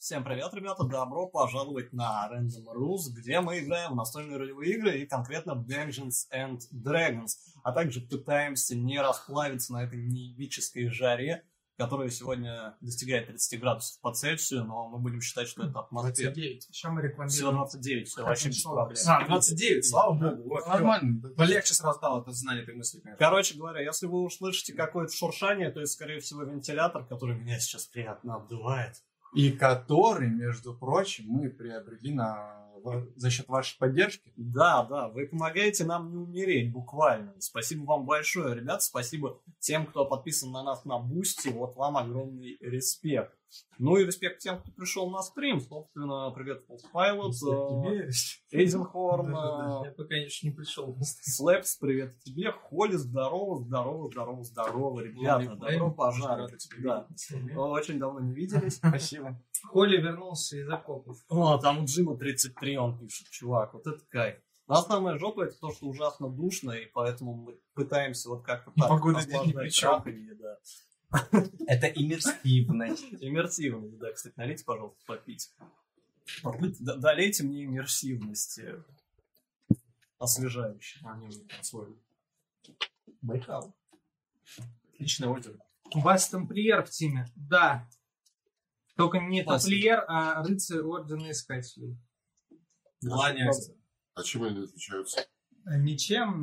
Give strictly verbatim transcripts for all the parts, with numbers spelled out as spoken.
Всем привет, ребята! Добро пожаловать на Random Rules, где мы играем в настольные ролевые игры и конкретно Dungeons and Dragons, а также пытаемся не расплавиться на этой неевической жаре, которая сегодня достигает тридцати градусов по Цельсию, но мы будем считать, что это атмосфера. двадцать девять. Еще мы рекламируем. Всего двадцать девять, все, вообще без проблем. А, двадцать девять, слава богу. Вот, Нормально. полегче сразу стало это знание этой мысли. Конечно. Короче говоря, если вы услышите какое-то шуршание, то это, скорее всего, вентилятор, который меня сейчас приятно обдувает. И который, между прочим, мы приобрели на... за счет вашей поддержки. Да, да, вы помогаете нам не умереть, буквально. Спасибо вам большое, ребят. Спасибо тем, кто подписан на нас на Бусти. Вот вам огромный респект. Ну и респект тем, кто пришел на стрим. Собственно, привет, Пайлот, Эйзенхорн. Я пока еще не пришел. Слэпс, привет тебе. Холли, здорово, здорово, здорово, здорово, ребята. Добро пожаловать. Да. Очень давно не виделись. Спасибо. Холли вернулся из окопов. О, там у Джима тридцать три, он пишет, чувак, вот это кайф. Но основная жопа это то, что ужасно душно, и поэтому мы пытаемся вот как-то так погода здесь ни при чем. Да. Это иммерсивность. Иммерсивность, да, кстати, налейте, пожалуйста, попить. Попить, д- долейте мне иммерсивности. Освежающей. А, не, освоили. Байкал. Отличное озеро. У вас тамплиер в тиме? Да. Только не тамплиер, а рыцарь ордена искателей. Кланяйся. А чем они отличаются? Ничем.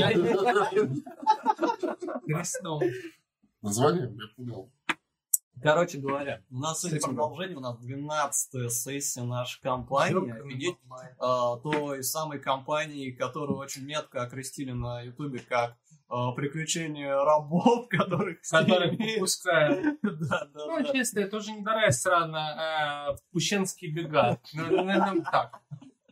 Крестом. Название? Я понял. Короче говоря, у нас сегодня продолжение, у нас двенадцатая сессия нашей компании. Офигеть, а, той самой компании, которую очень метко окрестили на Ютубе как а, приключения рабов, которых Которые попускают. Да, да, Ну, да. честно, это уже не Дарая страна, а Пущенские бега. Ну, наверное, так.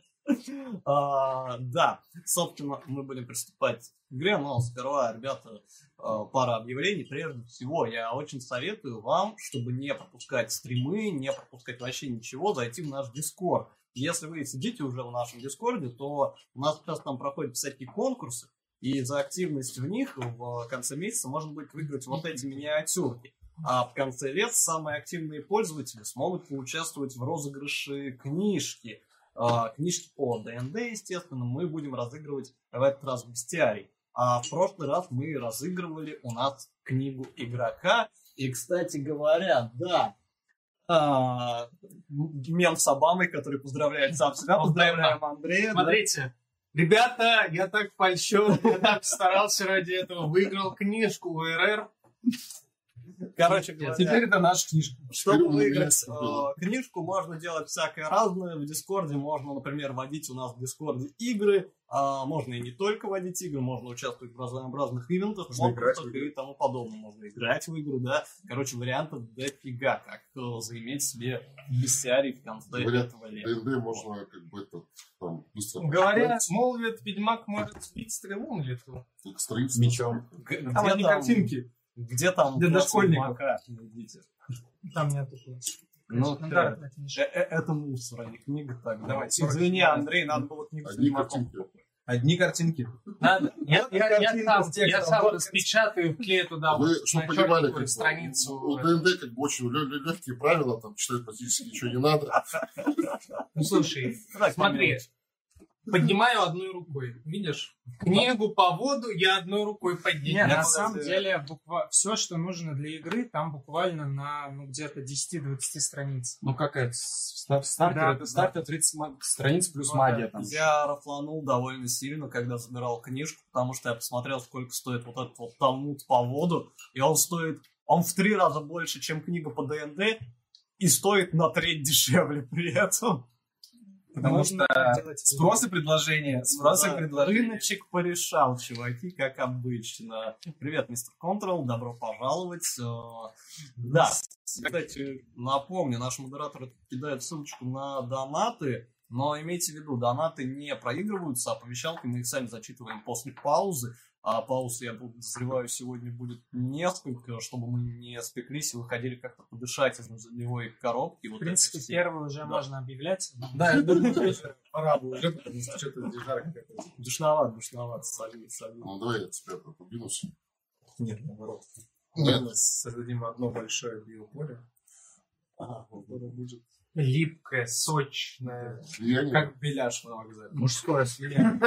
А, да, собственно, мы будем приступать к игре, но сперва, ребята, а, пара объявлений. Прежде всего, я очень советую вам, чтобы не пропускать стримы, не пропускать вообще ничего, зайти в наш Discord. Если вы сидите уже в нашем Дискорде, то у нас сейчас там проходят всякие конкурсы, и за активность в них в конце месяца можно будет выиграть вот эти миниатюрки. А в конце лет самые активные пользователи смогут поучаствовать в розыгрыше книжки. Uh, книжки по ДНД, естественно, мы будем разыгрывать в этот раз бестиарий. А в прошлый раз мы разыгрывали у нас книгу игрока. И, кстати говоря, да, uh, мем с Обамой, который поздравляет сам себя. Поздравляем Андрея. Смотрите, ребята, я так польщен, я так старался ради этого, выиграл книжку у РР. Короче говоря, Теперь это наша книжка. чтобы выиграть э, книжку, можно делать всякое разное. В Дискорде можно, например, водить у нас в Дискорде игры. А можно и не только водить игры, можно участвовать в разнообразных ивентах, конкурсах и тому подобное. Можно играть в игру, да. Короче, вариантов дофига, как э, заиметь себе бестиарий в конце Говорят, этого лета. ДНД можно как бы это там быстро... Говорят, молвит, ведьмак может сбить стрелу на лету. Только строительство. Мечом. Г- Там Где одни там, картинки. где там Для класс дошкольников. ведьмака? Найдите. Там нету. Ну, Ну, да. да, это не Э, э, Это мусор, а не книга. Так, Давайте. Извини, Андрей, надо было книгу с Одни ведьмаком. картинки. Одни картинки. Надо. Я, я, я, картинка сам, с текстом. я сам Вот распечатаю, вклею туда Вы, вот чтобы на понимали, черненькую как бы, страницу. у ДНД как бы очень легкие правила, там читать практически ничего не надо. Ну, слушай, Так, смотри, мелочь. поднимаю одной рукой. Видишь? Книгу по воду я одной рукой Нет, поднимаю. на самом деле, буква... все, что нужно для игры, там буквально на ну, где-то десять-двадцать страниц. Ну какая? Стартер, Да, это да. стартер тридцать ма- страниц плюс Ну, магия да, там. Я рафланул довольно сильно, когда забирал книжку, потому что я посмотрел, сколько стоит вот этот вот талмуд по воду, и он стоит, он в три раза больше, чем книга по ДНД, и стоит на треть дешевле при этом. Потому Можно что делать спрос и предложение. Спрос и Да, предложение. Рыночек порешал, чуваки, как обычно. Привет, мистер Контрол, добро пожаловать. Э, Да, кстати, напомню, наш модератор кидает ссылочку на донаты, но имейте в виду, донаты не проигрываются, а оповещалки мы их сами зачитываем после паузы. А пауз, я подозреваю, сегодня будет несколько, чтобы мы не спеклись и выходили как-то подышать из нулевой коробки. В Вот принципе, это все. первый уже Да. можно объявлять. Да, я думаю, что пора бы уже, потому что что-то жарко какое-то. Душновато, душновато, солид, солид. Ну давай я тебя подвинусь. Нет, наоборот. Нет. Мы создадим одно большое биополе. Ага, которая будет Липкая, сочная. слияние. Как беляш на вокзале. Мужское слияние.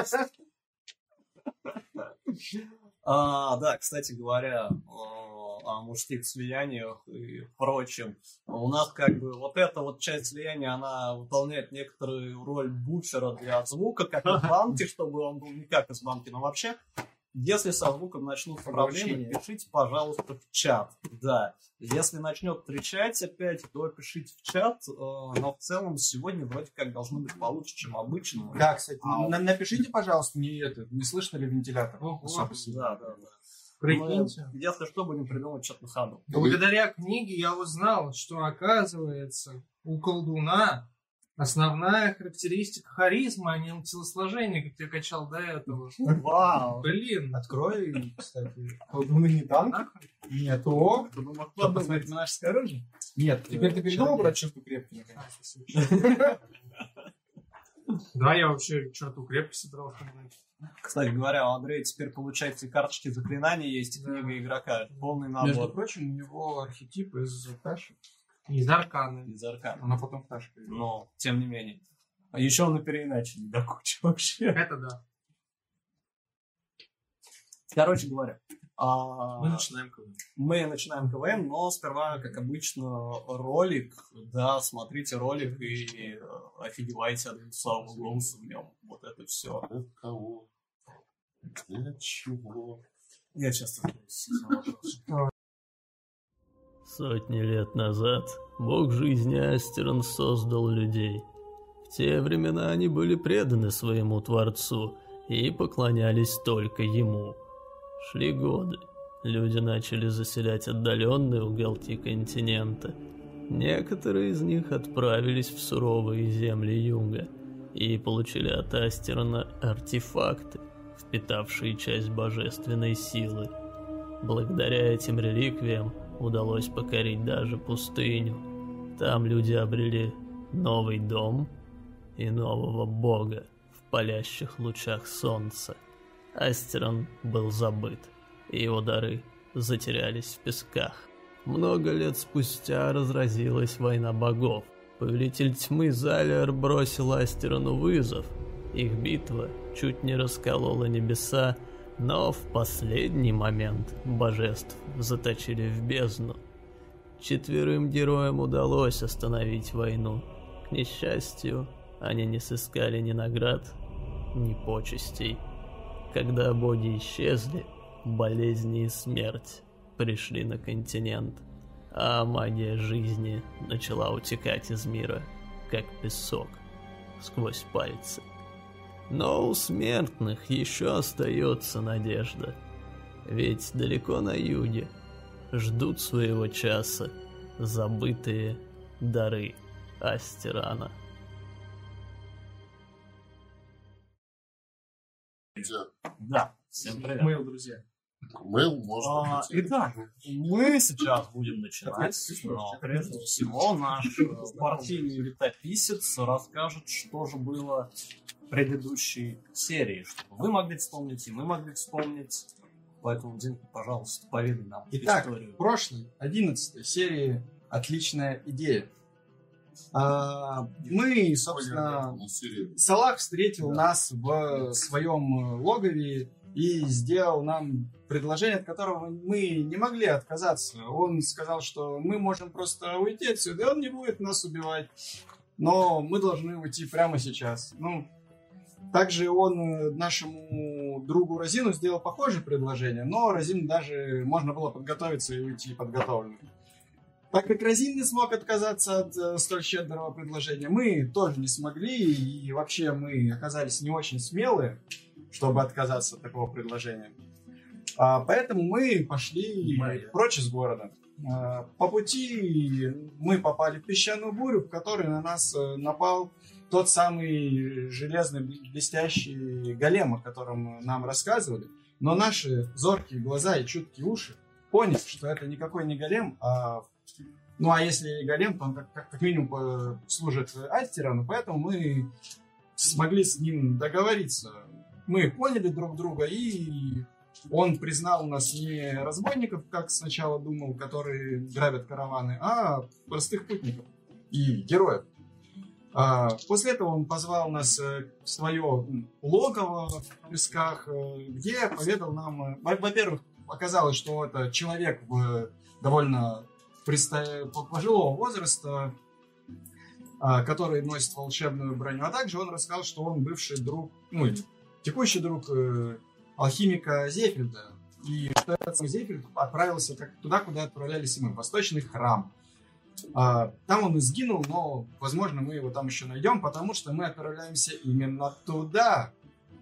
А, да, кстати говоря, о, о мужских слияниях и прочем, у нас как бы вот эта вот часть слияния, она выполняет некоторую роль буфера для звука, как из банки, чтобы он был не как из банки, но вообще, если со звуком начнутся проблемы, пишите, пожалуйста, в чат. Да, если начнет кричать опять, то пишите в чат, э, но в целом сегодня вроде как должно быть получше, чем обычно. Да, кстати, А, на- напишите, пожалуйста, не это, не слышно ли вентилятор? Ого. Особо сильно. Да, да, да. Прикиньте. Мы, если что, будем придумывать что-то на ходу. Благодаря книге я узнал, что, оказывается, у колдуна основная характеристика харизма, а не телосложение, как я качал до этого. Вау! Блин. Открой, кстати, колдуны не танк. Нет, о, чтобы посмотреть на наше оружие. Нет, теперь ты передумал брать черту крепкий, наконец? Да, я вообще черту крепкий собрался. Кстати говоря, у Андрея теперь, получается, и карточки заклинаний есть, и книга игрока. Это полный Между набор прочим, у него архетип из Таши. Из арканы. из аркана. Она потом в Таше. Но, тем не менее. А еще он и переиначили до кучи вообще. Это да. Короче говоря, а, Мы начинаем КВН. мы начинаем КВН, но сперва, как обычно, ролик. Да, смотрите ролик и э, офигевайте от гусавого голоса в нем. Вот это все. Для кого? Для чего? Я часто задаюсь этим вопросом. Сотни лет назад бог жизни Астерон создал людей. В те времена они были преданы своему Творцу и поклонялись только ему. Шли годы. Люди начали заселять отдаленные уголки континента. Некоторые из них отправились в суровые земли юга и получили от Астерона артефакты, впитавшие часть божественной силы. Благодаря этим реликвиям удалось покорить даже пустыню. Там люди обрели новый дом и нового бога в палящих лучах солнца. Астерон был забыт, и его дары затерялись в песках. Много лет спустя разразилась война богов. Повелитель тьмы Залиар бросил Астерону вызов. Их битва чуть не расколола небеса, но в последний момент божеств заточили в бездну. Четверым героям удалось остановить войну. К несчастью, они не сыскали ни наград, ни почестей. Когда боги исчезли, болезни и смерть пришли на континент, а магия жизни начала утекать из мира, как песок, сквозь пальцы. Но у смертных еще остается надежда, ведь далеко на юге ждут своего часа забытые дары Астерана. Да, всем привет. Мы, друзья. Мейл можно. А, итак, мы сейчас будем начинать, но прежде всего наш э, партийный летописец расскажет, что же было в предыдущей серии, чтобы вы могли вспомнить, и мы могли вспомнить. Поэтому, Димка, пожалуйста, поведай нам Итак, историю. в прошлой, одиннадцатой серии «Отличная идея». А, мы, собственно, Салах встретил нас в своем логове и сделал нам предложение, от которого мы не могли отказаться. Он сказал, что мы можем просто уйти отсюда, и он не будет нас убивать. Но мы должны уйти прямо сейчас. Ну, также он нашему другу Розину сделал похожее предложение, но Розин даже можно было подготовиться и уйти подготовленным. Так как Розин не смог отказаться от э, столь щедрого предложения, мы тоже не смогли, и вообще мы оказались не очень смелые, чтобы отказаться от такого предложения. А, поэтому мы пошли прочь из города. А, по пути мы попали в песчаную бурю, в которой на нас э, напал тот самый железный блестящий голем, о котором нам рассказывали. Но наши зоркие глаза и чуткие уши поняли, что это никакой не голем, а... Ну, а если и голем, то он как, как, как минимум служит Астерону, поэтому мы смогли с ним договориться. Мы поняли друг друга и Он признал нас не разбойников, как сначала думал, которые грабят караваны, а простых путников и героев. А, после этого он позвал нас в свое логово в песках, где поведал нам... Во-первых, оказалось, что это человек в довольно приста... пожилого возраста, который носит волшебную броню. А также он рассказал, что он бывший друг, ну, текущий друг э, алхимика Зефельда. И что этот самый Зефельд отправился как туда, куда отправлялись и мы, в Восточный храм. А, там он и сгинул, но, возможно, мы его там еще найдем, потому что мы отправляемся именно туда.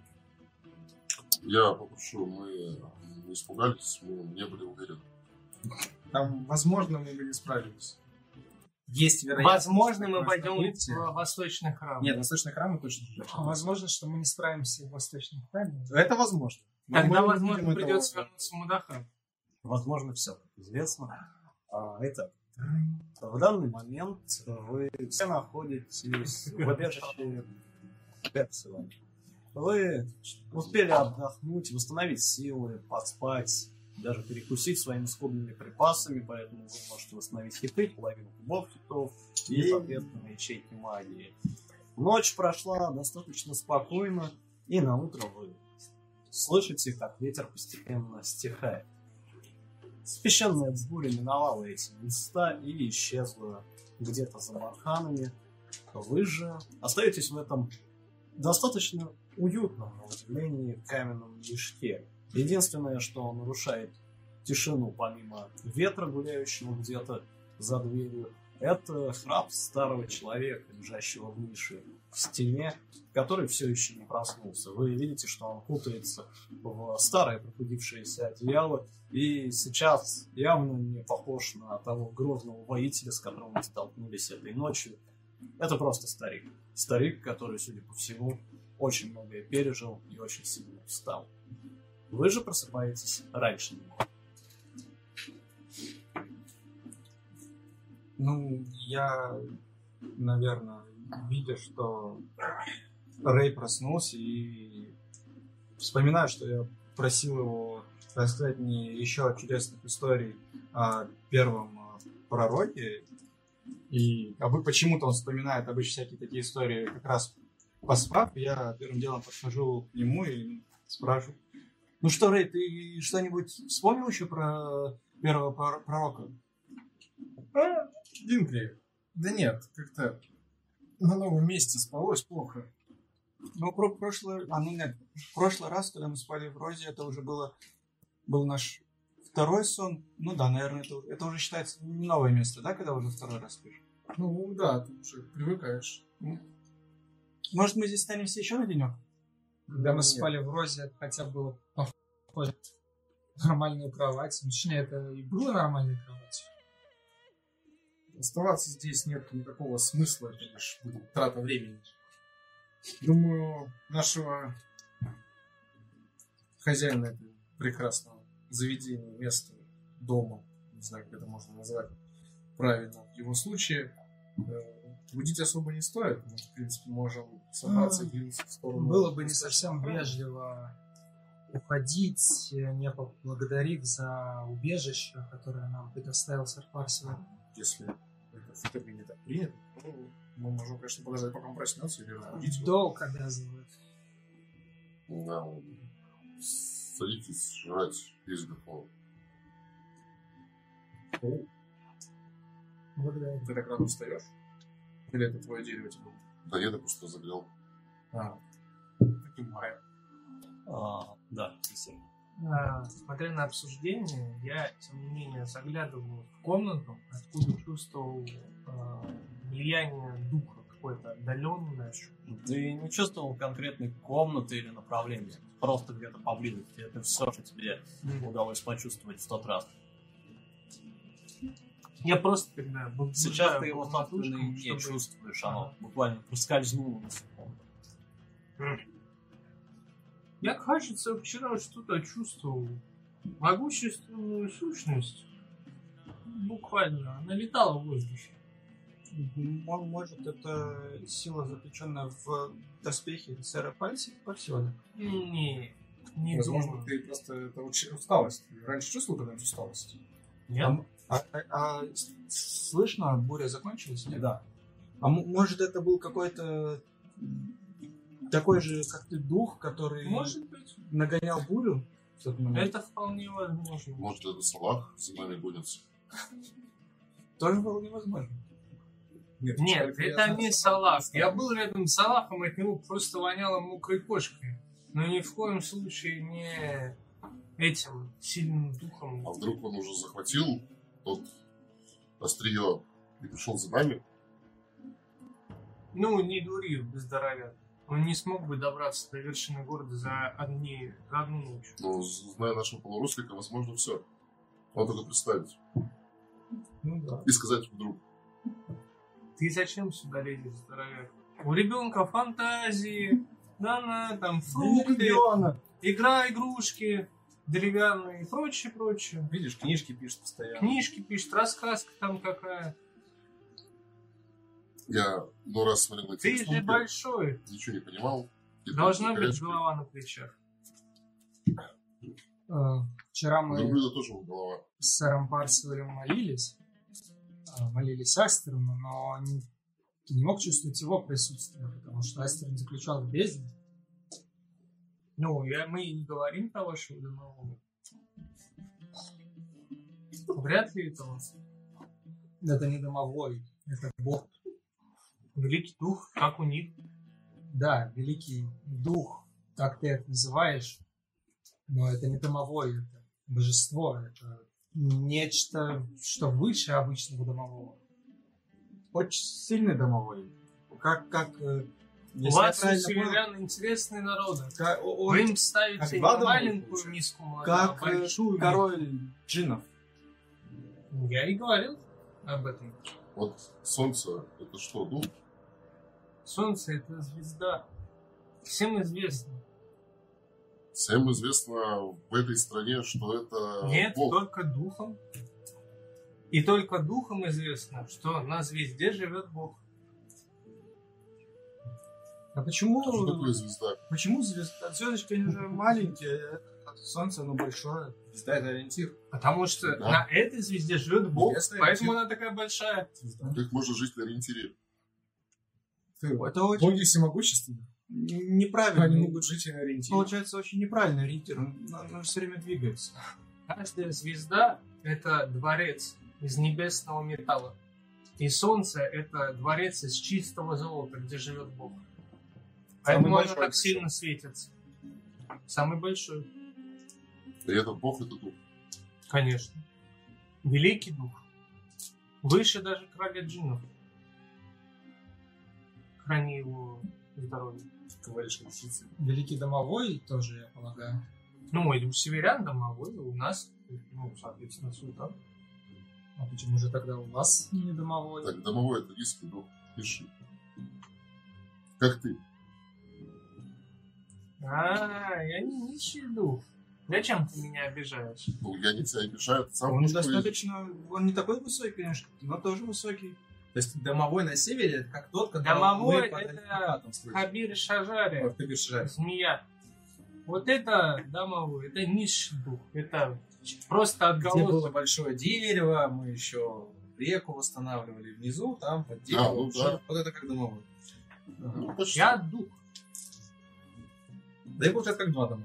Я попрошу, мы не испугались, мы не были уверены. Там, возможно, мы бы не справились. Есть вероятность. Возможно, мы что пойдем событие- в Восточный храм. Нет, Восточный храм мы точно не пойдем. Возможно, что мы не справимся в Восточном храме. Это возможно. Тогда, Мы возможно, увидим придется этого- вернуться в Мудаха. Возможно, все как известно. А, итак, в данный момент вы все находитесь в убежище Пепсила. Вы успели отдохнуть, восстановить силы, поспать, даже перекусить своими скудными припасами, поэтому вы можете восстановить хиты, половину кубов хитов и, соответственно, ячейки магии. Ночь прошла достаточно спокойно, и на утро вы слышите, как ветер постепенно стихает. Священная буря миновала эти места и исчезла где-то за барханами. Вы же остаетесь в этом достаточно уютном, на удивление, каменном мешке. Единственное, что нарушает тишину, помимо ветра, гуляющего где-то за дверью, это храп старого человека, лежащего в нише в стене, который все еще не проснулся. Вы видите, что он кутается в старое прохудившееся одеяло и сейчас явно не похож на того грозного воителя, с которым мы столкнулись этой ночью. Это просто старик. Старик, который, судя по всему, очень многое пережил и очень сильно устал. Вы же просыпаетесь раньше него. Ну, я, наверное, видя, что Рэй проснулся, и вспоминаю, что я просил его рассказать мне еще чудесных историй о первом пророке, и а вы почему-то он вспоминает обычно всякие такие истории, как раз поспав, я первым делом подхожу к нему и спрашиваю: ну что, Рэй, ты что-нибудь вспомнил еще про первого прор- пророка? А, Динкри. Да нет, как-то на новом месте спалось плохо. Ну, про прошлый, а, ну нет, в прошлый раз, когда мы спали в Розе, это уже было, был наш второй сон. Ну да, наверное, это, это уже считается не новое место, да, когда уже второй раз спишь? Ну да, ты уже привыкаешь. Может, мы здесь останемся еще на денек? Когда мы Нет. спали в Розе, это хотя бы было похоже на нормальную кровать. Точнее, это и было нормальной кроватью. Оставаться здесь нет никакого смысла, это лишь будет трата времени. Думаю, нашего хозяина этого прекрасного заведения, места, дома, не знаю, как это можно назвать правильно, в его случае, э, будить особо не стоит. Мы, в принципе, можем собраться и двинуться в сторону. Было бы не совсем вежливо уходить, не поблагодарив за убежище, которое нам предоставил сэр Парсиваль. Если это в итоге не так принято, то мы можем, конечно, подождать, пока он проснется, или разбудить его. Долг обязывает. Да, садитесь жрать, есть готово. Ну, Благодарю. ты так рано встаешь? Или это твое дерево тебе? Да я просто загрел. А, таким маем. А, да, естественно. А, Смотря на обсуждение, я, тем не менее, заглядываю в комнату, откуда чувствовал а, влияние духа какое-то отдаленное. Ты не чувствовал конкретной комнаты или направления, просто где-то поблизости. Это все, что тебе удалось почувствовать в тот раз. Я просто когда был Сейчас ты его, собственно, и не чувствуешь. Оно буквально проскользнуло на секунду. Я, кажется, вчера что-то чувствовал. Могущественную сущность. Буквально. Она летала в воздухе. Он, может, это сила, заключенная в доспехе сэра Парсиваля? Не. Не Возможно, думаю. ты просто это уч- усталость. Ты раньше чувствовал когда-нибудь усталость? Нет? А, а- а с- слышно, буря закончилась? Нет? Да. А м- может это был какой-то такой же, как ты, дух, который Может быть. нагонял бурю в тот момент? Это вполне возможно. Может, это Салах за нами гонится. Тоже было невозможно. Нет, насколько я это знаю, не Салах Салах. Я был рядом с Салахом, от него просто воняло мокрой кошкой. Но ни в коем случае не этим сильным духом. А вдруг он уже захватил тот острие и пришел за нами? Ну, не дури, здоровяк. Он не смог бы добраться до вершины города за, одни, за одну ночь. Но, зная нашего полурослика, возможно, все. Он только представить. Ну да. И сказать вдруг. Ты зачем сюда лезешь, здоровяк? У ребенка фантазии, да-на, там фрукты, Ребенок. игра, игрушки, деревянные и прочее, прочее. Видишь, книжки пишет постоянно. Книжки пишет, рассказка там какая. Я ну раз смотрел на Ты эти же рисунки, большой. ничего не понимал. И Должна там быть горячка. голова на плечах. Э, Вчера У мы Верблюда тоже была голова. с сэром Парсивалем молились. э, Молились Астерну, но не, не мог чувствовать его присутствие, потому что Астерн заключал в бездне. Ну, я, мы и не говорим про вашего домового. Вряд ли это он. Это не домовой, это бог. Великий дух, как у них. Да, великий дух, как ты это называешь, но это не домовой, это божество, это нечто, что выше обычного домового. Очень сильный домовой. Как, как, э, У если вас я у правильно понял, северян интересные народы. как, о- он Вы им ставите как не два домовых, маленькую получается. миску молока, как а э, большую. король джиннов. Я и говорил об этом. Вот солнце, это что, дух? Солнце — это звезда. Всем известно. Всем известно в этой стране, что это Нет, Бог. только духом. И только духом известно, что на звезде живет Бог. А почему, Что такое звезда? почему звезда? Звездочки они же маленькие, а солнце оно большое. Звезда — это ориентир. Потому что Да. на этой звезде живет Бог, Известный поэтому ориентир. она такая большая. Звезда. Как можно жить на ориентире? Ты, Это очень боги всемогущественны. неправильно. Они могут жить и на ориентире. Получается очень неправильный ориентир. Он, он все время двигается. Каждая звезда — это дворец из небесного металла. И солнце — это дворец из чистого золота, где живет Бог. Поэтому оно большой так сильно светится. Самый большой. И этот Бог, это дух. Конечно. Великий дух. Выше даже короля джиннов. Храни его здоровье. Говоришь, лисицы. Великий домовой тоже, я полагаю. Ну, и у северян домовой, у нас, ну, соответственно, султан. А почему же тогда у вас не домовой? Так, домовой это низкий дух. Пиши. Как ты? А, я не нищий дух. Зачем ты меня обижаешь? Ну, я не тебя обижаю, ты сам Он будешь достаточно... Он не такой высокий, конечно, но тоже высокий. То есть домовой на севере это как тот, когда Домовой мы это под Аль-Фатахом строим. Хабир Шажари, Вот ты говоришь, жаль. змея. Вот это домовой, это низший дух. Это просто Где отголосок. было большое дерево, мы еще реку восстанавливали внизу, там под деревом. ну да. Вот это как домовой. Ну, почти. Я дух. Да и получается как два дома.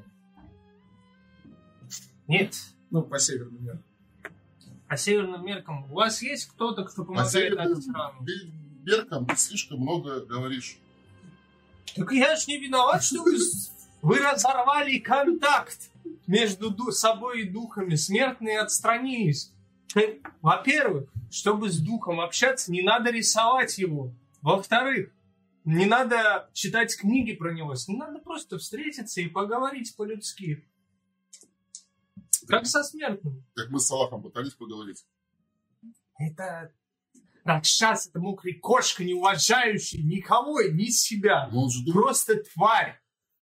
Нет. Ну, по северному миру. По северным меркам. У вас есть кто-то, кто По помогает северным Альтирану? меркам ты слишком много говоришь. Так я ж не виноват, что вы, вы разорвали контакт между ду- собой и духами. Смертные отстранились. Э, Во-первых, чтобы с духом общаться, не надо рисовать его. Во-вторых, не надо читать книги про него. С ним надо просто встретиться и поговорить по-людски. Как со смертным. Как мы с Салахом пытались поговорить. Это Ракшас, это мокрый кошка, не уважающий никого и ни себя. Но он же дух. Просто тварь.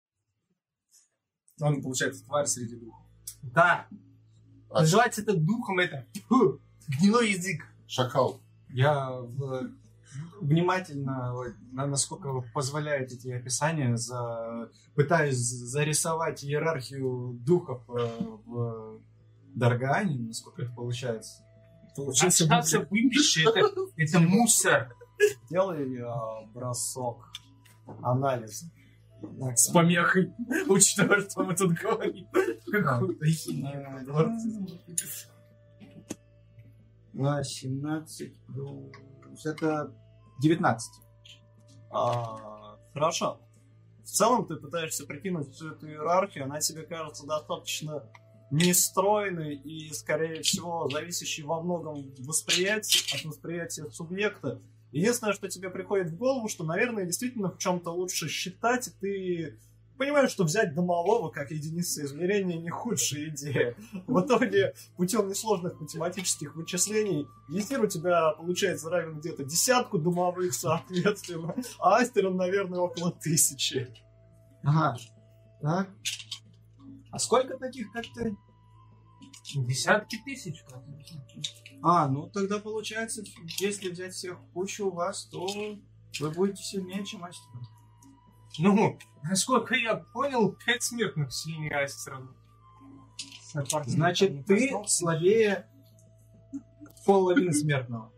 Он, получается, тварь среди духов. Да. А Называть это духом, это фу, гнилой язык. Шакал. Я в внимательно, вот, на- насколько позволяют эти описания, за... пытаюсь зарисовать иерархию духов э, в Даргаане, насколько это получается. Получился выпиши, это, это мусор. Делай э, бросок анализа. С помехой, учитывая, что мы тут говорим. Какой-то На семнадцать плюс... Это девятнадцать. А, хорошо. В целом ты пытаешься прикинуть всю эту иерархию, она тебе кажется достаточно нестройной и, скорее всего, зависящей во многом восприятии, от восприятия субъекта. Единственное, что тебе приходит в голову, что, наверное, действительно в чем-то лучше считать, и ты понимаешь, что взять домового как единицу измерения не худшая идея. В итоге, путем несложных математических вычислений, Есир у тебя, получается, равен где-то десятку домовых, соответственно, а Астерон, наверное, около тысячи. Ага. Так. А сколько таких, как ты? Десятки тысяч. А, ну тогда получается, если взять всех в кучу у вас, то вы будете сильнее, чем Астерон. Ну, насколько я понял, пять смертных сильнее Астерона. Значит, ты слабее половины смертного.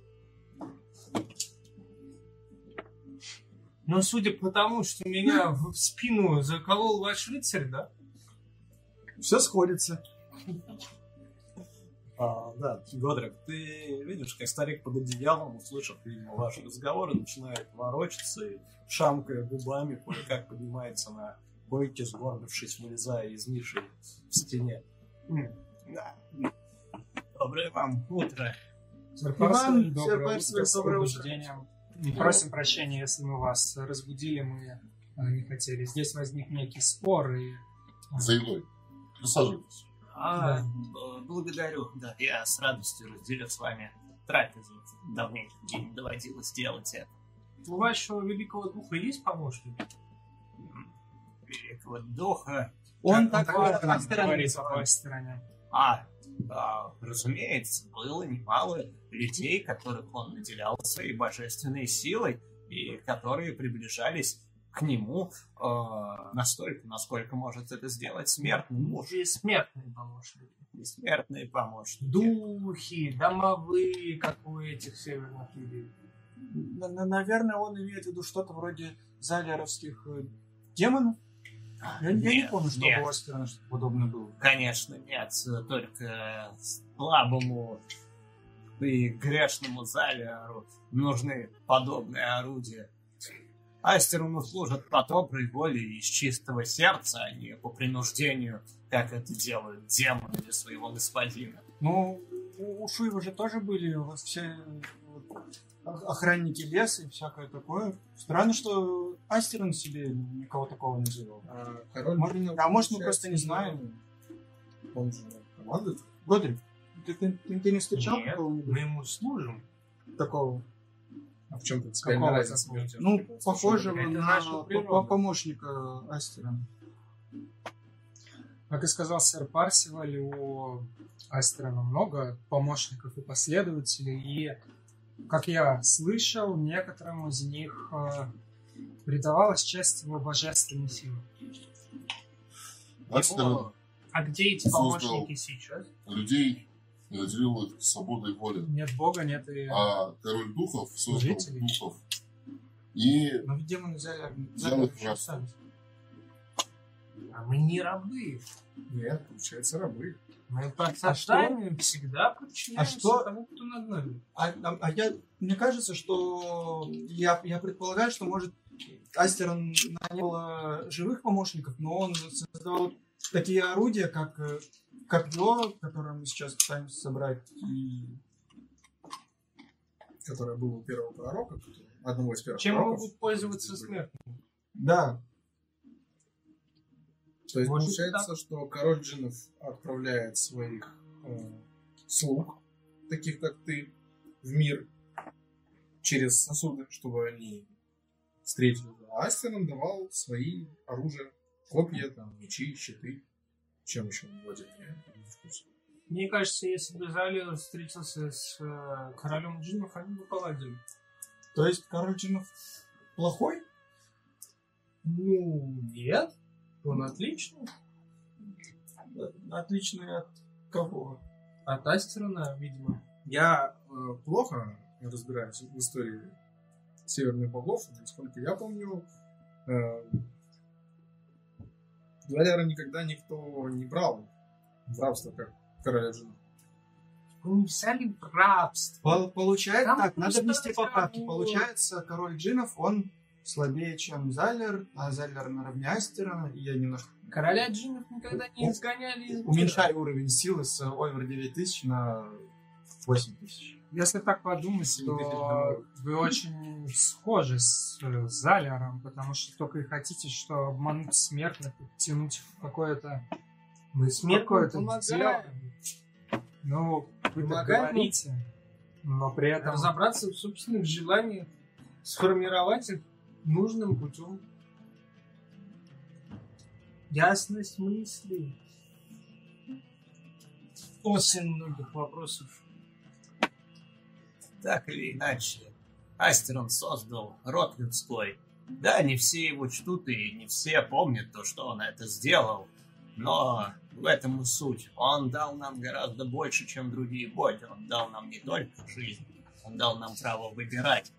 Но судя по тому, что меня в спину заколол ваш рыцарь, да? Все сходится. А, да, Годрик, ты видишь, как старик под одеялом, услышав, видимо, ваши разговоры, начинает ворочаться и, шамкая губами, кое-как поднимается на койке, сгорбившись, вылезая из ниши в стене. Да. Доброе вам утро. Вам, Доброе Сэр утро, Персиваль, с доброе утро. пробуждением. Просим прощения, если мы вас разбудили, мы э, не хотели. Здесь возник некий спор, и... За едой. Присаживайтесь. А, б- благодарю, да, я с радостью разделю с вами трапезу. Давненько мне не доводилось делать это. У вашего великого духа есть помощник? М, Великого духа. Он Как такой он Астерон говорит называется. по той стороне. А, да, разумеется, было немало людей, которых он наделял своей божественной силой, и которые приближались к нему э, настолько, насколько может это сделать смертный муж. Уже смертные помощники. Бессмертные помощники. Духи, домовые, как у этих северных людей. Н- н- Наверное, он имеет в виду что-то вроде залеровских э, демонов. Я, я не Нет, помню, что нет. у Астерона что-то подобное было. Конечно, нет, только слабому и грешному Залиару нужны подобные орудия. Астерону служат по доброй воле и из чистого сердца, а не по принуждению, как это делают демоны для своего господина. Ну, у у Шуева же тоже были у вас все вот, ох- охранники леса и всякое такое. Странно, что Астерон себе никого такого не завел. А, король Может, принял, а может, мы получается, просто не знаем. Он же командует. Годрик, ты, ты, ты- ты не встречал Нет, какого-нибудь мы ему служим. такого? А в чем принципиальная Какого разница такого? между тем, Ну, что он похожего это на наша по- природа. по- помощника Астерона. Как и сказал сэр Парсиваль, у Астерона много помощников и последователей, и, как я слышал, некоторым из них э, придавалась часть его божественной силы. Астерон А где эти Создал. помощники сейчас? людей и наделил их свободой воли. Нет бога, нет и... А король духов создал Служителей. духов. И Но ведь демоны взяли, Взял их в взяли рабство. сами. А мы не рабы. Нет, получается, рабы. Мы по созданию всегда А подчиняемся что- тому, кто над нами. А, а- а я, мне кажется, что я, я предполагаю, что, может, Астерон нанял э, живых помощников, но он создавал такие орудия, как э, копье, которое мы сейчас пытаемся собрать, и Которое было у первого пророка, который- одного из первых Чем пророков. могут пользоваться смертные? да, То есть Может, получается, что король джиннов отправляет своих э, слуг, таких как ты, в мир через сосуды, чтобы они встретили. А Астерон давал свои оружия, копья, там, мечи, щиты. Чем еще он владеет? Я не в курсе. Мне кажется, если бы Залио встретился с э, королем джинов, они бы поладили. То есть король джинов плохой? Ну, нет. Он отличный. Отличный от кого? От Астерона, видимо. Я э, плохо разбираюсь в истории северных богов. Насколько я помню, э, Залера никогда никто не брал в рабство, как короля джинов. Вы не взяли в рабство. Пол- Получается, Там так, надо просто внести поправки. разговор. Получается, король джинов, он слабее, чем Залер, а Залер наравне Астерона, и я немножко Короля джинов никогда не изгоняли из мира. уменьшаю уровень силы с овер девять тысяч на восемь тысяч. Если так подумать, то вы очень схожи с э, Залером, потому что только и хотите, что обмануть смертных, и втянуть их в какое-то Мы смертным какое-то дело. помогаем. Ну, вы так Помогаем, говорите, но при этом... Разобраться в собственных желаниях, сформировать их нужным путем. Ясность мысли. Очень многих вопросов. Так или иначе, Астерон создал род людской. Да, не все его чтут и не все помнят то, что он это сделал. Но в этом и суть. Он дал нам гораздо больше, чем другие боги. Он дал нам не только жизнь, он дал нам право выбирать,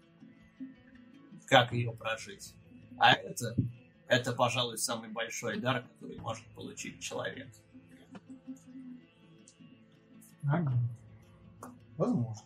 как ее прожить. А это, это, пожалуй, самый большой дар, который может получить человек. Ага. Возможно.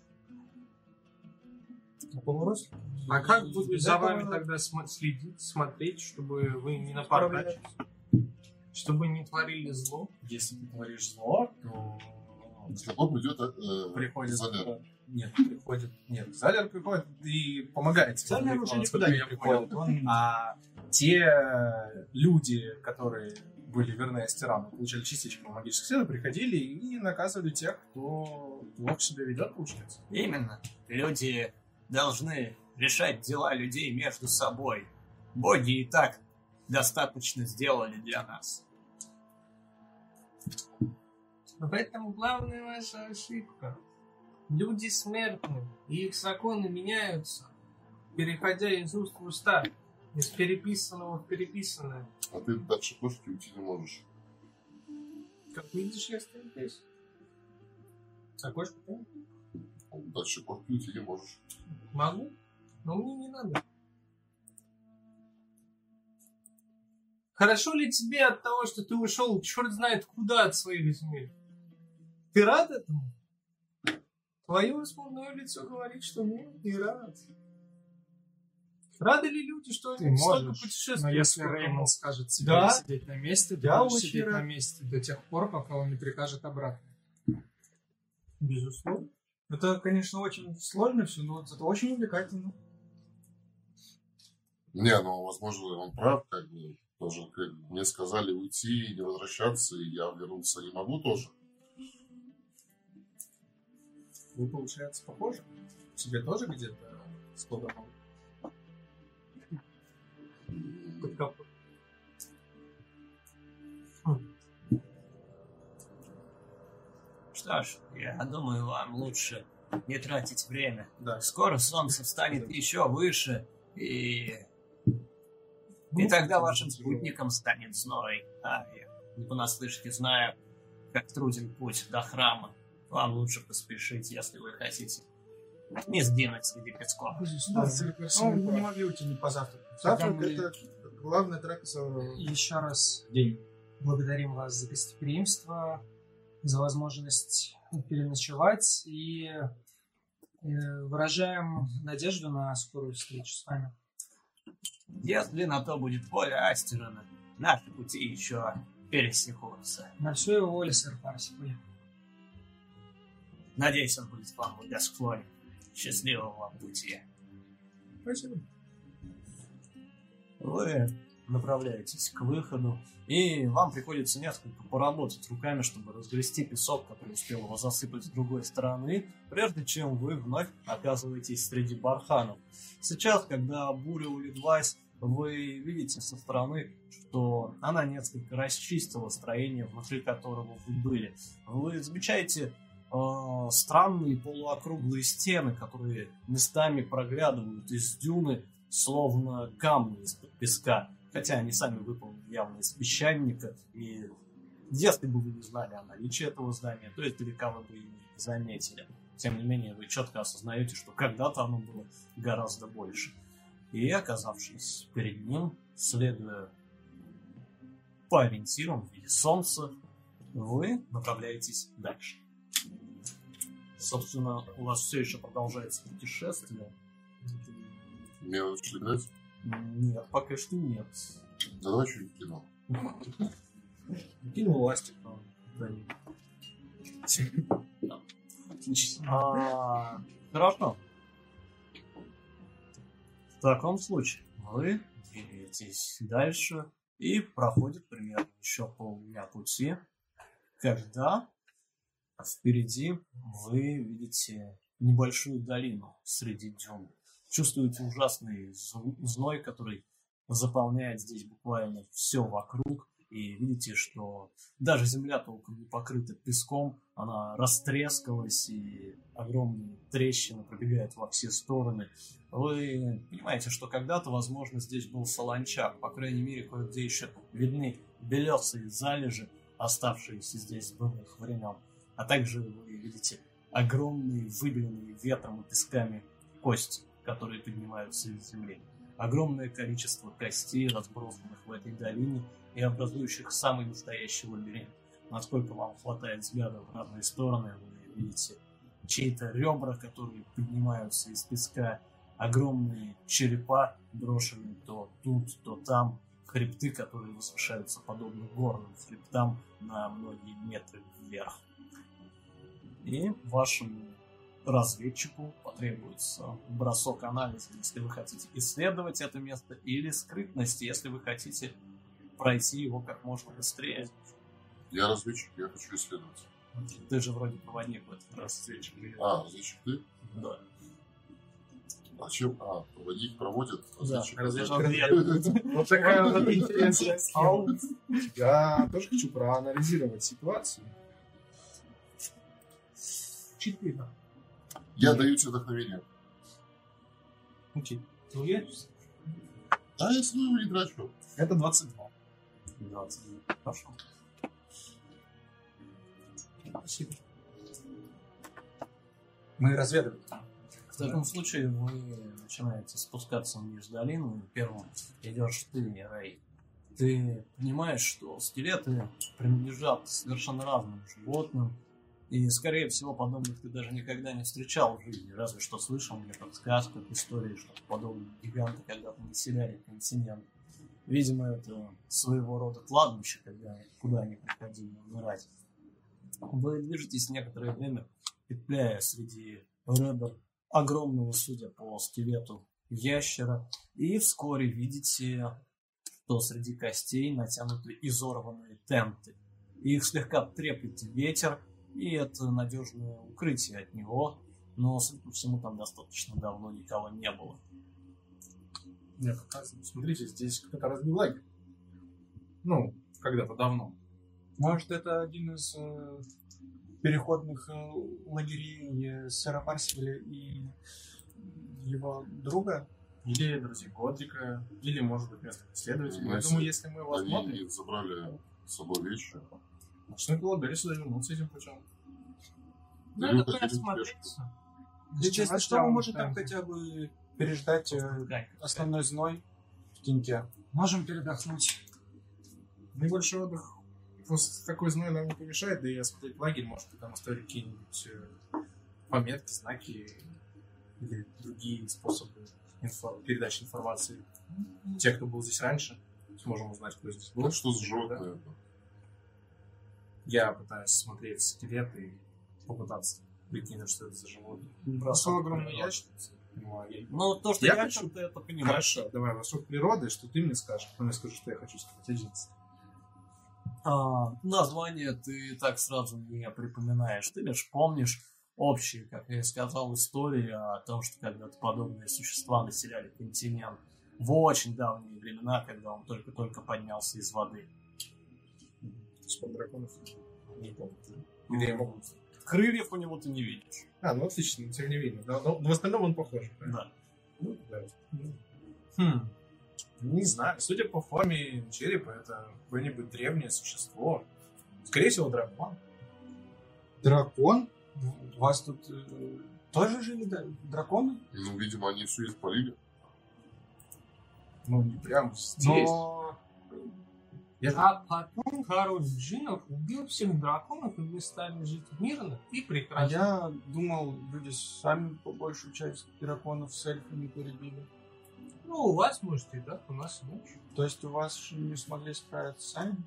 А поворот? А как буду Без за этого- вами тогда смо- следить, смотреть, чтобы вы не нападали? Чтобы не творили зло? Если ты творишь зло, то Если он придет, э, приходит... Залер. Нет, приходит... Нет, Залер приходит и помогает. тебе. Залер Ну, уже насколько никуда не я приходит. понял. Он А те люди, которые были верны Астерану, получали частичку магической силы, приходили и наказывали тех, кто плохо себя ведет, получается. Именно. Люди должны решать дела людей между собой. Боги и так достаточно сделали для нас. В этом главная ваша ошибка. Люди смертны, и их законы меняются, переходя из уст в уста, из переписанного в переписанное. А ты дальше кошки уйти не можешь. Как видишь, я стою здесь. Окошко, да? Дальше кошки уйти не можешь. Могу, но мне не надо. Хорошо ли тебе от того, что ты ушел, черт знает куда от своих земель? Ты рад этому? Твое смурное лицо говорит, что нет, не рад. Рады ли люди, что Ты они столько можешь, путешествуют? но если сколько Реймонд мог? скажет тебе Да. сидеть на месте, ты Я будешь очень сидеть рад. на месте до тех пор, пока он не прикажет обратно. Безусловно. Это, конечно, очень сложно все, но это очень увлекательно. Не, ну, возможно, он прав, как бы, тоже, как мне сказали уйти и не возвращаться, и я вернуться не могу тоже. Вы, получается, похожи? Тебе тоже где-то сколько было? Что ж, я думаю, вам лучше не тратить время. Да. Скоро солнце встанет еще выше, и... И тогда вашим спутником станет зной. А я не понаслышке знаю, как труден путь до храма. Вам лучше поспешить, если вы хотите не сгинуть среди песков. Ну, мы не могли уйти не позавтракать. Завтрак мы- это главная трека за И еще раз день. благодарим вас за гостеприимство, за возможность переночевать и э, выражаем надежду на скорую встречу с вами. Если на то будет воля Астерона, наши пути еще пересекутся. На всю его волю, сэр Парсифаль. Надеюсь, он будет вам благосклонен. Счастливого вам пути. Спасибо. Вы направляетесь к выходу, и вам приходится несколько поработать руками, чтобы разгрести песок, который успел его засыпать с другой стороны, прежде чем вы вновь оказываетесь среди барханов. Сейчас, когда буря улеглась, вы видите со стороны, что она несколько расчистила строение, внутри которого вы были. Вы замечаете э, странные полуокруглые стены, которые местами проглядывают из дюны, словно камни из-под песка. Хотя они сами выполнены явно из песчаника, и если бы вы не знали о наличии этого здания, то издалека вы бы и не заметили. Тем не менее, вы четко осознаете, что когда-то оно было гораздо больше. И, оказавшись перед ним, следуя по ориентирам в виде солнца, вы направляетесь дальше. Собственно, у вас все еще продолжается путешествие. Мне начали играть? Нет, пока что нет. Да давай что-нибудь кино. Кинул ластик. А, хорошо. В таком случае вы двигаетесь дальше, и проходит примерно еще полдня пути, когда впереди вы видите небольшую долину среди дюн. Чувствуете ужасный зной, который заполняет здесь буквально все вокруг. И видите, что даже земля толком не покрыта песком, она растрескалась, и огромные трещины пробегают во все стороны. Вы понимаете, что когда-то, возможно, здесь был солончак, по крайней мере, кое-где еще видны белесые залежи, оставшиеся здесь с былых времен. А также вы видите огромные, выбеленные ветром и песками кости, которые поднимаются из земли. Огромное количество костей, разбросанных в этой долине, и образующих самый настоящий лабиринт. Насколько вам хватает взгляда в разные стороны, вы видите чьи-то ребра, которые поднимаются из песка, огромные черепа, брошенные то тут, то там, хребты, которые возвышаются подобно горным хребтам на многие метры вверх. И вашему разведчику потребуется бросок анализа, если вы хотите исследовать это место, или скрытность, если вы хотите пройти его как можно быстрее. Я разведчик, я хочу исследовать. Ты же вроде проводник в этот разведчик. А, разведчик ты? Да. А чем? А, проводник проводит, разведчик. Разведчик. Вот такая вот интересная схема. Я тоже хочу проанализировать ситуацию. Четыре. Я даю тебе вдохновение. Окей. Ты уверен? А я свою не трачу. Это двадцать два. двадцать. Хорошо. Спасибо. Мы разведываем. В таком случае вы начинаете спускаться вниз в долину, и первым идешь ты, Рэй. Ты понимаешь, что скелеты принадлежат совершенно разным животным, и, скорее всего, подобных ты даже никогда не встречал в жизни, разве что слышал где-то в сказках, истории, что подобные гиганты когда-то населяли континент. Видимо, это своего рода кладбище, когда, куда они приходили умирать. Вы движетесь некоторое время, петляя среди ребер огромного, судя по скелету, ящера, и вскоре видите, что среди костей натянуты изорванные тенты. Их слегка треплет ветер, и это надежное укрытие от него, но, судя по всему, там достаточно давно никого не было. Мне показывают. Смотрите, здесь кто-то разбил лагерь. Ну, когда-то давно. Может, это один из э, переходных э, лагерей э, сэра Парсиваля и его друга? Или друзей Годрика, или, может быть, местных исследователей. Ну, Я если думаю, если мы его Они осмотрим, не забрали с собой вещи. ночной колыбели сюда вернуться этим путем. Ну, Или это хотели осмотреться. Если что, мы можем там хотя бы переждать э, Кань, основной зной в теньке. Можем передохнуть. Наибольший отдых просто такой зной нам не помешает, да и осмотреть лагерь, может, там оставили какие-нибудь э, пометки, знаки или другие способы инфо- передачи информации. Те, кто был здесь раньше, сможем узнать, кто здесь был. Ну, что с Да. животное? Я пытаюсь смотреть скелет и попытаться прикинуть, что это за животное. Бросок огромный природы. ящерица. Ну, а я- Ну, то, что Я я, хочу- хочу, ты это понимаешь. Хорошо, давай восток природы, что ты мне скажешь, потом я скажу, что я хочу сказать. Одиннадцать. А, название ты так сразу не припоминаешь. Ты лишь помнишь общие, как я и сказал, истории о том, что когда-то подобные существа населяли континент в очень давние времена, когда он только-только поднялся из воды. Спад драконов. Не помню. Или я могу. крыльев у него ты не видишь. А, ну отлично, тем не менее. Но, но в остальном он похож. Да. Ну, да. Хм. Не знаю. Судя по форме черепа, это какое-нибудь древнее существо. Скорее всего, дракон. Дракон? У вас тут э, тоже жили да, драконы? Ну, видимо, они все испалили. Ну, не прям здесь. Но... Я же- А потом король джинов убил всех драконов, и мы стали жить мирно и А прекрасно. я думал, люди сами по большую часть драконов с эльфами перебили. Ну, у вас, может, и так, у нас нет. То есть у вас не смогли справиться сами?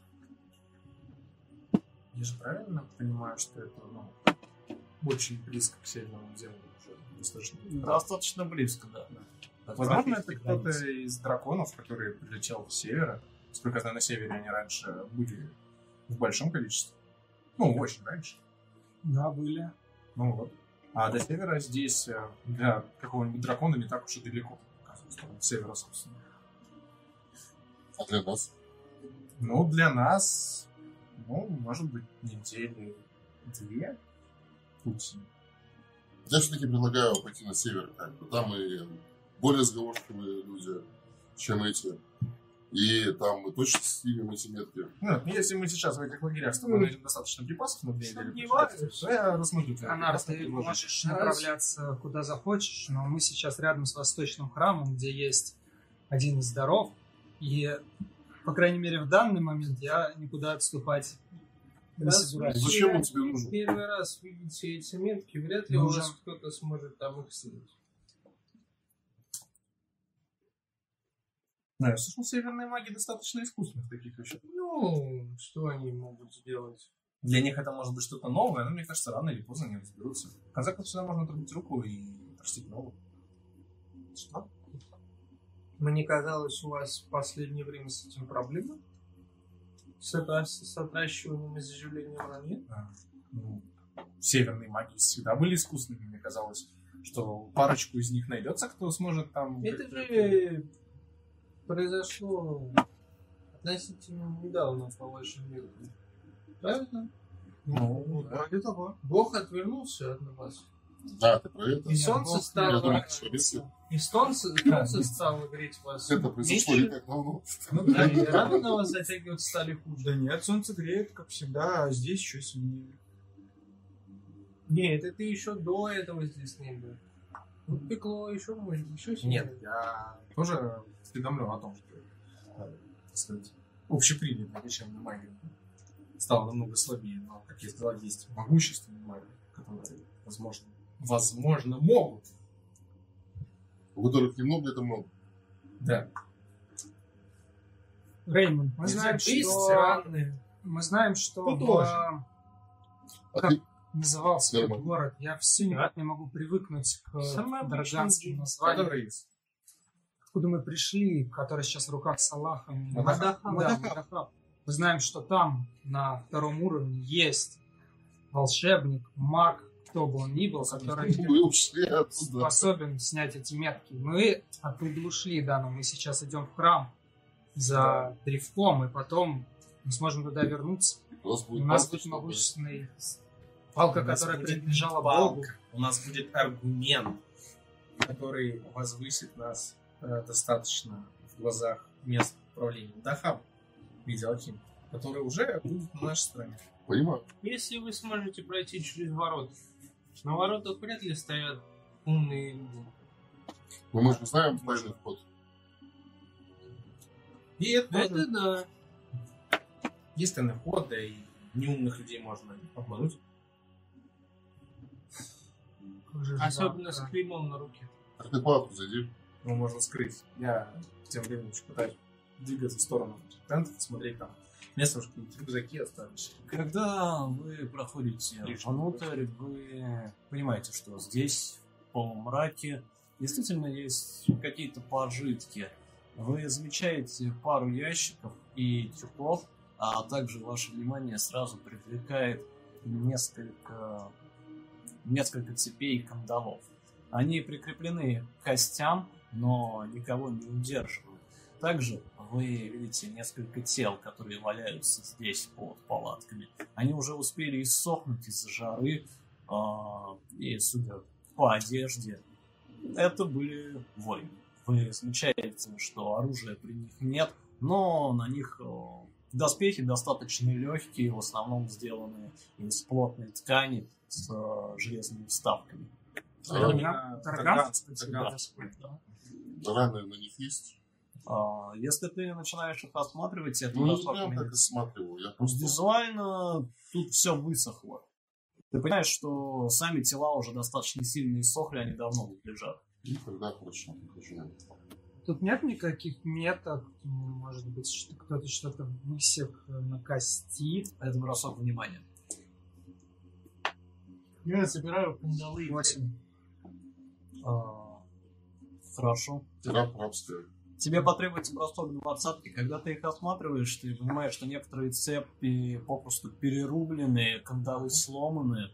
Я же правильно понимаю, что это ну, очень близко к северному делу уже достаточно. Достаточно близко, да. Возможно, это кто-то из драконов, который прилетел с севера. Сколько я знаю, на севере они раньше были в большом количестве. Ну, очень раньше. Да, были. Ну вот. А до севера здесь э, для какого-нибудь дракона не так уж и далеко. Оказывается, от севера, собственно. А для нас? Ну, для нас, ну, может быть, недели две пути. Я все-таки предлагаю пойти на север. Как бы. Там и более сговорчивые люди, чем эти. И там мы точно снимем эти метки. Ну, если мы сейчас в этих лагерях с тобой найдем достаточно припасов на две недели, Сомневаюсь. то я рассмотрю твои Анар, прекрасные ты предложения. можешь направляться куда захочешь, но мы сейчас рядом с Восточным храмом, где есть один из даров, и, по крайней мере, в данный момент я никуда отступать не Раз собираюсь. вы Зачем он первый- тебе нужен? Первый раз видите эти метки, вряд ли у Нужен. вас кто-то сможет там их снять. Ну, я слышал, северные маги достаточно искусны в таких вещах. Ну, что они могут сделать? Для них это может быть что-то новое, но мне кажется, рано или поздно они разберутся. В конце концов, сюда можно отрубить руку и отрастить ногу. Что? Мне казалось, у вас в последнее время с этим проблемы? С, это, с отращиванием и заживлением ран? А, ну, северные маги всегда были искусными, мне казалось, что парочку из них найдется, кто сможет там... Это как-то- же произошло относительно недавно, по вашим меркам. Правильно? Ну, да. Вроде того. Бог отвернулся от вас. Да, ты про это? И солнце Я стало... думаю, что если И солнце, солнце стало греть вас. это произошло не меньше. так давно. Ну да, и раны на вас затягивать стали хуже. Да нет, солнце греет, как всегда, а здесь еще сильнее. Нет, это еще до этого здесь не было. Тут пекло еще, может, еще сильнее. Нет, я тоже осведомлен о том, что, э, так сказать, общепринятая вечерняя магия стала намного слабее, но, как я сказал, есть могущественные маги, которые, возможно, возможно, могут. У которых немного, это много. Да. Реймонд, мы знаем, Есть что... ранные. Мы знаем, что Ну, в- тоже. А Как ты назывался этот Нормально. город. Я все никак не могу привыкнуть к Самый обычный драганским джин. названиям. Который есть. Откуда мы пришли, который сейчас в руках Салаха. Мадахаб. Да, Мадахаб. Мадахаб. Мы знаем, что там на втором уровне есть волшебник, маг, кто бы он ни был, который вы ушли отсюда. способен снять эти метки. Мы оттуда ушли, да, но мы сейчас идем в храм за древком, и потом мы сможем туда вернуться. У нас У будет нас палка, будет чтобы- могущественный палка, У нас которая будет принадлежала палка. Богу. У нас будет аргумент, который возвысит нас э, достаточно в глазах мест управления. Дахаб, видеохим, который уже будет на нашей стороне. Понимаю. Если вы сможете пройти через ворота, на воротах вряд ли стоят умные люди. Но мы же знаем тайный вход. И это, Это да. единственный ход, да и неумных людей можно обмануть. Как же Особенно с жалко. клеймом на руке. Так ты палку зайди. Его можно скрыть. Я тем временем еще пытаюсь двигаться в сторону тентов, смотреть там. Место, что какие-нибудь рюкзаки остались. Когда вы проходите внутрь, вы понимаете, что здесь, в полумраке, действительно есть какие-то пожитки. Вы замечаете пару ящиков и тюков, а также ваше внимание сразу привлекает несколько, несколько цепей и кандалов. Они прикреплены к костям, но никого не удерживают. Также вы видите несколько тел, которые валяются здесь под палатками. Они уже успели иссохнуть из-за жары, а, и, судя по одежде, это были воины. Вы замечаете, что оружия при них нет, но на них а, доспехи достаточно легкие, в основном сделаны из плотной ткани с а, железными вставками. Тарган- Тарганский Тарганский, да. Раны на них есть? А, если ты начинаешь их осматривать, это Ну, не достаточно прям так осматриваю. Я просто... визуально тут все высохло. Ты понимаешь, что сами тела уже достаточно сильно иссохли, они давно тут лежат. И тогда хорошо, покажу. Тут нет никаких меток, может быть, что кто-то что-то высек на кости. Это бросок внимания. Я собираю кандалы. Восемь. А, хорошо. Раб, рабская. Тебе потребуется бросок двадцатки. Когда ты их осматриваешь, ты понимаешь, что некоторые цепи попросту перерублены, кандалы сломаны.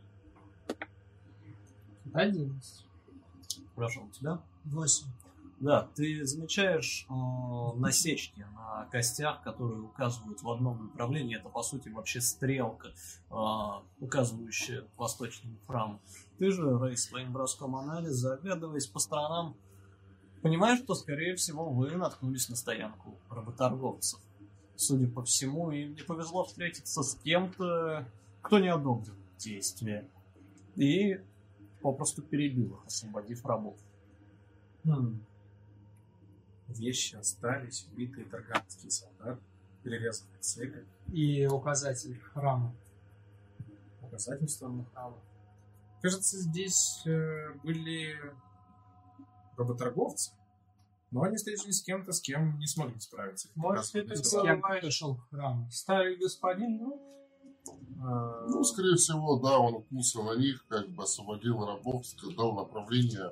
Одиннадцать. Хорошо, у тебя? Восемь. Да, ты замечаешь э, насечки на костях, которые указывают в одном направлении. Это, по сути, вообще стрелка, э, указывающая к восточному храму. Ты же, Рэй, своим броском анализа, оглядываясь по сторонам, понимаешь, что, скорее всего, вы наткнулись на стоянку работорговцев. Судя по всему, им не повезло встретиться с кем-то, кто не одобрил действия. И попросту перебил их, освободив рабов. Хм. Вещи остались, убитые тарганские солдаты, перерезанные цепи, И указатель храма. указательства на храм. Кажется, здесь э, были работорговцы, но они встретились с кем-то, с кем не смогли справиться. Может, Как раз это С вот кем кто шел в храм. старый господин, ну, А, Ну, скорее всего, да, он упнулся на них, как бы освободил рабов, дал направление.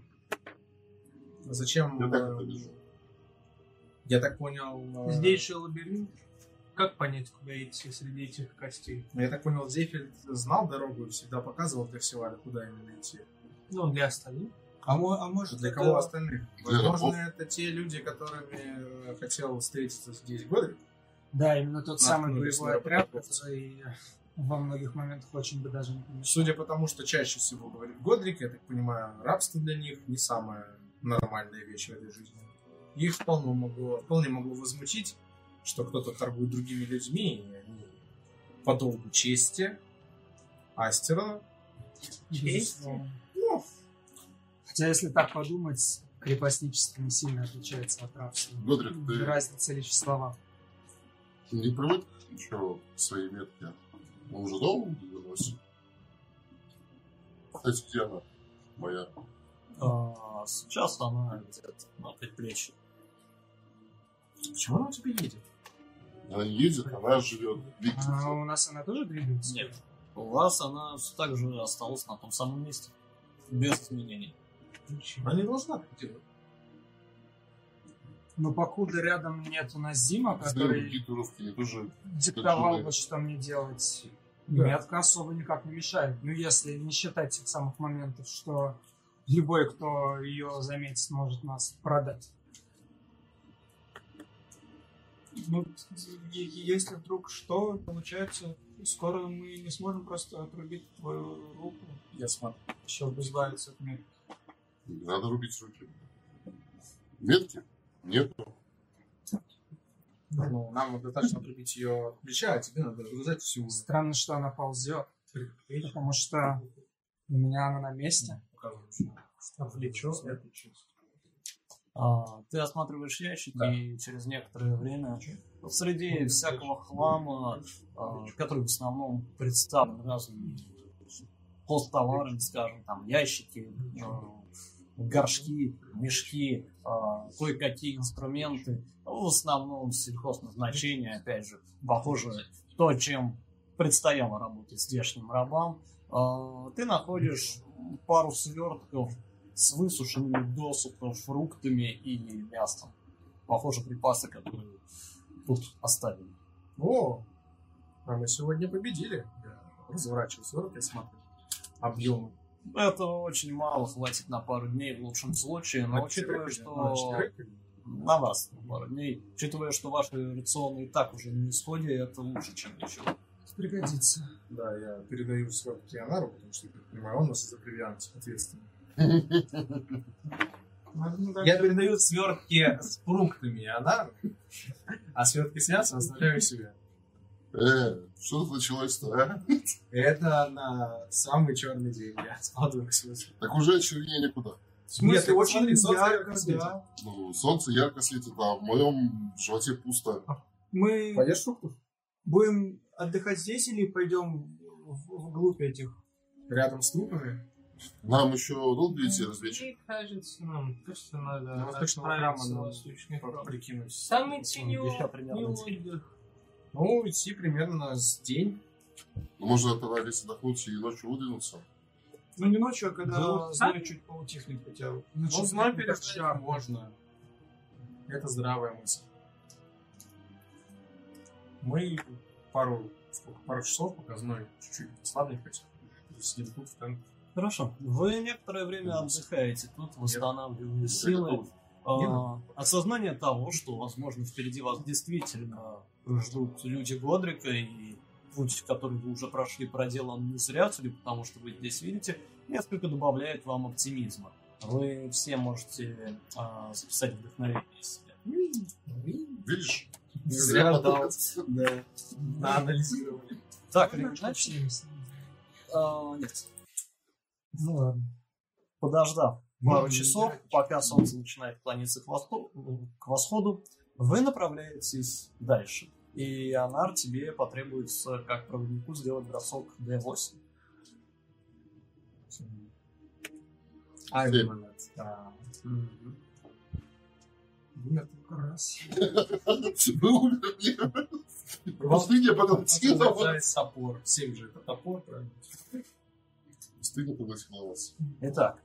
Зачем? Я так э, это вижу. Я так понял. э, здесь же лабиринт. Как понять, куда идти среди этих костей? Я так понял, Зейфельд знал дорогу и всегда показывал для Севаля, куда именно идти. Ну, для остальных. А, мо- а может, Для это- кого остальных? Для Возможно, рабов. это те люди, которыми э, хотел встретиться здесь Годрик. Да, именно тот самый Наткнулись боевой на отряд, работорговцев. который во многих моментах очень бы даже не помешал. Судя по тому, что чаще всего говорит Годрик, я так понимаю, рабство для них не самая нормальная вещь в этой жизни. Их вполне могло, вполне могло возмутить, что кто-то торгует другими людьми, и они по долгу чести Астера. Безусловно. Ну, Хотя, если так подумать, крепостничество не сильно отличается от рабства. Годрик, ты- Разница лишь в словах. Не привык еще к своей метке. Мы уже дома вернулся. Кстати, где она? Моя. А, сейчас она где-то на предплечье. почему она у тебя едет? Она не едет, она живет в А Викторе. у нас она тоже двигается? Нет. У вас она все так же осталась на том самом месте. Без изменений. Она не должна так делать. Но покуда рядом нет у нас Дима, Знаем, который другие туровки, они тоже... диктовал Такие. бы, что мне делать, Да. метка особо никак не мешает. Ну, если не считать тех самых моментов, что любой, кто ее заметит, может нас продать. Ну, е- если вдруг что, получается, скоро мы не сможем просто отрубить твою руку, Я смотрю. чтобы избавиться от метки. Не надо рубить руки. Метки? Нету. Ну, нам достаточно прибить ее от плеча, а тебе надо разгрузать всю. Странно, что она ползет, потому что у меня она на месте. Плечо. А, ты осматриваешь ящики, Да. и через некоторое время среди всякого хлама, а, который в основном представлен разными посттоварами, скажем, там ящики, а, горшки, мешки, а, кое-какие инструменты, в основном сельхозназначения, опять же, похоже, то, чем предстояло работать здешним рабам. А, ты находишь пару свертков с высушенными досуха, фруктами и мясом. Похоже, припасы, которые тут оставили. О, а мы сегодня победили. Я разворачиваю сорок, я смотрю. Объемы. Это очень мало, хватит на пару дней в лучшем случае, но На учитывая, четверых или- что на четверых или- на вас на пару дней. Учитывая, что ваши рационы и так уже на исходе, это лучше, чем ничего. Пригодится. Да, я передаю свертки Анару, потому что, я так понимаю, он у нас за провиант ответственный. Я передаю свертки с фруктами Анару, а свертки с мясом оставляю себе. Э, что тут началось-то, а? Это на самый черный день. Я складываю к себе. Так уже чернее некуда. Нет, ты очень ярко, ярко, да. Ну, солнце ярко светит, а в моем животе пусто. Мы Поешь фруктов? будем отдыхать здесь или пойдем в- вглубь этих? Рядом с трупами? Нам еще долго идти разведчик? Мне кажется, нам точно надо На восточного храма отправиться на надо восточный храм. прикинуть. Там идти не, Еще о- примерно не день. отдых. Ну, идти примерно с день. Ну, можно тогда здесь отдохнуть и ночью выдвинуться. Ну не ночью, а когда Ну, зной чуть поутихнет хотя бы. Ну, зной переждать можно. Это здравая мысль. Мы пару, сколько, пару часов, пока зной чуть-чуть слабнет хотя бы, сидим тут в тент. Хорошо. Вы некоторое время отдыхаете тут, восстанавливая силы. готов. А, осознание того, что, возможно, впереди вас действительно ждут люди Годрика, и путь, который вы уже прошли, проделан не зря, судя по тому, что вы здесь видите, несколько добавляет вам оптимизма. Вы все можете а, записать вдохновение из себя. Видишь? Не зря дал. Да. На анализирование. Так, или иначе? А, нет. Ну ладно. Подождав пару часов, пока солнце начинает клониться к восходу, к восходу, вы направляетесь дальше. И, Анар, тебе потребуется, как проводнику, сделать бросок дэ восемь. Ай, Семь. момент. Да. Мгм. Раз. Вы умерли. Пустыня поглотила вас. Продолжает топор. Семь же это топор, правильно? Пустыня поглотила вас. Итак,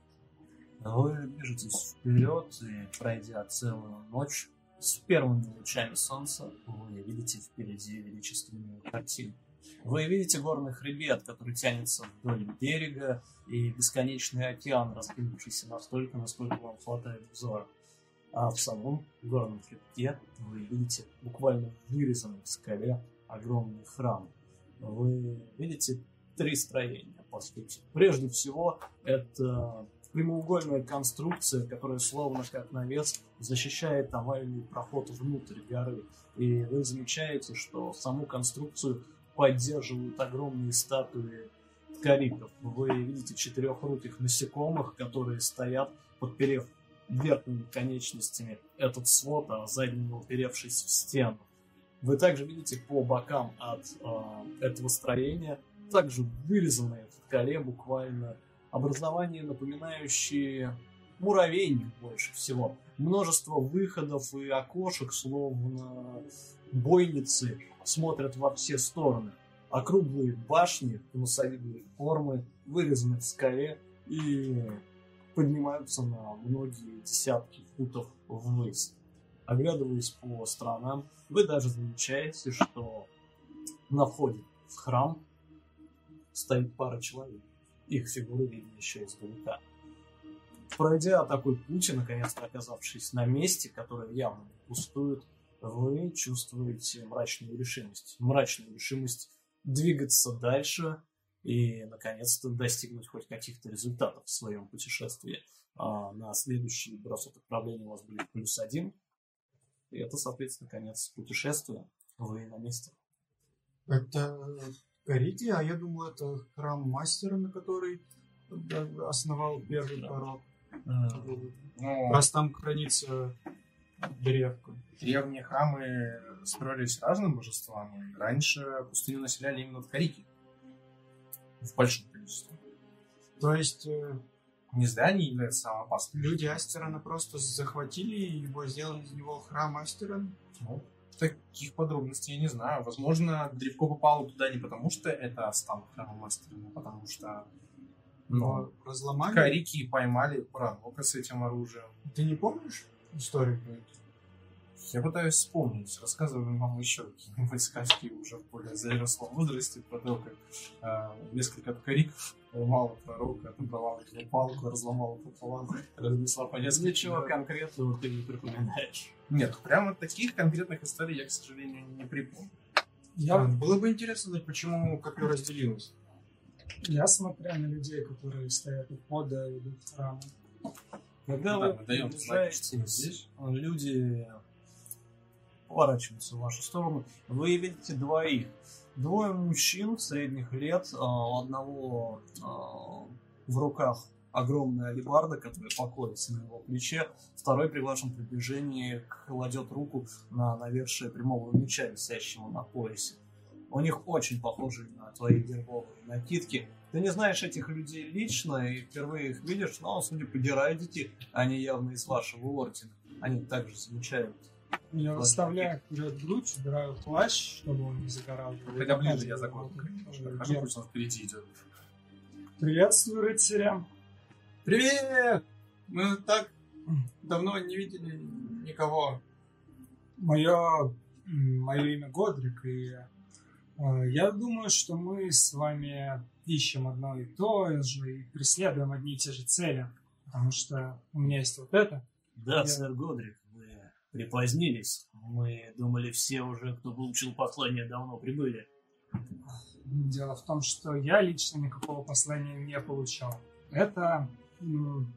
вы движетесь вперед и, пройдя целую ночь, с первыми лучами солнца вы видите впереди величественную картину. Вы видите горный хребет, который тянется вдоль берега, и бесконечный океан, раскинувшийся настолько, насколько вам хватает взора. А в самом горном хребте вы видите буквально вырезанный в скале огромный храм. Вы видите три строения, по сути. Прежде всего, это прямоугольная конструкция, которая словно как навес защищает овальный проход внутрь горы. И вы замечаете, что саму конструкцию поддерживают огромные статуи ткариков. Вы видите четырехруких насекомых, которые стоят, подперев верхними конечностями этот свод, а задними уперевшись в стену. Вы также видите по бокам от э, этого строения также вырезанные в скале буквально образования, напоминающие муравейник больше всего. Множество выходов и окошек, словно бойницы, смотрят во все стороны. Округлые башни конусовидной формы вырезаны в скале и поднимаются на многие десятки футов ввысь. Оглядываясь по сторонам, вы даже замечаете, что на входе в храм стоит пара человек. Их фигуры видны еще издалека. Пройдя такой путь и, наконец-то оказавшись на месте, которое явно не пустует, вы чувствуете мрачную решимость. Мрачную решимость двигаться дальше и, наконец-то, достигнуть хоть каких-то результатов в своем путешествии. А на следующий бросок отправления у вас будет плюс один. И это, соответственно, конец путешествия. Вы на месте. Это Кариди, а я думал, это храм мастера, на который основал первый пророк. Ну, Раз там хранится древко. древние храмы строились разным божествам. И раньше пустыню населяли именно ткарики. В большом количестве. То есть э, Не зря они являются самым опасным. люди Астерона просто захватили его, сделали из него храм Астерона. Ну, таких подробностей я не знаю. Возможно, древко попало туда не потому, что это стало храмом мастера, но потому что Но ну, разломали. ткарики поймали пророка с этим оружием. Ты не помнишь историю про это? Я пытаюсь вспомнить, рассказываю вам еще какие-нибудь сказки уже в более взрослом возрасте про то, как э, несколько ткариков поймала пророка, отобрала его палку, разломала пополам, разнесла по несколько. Ничего конкретного ты не припоминаешь. Нет, прямо таких конкретных историй я, к сожалению, не припомню. Я, Было бы интересно знать, почему копье разделилось. я смотря на людей, которые стоят у входа и идут в храм. Когда Да, вы мы даем знать, что мы приближаетесь, здесь. люди поворачиваются в вашу сторону. Вы видите двоих. Двое мужчин средних лет, а, у одного а, в руках огромная алебарда, которая покоится на его плече, второй при вашем приближении кладет руку на навершие прямого меча, висящего на поясе. У них очень похожи на твои гербовые накидки. Ты не знаешь этих людей лично и впервые их видишь, но, судя по дирайдите, они явно из вашего ордена. Они также замечают. Я Ладно. выставляю вперед грудь, убираю плащ, чтобы он не загорал. Хотя ближе я закон. Э, Хожу, герб. пусть он впереди идет. Приветствую, рыцаря. Привет! Мы так давно не видели никого. Мое, мое имя Годрик, и э, я думаю, что мы с вами ищем одно и то же и преследуем одни и те же цели, потому что у меня есть вот это. Да, Я- сэр Годрик, вы припозднились. Мы думали, все уже, кто получил послание, давно прибыли. Дело в том, что я лично никакого послания не получал. Это... м,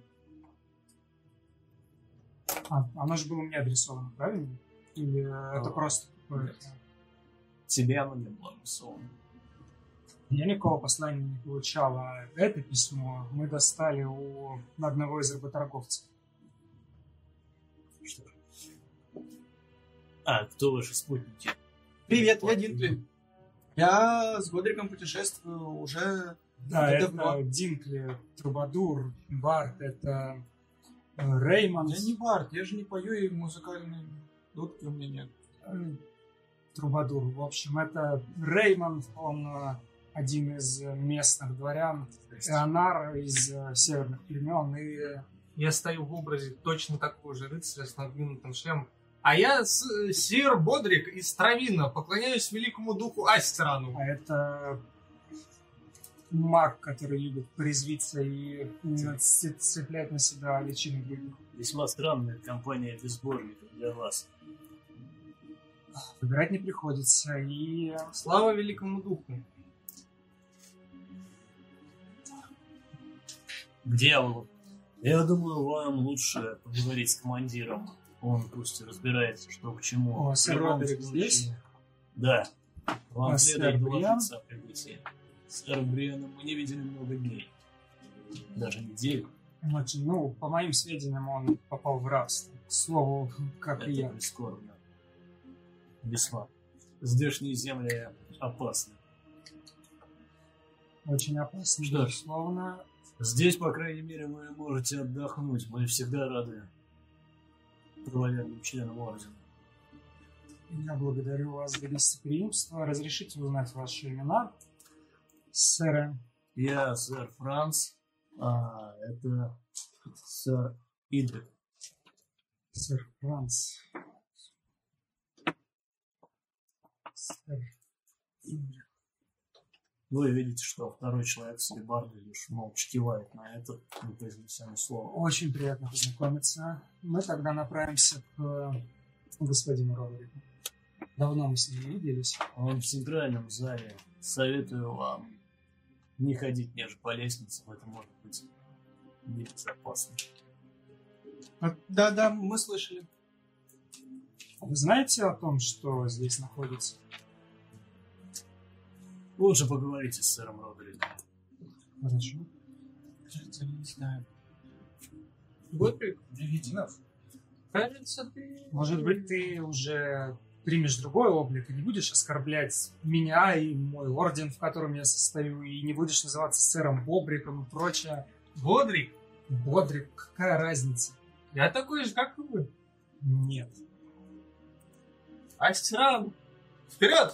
а, оно же было мне адресовано, правильно? Или это А, просто какое-то... Тебе оно не было адресовано. Я никакого послания не получал, а это письмо мы достали у одного из работорговцев. Что ж. А, кто ваши спутники? Привет, я Динкли. Я с Годриком путешествую уже... Да, Это это давно. Динкли, Трубадур, Барт, это э, Реймонд. Я не бард, я же не пою, и музыкальной дудки у меня нет. э, Трубадур, в общем, это Реймонд, он э, один из э, местных дворян, Эонар из э, северных племен, и э, Я стою в образе точно такого же рыцаря с надвинутым шлемом. А я с, сир Бодрик из Травина, поклоняюсь великому духу Астерану. а это маг, который любит порезвиться и именно ц- цеплять на себя личины других. Весьма странная компания безбожников для вас. Выбирать не приходится, и Слава великому духу. К дьяволу. Я думаю, вам лучше поговорить с командиром. Он пусть и разбирается, что к чему. О, В сэр любом Родерик случае- здесь? Да. Вам А следует сэр Бриан? доложиться о прибытии. Сэр Бриана мы не видели много дней. Даже неделю. Очень, ну, по моим сведениям, он попал в рабство. К слову, как и Это я. прискорбно. Весьма. Здешние земли опасны. Очень опасно, Что ж. безусловно. Здесь, по крайней мере, вы можете отдохнуть. Мы всегда рады правоверным членам ордена. Я благодарю вас за гостеприимство. Разрешите узнать ваши имена, сэры? Я сэр Франц, а это сэр Идрик. Сэр Франц. Сэр Идрик. Вы видите, что второй человек с алебардой лишь молча кивает на это, не произнеся ни слова. Очень приятно познакомиться. Мы тогда направимся к э, господину Родерику. Давно мы с ним не виделись. Он в центральном зале. Советую вам не ходить ниже по лестницам, это может быть небезопасно. А, Да-да, мы слышали. Вы знаете о том, что здесь находится? Лучше поговорите с сэром Родериком. Хорошо. Кажется, не знаю. Бодрик, Не види нас. кажется, ты... Может быть, ты уже примешь другой облик и не будешь оскорблять меня и мой орден, в котором я состою, и не будешь называться сэром Бобриком и прочее. Бодрик? Бодрик, какая разница? Я такой же, как и вы. Нет. Астеран, вперед!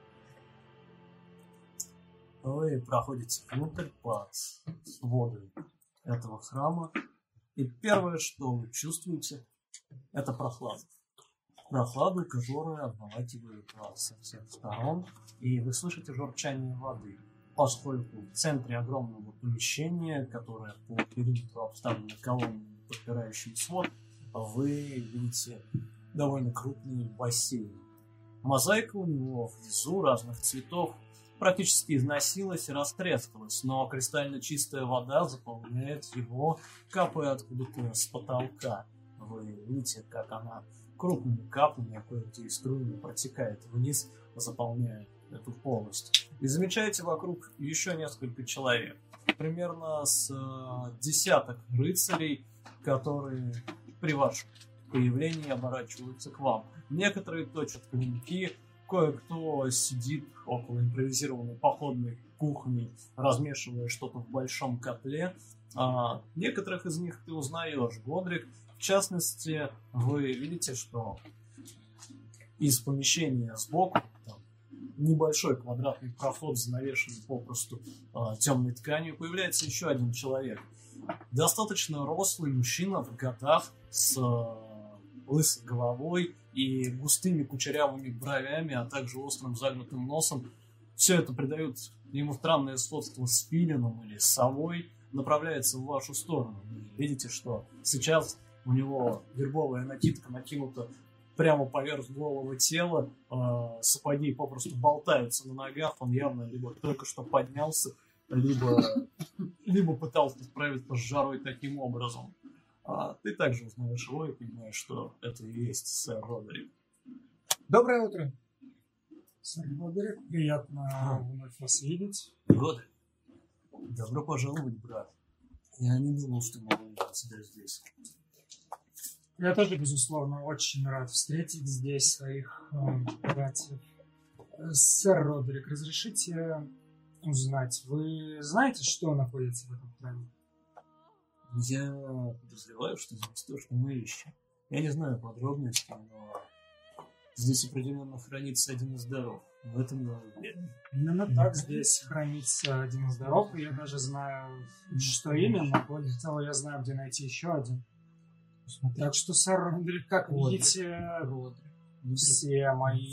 Вы проходите внутрь под сводами этого храма, и первое, что вы чувствуете, это прохлада. прохладу, которая обволакивает вас со всех сторон, и вы слышите журчание воды, поскольку в центре огромного помещения, которое по периметру обставлено колоннами, подпирающими свод, вы видите довольно крупный бассейн. Мозаика у него внизу разных цветов практически износилась и растрескалась, но кристально чистая вода заполняет его, капая откуда-то с потолка. Вы видите, как она крупными каплями, а кое-где струями протекает вниз, заполняя эту полость. И замечаете вокруг еще несколько человек. Примерно с э, десяток рыцарей, которые при вашем появлении оборачиваются к вам. Некоторые точат клинки, кое-кто сидит около импровизированной походной кухни, размешивая что-то в большом котле. А некоторых из них ты узнаешь, Годрик. В частности, вы видите, что из помещения сбоку, там, небольшой квадратный проход, занавешенный попросту а, темной тканью, появляется еще один человек. Достаточно рослый мужчина в годах с а, лысой головой и густыми кучерявыми бровями, а также острым загнутым носом. Все это придает ему странное сходство с филином или совой, направляется в вашу сторону. Вы видите, что сейчас у него гербовая накидка накинута прямо поверх голого тела, э, сапоги попросту болтаются на ногах, он явно либо только что поднялся, либо, либо пытался справиться с жарой таким образом. А ты также узнаешь его и понимаешь, что это и есть сэр Родерик. Доброе утро, сэр Родерик. Приятно вновь вас видеть. Родерик, добро пожаловать, брат. Я не думал, что могу видеть тебя здесь. Я тоже, безусловно, очень рад встретить здесь своих э, братьев. Сэр Родерик, разрешите узнать, вы знаете, что находится в этом храме? Я подозреваю, что здесь то, что мы ищем. Я не знаю подробностей, но здесь определенно хранится один из даров. В этом я уверен. Именно так здесь хранится один из даров, и я даже знаю, что именно. Более того, я знаю, где найти еще один. Так что, сэр Родерик, как видите, все мои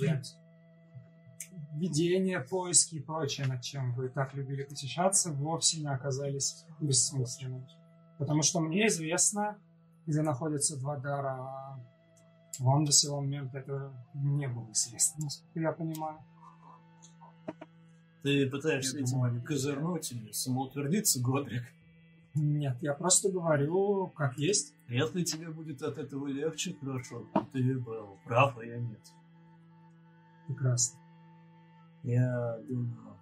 видения, поиски и прочее, над чем вы так любили посещаться, вовсе не оказались бессмысленными. Потому что мне известно, где находятся два дара, а вам до сего момента это не было известно, насколько я понимаю. Ты пытаешься этим козырнуть или самоутвердиться, Годрик? Нет, я просто говорю, как есть. Если тебе будет от этого легче, хорошо. Ты был прав, а я нет. Прекрасно. Я думаю...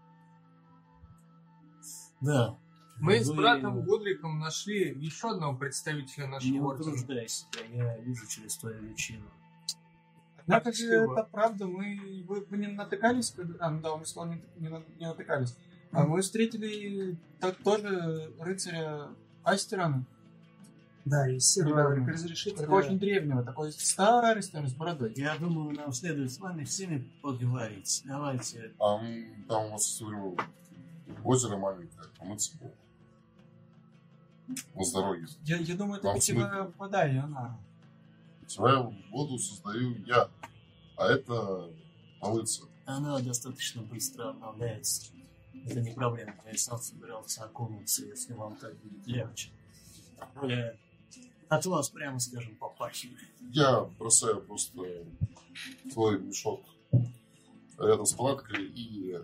Да. Мы вы... с братом Годриком нашли еще одного представителя нашего Не ордена. утруждай себя, я вижу через твою личину. Однако же это правда, мы вы, вы не натыкались, когда... А, ну да, он сказал, не, не, не натыкались. А мы встретили так, тоже рыцаря Астерана. Да, и сэр Родерик, разрешите... Такого очень древнего, такой старый, старый, с бородой. Я думаю, нам следует с вами всеми поговорить. Давайте. А м, там у вас говорю, озеро маленькое, помыться было. На здоровье. Я, я думаю, это Вам питьевая вода, и она... Питьевую воду создаю я, а это помыться. Она достаточно быстро обновляется. Это не проблема. Я сам собирался окунуться, если вам так будет легче. Я от вас, прямо скажем, попахивает. Я бросаю просто твой мешок рядом с палаткой и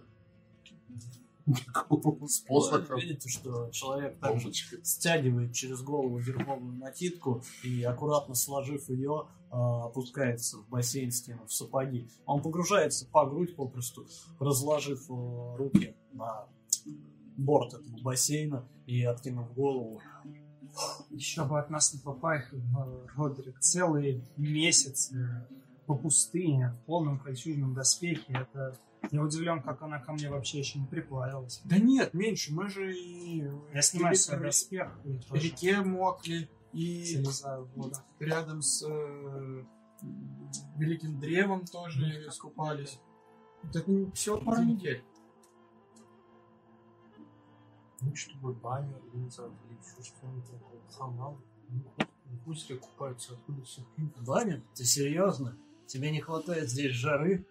с посохом. Видите, что человек также стягивает через голову верховную накидку и, аккуратно сложив ее, опускается в бассейн, скинув сапоги. Он погружается по грудь, попросту разложив руки на борт этого бассейна и откинув голову. Еще бы от нас не попахивал, Родерик. Целые месяцы по пустыне, в полном кольчужном доспехе. Это... Я удивлен, как она ко мне вообще еще не приплавилась. Да нет, меньше, мы же и... Я снимаю Или свой в доспех. И В тоже реке мокли, и залезаю в воду. рядом с э, великим древом тоже искупались. Это всего пару недель. Ну, чтобы баню организовать или еще что-нибудь такое, хамам. Ну, пусть ли купаются, откуда все. Баня? Ты серьезно? Тебе не хватает здесь жары?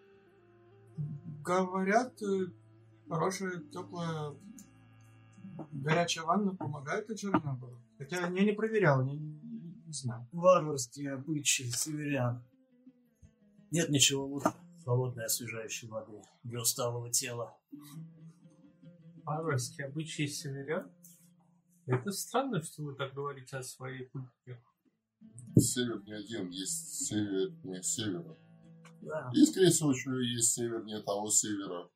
Говорят, э, хорошая, теплая, горячая ванна помогает от жары, наоборот. Хотя я не проверял, не, не, не знаю. Варварские обычаи северян. Нет ничего лучше холодной освежающей воды для усталого тела. Варварские обычаи северян? Это странно, что вы так говорите о своей культуре. Север не один, есть север не севера. Да. И, скорее всего, еще есть север не того севера.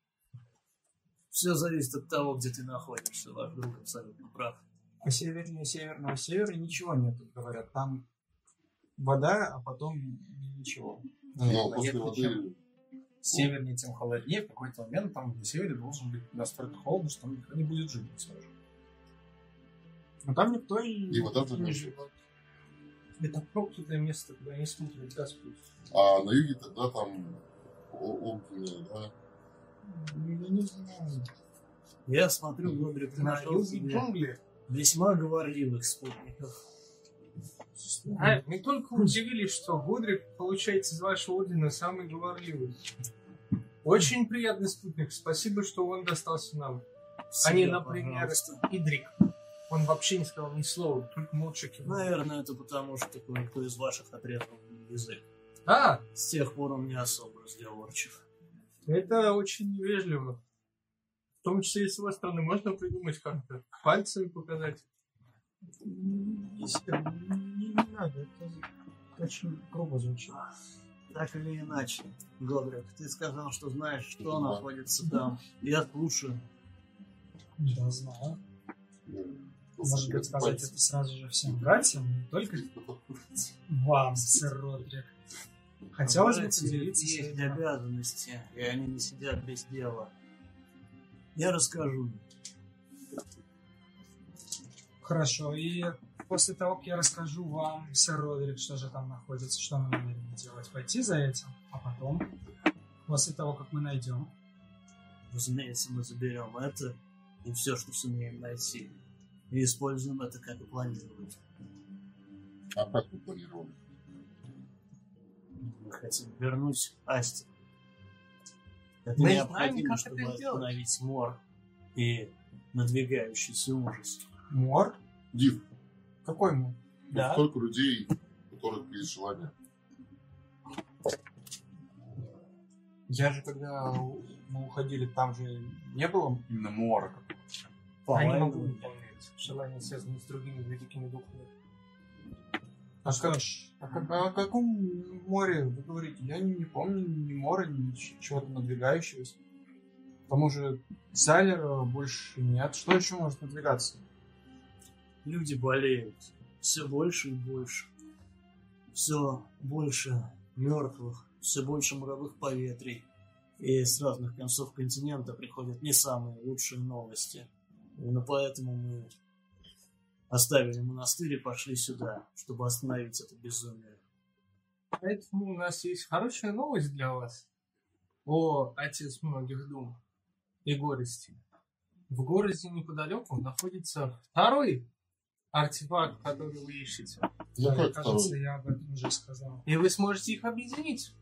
Все зависит от того, где ты находишься. Ваш друг абсолютно прав. А севернее северного севера ничего нет, говорят. Там вода, а потом ничего. Но понятно, после воды... чем севернее, тем холоднее. В какой-то момент там на севере должен быть настолько холодно, что там никто не будет жить. Сразу. Но там никто и, И вода там не не живет. Это проклятое место, куда не стукнет Господь. А на юге тогда там о- огненные, да? Я не знаю. Я смотрю, Годрик, ты На нашел юге себе джунгли. весьма говорливых спутников. А, мы только удивились, что Гудрик, получается, из вашего ордена самый говорливый. Очень приятный спутник. Спасибо, что он достался нам. А не, Всегда, например, пожалуйста. Идрик. Он вообще не сказал ни слова, только молча кивнул. Наверное, это потому, что кое-кто из ваших отрезал язык. А, С тех пор он не особо разговорчив. это очень невежливо. В том числе и с его стороны можно придумать как-то. Пальцами показать. Не, не, не надо, это очень грубо звучит. Так или иначе, Годрик, ты сказал, что знаешь, что Да. находится там. Я слушаю. Да, знаю. Может быть, сказать Пальцы. это сразу же всем братьям, не только вам, сэр Родрик. Хотелось бы Братья, поделиться есть своими- обязанности, и они не сидят без дела. Я расскажу. Хорошо, и после того, как я расскажу вам, сэр Родрик, что же там находится, что мы намерены делать, пойти за этим, а потом, после того, как мы найдем, Разумеется, мы заберем это и все, что сумеем найти. И используем это, как и планировали. А как вы планировали? Мы хотим вернуть Асти. Это Мы необходимо, знаем, как чтобы это сделать. остановить мор и надвигающийся ужас. Мор? Див, Какой мор? Да. сколько людей, у которых есть желание? Я же, когда у- мы уходили, там же не было именно мора. Они По-моему, могут выполнять желания, связанные с другими великими духами. А, как, а как- о каком море вы говорите? Я не, не помню ни мора, ни ч- чего-то надвигающегося. К тому же Сайлера больше нет. Что еще может надвигаться? люди болеют все больше и больше. Все больше мертвых, все больше муровых поветрий. И с разных концов континента приходят не самые лучшие новости. Именно поэтому мы оставили монастырь и пошли сюда, чтобы остановить это безумие. Поэтому у нас есть хорошая новость для вас. О, отец многих дум и горести. В городе неподалеку находится второй артефакт, который вы ищете. Ну Да, как кажется, второй? я об этом уже сказал. И вы сможете их объединить.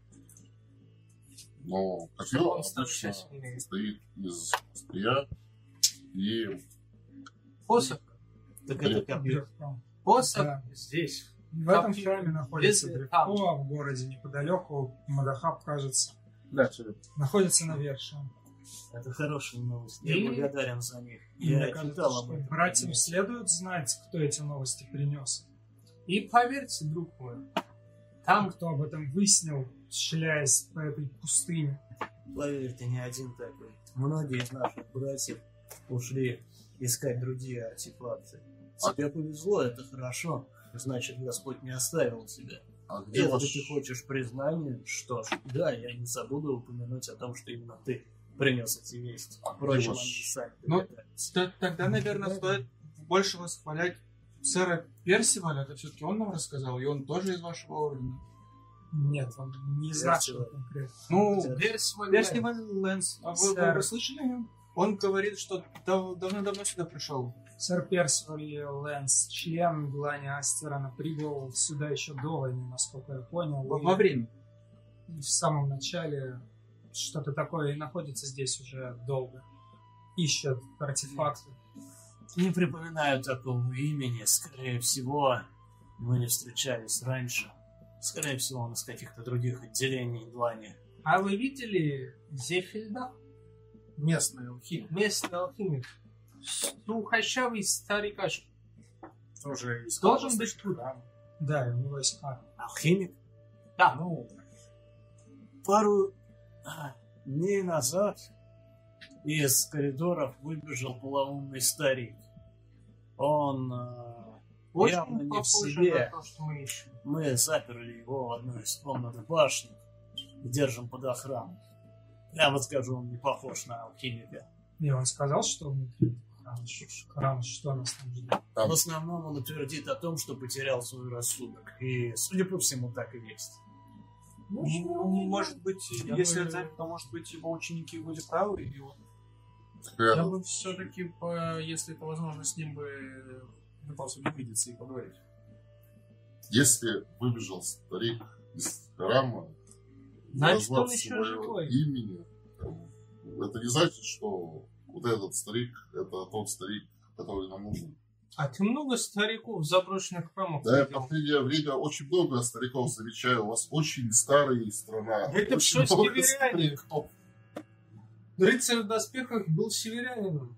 Но как Чтобы я он стал обычно сильнее. состоит из острия и Посох. Так это копье. Посох Да. здесь. В этом Копье. храме находится Если далеко, а в городе неподалеку, Мадахаб, кажется, Да, все. находится на вершине. Это хорошая новость. И- Я благодарен за них. И Я мне кажется, читал об что этом. братьям следует знать, кто эти новости принес. И поверьте, друг мой, Там, там кто об этом выяснил, шляясь по этой пустыне. Поверьте, не один такой. Многие из наших братьев ушли искать другие артефакты. Тебе повезло, это хорошо. Значит, Господь не оставил тебя. А И где если ваш... ты хочешь признания, что ж, да, я не забуду упомянуть о том, что именно ты принес эти вести. А где Впрочем, ваш- они сами Ну, догадаются. Т- Тогда, наверное, стоит больше восхвалять сэра Персиваля. Это все-таки он нам рассказал, и он тоже из вашего ордена. Нет, он не из нашего конкретно. Ну, Персиваль Персиваль Лэнс. А вы, вы- Сэр. вы слышали о нем? Он говорит, что дав- давно-давно сюда пришел. Сэр Персиваль Лэнс, член Глани Астерона, прибыл сюда еще до войны, насколько я понял. Во, и во время. в самом начале что-то такое и находится здесь уже долго. Ищет артефакты. Не припоминаю такого имени. Скорее всего, мы не встречались раньше. Скорее всего, он из каких-то других отделений Длани. А вы видели Зефельда? Местный алхимик. Местный алхимик. Сухощавый старикаш. Тоже из Должен Хаббарда. быть тут. Да, у него есть карта. Алхимик? Да. Ну, Пару а, дней назад из коридоров выбежал полоумный старик. Он а, явно Очень не в похоже себе. на то, что мы ищем. Мы заперли его в одной из комнат башни и держим под охраной. Прямо скажу, он не похож на алхимика. И он сказал, что внутри храма, храма, что нас там ждет. Там- В основном он утвердит о том, что потерял свой рассудок. И, судя по всему, так и есть. Ну, может быть, Я если бы- это так, то, может быть, его ученики были правы, и он... Я- я бы все-таки, если это возможно, с ним бы пытался увидеться и поговорить. Если выбежал старик из храма, Значит, он назвав еще своего живой. имени, это не значит, что вот этот старик это тот старик, который нам нужен. А ты много стариков в заброшенных храмах Да, я в видел? последнее время очень много стариков замечаю. У вас очень старая страна. Это Очень всё много северяне. стариков. Рыцарь в доспехах был северянином.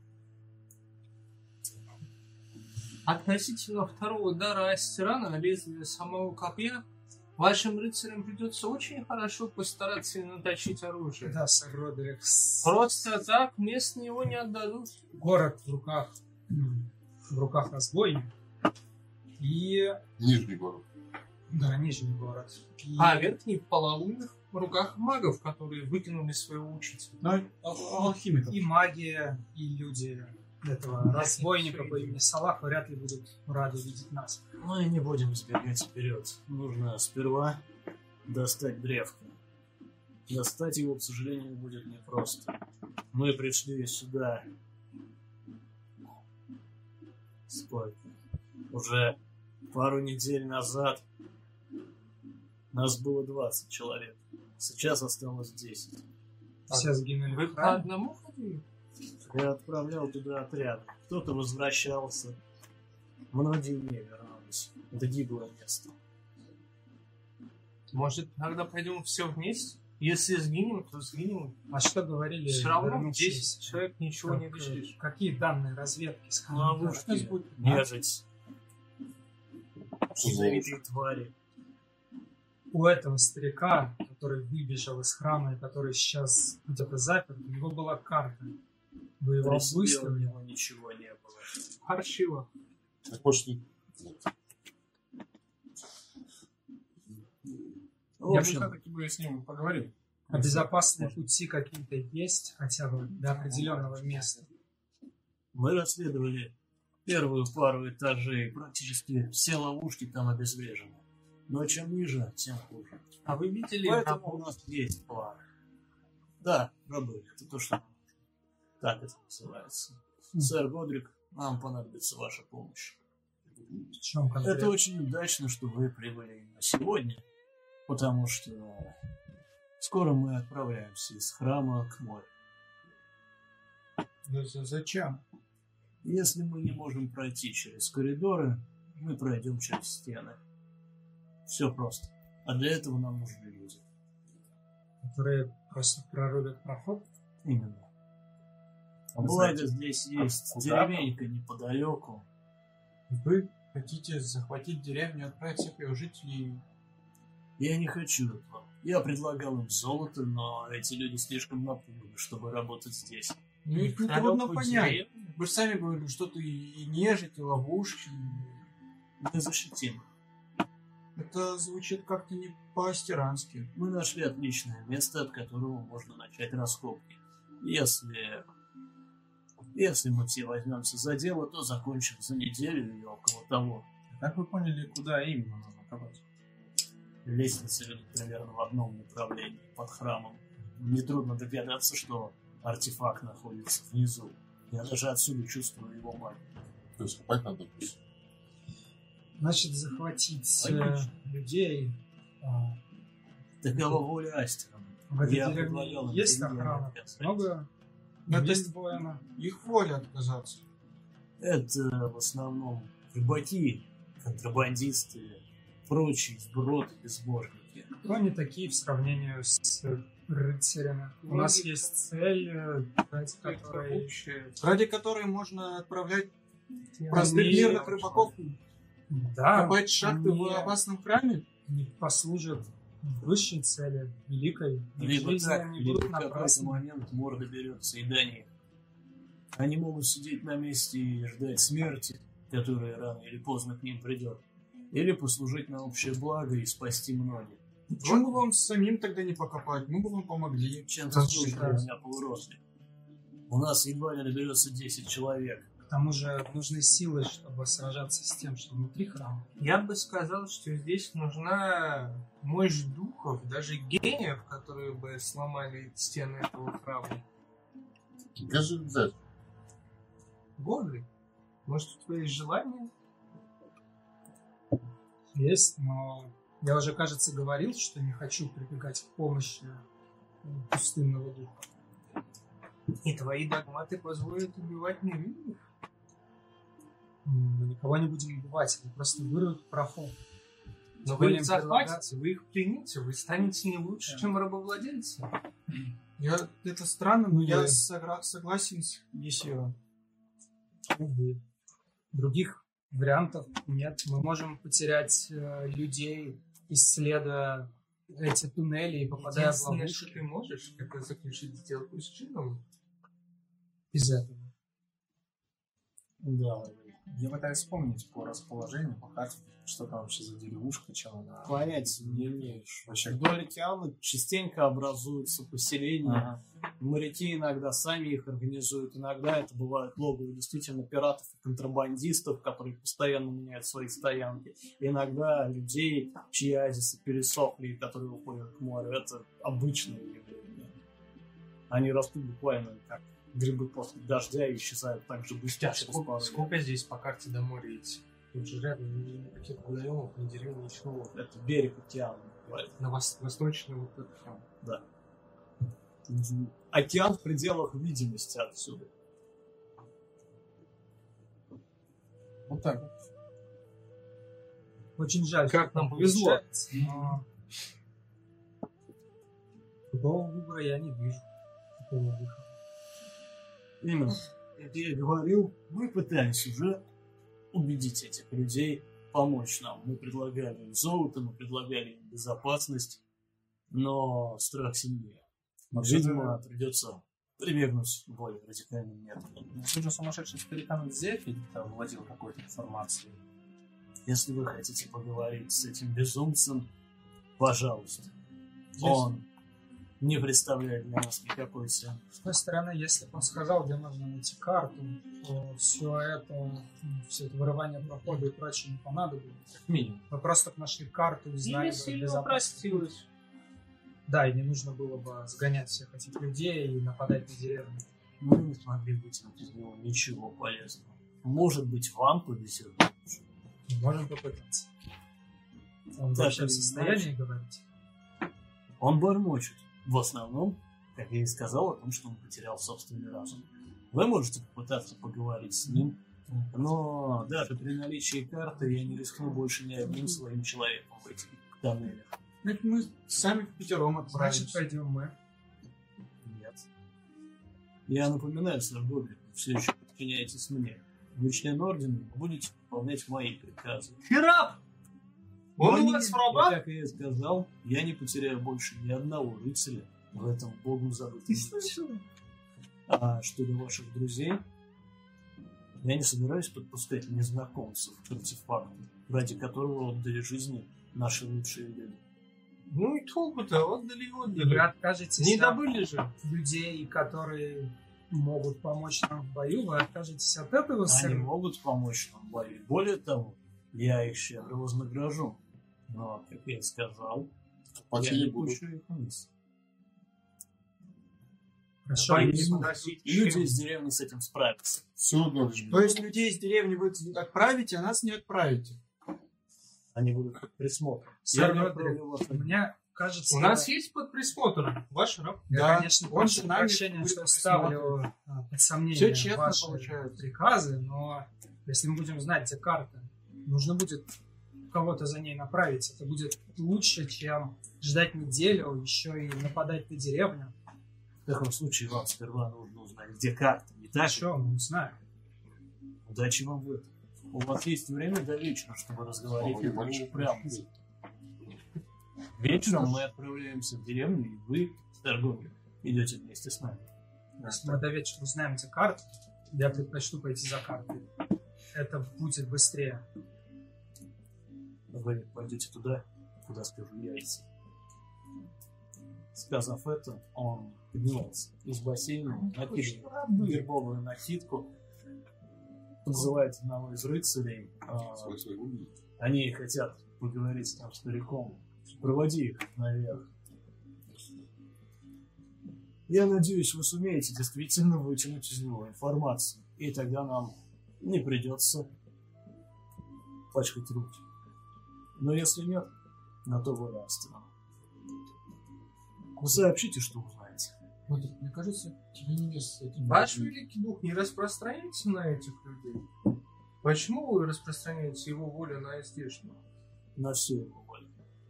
Относительно второго удара Астерана, лезвия самого копья, вашим рыцарям придется очень хорошо постараться и наточить оружие. Да, Сагродрик. Просто так местные его не отдадут. Город в руках, м, в руках разбойников. И, Нижний город. да, Нижний город. И, А верхний в полоумных в руках магов, которые выкинули своего учителя. Ну, а- алхимиков. и магия, и люди этого разбойника по имени Салах вряд ли будут рады видеть нас. Мы не будем сбегать вперед. Нужно сперва достать древко. Достать его, к сожалению, будет непросто. Мы пришли сюда... Сколько? Уже пару недель назад нас было двадцать человек. Сейчас осталось десять. Все сгинули Вы в по храме. одному ходили? Я отправлял туда отряд. Кто-то возвращался. Многие не вернулись. Это гиблое место. Может, тогда пойдем все вместе? Если сгинем, то сгинем. А что говорили? Все равно вернувшиеся? десять человек ничего не Как, решишь. Какие данные разведки? с храма? Ловушки, будет? нежить, Что за ядовитые твари. У этого старика, который выбежал из храма и который сейчас где-то запер, у него была карта. Вы его При себе у выставили? него ничего не было. Паршиво. Так, может, и- В Я бы общем, все-таки бы с ним поговорил. А безопасные пути какие-то есть, хотя бы до определенного места? мы расследовали первую пару этажей. Практически все ловушки там обезврежены. Но чем ниже, тем хуже. А вы видели Поэтому рабов? у нас есть план. Да, рабы. Это то, что нам нужно. Так это называется. Сэр Годрик, нам понадобится ваша помощь. В чем Это конкретно? очень удачно, что вы прибыли именно сегодня, потому что скоро мы отправляемся из храма к морю. Да за- Зачем? Если мы не можем пройти через коридоры, мы пройдем через стены. Все просто. А для этого нам нужны люди. Которые просто прорубят проход? Именно. Вы Благо знаете, здесь есть куда деревенька неподалеку. Вы хотите захватить деревню и отправить всех ее жителей? Я не хочу этого. Я предлагал им золото, но эти люди слишком напуганы, чтобы работать здесь. Ну, ведь не Далеко трудно от понять. деревни. Вы же сами говорили, что-то и, и нежить, и ловушки. Мы защитим их. Это звучит как-то не по-астерански. Мы нашли отличное место, от которого можно начать раскопки. Если... Если мы все возьмемся за дело, то закончим за неделю или около того. Как вы поняли, куда именно нужно копать? Лестница ведут примерно в одном направлении, под храмом. Нетрудно догадаться, что артефакт находится внизу. Я даже отсюда чувствую его магию. То есть копать надо вниз. Значит, захватить э, Логично. людей, а, Такова воля Астера. В этой Я деревне предлагал им есть деньги, охрана? они отказались. Много? Это Есть воина? их воля отказаться. Это в основном рыбаки, контрабандисты, прочие сброды, безбожники. Кто они такие в сравнении с рыцарями? У нас есть цель, э, ради которой Ради которой можно отправлять простых они- мирных рыбаков да, копать шахты они- в опасном храме. не послужат высшей цели, великой. Их Либо жизни так, не либо будут в какой-то напрасны. момент морда берется и до них. Они могут сидеть на месте и ждать смерти, которая рано или поздно к ним придет. Или послужить на общее благо и спасти многих. Почему бы вам самим тогда не покопать? Мы бы вам помогли. Чем-то Как служит считаешь? у меня полурослик. У нас едва ли наберется десять человек. К тому же нужны силы, чтобы сражаться с тем, что внутри храма. Я бы сказал, что здесь нужна мощь духов, даже гениев, которые бы сломали стены этого храма. Где же взять? Годы. Может, у тебя есть желание? Есть, но я уже, кажется, говорил, что не хочу прибегать к помощи пустынного духа. И твои догматы позволят убивать невинных? Мы никого не будем убивать, они просто вырвут проход. Но Будем вы их захватите, вы их плените, вы станете не лучше, Да. чем рабовладельцы. Я, это странно, но Ну, я да. согра- согласен с Есиром. Увы. Других вариантов нет. Мы можем потерять э, людей, исследуя эти туннели и попадая в Единственное, что ловушки ты можешь, это заключить сделку с джином. из этого. Да. Я пытаюсь вспомнить по расположению, по карте, что там вообще за деревушка, чем она... Понятия не имеешь. Вообще. Вдоль океана частенько образуются поселения. Ага. Моряки иногда сами их организуют. Иногда это бывают логово действительно пиратов и контрабандистов, которые постоянно меняют свои стоянки. Иногда людей, чьи оазисы пересохли и которые уходят к морю. Это обычное явление. Они растут буквально как грибы после дождя и исчезают так же быстро через Сколько, пару лет. сколько здесь по карте до моря идти? Тут же рядом ни никаких водоемов, ни деревни, ничего. Это берег океана. буквально. На вос- восточный вот этот храм. Да. Океан в пределах видимости отсюда. Вот так вот. Очень жаль, Как что нам так повезло. получается, но другого выбора я не вижу. Такого выхода. Именно. Как я и говорил, мы пытались уже убедить этих людей помочь нам. Мы предлагали им золото, мы предлагали им безопасность, но страх сильнее. Но Видимо, придется прибегнуть к более радикальным методам. Тут же сумасшедший старикан Зефи владел какой-то информацией. Если вы хотите поговорить с этим безумцем, пожалуйста. Он не представляет для нас никакой цены. С той стороны, если бы он сказал, где можно найти карту, то все это, ну, все это вырывание прохода и прочее не понадобилось. Как минимум. Мы просто бы нашли карту и знали Или бы сильно безопасность. упростилось. Да, и не нужно было бы сгонять всех этих людей и нападать на деревню. Мы не смогли вытянуть из него ничего полезного. Может быть, вам повезет. Мы можем попытаться. Он Так вообще в или состоянии иначе. говорить? Он бормочет. В основном, как я и сказал, о том, что он потерял собственный разум. Вы можете попытаться поговорить с ним, но даже при наличии карты я не рискну больше ни одним своим человеком в этих тоннелях. Это мы сами в пятером Значит, отправимся. пойдем мы. Нет. Я напоминаю, сэр Гоблин, вы все еще подчиняетесь мне. Вы член ордена, вы будете выполнять мои приказы. Херап! Он Но у не- вас и, врага? как я и сказал, я не потеряю больше ни одного рыцаря в этом богом забытом Ты месте. слышал? А что до ваших друзей, я не собираюсь подпускать незнакомцев к артефакту, ради которого отдали жизни наши лучшие люди. Ну и толку-то, отдали и И вы отдали. откажетесь Не от добыли же. людей, которые могут помочь нам в бою, вы откажетесь от этого, Они сэр? могут помочь нам в бою. Более того, я их щедро вознагражу. Но, как я и сказал, я Потери не будут. пущу их вниз. Хорошо, Пойди и- спросить, Люди чем. из деревни с этим справятся. Все одно лишь бы. То есть людей из деревни вы отправите, а нас не отправите. Они будут под присмотром. Сэр Я не Гоблин, отправлю вас у меня к кажется... У нас есть под присмотром ваш раб. Я, Да, конечно, он прошу с нами прощения, будет что присматривать. ставлю а, под сомнение Всё честно ваши получается. приказы, но если мы будем знать, где карта, нужно будет кого-то за ней направить. Это будет лучше, чем ждать неделю, еще и нападать на деревню. В таком случае вам сперва нужно узнать, где карта. Не так? Что, мы узнаем. Удачи вам в этом. У вас есть время до вечера, чтобы разговаривать. Ой, мальчик. Упрямцы. Вечером мы отправляемся в деревню, и вы с торговлей идете вместе с нами. Если мы до вечера узнаем, где карта, я предпочту пойти за картой. Это будет быстрее. Вы пойдете туда, куда скажу яйца. Сказав это, он поднимается из бассейна, накидывает гербовую накидку, подзывает одного из рыцарей. а, Свой, свой умный. Они хотят поговорить с тем стариком. Проводи их наверх. Я надеюсь, вы сумеете действительно вытянуть из него информацию. И тогда нам не придется пачкать руки. Но если нет, на то воля Астера. Вы сообщите, что узнаете. Вот, мне кажется, тебе не место с этим. Ваш великий дух не распространяется на этих людей. Почему вы распространяете его волю на здешних? На всю его волю.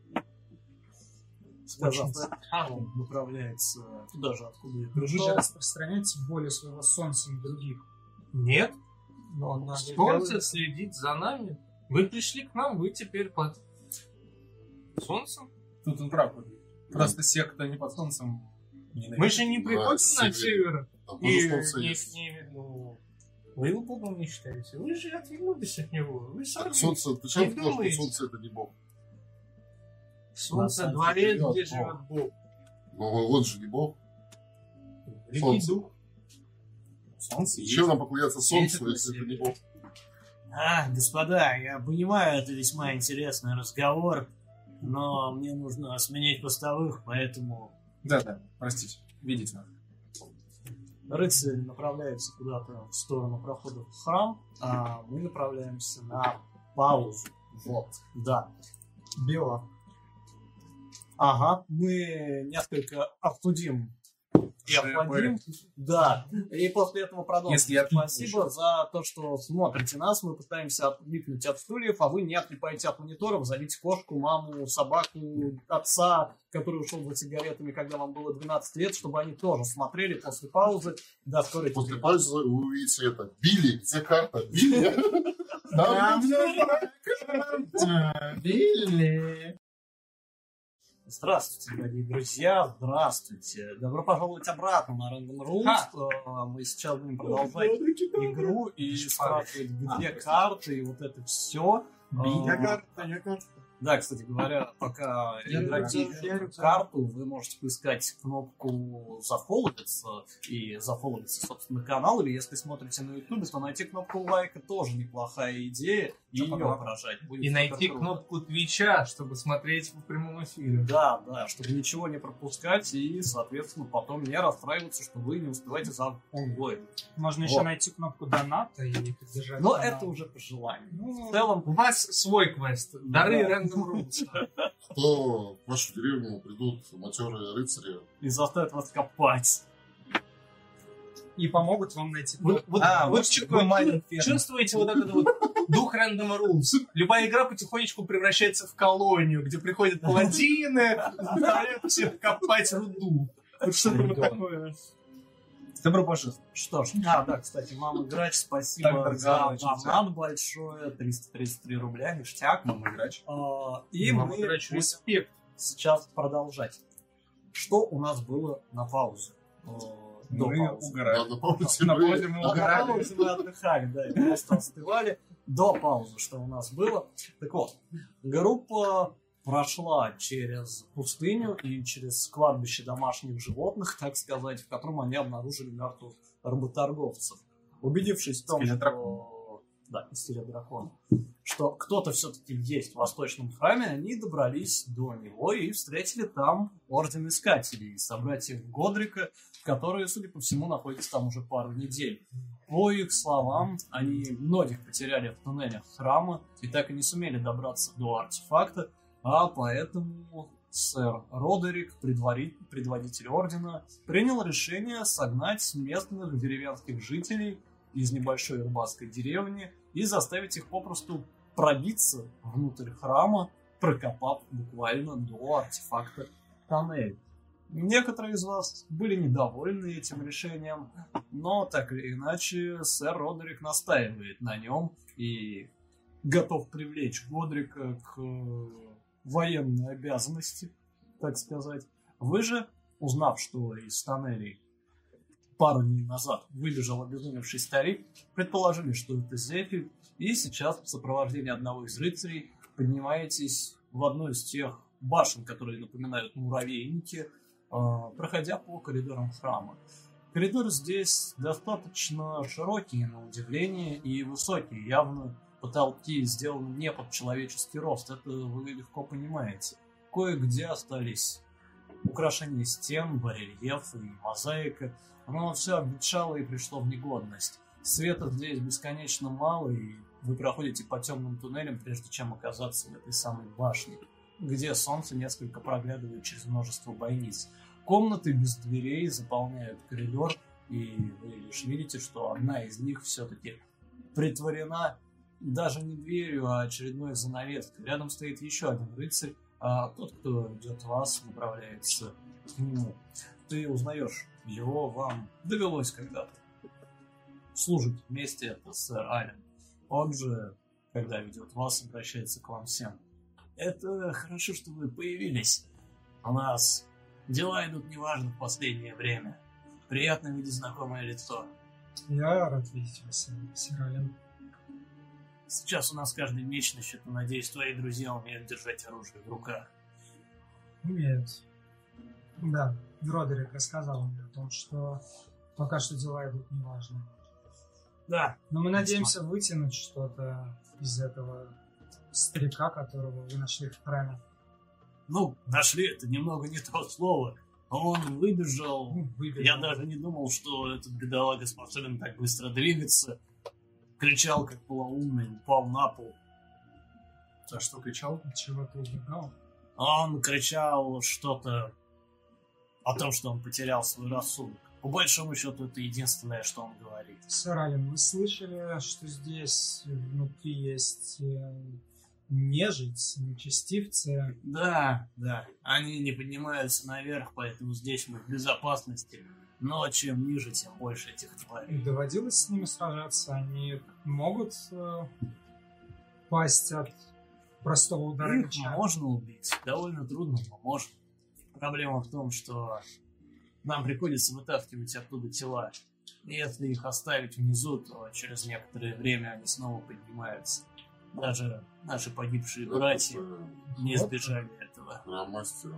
Сказав это, он направляется туда же, откуда я Вы же пришел. распространяете волю своего солнца на других. Нет. Но он нас Солнце следит за нами. Вы пришли к нам, вы теперь под солнцем. Тут он прав. Просто секта не под солнцем. Мы же не На приходим на север. север. Там И тоже солнце не, есть. не, ну, вы его богом не считаете. Вы же отвернулись от него. Вы сами Так солнце, ты сам не сказал, что думаете. солнце это не бог. солнце На дворец, солнце где живет живет Бог. Но он же не бог. Великий Солнце. дух. Солнце Зачем нам поклоняться солнцу, Светит на если это севере. не бог? А, господа, я понимаю, это весьма интересный разговор, но мне нужно сменить постовых, поэтому Да-да, простите. Видите надо. рыцарь направляется куда-то в сторону прохода в храм, а мы направляемся на паузу. Вот, да. Бело. Ага, мы несколько обсудим и обсудим. Да, и после этого продолжим. Если я Спасибо за то, что смотрите нас. Мы пытаемся отлипнуть от стульев, а вы не отлипаете от мониторов. Зовите кошку, маму, собаку, отца, который ушел за сигаретами, когда вам было двенадцать лет, чтобы они тоже смотрели после паузы. До скорой После встречи. паузы вы увидите это. Билли, где карта? Билли. Нам Билли. Здравствуйте, дорогие друзья, здравствуйте. Добро пожаловать обратно на Random Rules. Э, Мы сейчас будем продолжать игру и спрашивать, где карты и вот это все. Я карта, я карта. Да, кстати говоря, пока Я игроки верю, верю, ищут карту, вы можете поискать кнопку «Зафоловиться» и зафоловиться, собственно, канал, или если смотрите на ютубе, то найти кнопку лайка тоже неплохая идея, и ее поражать будет И найти супер круто. кнопку Твича, чтобы смотреть в прямом эфире. Да, да, чтобы ничего не пропускать и, соответственно, потом не расстраиваться, что вы не успеваете за онлайн. Можно Вот. еще найти кнопку доната и поддержать Но канал. это уже по желанию. Ну, В целом, У вас свой квест. Дары Да. Random Rules. Кто в вашу деревню придут матерые рыцари? и заставит вас копать. И помогут вам найти Вы, кнопку. вот, А, вот вот чу- такой вы маленький фермер. чувствуете вот этот вот дух Random Rules. Любая игра потихонечку превращается в колонию, где приходят паладины, заставляют всех копать руду. Вот что-то вот такое. Добро пожаловать. Что ж, а, да, кстати, мама Грач, спасибо Так, за торговать, донат большое, триста тридцать три рубля, ништяк. Мама грач. А, И Мама мы Грач, будем респект. сейчас продолжать. Что у нас было на паузе? Э, До Мы паузы. угорали. Ладно, помните, На мы- паузе мы На угорали. паузе мы отдыхали, да, и просто остывали. До паузы, что у нас было. Так вот, группа прошла через пустыню и через кладбище домашних животных, так сказать, в котором они обнаружили мертвых работорговцев. Убедившись в том, Скелет что... Да, скелет дракона. Что кто-то все-таки есть в Восточном храме, они добрались до него и встретили там Орден Искателей, собратьев Годрика, которые, судя по всему, находятся там уже пару недель. По их словам, они многих потеряли в туннелях храма и так и не сумели добраться до артефакта, а поэтому сэр Родерик, предвори- предводитель ордена, принял решение согнать местных деревенских жителей из небольшой рыбацкой деревни и заставить их попросту пробиться внутрь храма, прокопав буквально до артефакта тоннель. Некоторые из вас были недовольны этим решением, но так или иначе сэр Родерик настаивает на нем и готов привлечь Годрика к военной обязанности, так сказать. Вы же, узнав, что из тоннелей пару дней назад выбежал обезумевший старик, предположили, что это Зефи, и сейчас в сопровождении одного из рыцарей поднимаетесь в одну из тех башен, которые напоминают муравейники, проходя по коридорам храма. Коридоры здесь достаточно широкие, на удивление, и высокие. Явно потолки сделаны не под человеческий рост. Это вы легко понимаете. Кое-где остались украшения стен, барельефы и мозаика. Оно все обветшало и пришло в негодность. Света здесь бесконечно мало, и вы проходите по темным туннелям, прежде чем оказаться в этой самой башне, где солнце несколько проглядывает через множество бойниц. Комнаты без дверей заполняют коридор, и вы лишь видите, что одна из них все-таки притворена даже не дверью, а очередной занавеской. Рядом стоит еще один рыцарь, а тот, кто идет вас, направляется к нему. Ты узнаешь его, вам довелось когда-то служить вместе, это сэр Ален. Он же, когда ведет вас, обращается к вам всем. Это хорошо, что вы появились. У нас дела идут неважно в последнее время. Приятно видеть знакомое лицо. Я рад видеть вас, сэр Ален. Сейчас у нас каждый меч на счету. Надеюсь, твои друзья умеют держать оружие в руках. Умеют. Да, Родерик рассказал мне о том, что пока что дела идут неважно. Да. Но мы надеемся вытянуть что-то из этого старика, которого вы нашли в храме. Ну, нашли, это немного не то слово. Он выбежал. Ну, выбежал. Я даже не думал, что этот бедолага способен так быстро двигаться. Кричал, как полоумный, упал на пол. А что кричал? От чего ты убегал? Он кричал что-то о том, что он потерял свой рассудок. По большому счету, это единственное, что он говорит. Сэр Ален, вы слышали, что здесь внутри есть э, нежить, нечестивцы? Да, да. Они не поднимаются наверх, поэтому здесь мы в безопасности. Но чем ниже, тем больше этих тварей. Доводилось с ними сражаться? Они могут э, пасть от простого удара Их меча? можно убить. Довольно трудно, но можно. Проблема в том, что нам приходится вытаскивать оттуда тела. И если их оставить внизу, то через некоторое время они снова поднимаются. Даже наши погибшие братья не избежали этого. Храм мастера.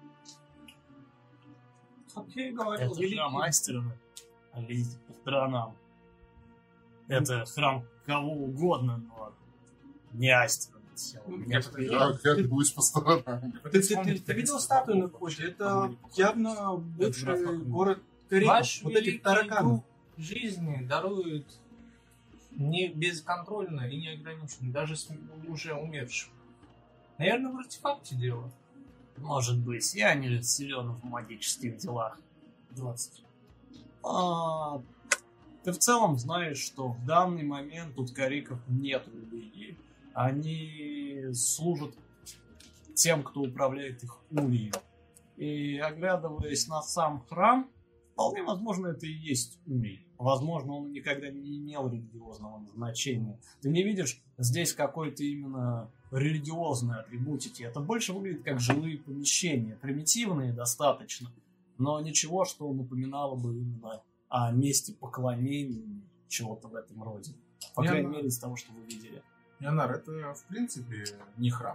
Как я и говорил, Это храм Астерона. А ездить по сторонам. Это храм кого угодно, но не Астерона. Я Я как будешь по сторонам. Ты, ты, ты, ты видел статую на входе? Это явно бывший город Корей. Ваш Вот этих великий тараканов. дух жизни дарует не безконтрольно и неограниченно, даже с уже умершим. Наверное, в артефакте дело. Может быть, я не силен в магических делах. двадцать. А, ты в целом знаешь, что в данный момент тут кориков нет религии. Они служат тем, кто управляет их ульем. И оглядываясь на сам храм, вполне возможно, это и есть улей. Возможно, он никогда не имел религиозного назначения. Ты не видишь здесь какой-то именно религиозной атрибутики. Это больше выглядит как жилые помещения. Примитивные достаточно, но ничего, что напоминало бы именно о месте поклонения, чего-то в этом роде. По Я крайней на- мере, из того, что вы видели. Янар, это в принципе не храм.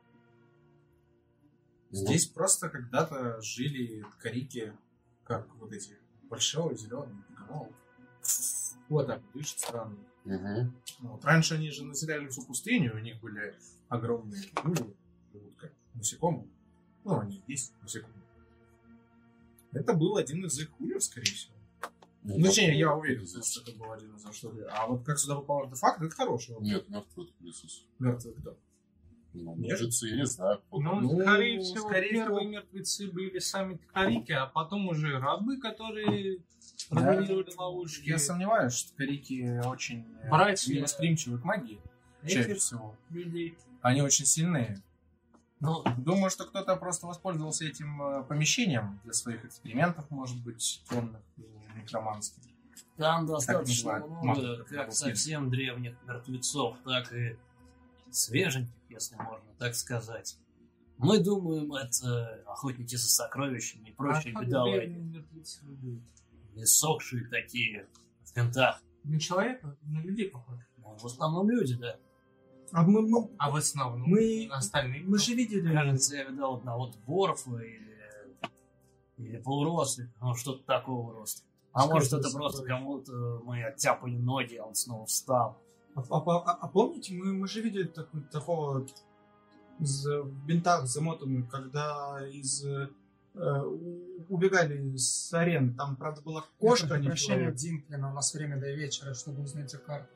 Здесь просто когда-то жили корики, как вот эти большого, зеленого, канала. Вот так, видишь, странно. Угу. Вот. Раньше они же населяли всю пустыню, у них были огромные люди, живут как насекомые. Ну, они и есть насекомые. Это был один из их ульев, скорее всего. Ну, точнее, я уверен, что это был один из их что ли. А вот как сюда попал артефакт, это хороший вопрос. Нет, мертвый это Иисус. Мертвый кто? Ну, мертвецы, я не знаю. кто Ну, там. Ну, скорее всего, скорее первые всего. мертвецы были сами карики, а потом уже рабы, которые разыгрывали ловушки. Я сомневаюсь, что карики очень э, Братья. восприимчивы к магии. Чаще Этих всего. людей. Они очень сильные. Ну, Думаю, что кто-то просто воспользовался этим э, помещением для своих экспериментов, может быть, темных и некроманских. там достаточно называют, много мафия, как как это совсем древних мертвецов, так и свеженьких, если можно так сказать. Мы думаем, это охотники за сокровищами и прочие А как бедолаги. древние мертвецы выглядят? Иссохшие такие, в тентах. На человека, на людей похож. Ну, в основном люди, да. А мы, мы, А в основном Мы- остальные. мы же видели... Кажется, я видал одного дворфа или, или полурослика, ну что-то такого роста. А Скажи, может, это сокровище. просто кому-то мы оттяпали ноги, а он снова встал. А, а- а- а помните, мы, мы же видели такой- такого з- в бинтах замотанную, когда из э, у- убегали с арены. Там, правда, была кошка, а не Прощение, человек. Димплина, у нас время до вечера, чтобы узнать о карте.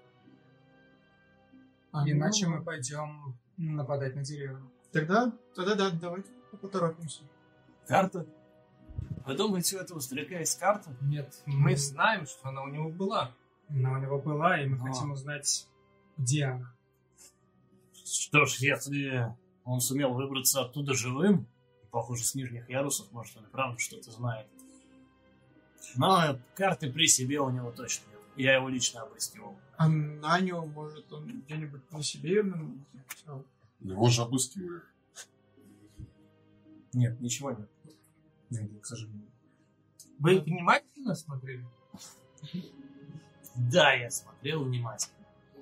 А, Иначе ну, мы пойдем нападать на деревню. Тогда, тогда да, давайте поторопимся. Карта? Вы думаете, у этого старика есть карта? Нет, Мы знаем, что она у него была. она у него была, и мы А. хотим узнать, где она. Что ж, если он сумел выбраться оттуда живым, похоже, с нижних ярусов, может, он и правда что-то знает. Но карты при себе у него точно нет. Я его лично обыскивал. А на нем, может, он где-нибудь на себе ну, взял? Его же обыскивали. Нет, ничего нет. Нет, к сожалению. Вы внимательно смотрели? Да, я смотрел внимательно.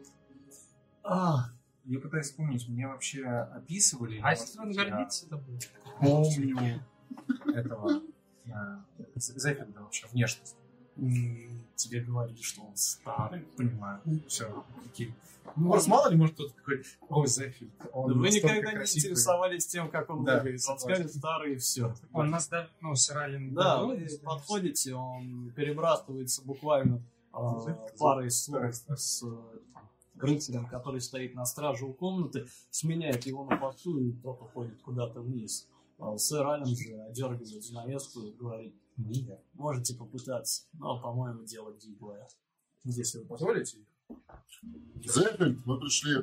А, я пытаюсь вспомнить, мне вообще описывали. А может если он быть, я гордится тобой? помню этого а, Зефирда вообще внешность. М, Тебе говорили, что он старый. Понимаю. Все. Такие. Ну, просто мало ли, может, кто-то такой, ой, Зефирд. он Вы настолько никогда не красивый». интересовались тем, как он Да, выглядит. Он согласен. скажет старый и все. Он нас, да, ну, Сиралин... Да, довел, вы если подходите, он перебрасывается буквально а, парой слов с э, рыцарем, который стоит на страже у комнаты, сменяет его на посту, и тот уходит куда-то вниз. А сэр Аллен же одергивает занавеску и говорит: «Нет, можете попытаться, но, по-моему, дело гиблое». Если вы позволите. Зефельд, мы пришли.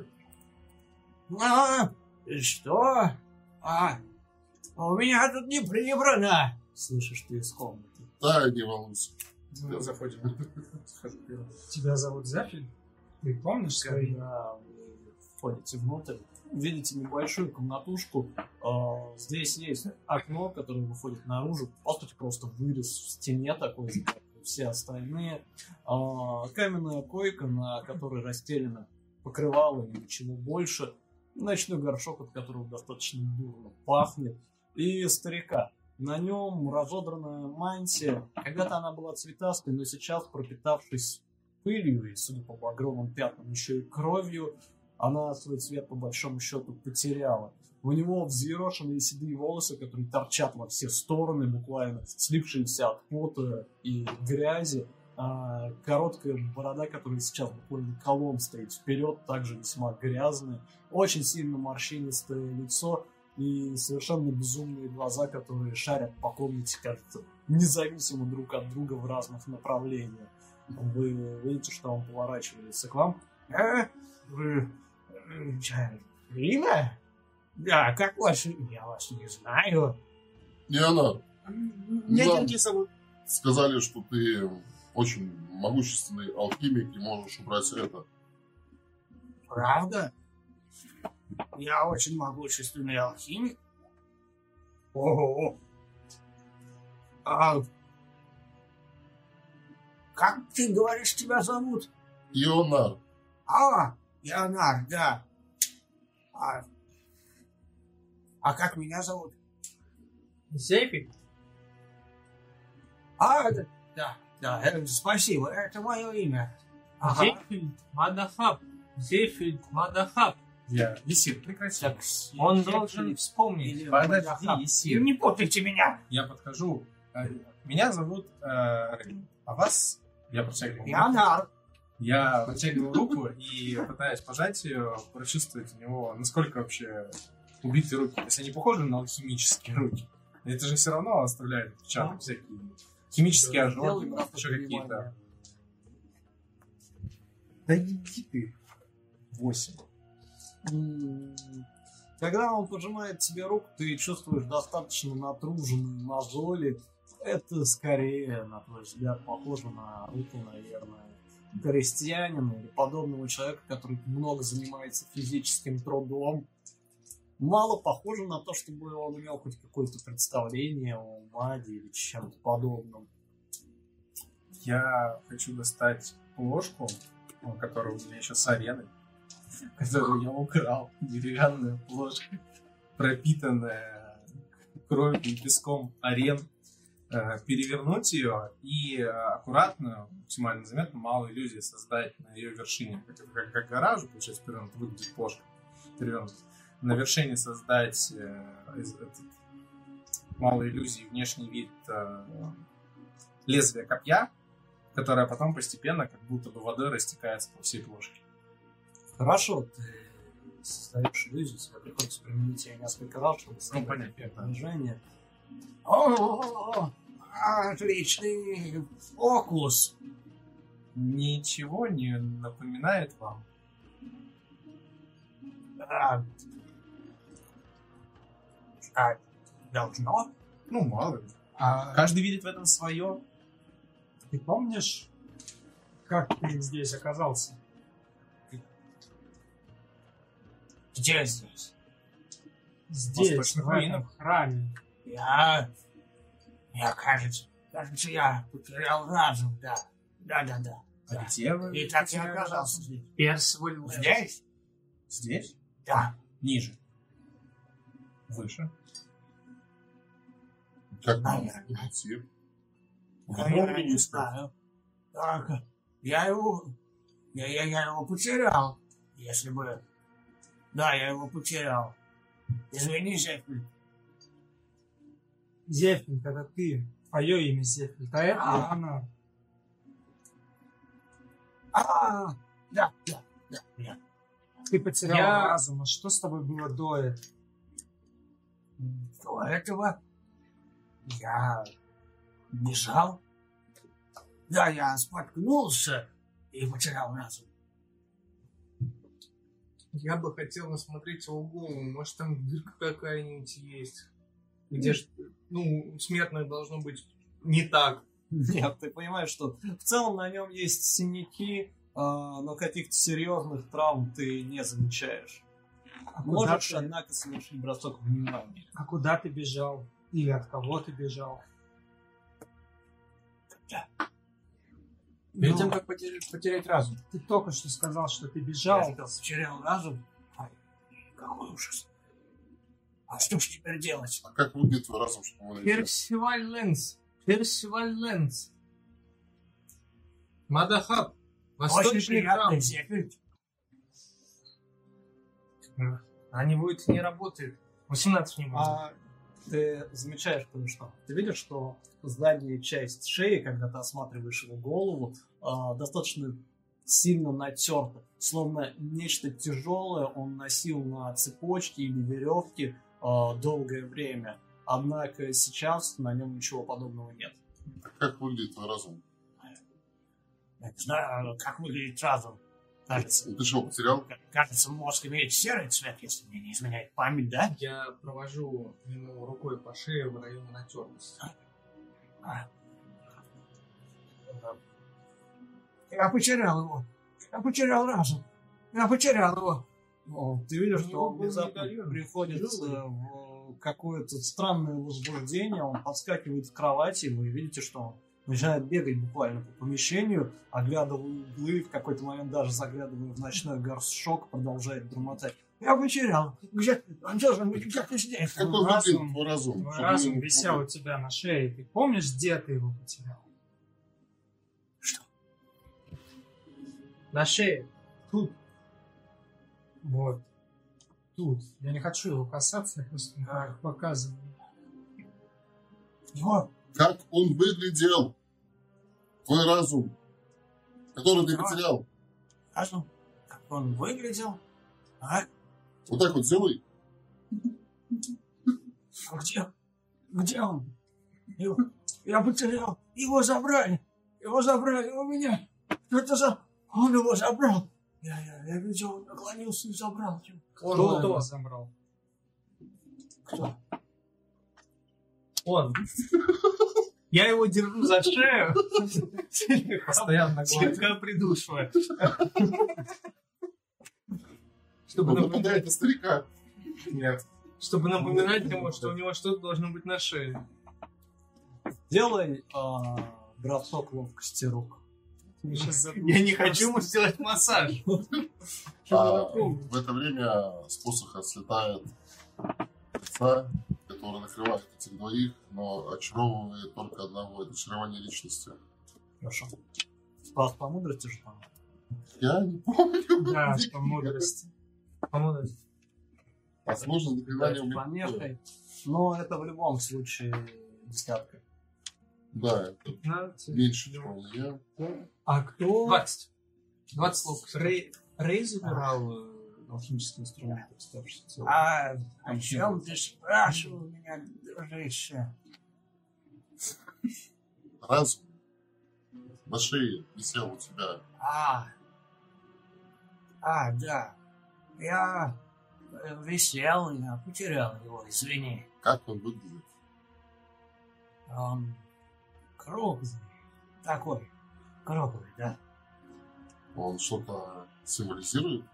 А, что? А, у меня тут не прибрано. Слышишь ты из комнаты. Да, не волнуйся. Заходим. Захожу первым. Тебя зовут Зафель? Ты помнишь свои... Когда вы входите внутрь, видите небольшую комнатушку. А, здесь есть окно, которое выходит наружу. По сути, просто вырез в стене такой же, как и все остальные. А, каменная койка, на которой расстелено покрывало и ничего больше. Ночной горшок, от которого достаточно дурно пахнет. И старика. На нем разодранная мантия. Когда-то она была цветастой, но сейчас, пропитавшись пылью и, судя по багровым пятнам, еще и кровью, она свой цвет по большому счету потеряла. У него взъерошенные седые волосы, которые торчат во все стороны, буквально слившиеся от пота и грязи. А короткая борода, которая сейчас буквально колом стоит вперед, также весьма грязная. Очень сильно морщинистое лицо и совершенно безумные глаза, которые шарят по комнате, кажется, независимо друг от друга в разных направлениях. Вы видите, что он поворачивается к вам. «А? Вы... э, Имя? Да, как ваше имя? Я вас не знаю. Не она. Меня Да. деньги зовут. Сказали, что ты очень могущественный алхимик и можешь убрать это. Правда? Я очень могущественный алхимик. Ого. А... Как ты говоришь, тебя зовут? Ионар. А, Леонард, да. А, а как меня зовут? Зефик? А, да, да, да, э, спасибо, это мое имя. Ага. Зефильд Мадахаб. Зефильд Мадахаб. Я Есир, прекрати. Так, Он Зефир должен вспомнить. или Подожди, Мадахаб. Есир. Не путайте меня. Я подхожу. Э, Меня зовут э, Рэй. А вас? Я протягиваю. Леонард. Я протягиваю руку и пытаюсь пожать ее, прочувствовать у него, насколько вообще убитые руки. Если они похожи на алхимические руки, это же все равно оставляет отпечаток всякие химические ожоги, еще какие-то. Да иди ты. Восемь. Когда он пожимает тебе руку, ты чувствуешь достаточно натруженные мозоли. Это скорее, на твой взгляд, похоже на руку, наверное, крестьянина или подобного человека, который много занимается физическим трудом. Мало похоже на то, чтобы он имел хоть какое-то представление о магии или чем-то подобном. Я хочу достать ложку, которая у меня еще с арены, которую я украл. Деревянная ложка, пропитанная кровью и песком арен. Перевернуть ее и аккуратно, максимально заметно, малую иллюзию создать на ее вершине. Как, как, как гараж, получается, перевернут, выглядит ложка. Перевернут. На вершине создать э, из, этот, малой иллюзии внешний вид э, лезвия копья, которое потом постепенно, как будто бы водой, растекается по всей плошке. Хорошо, ты создаешь иллюзию, тебе приходится применить ее несколько раз, чтобы Ну, понятно. движение. О, отличный фокус. Ничего не напоминает вам? А, а должно? Ну, мало ли. А Каждый видит в этом свое. ты помнишь, как ты здесь оказался? Где здесь? Здесь, Восточных в этом руинах. храме. Я... Я, кажется... Кажется, я потерял разум, да. Да-да-да. А где вы? И так я оказался здесь. Персваль. Здесь? Здесь? Да. Ниже. Выше. Как Наверное. идти? Я, я не знаю. Так, я его... Я, я, я его потерял. Если бы... Да, я его потерял. Извини, Зефиль. Зефильд, это ты. Твое имя Зефильд. А это А. она. А, да, да, да, да. Ты потерял Я- разум. А что с тобой было до этого? До этого я бежал. Да, я споткнулся и потерял разум. Я бы хотел насмотреть его голову. Может, там дырка какая-нибудь есть. Где ж, ну, у смертных должно быть не так. Нет, ты понимаешь, что в целом на нем есть синяки, а, но каких-то серьезных травм ты не замечаешь. А куда, Можешь, ты, однако, совершить бросок внимания. а куда ты бежал? Или от кого ты бежал? Перед Ну, тем, как потерять, потерять разум. ты только что сказал, что ты Я бежал. потерял разум. Ай, какой ужас. А что ж теперь делать? А как выглядит твой разум, чтобы его найти? Персиваль Лэнс. Персиваль Лэнс. Мадахаб. Очень Восточный храм. приятно, Зефильд. Они будут не работают. восемнадцать не будет. А ты замечаешь кое-что. Ты видишь, что задняя часть шеи, когда ты осматриваешь его голову, а, достаточно сильно натерта. Словно нечто тяжелое он носил на цепочке или веревке а, долгое время. Однако сейчас на нем ничего подобного нет. А как выглядит твой разум? Я не знаю, как выглядит разум. Кажется, Ты что, потерял? к- кажется, мозг имеет серый цвет, если мне не изменяет память, да? Я провожу ему рукой по шее в районе натертости. А. Я потерял его. Я потерял разум. Я потерял его. О, ты видишь, У что него он был внезапно медальон. приходит Тяжелый. э, в какое-то странное возбуждение, он подскакивает в кровати, и вы видите, что он начинает бегать буквально по помещению, оглядывая углы, в какой-то момент даже заглядывая в ночной горшок, продолжает бормотать. Я потерял. Где? Он должен быть где-то здесь. Как Твой он выглядит разум- твой разум? Твой Чтобы разум его висел у путать. тебя на шее. Ты помнишь, где ты его потерял? На шее. Тут. Вот. Тут. Я не хочу его касаться, я просто А. показываю. Его Как он выглядел? Твой разум. Который ты потерял. Скажу, как он выглядел. А? Вот так вот сделай. Где? Где он? Его, я потерял. Его забрали. Его забрали у меня. Что это за... Он его забрал. Я, я, я видел, он наклонился и забрал его. Кто Кто его забрал? Кто? Он. Я его держу за шею. Постоянно гладит. Слегка придушивая. Чтобы Он напоминать, нападает на старика. нет. Чтобы напоминать ему, что у него что-то должно быть на шее. Делай а, бросок ловкости рук. Я не хочу ему сделать массаж. А в это время с посоха слетает лица, который накрывает этих двоих, но очаровывает только одного. Это очарование личности. Хорошо. Спас по мудрости же, по-моему. Я не помню. Да, по мудрости. По-моему, Возможно, заклинание С убить. помехой. Но это в любом случае десятка. Да, это пятнадцать. меньше, чем я. А кто... двадцать. двадцать ловкости. Рэй, Рэй забирал э, алхимический инструмент, оставшийся целым. А о чем ты спрашивал меня, дружище? Разум на шее висел у тебя. А, а, да. Я э, висел, я потерял его, извини. Как он выглядит? Он круглый, такой, круглый, да. Он что-то символизирует?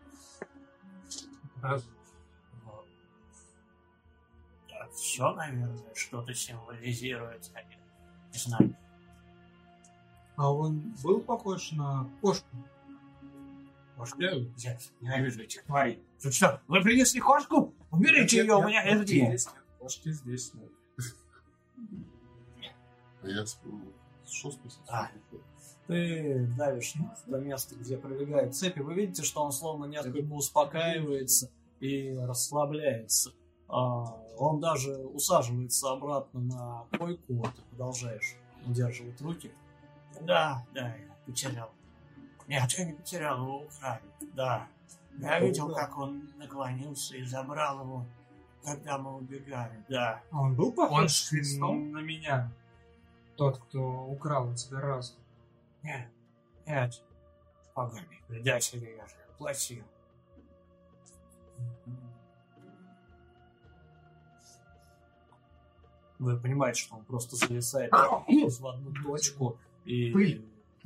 Все, наверное, что-то символизирует, я не знаю. А он был похож на кошку? Может, я, я ненавижу этих тварей. Тут что, вы принесли кошку? Уберите ее у меня из где? Кошки здесь нет. А я сп- что спросил? А. Ты давишь на то место, где пролегают цепи. Вы видите, что он словно несколько успокаивается и расслабляется. А, он даже усаживается обратно на койку. Вот, ты продолжаешь удерживать руки. Да, да, я потерял. Нет, я не потерял, его украли. Да. Я видел, как он наклонился и забрал его, когда мы убегали. Да. А он был похож Он с крестом? на меня? Тот, кто украл у тебя разум. Нет, нет. Поганый предатель, я же платил. Вы понимаете, что он просто зависает в одну точку и... Пыль.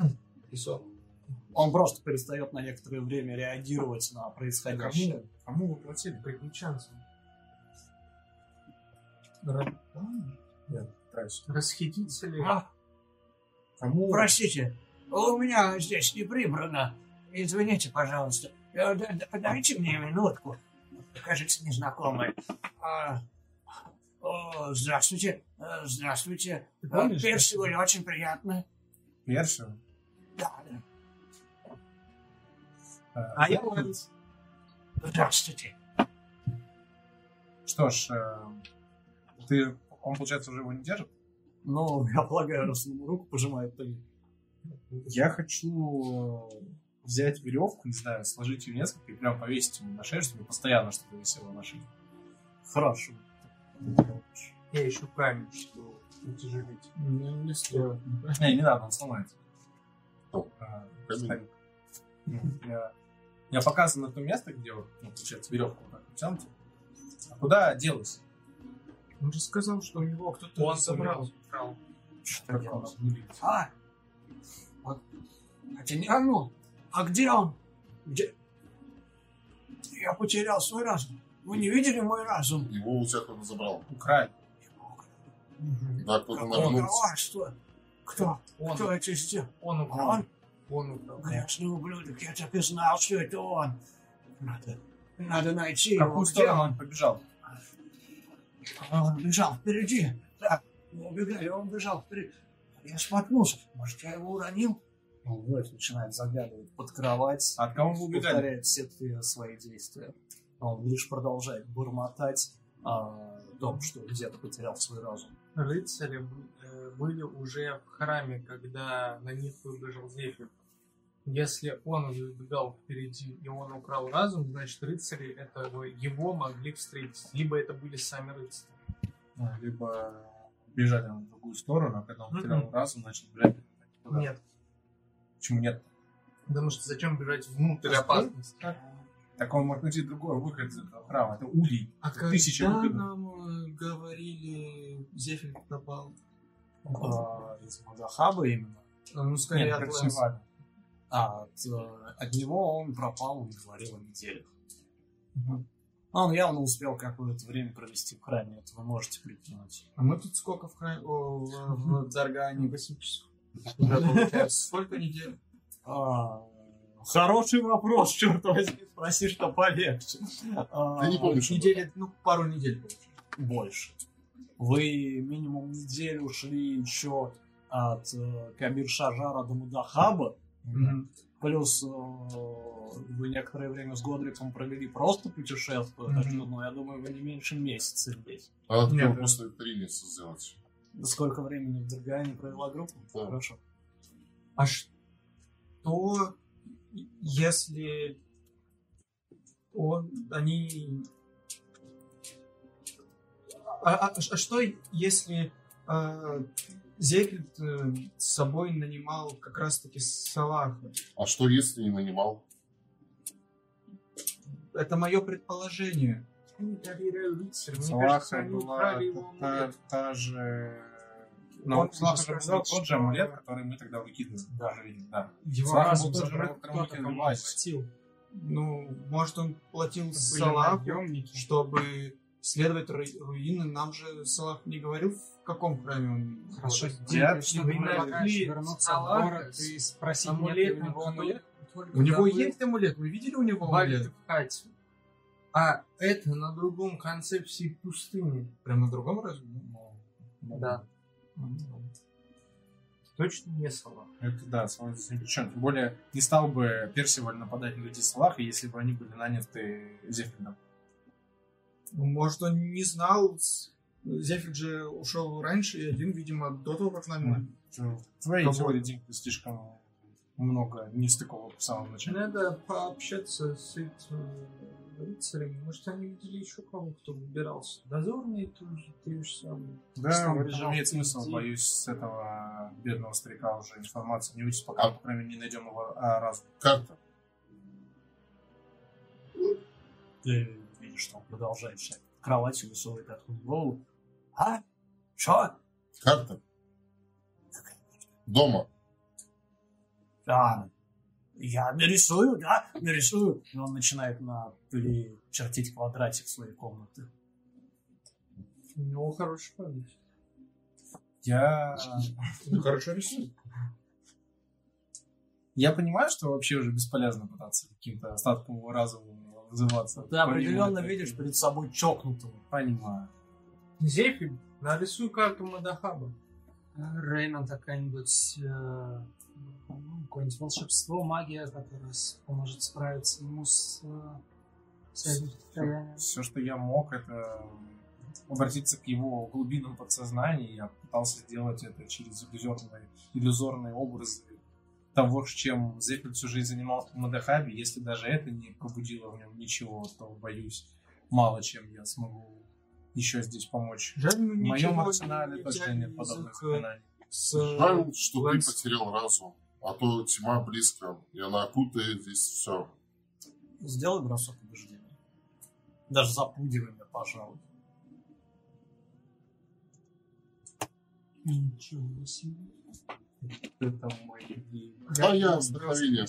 Он просто перестает на некоторое время реагировать на происходящее. Кому вы платили? Приключенцам. Нет, раньше. Расхитители. А, Кому? простите, у меня здесь не прибрано. Извините, пожалуйста. Э, да- да- Дайте мне минутку. Кажется, незнакомый. А, о, здравствуйте. Э, Здравствуйте. Ты помнишь, Перси, были очень приятно. Першин? Да, да. А я Лэнс. Здравствуйте. Что ж, э, ты, он, получается, уже его не держит? Ну, я полагаю, раз ему руку пожимает, то... Я хочу э, взять веревку, не знаю, сложить ее несколько и прям повесить ему на шею, чтобы постоянно что-то висело на шее. Хорошо. Я ищу камень, чтобы утяжелить. Не, не стоит. Не, не надо, он сломается. Что? А, Камень? старик. Ну, Я, я показываю на то место, где вот, ну, получается, веревка вот так натянута. А куда делась? Он же сказал, что у него кто-то Он забрал. забрал. Что делать? А? Вот. Это не оно. А где он? Где? Я потерял свой разум. Вы не видели мой разум? Его у тебя кто-то забрал. Украли. Да, кто-то Какое нагнулся. коварство. Кто? Он, Кто это сделал? он А украл. он? Он украл. Грязный ублюдок. Я так и знал, что это он. Надо, надо найти В его. какую Где сторону он? он побежал? А Он бежал впереди. Да, мы убегали, он бежал впереди. Я споткнулся. Может, я его уронил? Он вновь начинает заглядывать под кровать. От кого вы убегали? Повторяет все твои свои действия. Он лишь продолжает бормотать о том, что где-то потерял свой разум. Рыцари э, были уже в храме, когда на них выбежал Зефир. Если он выбегал впереди и он украл разум, значит рыцари это его могли встретить. Либо это были сами рыцари. А, либо бежали на другую сторону, а когда он потерял Мгм. разум, начал бежать. туда. Нет. Почему нет? Потому что зачем бежать внутрь А опасности? Так он мог найти другой выход из этого храма. Это улей. А Это тысяча когда выходов. нам э, говорили, Зефель пропал? А, из Мадахаба именно. А, ну, скорее, Нет, от это Лэнса. Севада. А от, э, от него он пропал, он говорил о неделях. Он явно успел какое-то время провести в храме, это вы можете прикинуть. А мы тут сколько в, храме, о, в, в Даргане? восемь часов. Да, получается, сколько недель? А, хороший вопрос, черт возьми, спроси, что полегче. А, Ты не помнишь? Недели, ну, пару недель получается. Больше. Вы минимум неделю шли еще от э, Кабир Шажара до Мудахаба, Мгм. плюс э, вы некоторое время с Годриком провели просто путешествуя, Мгм. так что, ну, я думаю, вы не меньше месяца здесь. А надо Нет, было да. просто викторине сделать. Сколько времени в Даргане провела группа? Да. Хорошо. А что, если он, они... А, а- а что, если э, Зефельд э, с собой нанимал как раз-таки Салаха? А что если не нанимал? Это мое предположение. Я не доверяю рыцарям. Мне Салаха кажется, они была украли его та, амулет. та же... Он Но Салаха сказал, же был тот же что- амулет, который мы тогда выкидывали. Да, да. Его Слава разум был тот же, забрал который мы кто-то, кому выкидывали. платил. Ну, может, он платил Были Салаху, наемники. чтобы следовать ру- руины. Нам же Салах не говорил, в каком храме он Хорошо, ходит. Я- если вы вы нашли нашли вернуться в Салаха город и спросить, Амулет нет ли у него амулет. У него есть амулет? Вы видели у него амулет? в хате. А это на другом конце всей пустыни. Прям на другом разве? Да. Точно не Салах. Это да, Салах здесь ни при чем. Тем более, не стал бы Персиваль нападать на людей Салаха, если бы они были наняты Зефельдом. Ну, может, он не знал. С- Зефель же ушел раньше, и один, видимо, до того, как нами... В твоей Кого? теории, Дим, слишком много нестыковок в самом начале. Надо пообщаться с этими рыцарями. Может, они видели еще кого, кто выбирался. Дозорные тоже, те же самые. Да, Что, это же пожалуйста, имеет смысл. иди. Боюсь, с этого бедного старика уже информация не выйдет, пока, по крайней мере, не найдем его а, разум. Карта. Ты видишь, что он продолжает шагать. Кровать высовывает откуда голову. А? Что? Карта. Дома. А, я нарисую, да? Нарисую. И он начинает на пыли чертить квадратик своей комнаты. У него хорошая память. Я... Ну, хорошо рисует. Я понимаю, что вообще уже бесполезно пытаться каким-то остатком его разума вызываться. Ты определенно Помимо видишь этого. перед собой чокнутого. Понимаю. Зефиль, нарисуй карту Мадахаба. Реймонд какая-нибудь э, какое-нибудь волшебство, магия, которая с- поможет справиться ему с, э, с этим состоянием. Все, что я мог, это обратиться к его глубинам подсознания. Я пытался сделать это через иллюзорные, иллюзорные образы того, чем Зефиль всю жизнь занимался в Мадахабе. Если даже это не пробудило в нем ничего, то, боюсь, мало чем я смогу еще здесь помочь. Жаль, мы В моем ничего арсенале не точно взяли нет из подобных их, заклинаний. с- Жаль, что ты Лэнс. потерял разум. А то тьма близко, и она окутает здесь все. Сделай бросок убеждения. Даже запугивание, пожалуй. Ничего себе. Это мой идея. Да, я вдохновение.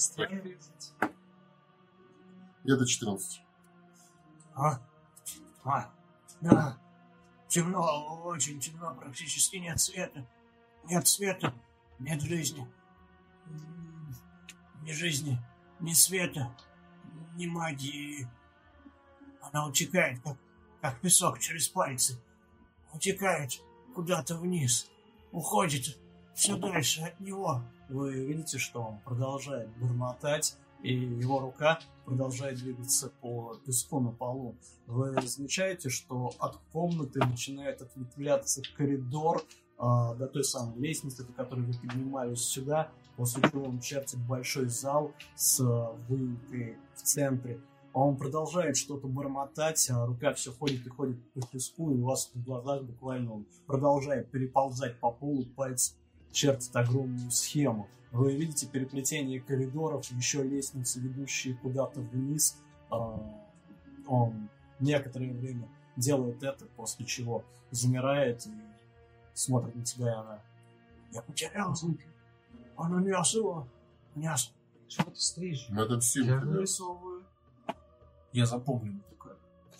Я до четырнадцати. А? А? Да. Темно, очень темно, практически нет света. Нет света, нет жизни. М, Ни жизни, ни света, ни магии. Она утекает, как, как песок через пальцы. Утекает куда-то вниз. Уходит все дальше от него. Вы видите, что он продолжает бормотать, и его рука продолжает двигаться по песку на полу. Вы замечаете, что от комнаты начинает ответвляться коридор, э, а, до той самой лестницы, по которой вы поднимались сюда, после чего он чертит большой зал с выемкой в центре. Он продолжает что-то бормотать, а рука все ходит и ходит по песку, и у вас в глазах буквально он продолжает переползать по полу, пальцы чертит огромную схему. Вы видите переплетение коридоров, еще лестницы, ведущие куда-то вниз. Он некоторое время делает это, после чего замирает и смотрит на тебя, и она: «Я потерял звуки. Она не особо. Мясо. Что ты стоишь? Мы это все Я вырисовываю. Я запомнил такое.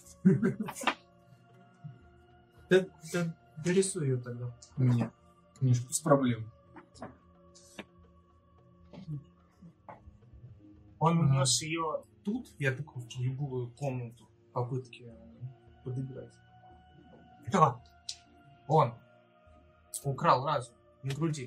Ты, ты дорисуй ее тогда. Мне. Книжку без проблем. Он унес ее тут, я такой в любую комнату в попытке подыграть. Кто? Он. Украл разум на груди.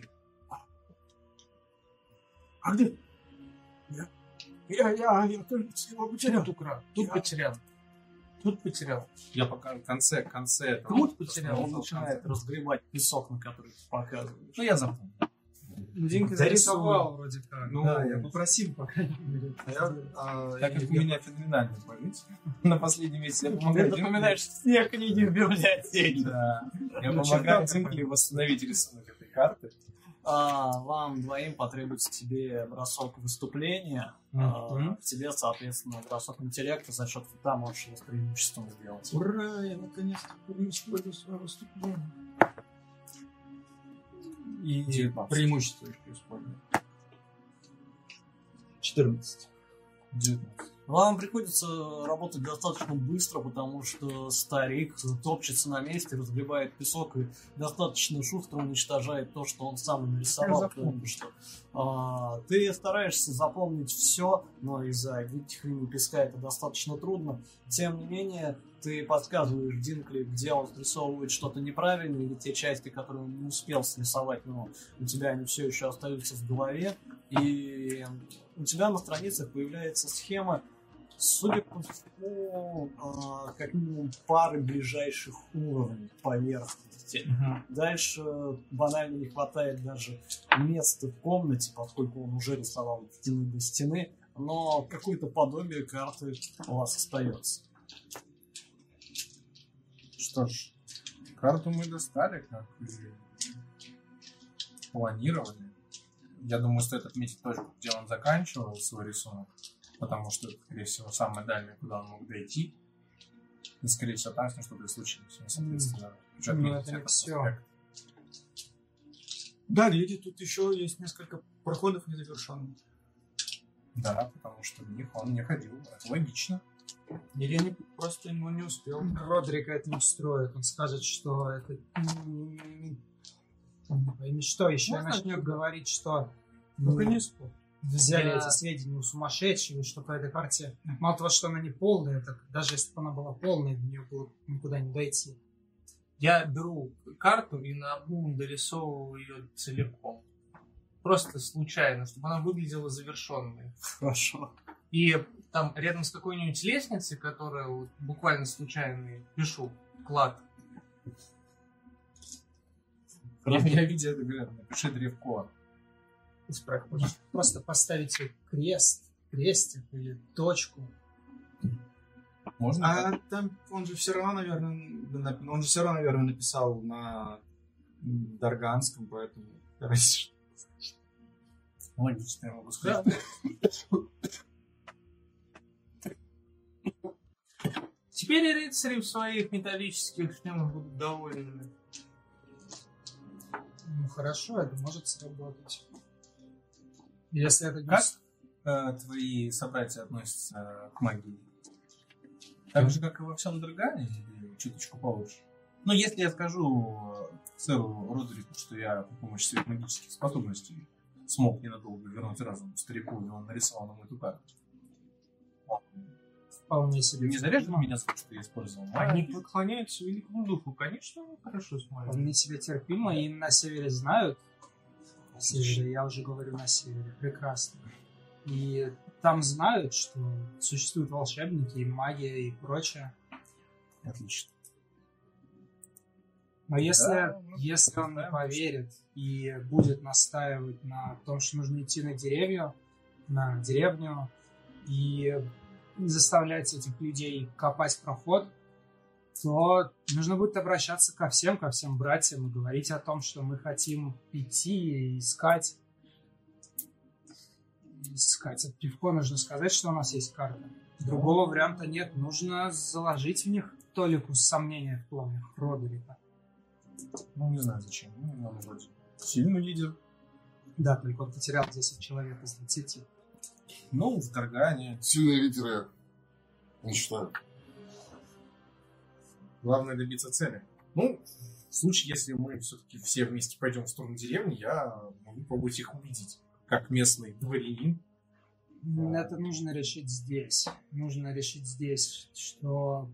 А где? Я, я, я, я только его потерял. Тут украл, тут Я- потерял. Тут потерял. Я пока в конце, конце этого. Тут потерял. Он начинает разгребать песок, на который ты показываешь. Ну, я запомнил. Динка зарисовал вроде как. Ну, Да, я попросил, по крайней мере. А я, а, Так как я- у меня феноменальная память, на последнем месяце я Ты помогаю напоминаешь все книги в библиотеке. Да. Я Ну, помогаю читал Динкле восстановить рисунок этой карты. А, вам двоим потребуется тебе бросок выступления. А, тебе, соответственно, бросок интеллекта, за счет фута можешь его с преимуществом сделать. Ура, я наконец-то увеличиваю свое выступление. И девятнадцать. преимущество еще использую. четырнадцать. девятнадцать. Вам приходится работать достаточно быстро, потому что старик топчется на месте, разгребает песок и достаточно шустро уничтожает то, что он сам нарисовал. Потому что а, ты стараешься запомнить все, но из-за диких линий песка это достаточно трудно. Тем не менее, ты подсказываешь Динкли, где он срисовывает что-то неправильно, или те части, которые он не успел срисовать, но у тебя они все еще остаются в голове. И у тебя на страницах появляется схема, судя по всему, а, как минимум пары ближайших уровней поверхности. Дальше банально не хватает даже места в комнате, поскольку он уже рисовал от стены до стены, но какое-то подобие карты у вас остается. Что ж, карту мы достали, как и планировали. Я думаю, стоит отметить точку, где он заканчивал свой рисунок, потому что это, скорее всего, самое дальнее, куда он мог дойти. И, скорее всего, там с ним что-то и случилось. И, соответственно, уже Ну, отметить это не этот всё. аспект. Да, видите, тут еще есть несколько проходов незавершенных. Да, потому что в них он не ходил. Это логично. Или я не, просто ну, не успел. Родрик это не устроит. Он скажет, что это... м, И что еще? Можно Начнет говорить, что Ну-ка м, не успел. взяли Я- эти сведения у сумасшедшего, что по этой карте, мало того, что она не полная, так даже если бы она была полной, до нее было никуда не дойти. Я беру карту и наобум дорисовываю ее целиком. Просто случайно, чтобы она выглядела завершенной. Хорошо. И там рядом с какой-нибудь лестницей, которая вот буквально случайно пишу клад. Я, я видел это, говорят, напиши древко. Можно просто поставить её крест, крестик или точку. Можно? А там он же все равно, наверное, он же все равно, наверное, написал на дарганском, поэтому. короче, Логично, я могу сказать. Теперь рыцари в своих металлических шлемах будут довольны. Ну хорошо, это может сработать. Если это не Как с- э, твои собратья относятся к магии? Так же, как и во всем Драгане, или чуточку получше? Ну, если я скажу э, сэру Родрику, что я при помощи своих магических способностей смог ненадолго вернуть разум старику, и он нарисовал нам эту карту. вполне себе. Не зарежет меня за то, что я использовал Они магию? поклоняются великому духу. Конечно, они хорошо смотрят. Вполне себе терпимо, и на севере знают. На севере, я уже говорю на севере, прекрасно. И там знают, что существуют волшебники, и магия, и прочее. Отлично. Но если, Да, ну, если он не да. поверит и будет настаивать на том, что нужно идти на деревню, на деревню и заставлять этих людей копать проход, то нужно будет обращаться ко всем, ко всем братьям и говорить о том, что мы хотим идти и искать. Искать это пивко, нужно сказать, что у нас есть карта. Другого варианта нет. Нужно заложить в них толику сомнения в планах Родерика. Ну, не знаю зачем. Ну, он вроде сильный лидер. Да, только он потерял десять человек из двадцати. Ну, в Таргане. Сильные лидеры не считаю. Главное добиться цели. Ну, в случае, если мы все-таки все вместе пойдем в сторону деревни, я могу пробовать их убедить. Как местный дворянин. Это нужно решить здесь. Нужно решить здесь, что...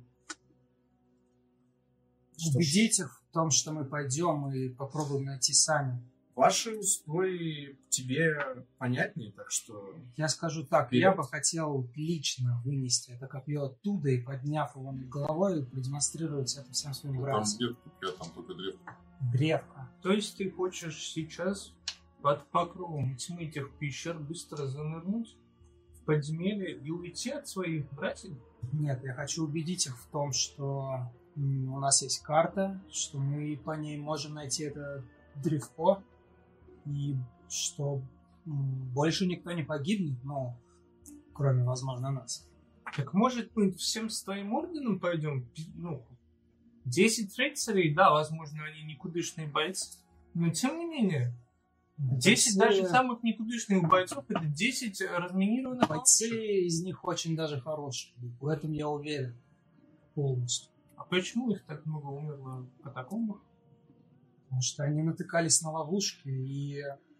Что убедить их в том, что мы пойдем и попробуем найти сами. Ваши устои тебе понятнее, так что... Я скажу так, Вперед. я бы хотел лично вынести это копье оттуда и, подняв его над головой, продемонстрировать это всем своим Там братьям. нет копья, там только древко. Древко. То есть ты хочешь сейчас под покровом тьмы тех пещер быстро занырнуть в подземелье и уйти от своих братьев? Нет, я хочу убедить их в том, что м, у нас есть карта, что мы по ней можем найти это древко, и что м, больше никто не погибнет, ну, кроме, возможно, нас. Так может мы всем с твоим орденом пойдем? Пи- Ну, десять рыцарей, да, возможно, они никудышные бойцы, но тем не менее, десять Бойцы- даже самых никудышных бойцов, это десять разминированных Бойцы ловушек. из них очень даже хорошие, в этом я уверен полностью. А почему их так много умерло в катакомбах? Потому что они натыкались на ловушки, и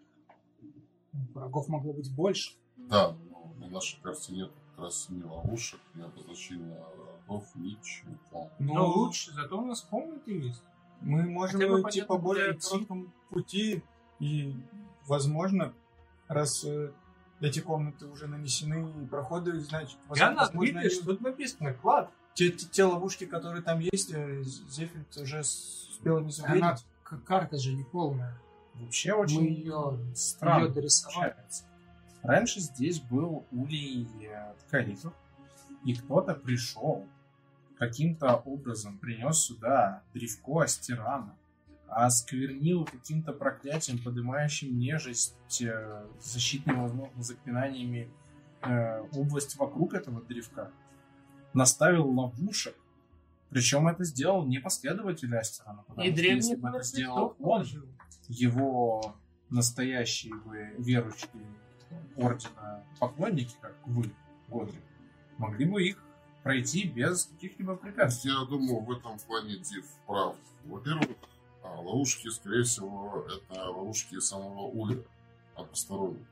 врагов могло быть больше. Да, но на нашей карте нет как раз ни ловушек, ни обозначения врагов, ничего. Но Ну, лучше, зато у нас комнаты есть. мы можем Хотя бы идти понятно, по более куда идти. короткому пути, и, возможно, раз э, эти комнаты уже нанесены и проходы, значит, Я возможно, возможно, видишь, они- тут написано клад. те, те- те ловушки, которые там есть, э, Зефирд уже с- успел не Она, заверить. к- карта же не полная. Вообще Мы очень ее, странно ее дорисовали. получается. Раньше здесь был улей э, ткаритов, и кто-то пришел, каким-то образом принес сюда древко Астерана, осквернил каким-то проклятием, поднимающим нежесть, э, защитными, возможно, заклинаниями э, область вокруг этого древка, наставил ловушек. Причем это сделал не последователь Астерана, потому И что древний если бы это сделал он, положил. его настоящие бы верующие ордена поклонники, как вы, Годрик, могли бы их пройти без каких-либо препятствий. Я думаю, в этом плане Див прав. Во-первых, а, ловушки, скорее всего, это ловушки самого Уля, а посторонних.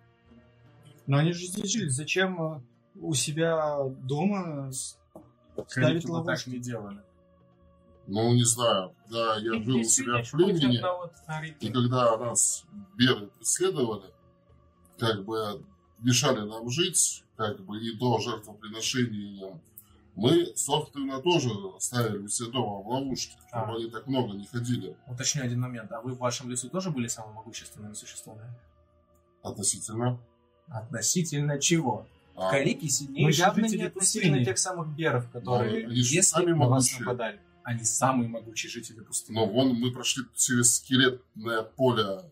Но они же здесь жили. Зачем э, у себя дома с- ставить Ткарики бы так ловушки? не делали. Ну, не знаю, да, я Их жил у себя в действительно хоть племени, одного ткарика. и когда нас беры преследовали, как бы мешали нам жить, как бы и до жертвоприношения, мы, собственно, тоже ставили у себя дома в ловушки, чтобы А. они так много не ходили Уточню один момент. А вы в вашем лесу тоже были самыми могущественными существами? относительно. Относительно чего? А, Ткарики Мы сильнейшие явно не жители относительно пустыни. тех самых беров, которые, Ну, они же если сами на вас могучие. нападали. Они самые могучие жители пустыни. но вон мы прошли через скелетное поле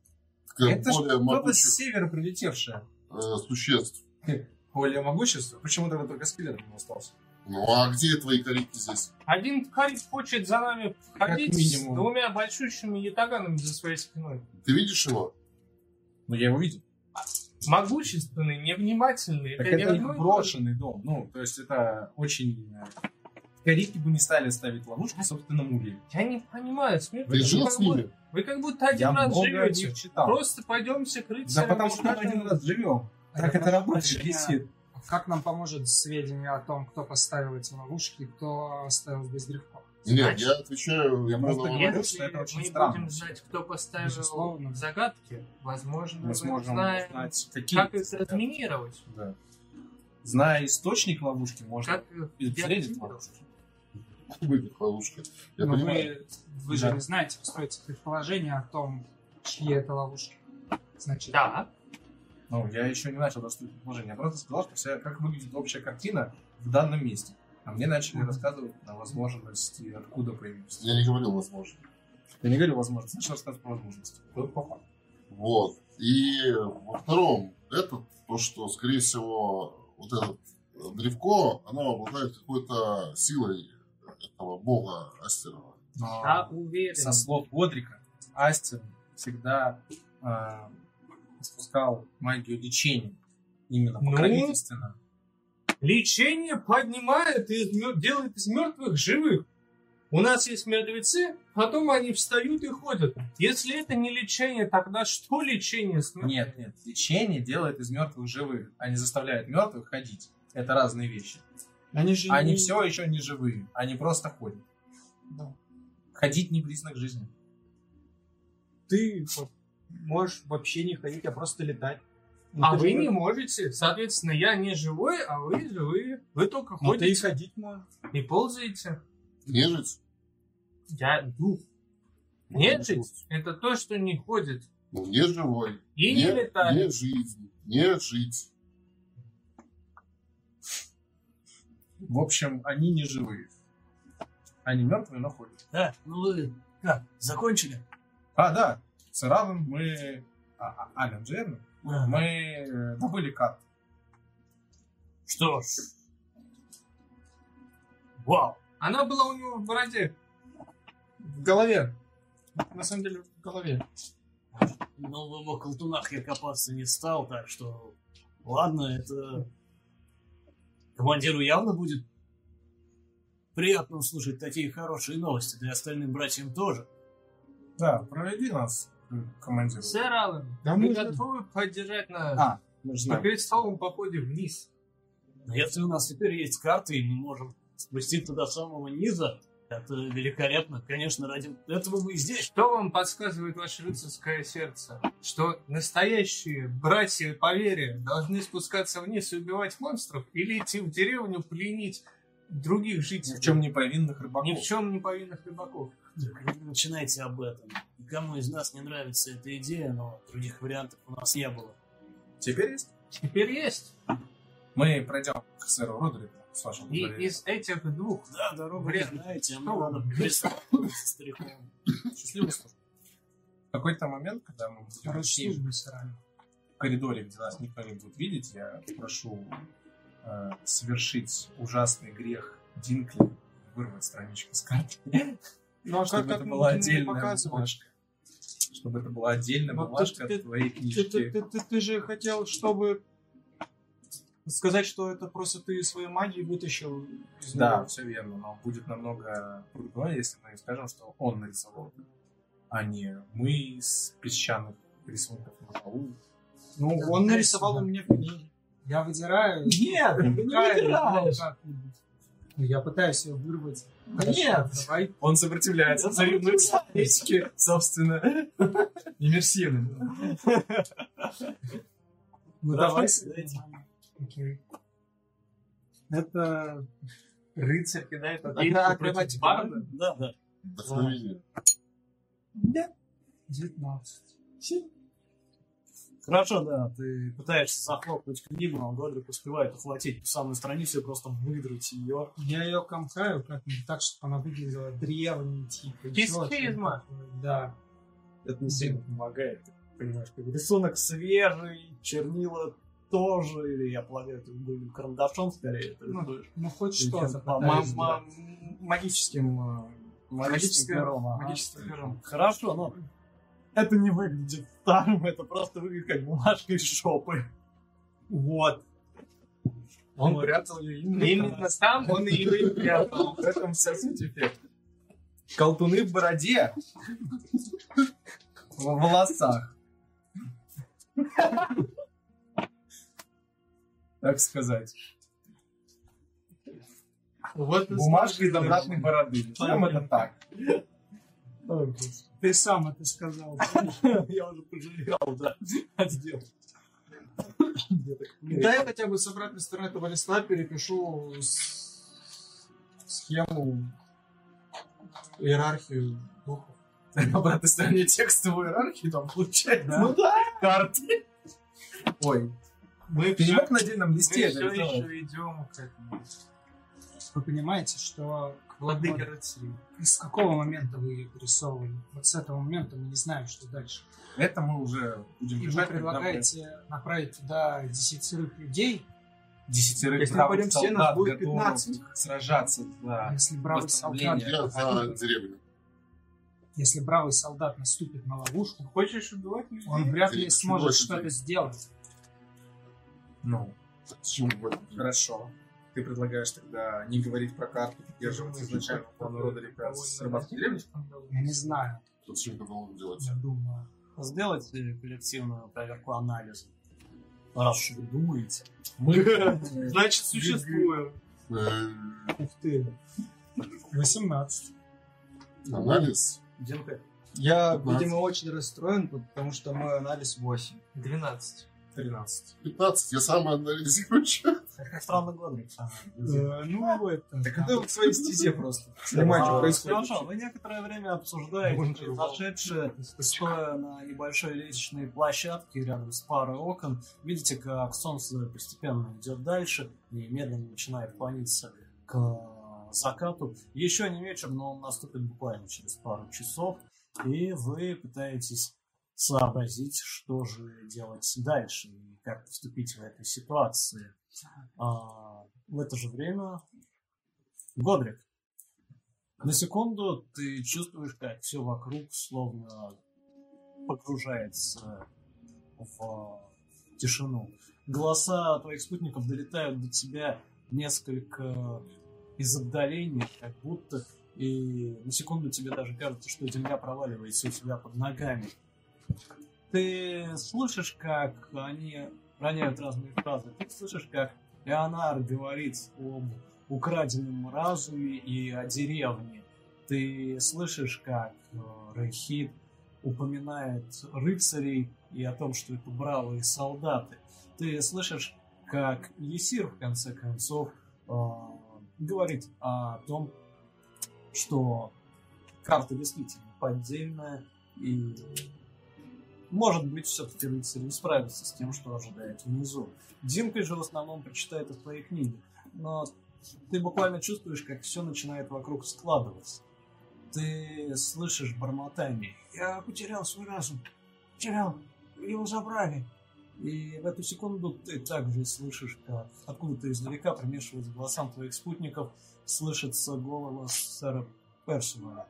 к Это ж более кто-то могучих с севера прилетевший. э, существ. Более могущества? Почему тогда только скелетом не остался? Ну а где твои корейки здесь? Один ткарик хочет за нами ходить с минимум. двумя большущими ятаганами за своей спиной. Ты видишь его? Ну, я его видел. Могущественный, невнимательный. Так это это одно их и то брошенный дом. Ну, то есть это очень... э, Ткарики бы не стали ставить ловушку в собственном улье. же. Я не понимаю, смерть. Ты жил с ними? Вы как будто один Я раз много живете. них читал. Просто пойдемте к Да рыцарям. потому и что мы скажем, один раз живем. А Так я это прошу работает, прощения, висит. Как нам поможет сведения о том, кто поставил эти ловушки и кто оставил без древков? Нет, Значит, я отвечаю я ему просто на говорю, вопрос. Если что это очень мы странно. будем знать, кто поставил Безусловно. загадки, возможно, Мы сможем знаем, узнать, какие... как их разминировать. Да. Зная источник ловушки, можно Как их предупредить деактивировать. ловушки. Выйдет ловушка. Я Но понимаю. вы, вы же Да. не знаете, вы строите предположение о том, чьи это ловушки. Значит, Да. Ну, я еще не начал даже предположение. Я просто сказал, что вся, как выглядит общая картина в данном месте. А мне начали рассказывать на возможности, откуда появились. Я не говорил, возможно. Я не говорю возможности, начал рассказывать про возможности. Только по факту. Вот. И во втором, это то, что, скорее всего, вот этот э, древко, оно обладает какой-то силой этого бога Астерова. Я уверен. Со слов Годрика, Астер всегда э, спускал магию лечения. Именно Ну? покровительственно. Лечение поднимает и из мер- делает из мертвых живых. У нас есть мертвецы, потом они встают и ходят. Если это не лечение, тогда что лечение? с мертвыми? Нет, нет. Лечение делает из мертвых живых, а не заставляет мертвых ходить. Это разные вещи. Они же Они не- все еще не живые. Они просто ходят. Да. Ходить не признак жизни. Ты вот можешь вообще не ходить, а просто летать. Ну, А ты вы же- не можете. Соответственно, я не живой, а вы живые. Вы только Ну, ты и ходите ходить можешь. и ползаете. Нежить? Я дух. Нежить — это то, что не ходит. Ну, не живой. И не летает. Не жизнь. Не жить. В общем, они не живые. Они мертвые, но ходят. Да, ну вы как, закончили? А, да. С Иравом мы... А, а, Ален же, верно? Да. Мы э, добыли карту. Что ж. Вау. Она была у него в бороде. В голове. На самом деле, в голове. Но в его колтунах я копаться не стал, так что... Ладно, это... Командиру явно будет приятно услышать такие хорошие новости, да и остальным братьям тоже. Да, проведи нас, э, командир. Сэр Аллен, Да вы мы же- готовы поддержать на А, мы же на знаем. крестовом походе вниз? Но если у нас теперь есть карты, и мы можем спуститься до самого низа, это великолепно. Конечно, ради этого мы и здесь. Что вам подсказывает ваше рыцарское сердце? Что настоящие братья по вере должны спускаться вниз и убивать монстров? Или идти в деревню пленить других Ни жителей? в чем не повинных рыбаков. Ни в чем не повинных рыбаков. Так не начинайте об этом. Никому из нас не нравится эта идея, но других вариантов у нас не было. Теперь есть. Теперь есть. Мы пройдем к сэру Родерику с вашим И позволением. из этих двух Да, дорогу вы Вряд ли. знаете, а Что мне вы? надо присмотреться со стариком. Счастливый служб. В какой-то момент, когда мы будем Хорошо, идти службы срали. в коридоре, где нас никто не будет видеть, я прошу э, совершить ужасный грех Динкли, вырвать страничку с карты. Ну, а Чтобы как, это как была мы отдельная показываешь? бумажка. Чтобы это была отдельная Вот бумажка ты- от твоей Ты, ты, книжки. ты- ты- ты же хотел, чтобы сказать, что это просто ты своей магией вытащил из Да, него. все верно, но будет намного труднее, если мы скажем, что он нарисовал, а не мы с песчаных рисунков на полу. Ну, Да, он да, нарисовал да. у меня в книге. Я выдираю. Нет, ты не Правильно, выбираешь. как-нибудь. Ну, я пытаюсь ее вырвать. Нет. Давай. Он сопротивляется взаимной этике, собственно, иммерсивным. Ну, Давай, давай. сидайте. Окей. Это рыцарь кидает Это отбивку против акробатика, барда. Да, да. Вдохновение. девятнадцать. Хорошо, да, ты пытаешься захлопнуть книгу, но Годрик успевает ухватить ту самую страницу и просто выдрать ее. Я ее комкаю как-нибудь так, чтобы она выглядела древней, типа. ещё Хисхизма. что-то. Да. Это не сильно помогает. Ты понимаешь, как рисунок свежий, чернила тоже, или я полагаю, ты будем карандашом скорее это Ну, рисуешь. Ну, хоть Или что-то. чем-то пытаюсь, помочь, да. м- магическим... э, Магическим пером, ага. магическим пером. Хорошо, но это не выглядит старым, это просто выглядит как бумажка из шопы. Вот. Он прятал ее именно. Именно там он ее и прятал. В этом вся суть эффекта. Колтуны в бороде. В волосах. Так сказать. Вот и Бумажка из обратной бороды. Чем это так? Ты сам это сказал. Я уже пожалел, да, отдел. Да, я хотя бы с обратной стороны этого листа перепишу с- схему иерархию духов. На обратной стороне текстовой иерархии там получается. Ну да. Карты. Ой. Мы Ты не всё- мог на отдельном мы листе все это сделать? еще идем к этому. Вы понимаете, что Владыка вот рыцарей. с какого момента вы рисовывали? Вот с этого момента мы не знаем, что дальше. Это мы уже будем И вы решать, когда мы предлагаете направить туда десятерых людей, десятерых Если бравых пойдем все, нас солдат, будет готовых пятнадцать. сражаться а за если бравый солдат, восстановление. Я за деревню. если бравый солдат наступит на ловушку, Хочешь убивать людей? он вряд Ты ли чего сможет это что-то делаешь? сделать. Ну, Зачем в этом? хорошо. Ты предлагаешь тогда не говорить про карту, придерживаться изначально плана рода рекреации срабатывать деревню? Я не знаю, Зачем это надо делать? я думаю. Сделайте коллективную проверку анализа. Раз уж вы думаете. Значит, существуем. Э, Ух ты. восемнадцать. Анализ. Димка, Я, пятнадцать. видимо, очень расстроен, потому что мой анализ восемь. двенадцать. тринадцать. пятнадцать. Я сам анализирующий. как странно Годрик. Э, Ну, это... Так это в своей стезе просто. Понимаю, что происходит. Хорошо, вы некоторое время обсуждаете произошедшее, стоя на небольшой лестничной площадке рядом с парой окон. Видите, как солнце постепенно идет дальше и медленно начинает клониться к закату. Еще не вечер, но он наступит буквально через пару часов. И вы пытаетесь сообразить, что же делать дальше и как поступить в этой ситуации. А, в это же время Годрик, на секунду ты чувствуешь, как все вокруг словно погружается в тишину. Голоса твоих спутников долетают до тебя несколько из отдаления, как будто, и на секунду тебе даже кажется, что земля проваливается у тебя под ногами. Ты слышишь, как они роняют разные фразы. Ты слышишь, как Леонард говорит об украденном разуме и о деревне. Ты слышишь, как э, Рейхид упоминает рыцарей и о том, что это бравые солдаты. Ты слышишь, как Есир, в конце концов, э, говорит о том, что карта действительно поддельная, и, может быть, все-таки рыцарь не справится с тем, что ожидает внизу. Димка же в основном прочитает из твоей книги, но ты буквально чувствуешь, как все начинает вокруг складываться. Ты слышишь бормотание. Я потерял свой разум. Потерял. Его забрали. И в эту секунду ты также слышишь, как откуда-то издалека, примешиваясь к голосам твоих спутников, слышится голос сэра Персиваля.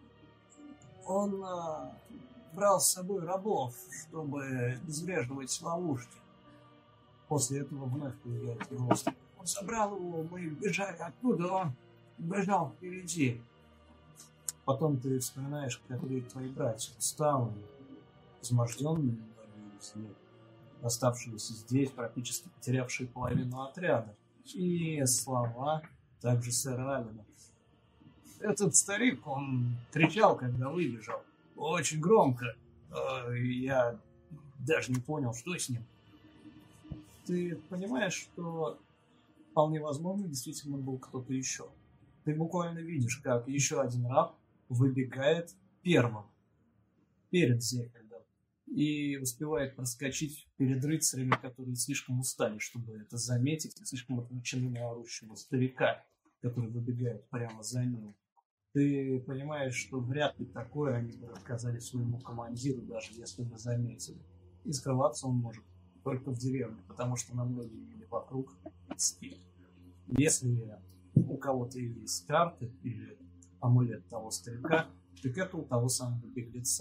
Он а, брал с собой рабов, чтобы обезвреживать ловушки. После этого вновь появляется голос. Он собрал его, мы бежали оттуда, он бежал впереди. Потом ты вспоминаешь, как твои братья усталые, изможденные, многие из них, оставшиеся здесь, практически потерявшие половину отряда. И слова также сэра Алина. Этот старик, он кричал, когда выбежал. Очень громко. Я даже не понял, что с ним. Ты понимаешь, что вполне возможно, действительно был кто-то еще. Ты буквально видишь, как еще один раб выбегает первым, перед Зекальдом, и успевает проскочить перед рыцарями, которые слишком устали, чтобы это заметить, и слишком отвлечены на орущего старика, который выбегает прямо за ним. Ты понимаешь, что вряд ли такое они бы рассказали своему командиру, даже если бы заметили. И скрываться он может только в деревне, потому что на многие мили вокруг спит. Если у кого-то есть карты или амулет того старика, так это у того самого беглеца.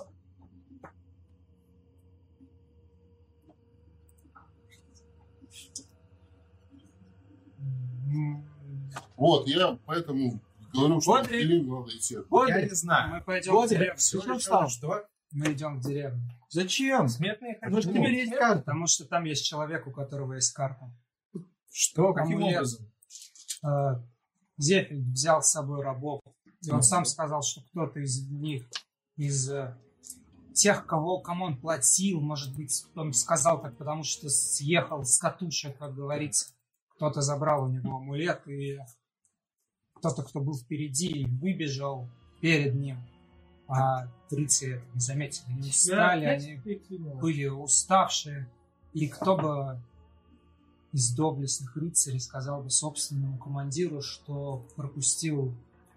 Вот, я поэтому говорю, что в Годрик. деревню надо идти. Я не знаю. Мы пойдем Вот, в деревню. ты что встал? Что? Мы идем в деревню. Зачем? Смертные Ну, что теперь есть карта. Потому что там есть человек, у которого есть карта. Что? Каким Амулет. образом? Э, Зефельд взял с собой рабов. И он сам сказал, что кто-то из них, из э, тех, кого, кому он платил, может быть, он сказал так, потому что съехал с катушек, как говорится. Кто-то забрал у него амулет, и кто-то, кто был впереди, выбежал перед ним. А рыцари это не заметили, не устали, они были уставшие. И кто бы из доблестных рыцарей сказал бы собственному командиру, что пропустил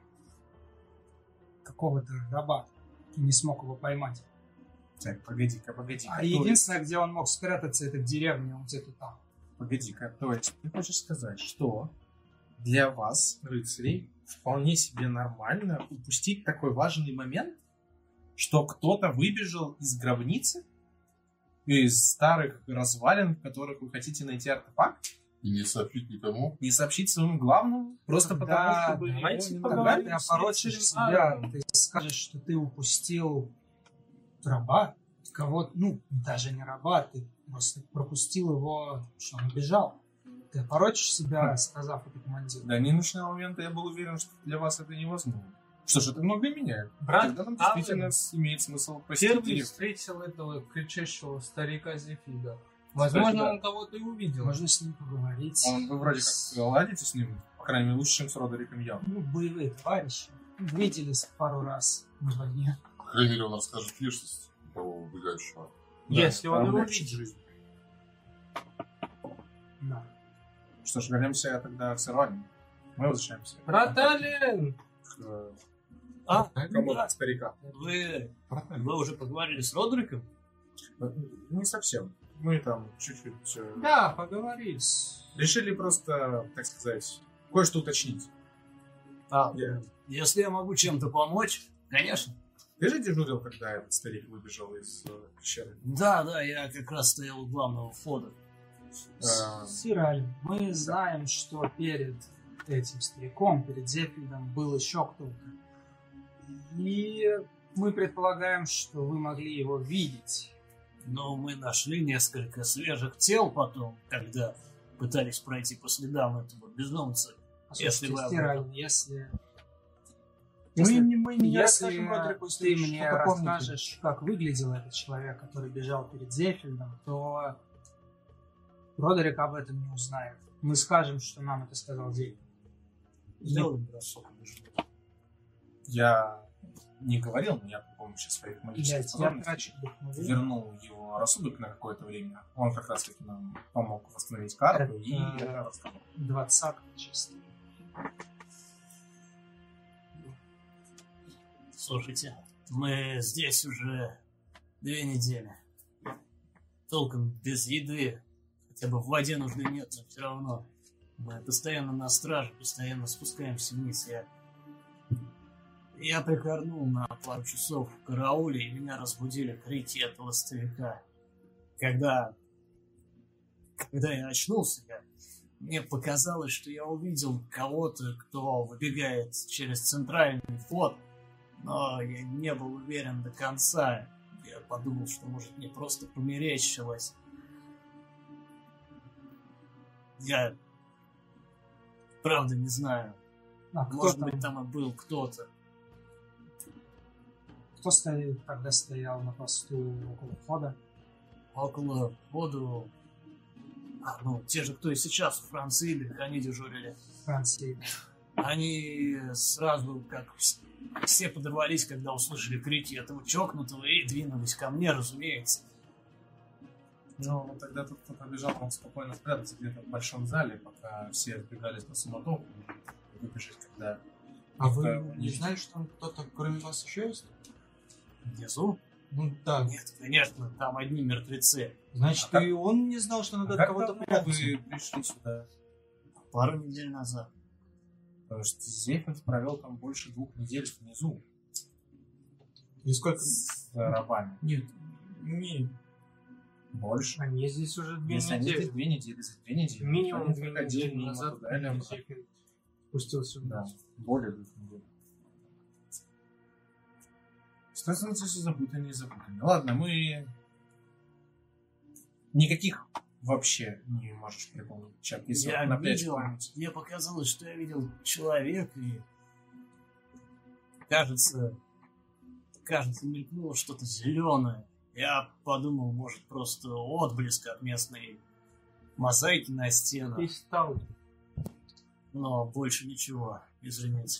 какого-то раба и не смог его поймать. Так, погоди-ка, погоди-ка. А единственное, где он мог спрятаться, это в деревне, он где-то там. Погоди-ка, то есть ты хочешь сказать, что для вас, рыцарей, вполне себе нормально упустить такой важный момент, что кто-то выбежал из гробницы, из старых развалин, в которых вы хотите найти артефакт? И не сообщить никому? Не сообщить своему главному? Просто Когда, потому, чтобы... давайте его когда не ты нагадить? опорочишь себя, ты скажешь, что ты упустил раба, кого, ну, даже не раба, ты просто пропустил его, что он убежал. Ты опорочишь себя, сказав это командиру. До нынешнего момента я был уверен, что для вас это невозможно. Что ж, это многое меняет. Брат, Тогда нам а действительно вы- имеет смысл посетить Первый их. встретил этого кричащего старика Зефида. Возможно, да. он кого-то и увидел. Можно с ним поговорить. Он, вы вроде как ладите с ним, по крайней мере, лучше, чем с Родериком явно. Ну, боевые товарищи. Виделись пару раз на войне. По крайней мере, он расскажет внешность того убегающего. Если он его облегчит видит. жизнь. Да. Что ж, вернемся тогда к Сарване. Мы возвращаемся. Браталин! К, А, кому да. старика. Вы, вы уже поговорили с Родриком? Не совсем. Мы там чуть-чуть э, Да, поговори. решили просто, так сказать, кое-что уточнить. А, Я- если я могу чем-то помочь, конечно. Ты же дежурил, когда этот старик выбежал из э, пещеры? Да, да, я как раз стоял у главного входа. А, Сираль, мы знаем, что перед этим стариком, перед Зефильдом был еще кто-то. И мы предполагаем, что вы могли его видеть. Но мы нашли несколько свежих тел потом, когда пытались пройти по следам этого безумца. Если вы об этом- Сираль, если... Мы Если, не, мы не если расскажем Родрику, ты если мне что-то помните. расскажешь, как выглядел этот человек, который бежал перед Зефильдом, то Родерик об этом не узнает. Мы скажем, что нам это сказал Зефильд. Сделаем бросок. я не говорил, но я при помощи своих магических Блять, я способностей трачу вдохновение. вернул его рассудок на какое-то время. Он как раз таки нам помог восстановить карту Это- и я рассказал. Двадцатка чисто. Слушайте, мы здесь уже две недели. Толком без еды, хотя бы в воде нужды нет, но все равно. Мы постоянно на страже, постоянно спускаемся вниз. Я, я прикорнул на пару часов в карауле, и меня разбудили крики этого старика. Когда, когда я очнулся, я, мне показалось, что я увидел кого-то, кто выбегает через центральный вход. Но я не был уверен до конца. Я подумал, что, может, мне просто померещилось. Я правда не знаю. А кто Может там? быть, там и был кто-то. Кто стоит, когда стоял на посту около входа? Около входа... А, ну, те же, кто и сейчас в Франции, Ибрих, они дежурили. Франции. Они сразу, как вс- все подорвались, когда услышали крики этого чокнутого, и двинулись ко мне, разумеется. Ну, тогда тут кто-то бежал, он спокойно спрятался где-то в большом зале, пока все разбегались на суматоху. Выбежать, когда... А вы никто не знали, что там кто-то кроме вас еще есть? Внизу? Ну да. Нет, конечно, там одни мертвецы. Значит, А как- и он не знал, что надо А от как кого-то давно прятаться. вы пришли сюда? Пару недель назад. Потому что Зефин провел там больше двух недель внизу И сколько? с рабами. Нет. Нет. Больше. Они здесь уже две Если они недели. здесь две недели, за две недели. Минимум они две только недели отдельно назад туда или обратно. Зефин спустился Да, вниз. более двух недель. Что становится запутаннее и запутаннее? Ладно, мы... Никаких вообще не можешь припомнить. Чак, если Я вот напрячь видел, память. мне показалось, что я видел человека, и кажется, кажется, мелькнуло что-то зеленое. Я подумал, может, просто отблеск от местной мозаики на стенах, И стал. но больше ничего, извините.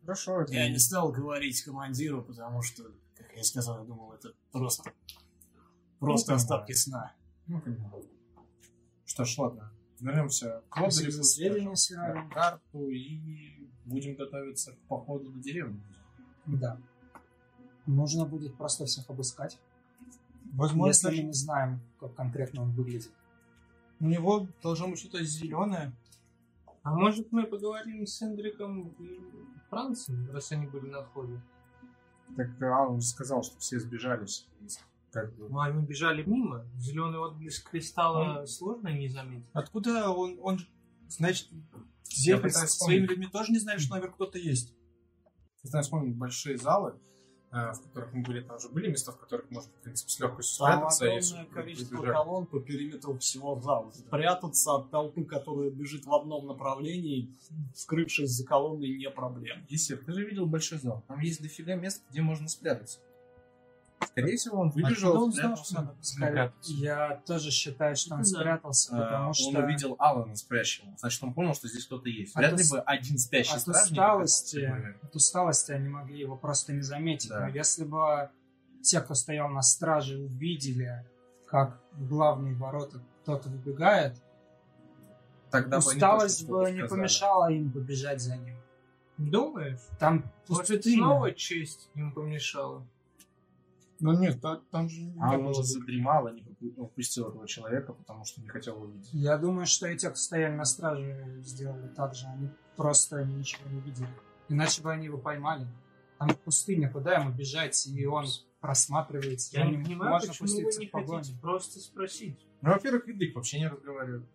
Хорошо. это- Я не стал говорить командиру, потому что, как я сказал, я думал, это просто, просто Ну, остатки сна. Ну, понимаю. Что ж, ладно. Вернемся к Спасибо Лодыреву, за сведения, скажем, Сиралин. карту и будем готовиться к походу в деревню. Да. Нужно будет просто всех обыскать. Возможно, Если даже мы не знаем, как конкретно он выглядит. у него должно быть что-то зеленое. А может мы поговорим с Эндриком и Францем, раз они были на входе? Так а, он же сказал, что все сбежались. И Как бы. Ну, они бежали мимо. Зеленый отблеск кристалла сложно не заметить. Откуда он, он ж- значит, Зефир пытаюсь со своими вспомнить. людьми тоже не знает, что наверх кто-то есть. Пытаюсь вспомнить большие залы, э, в которых мы были. Там уже были места, в которых можно, в принципе, с легкостью Там спрятаться. и огромное всё, количество прибежать. колонн по периметру всего зала. Спрятаться от толпы, которая бежит в одном направлении, скрывшись за колонной, не проблема. Есир, ты же видел большой зал. Там есть дофига мест, где можно спрятаться. Скорее всего, он выбежал, Откуда он знал, спрятался. что надо спрятаться. Я тоже считаю, что он Да. спрятался, А, потому Он что увидел Алана спящего. Значит, он понял, что здесь кто-то есть. От Вряд ли ус- бы один спящий от стражник усталости, оказался в доме. от усталости они могли его просто не заметить. Да. Но если бы те, кто стоял на страже, увидели, как в главные ворота кто-то выбегает, Тогда бы они усталость точно бы что-то не сказали. помешала им побежать за ним. Думаешь? Там Может, пустыня. снова честь им помешала? Ну нет, та- там же... А не он, может, было. задремал и не попу- ну, впустил этого человека, потому что не хотел увидеть. Я думаю, что и те, кто стояли на страже, сделали так же. Они просто ничего не видели. Иначе бы они его поймали. Там пустыня, куда ему бежать, и он просматривается. Я за не ним. понимаю, Можно почему вы пуститься не в погоню. хотите просто спросить. Ну, во-первых, Видик вообще не разговаривает.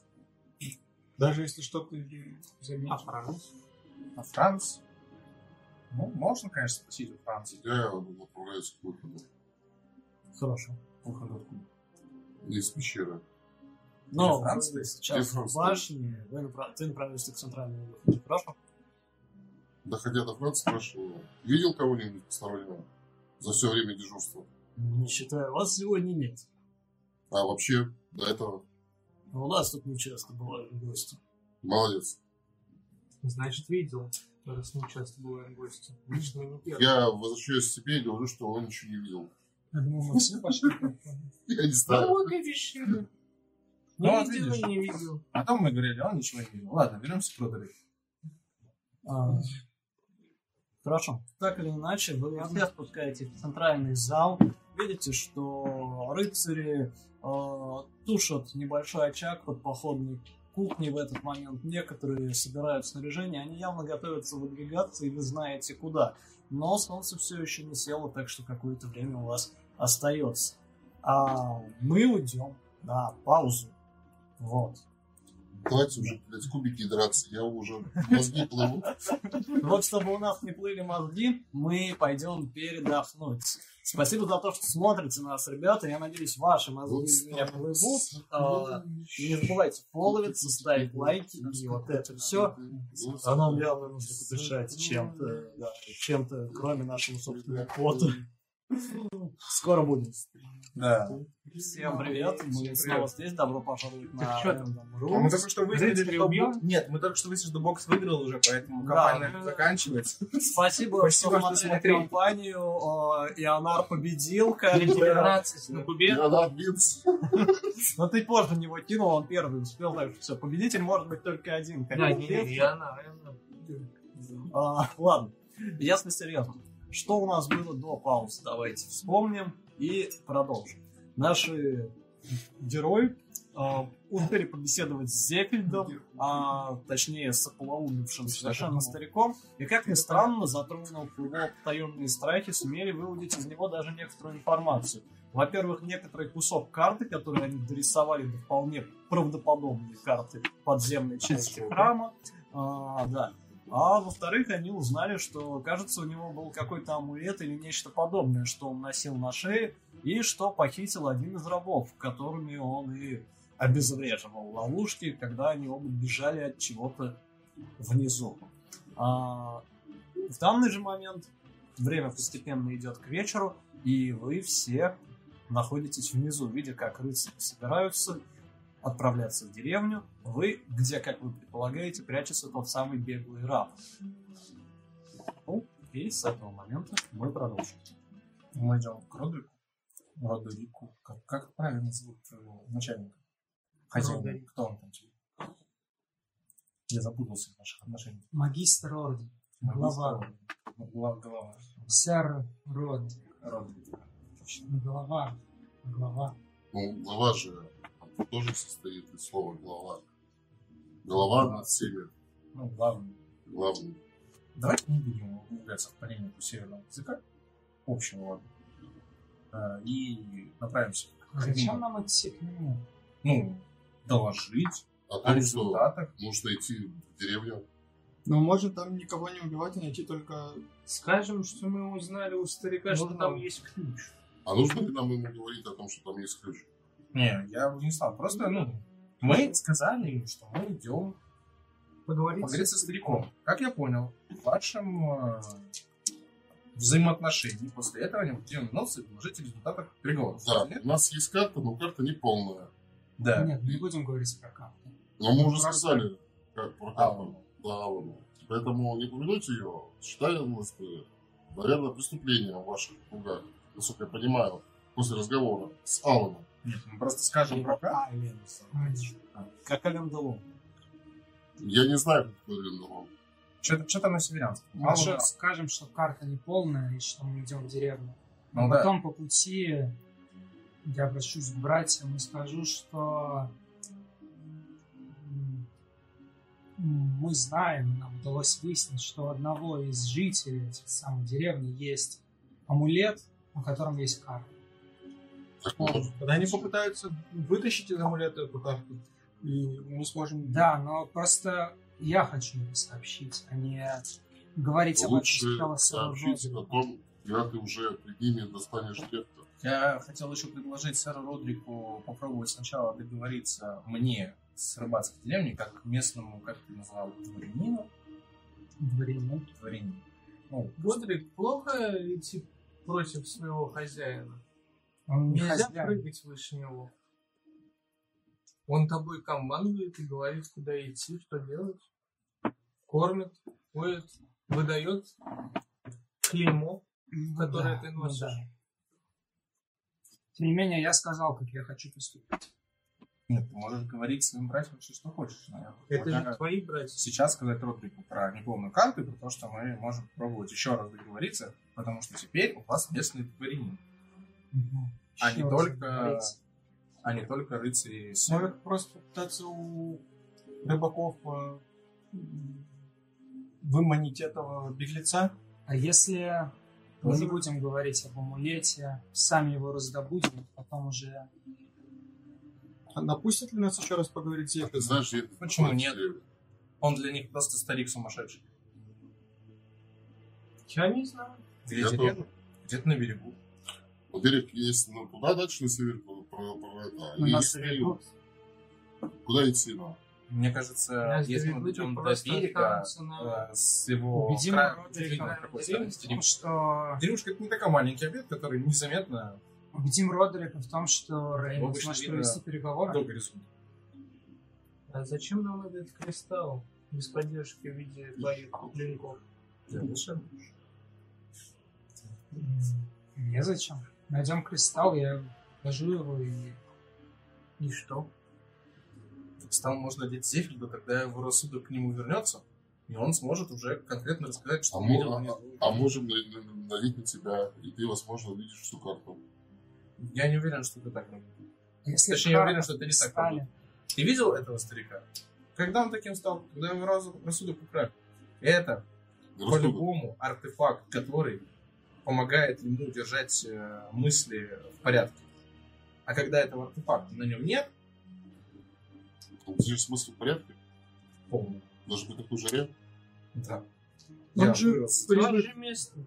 Даже если что-то заметил. А Франц? А Франц? Ну, можно, конечно, спросить у Франца. Я направляюсь к выходу. Хорошо. Выход откуда? Из пещеры. Но Где Франц вы стоит? сейчас Где Франц в башне, вы направ- ты направишься к центральному выходу. Хорошо? Доходя до Франции, спрашиваю, видел кого-нибудь постороннего за все время дежурства? Не считаю, вас сегодня нет. А вообще, до этого У нас тут не часто бывают гости. молодец. Значит, видел, раз мы часто бываем гости. Лично не первый. Я возвращаюсь к себе и говорю, что он ничего не видел. Я думаю, мы все пошли. Я не Ну знаю. вот и решили. Ну, Не вот видел видишь. и не видел. Потом мы говорили, он ничего не видел. Ладно, вернемся к Родерику. А, Хорошо. Так или иначе, вы опять спускаетесь в центральный зал. Видите, что рыцари э, тушат небольшой очаг под походной кухней в этот момент. Некоторые собирают снаряжение. Они явно готовятся выдвигаться, и вы знаете куда. Но солнце все еще не село, так что какое-то время у вас остается. А мы уйдем на паузу. Вот. Давайте уже, блядь, кубики драться. Я уже мозги плывут. Вот чтобы у нас не плыли мозги, мы пойдем передохнуть. Спасибо за то, что смотрите нас, ребята. Я надеюсь, ваши мозги не плывут. А, Не забывайте фолловиться, ставить лайки и вот это все. А нам явно нужно подышать чем-то, да, чем-то, кроме нашего собственного пота. Скоро будем. Да. Всем привет, мы снова здесь. Добро пожаловать на чё там? Random А мы Rooms. только что выяснили, Рыцаря что... убьем? бо- Нет, мы только что выяснили, что бокс выиграл уже, поэтому Да. компания наверное, заканчивается. Спасибо, Спасибо, что что смотрели смотрели. компанию. О, Ионар победил. Кариб. девятнадцать на кубе. Я на Бинс. Но ты позже него кинул, он первый успел, так что все. Победитель может быть только один. как Да, и не, есть. не, я она, я она. А, ладно, ясно, серьезно. Что у нас было до паузы? Давайте вспомним и продолжим. Наши герои а, успели побеседовать с Зефельдом, а, точнее с ополоумевшим совершенно стариком, и, как ни странно, затронув его потаенные страхи, сумели выудить из него даже некоторую информацию. Во-первых, некоторый кусок карты, который они дорисовали до вполне правдоподобные карты подземной части храма. А, да. А во-вторых, они узнали, что, кажется, у него был какой-то амулет или нечто подобное, что он носил на шее, и что похитил один из рабов, которыми он и обезвреживал ловушки, когда они оба бежали от чего-то внизу. А, в данный же момент время постепенно идет к вечеру, и вы все находитесь внизу, видя, как рыцари собираются отправляться в деревню, вы, где, как вы предполагаете, прячется тот самый беглый раб. И с этого момента мы продолжим. Мы идем к Родрику. Родрику. Как, как правильно зовут э, начальника? Хозяина. Родерик. Кто он там тебе? Я запутался в наших отношениях. Магистр орден. Глава. Глава. Глава. Сэр Род. Родрик. Глава. Глава. Ну, глава же тоже состоит из слова глава. Голова над всеми. Ну, главный. Главный. Давайте не будем углубляться в полемику северного языка. Общего ладно. А, и направимся к Зачем нам идти к нему? Ну, доложить О о том, что результатах. нужно идти в деревню. Но можно там никого не убивать и найти только... Скажем, что мы узнали у старика, что Можно. там есть ключ. А нужно ли нам ему говорить о том, что там есть ключ? Не, я не стал. Просто, ну, мы сказали им, что мы идем Поговорить. поговорить со стариком. Как я понял, в вашем э, взаимоотношении после этого необходимо вернуться и доложить о результатах переговоров. Да, Нет? у нас есть карта, но карта не полная. Да. Нет, не будем говорить про карту. Но мы уже Просто- сказали, как про карту. Аллану. Да, Аллану. Поэтому не помянуть ее, считаем, наверное, преступлением в ваших кругах, насколько я понимаю, после разговора с Алланом. Нет, мы просто скажем про карту. Как Алендалон. Я не знаю, как такое Лендалон. Что-то на северянском. Мы же скажем, что карта не полная и что мы идем в деревню. Ну А да. потом по пути я обращусь к братьям и скажу, что м, мы знаем, нам удалось выяснить, что у одного из жителей этих самых деревни есть амулет, на котором есть карта. Так может, Когда они попытаются вытащить из амулета эту карту, и мы сможем... Да, но просто я хочу им сообщить, а не говорить об этом лучше сначала сообщить сразу. о том, когда ты уже перед ними достанешь текста. Я хотел еще предложить сэру Родрику попробовать сначала договориться мне с рыбацкой деревней, как местному, как ты назвал, дворянину. Дворянин. Дворянину. Ну, Годрик, плохо идти против своего хозяина. Он не Нельзя хозяин. прыгать выше него. Он тобой командует и говорит, куда идти, что делать. Кормит, поет, выдает клеймо, которое Да, ты ну носишь. да. Тем не менее, я сказал, как я хочу поступить. нет, ты можешь говорить своим братьям все, что хочешь. Но я Это предлагаю же твои братья. сейчас сказать Родрику про неполную карту и про то, что мы можем попробовать еще раз договориться, потому что теперь у вас местный дворянин, а не Еще раз только, договориться. а не только рыцари севера. Может просто пытаться у рыбаков э, м, выманить этого беглеца? А если мы Тоже- не будем говорить об амулете, сами его раздобудем, потом уже... А допустят ли нас еще раз поговорить с Ты Зефиром? знаешь, я- Почему нет? Он для них просто старик сумасшедший. Я не знаю. Где Я деревня? тоже. Где-то на берегу. Ну, берег есть, ну, туда дальше на север, про, про- про это. Ну, И нас есть ведут. юг. Куда идти нам? Мне кажется, Нас если мы доведут и дойдем до просто берега останутся на- э, с его Убедим края- Родрика на какой в стороне том, сидим. что... Деревушка — это не такой маленький объект, который незаметно Убедим Родрика в том, что Рейнольдс Обычно сможет видно провести переговоры. до горизонта. А зачем нам этот кристалл без поддержки в виде твоих клинков? М, Незачем. Найдем кристалл, я вложу его и... И что? Кристалл можно одеть Зефирда, когда его рассудок к нему вернется, и он сможет уже конкретно рассказать, что А, он мо- видел а- внизу. а можем на- на- налить на тебя, и ты, возможно, увидишь всю карту. Я не уверен, что это так работает. Если Точнее, я карта уверен, что это не так кристалле- работает. Ты видел этого старика? Когда он таким стал? Когда его раз- рассудок поправил. Это Рассудок. по-любому артефакт, который помогает ему держать э, мысли в порядке. А когда этого артефакта на нем нет, Здесь смысл в порядке? полный. Даже при такой жаре? Да. Он Я же вырос. Твое же место.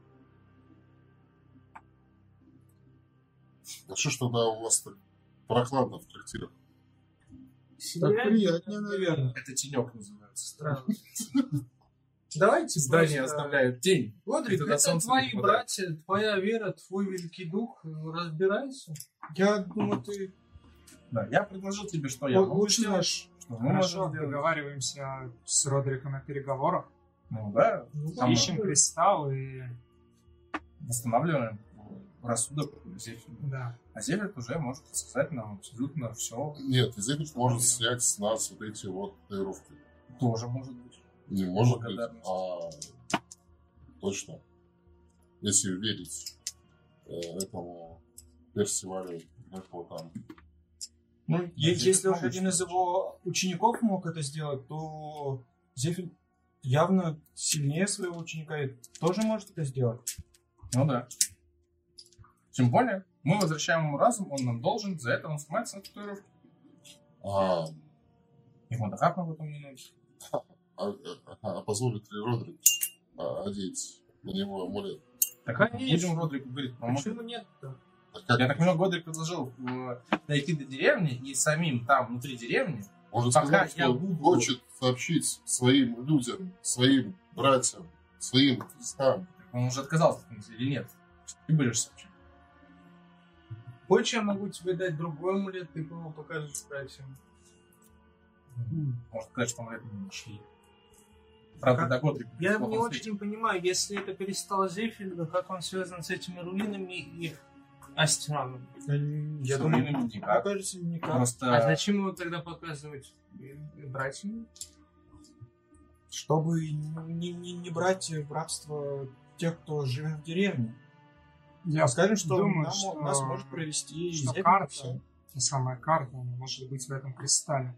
А что ж тогда у вас так прохладно в трактирах? Так приятнее, наверное. Это тенек называется. Странно. Давайте здание просто- оставляют тень. Годрик, Туда это солнце твои не попадает. братья, твоя вера, твой великий дух. Разбирайся. Я думаю, ты Да, я предложил тебе, что я л- могу лучше сделать, знаешь. что мы Хорошо, можем сделать. договариваемся с Родриком о переговорах. Ну да, там Ищем кристалл и... восстанавливаем рассудок Зефира. Да. А Зефир уже может рассказать нам абсолютно все. Нет, Зефир может снять с нас вот эти вот татуировки. Тоже может быть. Не может быть, Благодарность. а точно. Если верить э, этому фестивалю, какого там. Ну, е- если уж один из его учеников мог это сделать, то Зефир явно сильнее своего ученика и тоже может это сделать. Ну да. Тем более, мы возвращаем ему разум, он нам должен, за это он снимается на татуировке. А, И мудахак об этом не нужен. а, а, а позволит ли Родрик а, одеть на него амулет? Так Конечно. будем Родрику говорить про амулет. Почему нет-то? Так как Я так понимаю, Годрик предложил э, дойти до деревни и самим там, внутри деревни, Может пока сказать, я что буду- хочет сообщить своим людям, своим братьям, своим крестам. он уже отказался от них или нет? Ты будешь сообщать. Хочешь, я могу тебе дать другой амулет, ты его покажешь братьям. Можно сказать, что амулет не нашли. Правда, Как? до Годрика. Я плохо не встретил. очень понимаю, если это кристалл Зефирда, как он связан с этими руинами и Астераном. Я С думаю, руинами мне никак. кажется, никак. Просто А зачем его тогда показывать э, братьям? Чтобы не, не, не брать в рабство тех, кто живет в деревне. Я Скажем, что, думаю, нам- что- нас может провести что Зефир, карта, всё. та самая карта, она может быть в этом кристалле.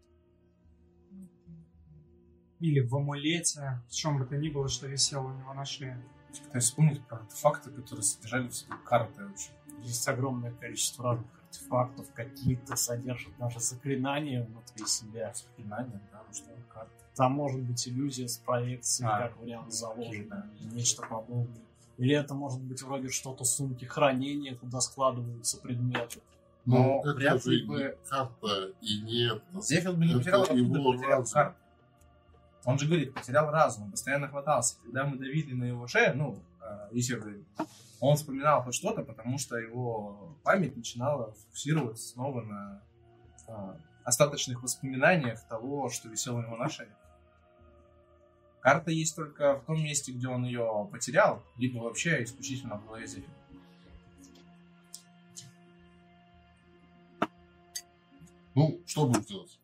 Или в амулете, в чем бы то ни было, что висело у него на шее. пытаюсь вспомнить про артефакты, которые содержали в себе карты вообще. Есть огромное количество разных артефактов, какие-то содержат даже заклинания внутри себя. Заклинания, да, ну что, карты. Там может быть иллюзия с проекцией, А, как вариант окей, заложен, да. или нечто подобное. Или это может быть вроде что-то сумки хранения, куда складываются предметы. Но Но это вряд же ли не бы- карта и нет. Зефир бы не Это потерял откуда его потерял разум. карту. Он же говорит, потерял разум, он постоянно хватался. Когда мы давили на его шею, ну, э, Есеф говорит, он вспоминал хоть что-то, потому что его память начинала фокусироваться снова на э, остаточных воспоминаниях того, что висело у него на шее. Карта есть только в том месте, где он ее потерял, либо вообще исключительно в голове Зефира. Ну, что будем делать?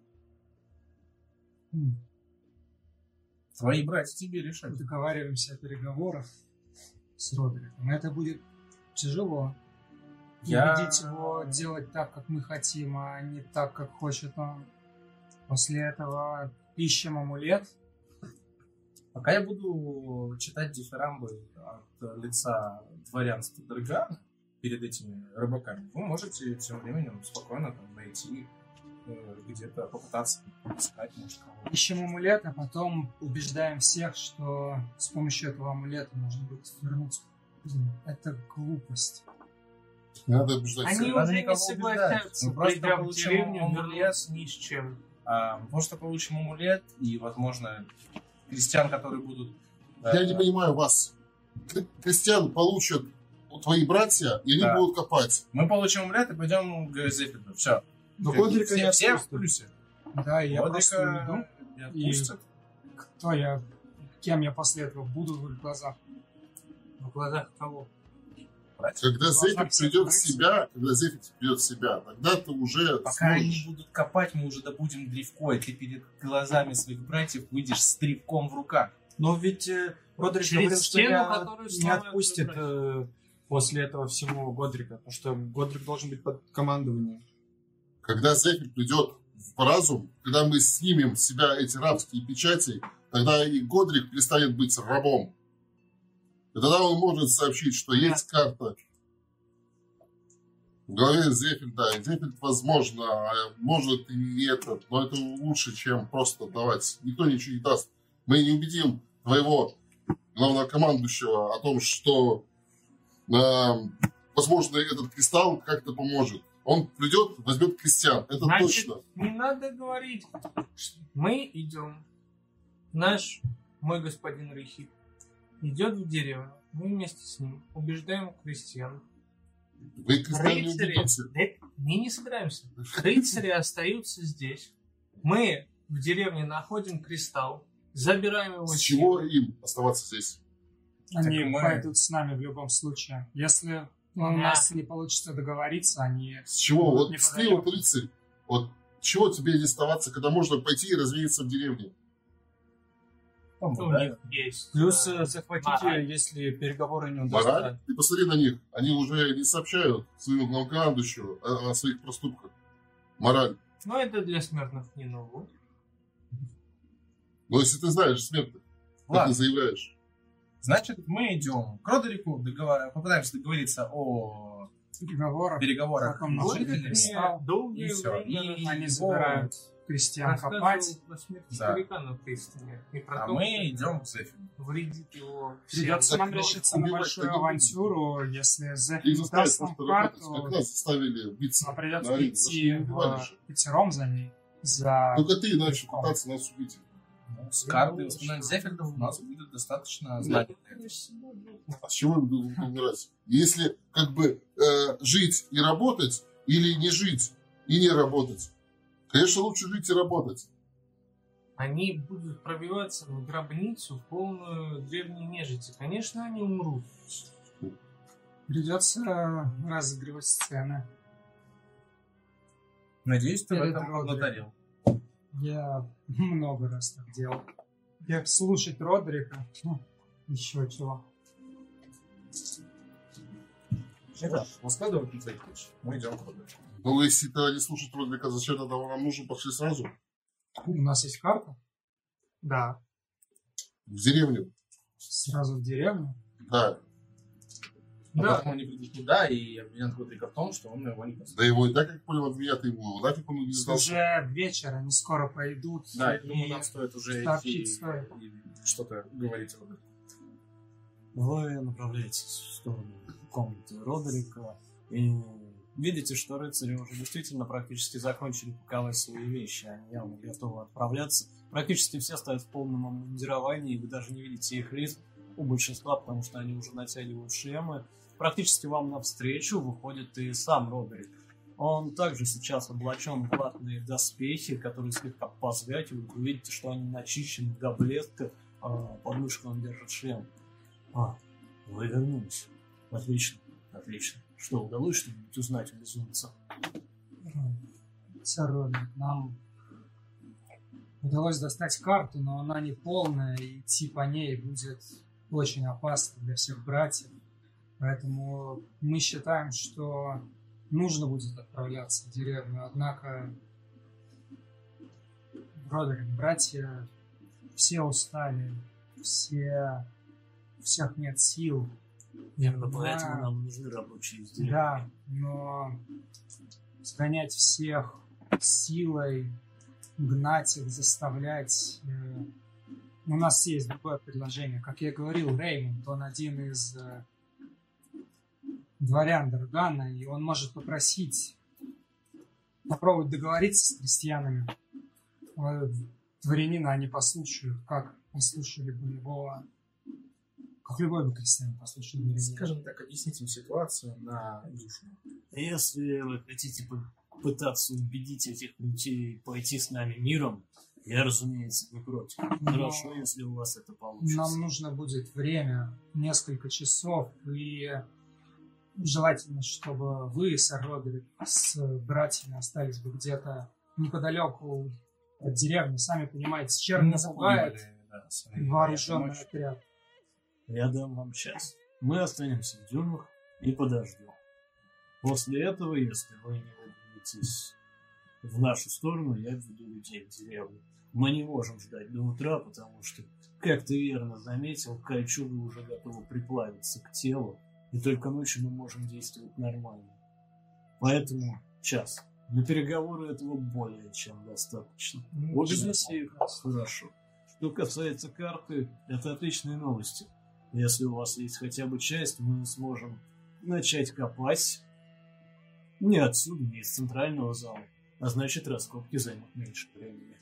Твои братья тебе решать. Договариваемся о переговорах с Родриком. Это будет тяжело. Я- Убедить его делать так, как мы хотим, а не так, как хочет он. После этого ищем амулет. Пока я буду читать дифирамбы от лица дворянства Драгана перед этими рыбаками, вы можете тем временем спокойно там найти, э, где-то попытаться искать, может, кого-то. Ищем амулет, а потом убеждаем всех, что с помощью этого амулета можно будет вернуться. Блин, это глупость. Надо убеждать Они всех. надо уже не никого согласятся, убеждать. Мы просто придя в получим деревню, амулет. вернуться ни с чем. А, мы просто получим амулет и, возможно, крестьян, которые будут... э, Я не понимаю вас. К- Крестьян получат твои братья, и они Да. будут копать. Мы получим амулет и пойдем к Зефиру. Все. Но Годрика не все, все в отпустят. плюсе. Да, и я просто Годрика уйду. не отпустят. Кто я? Кем я после этого буду в их глазах? В глазах кого? Когда Должна Зефир всех придет в нравиться. себя, когда Зефир придет в себя, тогда ты уже Пока они сможешь. будут копать, мы уже добудем древко, и ты перед глазами своих братьев выйдешь с древком в руках. Но ведь э, Родрик Через говорил, что стену, я которую не сломают отпустит твои э, после этого всего Годрика, потому что Годрик должен быть под командованием. Когда Зефир придет в разум, когда мы снимем с себя эти рабские печати, тогда и Годрик перестанет быть рабом. И тогда он может сообщить, что есть карта. В голове Зефир, да, Зефир, возможно, а может и не этот, но это лучше, чем просто давать. Никто ничего не даст. Мы не убедим твоего главнокомандующего о том, что, э, возможно, этот кристалл как-то поможет. Он придет, возьмет крестьян, это Значит, точно. не надо говорить. Мы идем. Наш, мой господин Рихит, идет в деревню. Мы вместе с ним убеждаем крестьян. Вы крестьян не Рыцари, убедите. да, мы не собираемся. Рыцари остаются здесь. Мы в деревне находим кристалл. Забираем его. С чего им оставаться здесь? Они мы- пойдут с нами в любом случае. Если у Да. нас не получится договориться, они... С чего? Вот Не ты подаём. вот рыцарь. Вот чего тебе не оставаться, когда можно пойти и развеяться в деревне? Там, У да. них есть. Плюс э, э, захватите, мораль. если переговоры не удастся. Мораль? Ты посмотри на них. Они уже не сообщают своему главкомандующему о, о своих проступках. Мораль. Ну, это для смертных не ново. Но если ты знаешь смертных, как Ладно. ты заявляешь. Значит, мы идем к Родерику, договор... попытаемся договориться о Переговоры. переговорах. Потом Вот, начали и- кристалл. Долгое И всё. время И Они его- забирают крестьян копать. рассказывал о смерти Да. старика на пристани. И про А то, мы как идем к Зефину. вредит его всем. Придется нам Так, решиться на убивать большую так и авантюру, если Их Зефин заставят даст нам просто работать. карту, Как нас заставили биться. нам придется на арене. идти Зашли, убивали в- же. пятером за ней. За... Только ты иначе пытаться нас убить. Ну, с карты воспоминаний Зефельдов у нас будет достаточно знаний. А с чего им будут умирать? Если как бы э, жить и работать, или не жить и не работать. Конечно, лучше жить и работать. Они будут пробиваться в гробницу, в полную древней нежити. Конечно, они умрут. Придется разыгрывать сцены. Надеюсь, ты в Перед этом Родериком. поднаторел. Я много раз так делал. Я слушать Родрика, ну, еще чего. Итак, раскладывай на твои плечи. Мы идем к Родерику. Но если ты не слушать Родрика, зачем тогда нам нужен, пошли сразу У нас есть карта? Да. в деревню. Сразу в деревню. Да. А Да. потом они придут туда и обвинят Родрика в том, что он его не послал. Да его и так, как понял, обвинят его. Нафиг он не сдался. Уже вечер, они скоро пойдут. Да, я и думаю, нам стоит уже сообщить идти стоит. и что-то говорить Родерику. Вы направляетесь в сторону комнаты Родерика и видите, что рыцари уже действительно практически закончили паковать свои вещи. Они явно готовы отправляться. Практически все стоят в полном обмундировании, вы даже не видите их лиц у большинства, потому что они уже натягивают шлемы. Практически вам навстречу выходит и сам Родерик. Он также сейчас облачен в латные доспехи, которые слегка позвякивают. Вы видите, что они начищены до блеска. а Под мышкой он держит шлем. А, вы вернулись. Отлично, отлично. Что, удалось что-нибудь узнать у безумца? Сэр Родрик, нам удалось достать карту, но она не полная, и идти по ней будет очень опасно для всех братьев. Поэтому мы считаем, что нужно будет отправляться в деревню. Однако, Родрик, братья все устали, все, у всех нет сил. Именно Да. поэтому нам нужны рабочие из деревни. Да, но сгонять всех силой, гнать их, заставлять. э, У нас есть другое предложение. Как я говорил, Реймонд, он один из э, дворян Даргана, и он может попросить попробовать договориться с крестьянами. Э, Дворянина они послушают, как послушали бы его, как любой бы крестьянин послушал дворянина. Скажем так, объяснить им ситуацию на душу. Если вы хотите попытаться убедить этих людей пойти с нами миром, я, разумеется, не против. Но Хорошо, если у вас это получится. нам нужно будет время, несколько часов, и желательно, чтобы вы, сэр Родрик, с братьями остались бы где-то неподалеку от деревни. Сами понимаете, чернь напугает Да, свои вооруженный помочь. отряд. Я дам вам час. Мы останемся в дюнах и подождем. После этого, если вы не выдвинетесь в нашу сторону, я введу людей в деревню. Мы не можем ждать до утра, потому что, как ты верно заметил, кольчуга уже готова приплавиться к телу, и только ночью мы можем действовать нормально. Поэтому час. На переговоры этого более чем достаточно. Убедите их, хорошо. Что касается карты, это отличные новости. Если у вас есть хотя бы часть, мы сможем начать копать не отсюда, не из центрального зала, а значит раскопки займут меньше времени.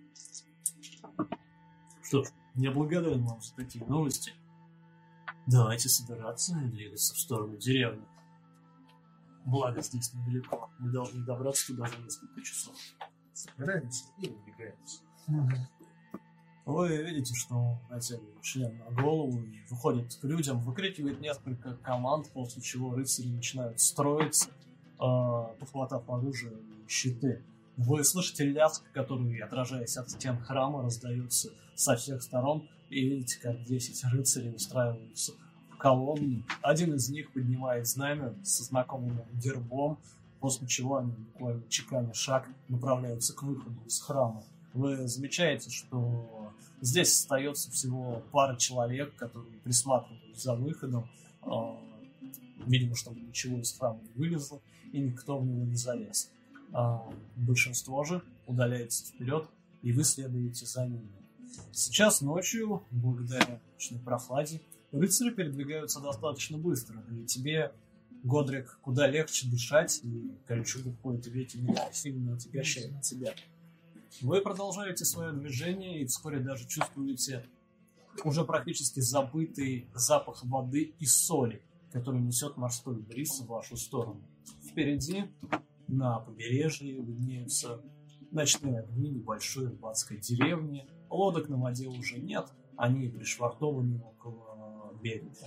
Что ж, я благодарен вам за такие новости. Давайте собираться и двигаться в сторону деревни. Благо здесь недалеко. Мы должны добраться туда за несколько часов. Собираемся и выдвигаемся. Мгм. Вы видите, что надели шлем на голову и выходит к людям, выкрикивает несколько команд, после чего рыцари начинают строиться, э, похватав оружие и щиты. Вы слышите лязг, который, отражаясь от стен храма, раздается со всех сторон, и видите, как десять рыцарей устраиваются в колонну. Один из них поднимает знамя со знакомым гербом, после чего они, буквально чеканя шаг, направляются к выходу из храма. Вы замечаете, что здесь остается всего пара человек, которые присматривают за выходом, э, видимо, чтобы ничего из храма не вылезло, и никто в него не залез. А большинство же удаляется вперед, и вы следуете за ними. Сейчас ночью, благодаря ночной прохладе, рыцари передвигаются достаточно быстро, и тебе, Годрик, куда легче дышать, и кольчуга в кои-то веки не так сильно отягощает от тебя. Вы продолжаете свое движение и вскоре даже чувствуете уже практически забытый запах воды и соли, который несет морской бриз в вашу сторону. Впереди, на побережье, виднеются ночные огни небольшой рыбацкой деревни. Лодок на воде уже нет, они пришвартованы около берега.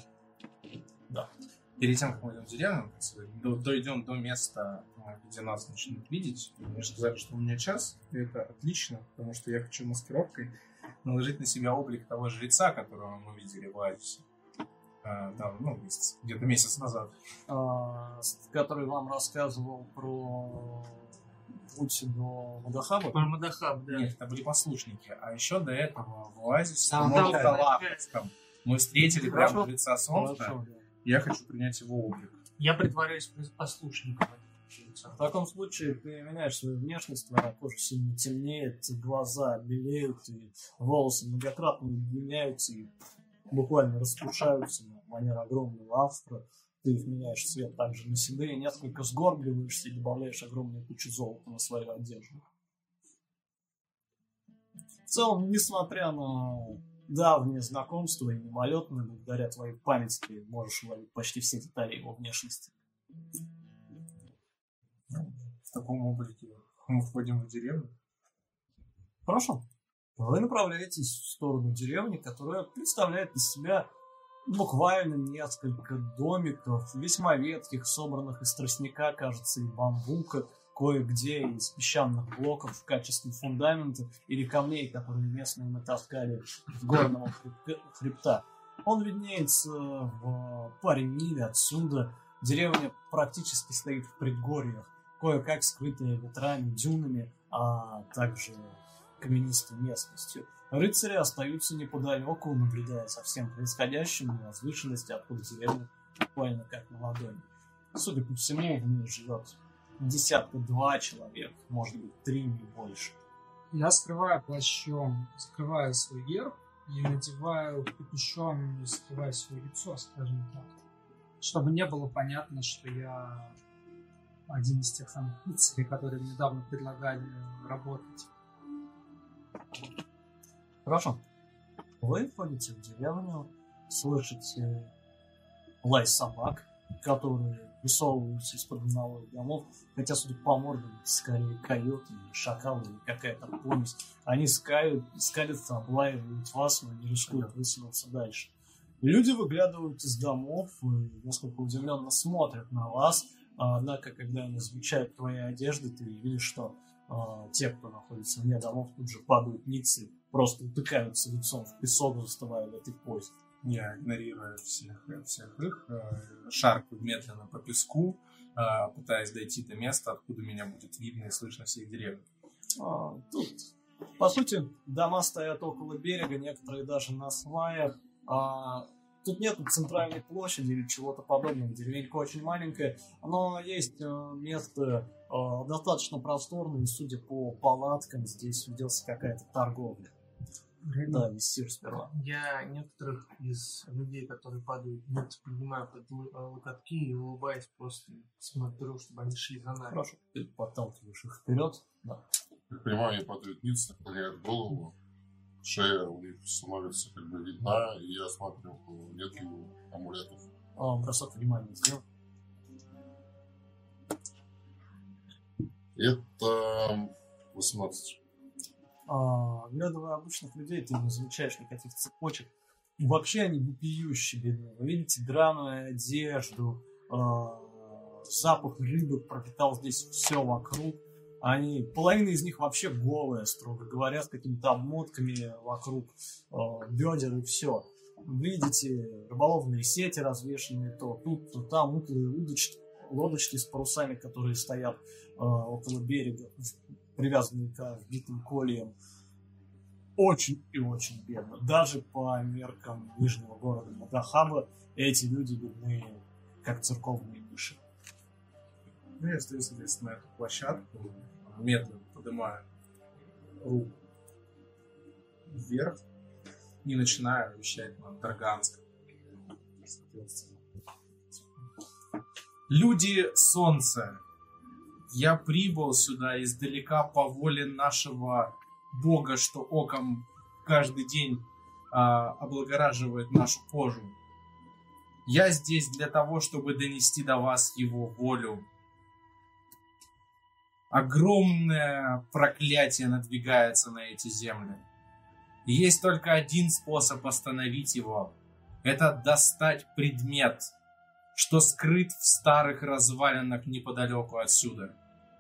Да. Перед тем, как мы идем в деревню, до, дойдем до места, где нас начнут видеть. Мне сказали, что у меня час, и это отлично, потому что я хочу маскировкой наложить на себя облик того жреца, которого мы видели в Альфсе. А, там, ну, месяц, где-то месяц назад. А, который вам рассказывал про путь до Мадахаба? Про Мадахаб, да. Нет, это были послушники. А еще до этого в оазисе, Там, в там, Лаховском, мы встретили прямо жреца солнца. Хорошо, да. Я хочу принять его облик. Я притворяюсь послушником. В таком случае ты меняешь свою внешность, твоя кожа сильно темнеет, глаза белеют, и волосы многократно удлиняются и буквально распушаются на манер огромного афро. Ты их меняешь цвет также на седые, несколько сгорбливаешься и добавляешь огромную кучу золота на свою одежду. В целом, несмотря на давнее знакомство и мимолетное, благодаря твоей памяти ты можешь уловить почти все детали его внешности. В таком облике мы входим в деревню. Хорошо. Вы направляетесь в сторону деревни, которая представляет из себя буквально несколько домиков, весьма ветхих, собранных из тростника, кажется, и бамбука, кое-где из песчаных блоков в качестве фундамента или камней, которые местные натаскали в горного хребта. Он виднеется в паре миль отсюда. Деревня практически стоит в предгорьях, кое-как скрытая ветрами, дюнами, а также каменистой местностью. Рыцари остаются неподалеку, наблюдая за всем происходящим на возвышенности, откуда деревня буквально как на ладони. Судя по всему, в ней живет десятка-два человек, может быть, три, не больше. Я скрываю плащом, скрываю свой герб и надеваю капюшон и скрываю свое лицо, скажем так. Чтобы не было понятно, что я один из тех самых рыцарей, которые недавно предлагали работать. Хорошо. Вы входите в деревню, слышите лай собак, которые высовываются из-под одного из домов, хотя, судя по мордам, скорее койоты или шакалы, или какая-то помесь. Они скают, скалятся, облаивают вас, но не рискуют высунуться дальше. Люди выглядывают из домов и несколько удивленно смотрят на вас, однако, когда они замечают твои одежды, ты видишь, что э, те, кто находится вне домов, тут же падают ниц и просто утыкаются лицом в песок, застывая в этой позе. Я игнорирую всех, всех их, э, шаркаю медленно по песку, э, пытаясь дойти до места, откуда меня будет видно и слышно всей деревни. А, тут, по сути, дома стоят около берега, некоторые даже на сваях. А, тут нет центральной площади или чего-то подобного. Деревенька очень маленькая, но есть э, место э, достаточно просторное, и, судя по палаткам, здесь ведется какая-то торговля. Да, висир сперва. Я некоторых из людей, которые падают, поднимаю под локотки и, улыбаясь, просто смотрю, чтобы они шли за нами. Хорошо, ты подталкиваешь их вперед. Да. Как понимаю, они падают ниц, наклоняют голову, шея у них становится как бы видна, и я смотрю, нет ли амулетов. А, бросок внимания сделай. Это восемнадцать. А, оглядывая обычных людей, ты не замечаешь никаких цепочек. Вообще они вопиющие бедные. Вы видите драную одежду, а, запах рыбы пропитал здесь все вокруг. Они, половина из них вообще голая, строго говоря, с какими-то обмотками вокруг э, бедер и все. Видите рыболовные сети развешенные то тут, то там, удочки, лодочки с парусами, которые стоят э, около берега, привязанные к вбитым кольям. Очень и очень бедно. Даже по меркам нижнего города Мадахаба эти люди бедны, как церковные мыши. Ну, я стою, соответственно, на эту площадку, медленно поднимаю руку вверх и начинаю вещать на Дарганском. Соответственно. Люди солнца, я прибыл сюда издалека по воле нашего Бога, что оком каждый день а, облагораживает нашу кожу. Я здесь для того, чтобы донести до вас его волю. Огромное проклятие надвигается на эти земли. И есть только один способ остановить его. Это достать предмет, что скрыт в старых развалинах неподалеку отсюда.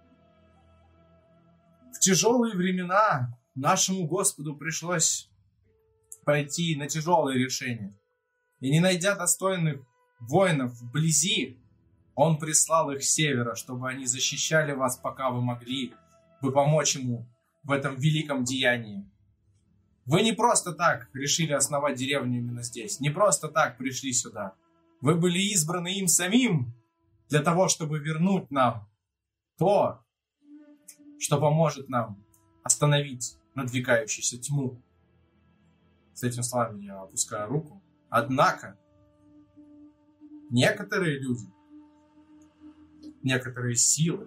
В тяжелые времена нашему Господу пришлось пойти на тяжелые решения. И не найдя достойных воинов вблизи, Он прислал их с севера, чтобы они защищали вас, пока вы могли бы помочь ему в этом великом деянии. Вы не просто так решили основать деревню именно здесь. Не просто так пришли сюда. Вы были избраны им самим для того, чтобы вернуть нам то, что поможет нам остановить надвигающуюся тьму. С этими словами я опускаю руку. Однако, некоторые люди, некоторые силы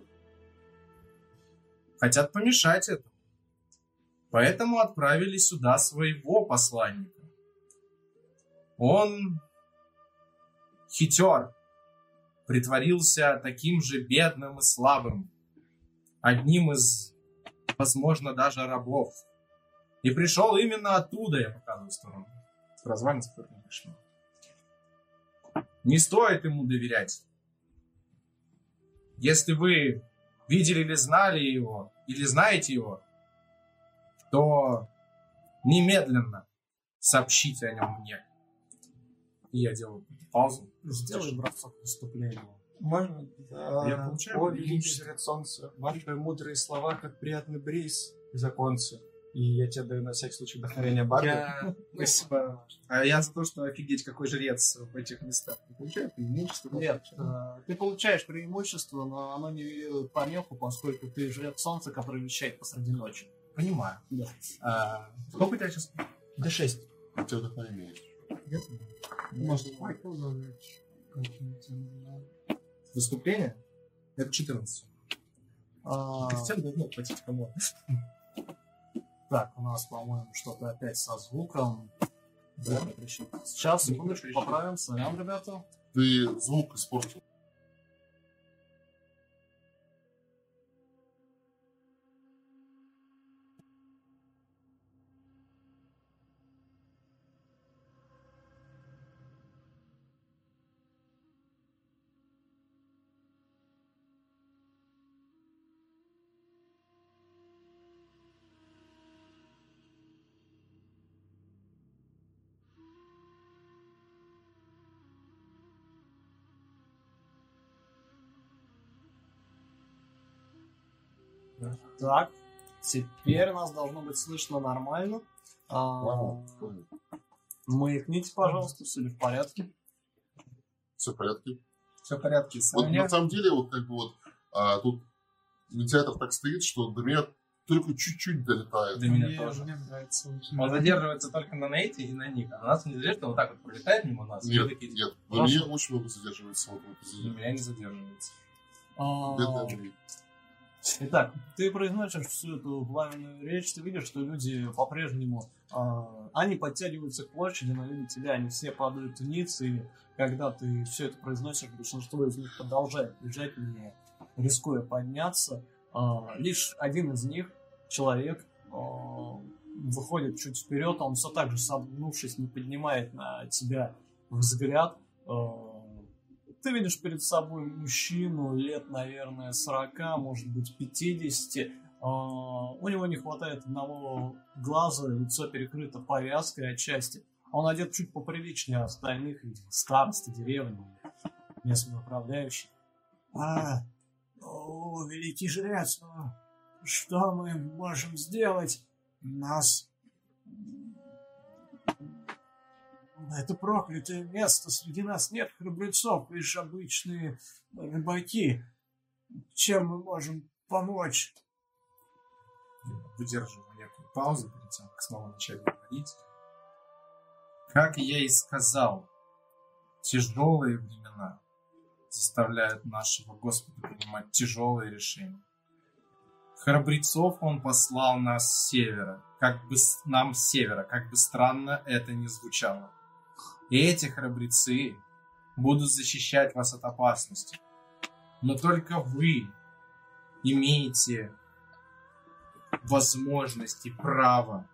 хотят помешать этому. Поэтому отправили сюда своего посланника. Он хитер, притворился таким же бедным и слабым, одним из, возможно, даже рабов. И пришел именно оттуда, я показываю сторону. С развалин, с которой мы пришли. Не стоит ему доверять. Если вы видели или знали его, или знаете его, то немедленно сообщите о нем мне. И я делаю паузу. Сделай бросок выступления. Можно? Да. Я получаю. О, великий жрец солнца, ваши мудрые слова, как приятный бриз из оконца. И я тебе даю на всякий случай вдохновение Барби. Я... Спасибо. А я за то, что офигеть, какой жрец в этих местах. Не получаю преимущество? Нет, э, ты получаешь преимущество, но оно не ведет помеху, поскольку ты жрец солнца, который вещает посреди ночи. Понимаю. Да. А, сколько у тебя сейчас? Д шесть. У тебя вдохновение. Может, Майкл добавить. Выступление? Это четырнадцать. А, Всем давно платить кому. Так, у нас, по-моему, что-то опять со звуком. Да, сейчас, секундочку, поправим. Сорян, ребята. Ты звук испортил. Так, теперь нас должно быть слышно нормально. А, маякните, пожалуйста, все ли в порядке? Все в порядке. Все в порядке. Вот Саня. на самом деле, вот как бы вот а, тут вентилятор так стоит, что до меня только чуть-чуть долетает. До меня Мне, тоже. мне нравится очень. Он задерживается только на нейте и на ник. А на нас не задерживается, вот так вот пролетает мимо нас. и Нет, мы такие, нет. На Хорошо. меня очень много задерживается. Вот, вот, На извини. меня не задерживается. А, Бедная Мария. Итак, ты произносишь всю эту пламенную речь, ты видишь, что люди по-прежнему, а, они подтягиваются к площади, но видят тебя, они все падают вниз, и когда ты все это произносишь, большинство из них продолжает бежать, не рискуя подняться. А, лишь один из них, человек, а, выходит чуть вперед, он все так же, согнувшись, не поднимает на тебя взгляд. Ты видишь перед собой мужчину лет, наверное, сорока, может быть, пятидесяти. У него не хватает одного глаза, лицо перекрыто повязкой отчасти. Он одет чуть поприличнее остальных, видимо, староста деревни, местный управляющий. А, о, великий жрец, что мы можем сделать? Нас... Это проклятое место, среди нас нет храбрецов, лишь обычные рыбаки. Чем мы можем помочь? Выдерживаю некую паузу перед тем, как снова начать говорить. Как я и сказал, тяжелые времена заставляют нашего Господа принимать тяжелые решения. Храбрецов он послал нас с севера, как бы с... нам с севера, как бы странно это ни звучало. И эти храбрецы будут защищать вас от опасности. Но только вы имеете возможность и право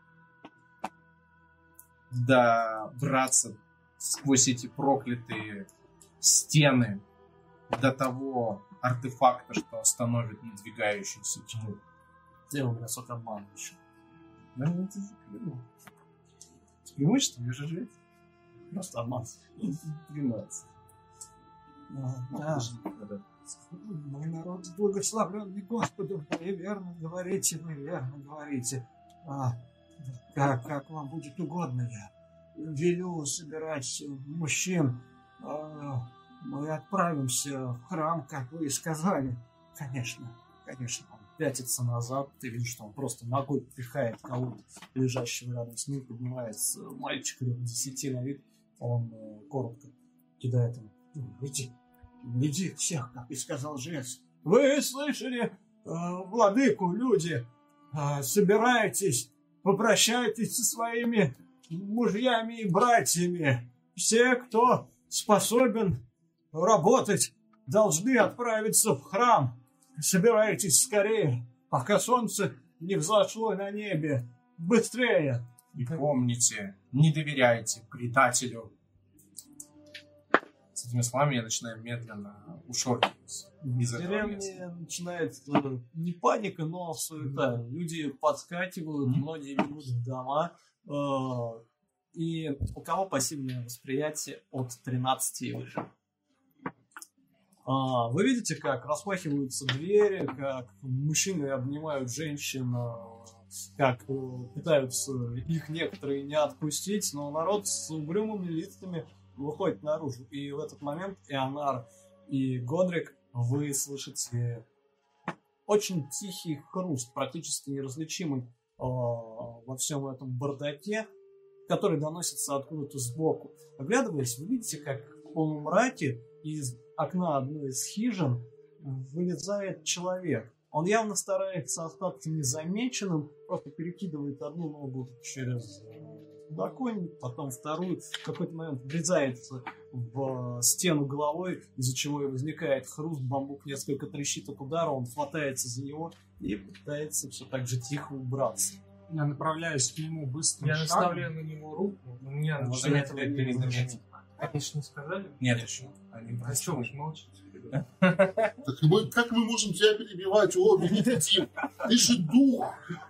добраться сквозь эти проклятые стены до того артефакта, что остановит надвигающуюся тьму. Ты у меня сок обман еще. Да ну ты заклянул. С преимуществом я же жрец. Просто обман. двенадцать. Да. Мой народ благословленный Господом, вы верно говорите, вы верно говорите. А, как, как вам будет угодно, я велю собирать мужчин. А, мы отправимся в храм, как вы и сказали. Конечно, конечно. Он пятится назад, ты видишь, что он просто ногой пихает кого-то, лежащего рядом с ним, поднимается мальчик лет десяти на вид, он э, коротко кидает ему: иди, иди всех, как и сказал жрец. Вы слышали, э, владыку, люди, э, собирайтесь, попрощайтесь со своими мужьями и братьями. Все, кто способен работать, должны отправиться в храм. Собирайтесь скорее, пока солнце не взошло на небе. Быстрее! И помните, не доверяйте предателю. С этими словами я начинаю медленно ушоркиваться из этого места. В деревне начинается не паника, но суета. Mm-hmm. Люди подскакивают, mm-hmm. многие бегут в дома. Э- и у кого пассивное восприятие от тринадцати и выше? А, вы видите, как распахиваются двери, как мужчины обнимают женщин, как пытаются их некоторые не отпустить, но народ с угрюмыми лицами выходит наружу. И в этот момент Ионар и Годрик, вы слышите очень тихий хруст, практически неразличимый э, во всем этом бардаке, который доносится откуда-то сбоку. Оглядываясь, вы видите, как в полумраке из окна одной из хижин вылезает человек. Он явно старается остаться незамеченным, просто перекидывает одну ногу через подоконник, потом вторую, в какой-то момент врезается в стену головой, из-за чего и возникает хруст, бамбук несколько трещит от удара, он хватается за него и пытается все так же тихо убраться. Я направляюсь к нему быстрым Я шагом. наставляю на него руку, у меня Вот начинает этого не заметил. Они же не сказали? Нет еще. Они А что, вы же молчите? Так мы, как мы можем тебя перебивать? О, Венедиктив, ты же дух.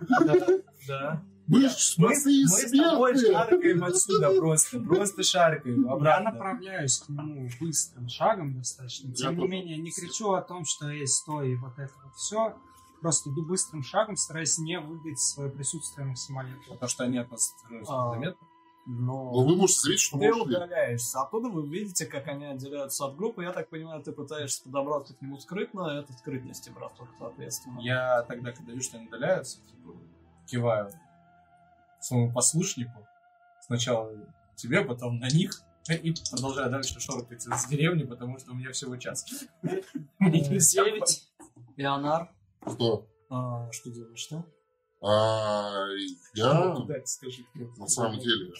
Да. Мы же Мы, простые мы с тобой смертные. шаркаем отсюда просто. Просто шаркаем Я обратно. направляюсь к нему быстрым шагом достаточно. Тем не менее, не кричу о том, что есть стой и вот это вот все. Просто иду быстрым шагом, стараясь не выдать свое присутствие максимально. Потому что они от нас становятся А. заметны. Но Но вы можете зрить, что мы ты ушли. удаляешься. Оттуда вы видите, как они отделяются от группы. Я так понимаю, ты пытаешься подобраться к нему скрытно, а это скрытности бросок, соответственно. Я тогда, когда вижу, что они удаляются, типа, киваю своему послушнику. Сначала тебе, потом на них. И продолжаю дальше шоркать с деревни, потому что у меня всего час. Мне нельзя. Ионар, Что? а, что делаешь, да? А, я, Куда ты скажи? на самом деле,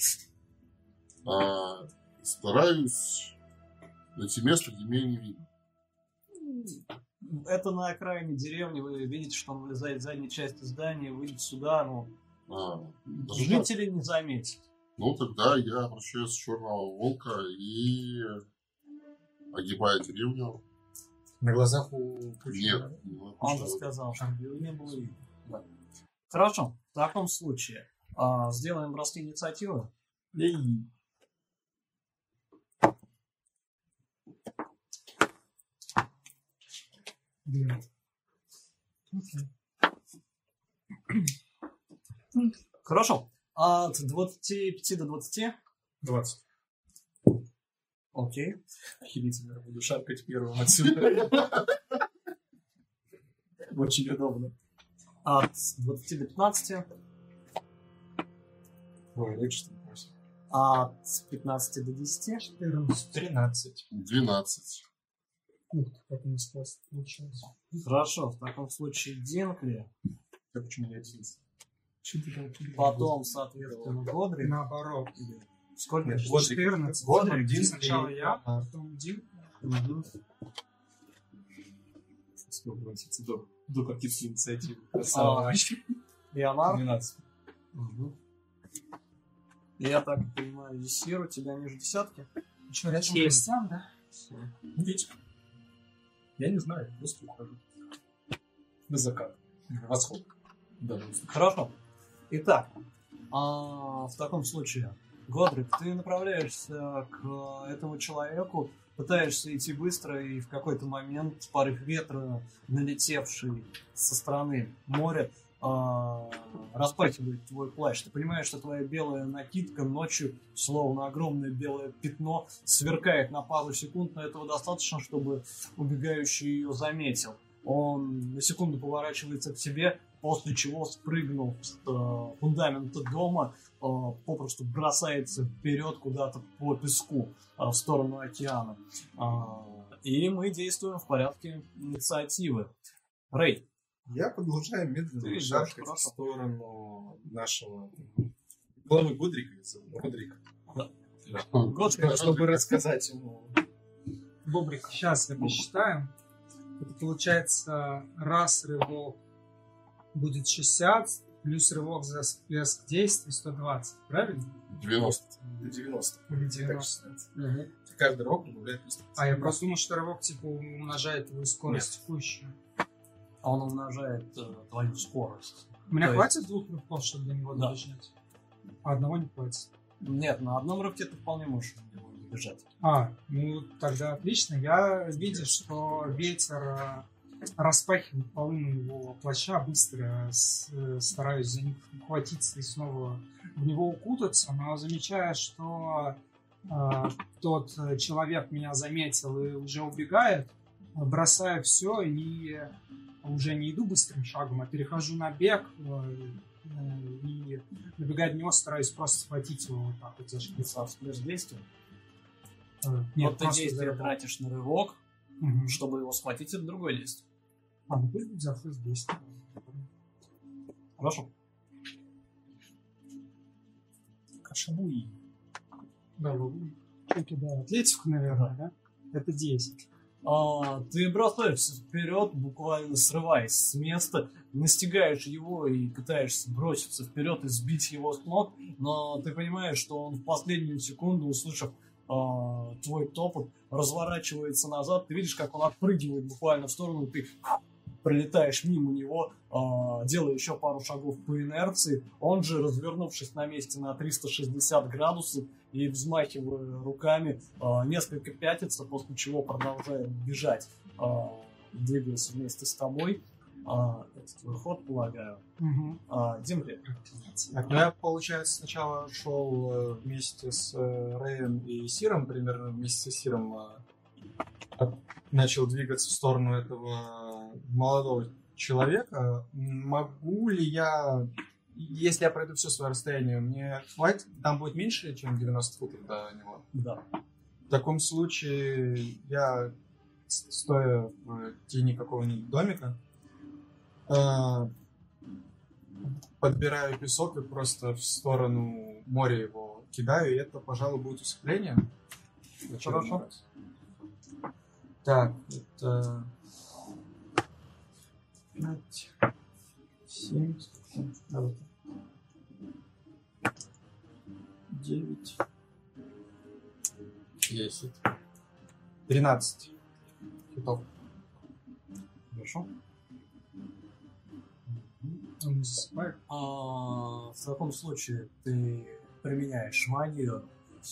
а, стараюсь найти место, где меня не видно. Это на окраине деревни. Вы видите, что он вылезает из задней части здания, выйдет сюда, ну, А, даже так? Жители не заметят. Ну, тогда я обращаюсь с черного волка и огибаю деревню. На глазах у Нет. Пучина. не Он же напущено. сказал, что его не было видно. Да. Хорошо, в таком случае а, сделаем броски инициативы. Блин. Хорошо. От двадцати пяти до двадцати. двадцать. Окей. Охерительно, буду шаркать первым отсюда. Очень удобно. От двадцати до пятнадцати. Ой, легче, что ли, просто. От пятнадцати до десяти. четырнадцать. тринадцать. двенадцать. Ух ты, как у нас классно получилось. Хорошо, в таком случае Динкли. Я почему не одиннадцать? Потом, соответственно, Годрик. Наоборот. Сколько? Нет, четырнадцать. Годрик, Дин, Сначала и- я, а, потом Дин. Успел обратиться до, до каких-то инициатив. А, Красавчик. Ионар. двенадцать. Мгм. Я так понимаю, Есир у тебя ниже десятки? Еще рядом Есть. Кристиан, да? Видите? Я не знаю, просто ухожу. На закат. На восход. Да, Хорошо. Итак, а, в таком случае, Годрик, ты направляешься к этому человеку, пытаешься идти быстро, и в какой-то момент порыв ветра, налетевший со стороны моря, а, распахивает твой плащ. Ты понимаешь, что твоя белая накидка ночью, словно огромное белое пятно, сверкает на пару секунд, но этого достаточно, чтобы убегающий ее заметил. Он на секунду поворачивается к тебе, после чего, спрыгнув с э, фундамента дома, э, попросту бросается вперед куда-то по песку э, в сторону океана. А, и мы действуем в порядке инициативы. Рэй. Я продолжаю медленно Ты идёшь, шаркать в хорошо. сторону нашего главы Годрика. Годрика. Годрик, Чтобы рассказать ему. Бобрик, сейчас я посчитаю. Это получается раз рывок будет шестьдесят, плюс рывок за всплеск действий сто двадцать, правильно? девяносто. девяносто. Или Так девяносто. считается. Каждый рывок добавляет плюс тридцать. А я просто думал, что рывок типа умножает твою скорость текущую. а он умножает э, твою скорость. У меня То хватит двух рывков, чтобы до него Да. добежать? А одного не хватит. Нет, на одном рывке ты вполне можешь его добежать. А, ну тогда отлично. Я видел, что ветер э, распахивает полы моего плаща, быстро с- э, стараюсь за них ухватиться и снова в него укутаться, но замечая, что э, тот э, человек меня заметил и уже убегает, бросаю все и уже не иду быстрым шагом, а перехожу на бег э, э, и набегая в него, стараюсь просто схватить его вот так вот за шкирку. Со всплеск действия. Э, Нет, Вот ты просто действие за- тратишь на рывок, Мгм. чтобы его схватить, это другое действие. А, ну пусть будет за флэш действие. Хорошо. Кашабуи. Да, вы что да, атлетику, наверное, да? Это десять. А, ты бросаешься вперед, буквально срываясь с места, настигаешь его и пытаешься броситься вперед и сбить его с ног, но ты понимаешь, что он в последнюю секунду, услышав а, твой топот, разворачивается назад. Ты видишь, как он отпрыгивает буквально в сторону, ты пролетаешь мимо него, а, делая еще пару шагов по инерции. Он же, развернувшись на месте на триста шестьдесят градусов и взмахивая руками, а, несколько пятится, после чего продолжает бежать, а, двигаясь вместе с тобой. А, это твой ход, полагаю. Угу. А, Димри. Так, ну я, получается, сначала шел э, вместе с э, Рэем и Сиром, примерно вместе с Сиром э, от- начал двигаться в сторону этого молодого человека. Могу ли я, если я пройду все свое расстояние, мне хватит, там будет меньше, чем девяносто футов до него? Да. В таком случае я, с- стоя в тени какого-нибудь домика, э, подбираю песок и просто в сторону моря его кидаю, и это, пожалуй, будет усыпление. В очередной Хорошо. раз. Так, это... пять, семь, давай. девять. Десять. тринадцать. Хитов. Хорошо. Он не засыпает. А, в таком случае ты применяешь магию.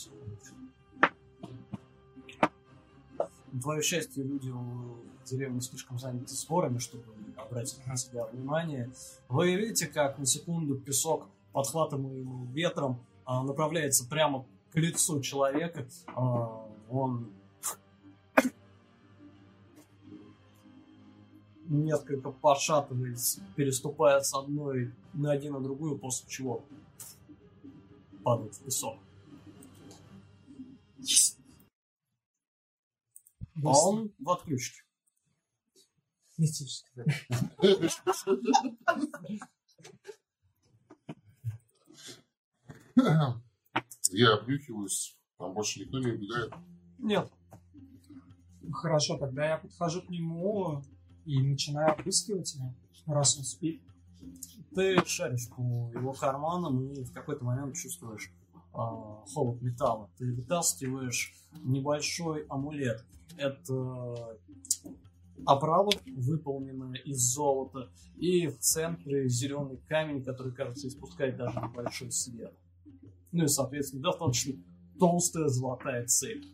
На твое счастье, люди в деревне слишком заняты спорами, чтобы обратить на себя внимание. Вы видите, как на секунду песок, подхватываемый ветром, а, направляется прямо к лицу человека. А, он несколько пошатываясь, переступая с одной ноги на другую, после чего падает в песок. А он в отключке. Мистически, да. Я обнюхиваюсь, там больше никто не убегает. Нет. Хорошо, тогда я подхожу к нему и начинаю обыскивать его, раз он спит. Ты шаришь по его карманам и в какой-то момент чувствуешь а, холод металла. Ты вытаскиваешь небольшой амулет. Это оправа, выполненная из золота, и в центре зеленый камень, который, кажется, испускает даже небольшой свет. Ну и, соответственно, достаточно толстая золотая цепь.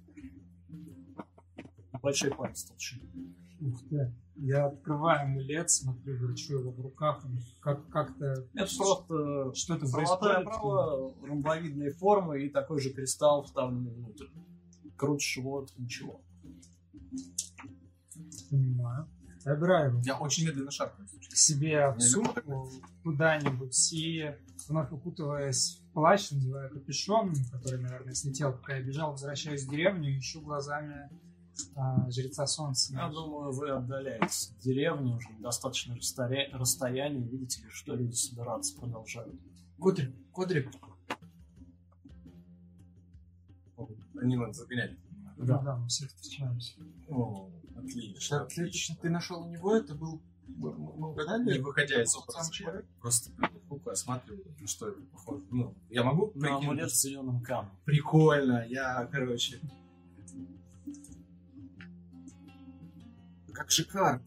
Большой палец толщины. Ух ты. Я открываю амулет, смотрю, врачу его в руках, как- как-то Это просто что-то золотая происходит. оправа, ромбовидной формы и такой же кристалл вставленный внутрь. Крутишь его, ничего. Понимаю. Забираю его Я очень медленно шаркаю. к себе в Мне сумку куда-нибудь и вновь укутываясь в плащ, надеваю капюшон, который, наверное, слетел, пока я бежал, возвращаюсь в деревню и ищу глазами а, жреца солнца. Я думаю, вы отдаляетесь от деревни уже на достаточно расстоя- расстояние. Видите ли, что люди собираться продолжают. Кодрик, Кодрик. Не надо загонять. Да, да, мы все встречаемся. О, отлично, Ты, отлично. ты нашел у него, это был... Мы, мы угадали? Не выходя из Тот опыта, самый человек? просто руку осматриваю, на что это похоже. Ну, я могу На амулет прикинуть? с зеленым камнем. Прикольно, я, короче... Как же карт.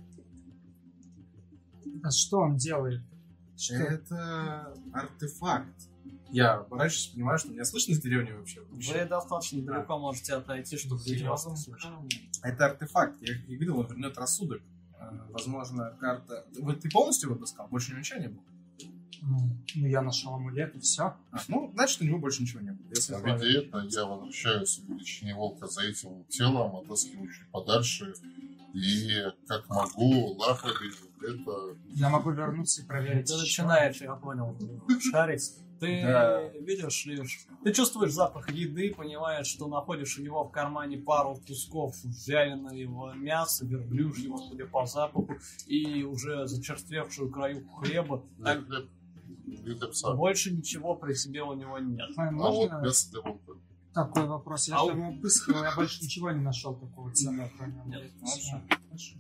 А что он делает? Что? Это артефакт. Я оборачиваюсь, понимаю, что меня слышно из деревни вообще. Вы достаточно далеко можете отойти, чтобы люди вас не слышали. Это артефакт. Я не видел, он вернет рассудок. Э, Возможно, карта... Вы, ты полностью его обыскал? Больше ничего не было? Ну, ну, я нашел амулет и все. А, ну, значит, у него больше ничего не было. Если А правильно. видя это, я возвращаюсь в величине волка за этим телом, отыскиваю чуть подальше. И как могу, лапами это... Я могу вернуться и проверить. Ты ещё. начинаешь, я понял, шарить. Ты Да. видишь лишь... Ты чувствуешь запах еды, понимаешь, что находишь у него в кармане пару кусков вяленого мяса, верблюжьего, судя по запаху, и уже зачерствевшую краюху хлеба. Так, Хлеб для пса. больше ничего при себе у него нет. А А вот можно мясо для волка. такой вопрос? Я Ау. там обыскивал, я больше ничего не нашел такого ценного, кроме Нет, амулета. хорошо. Хорошо.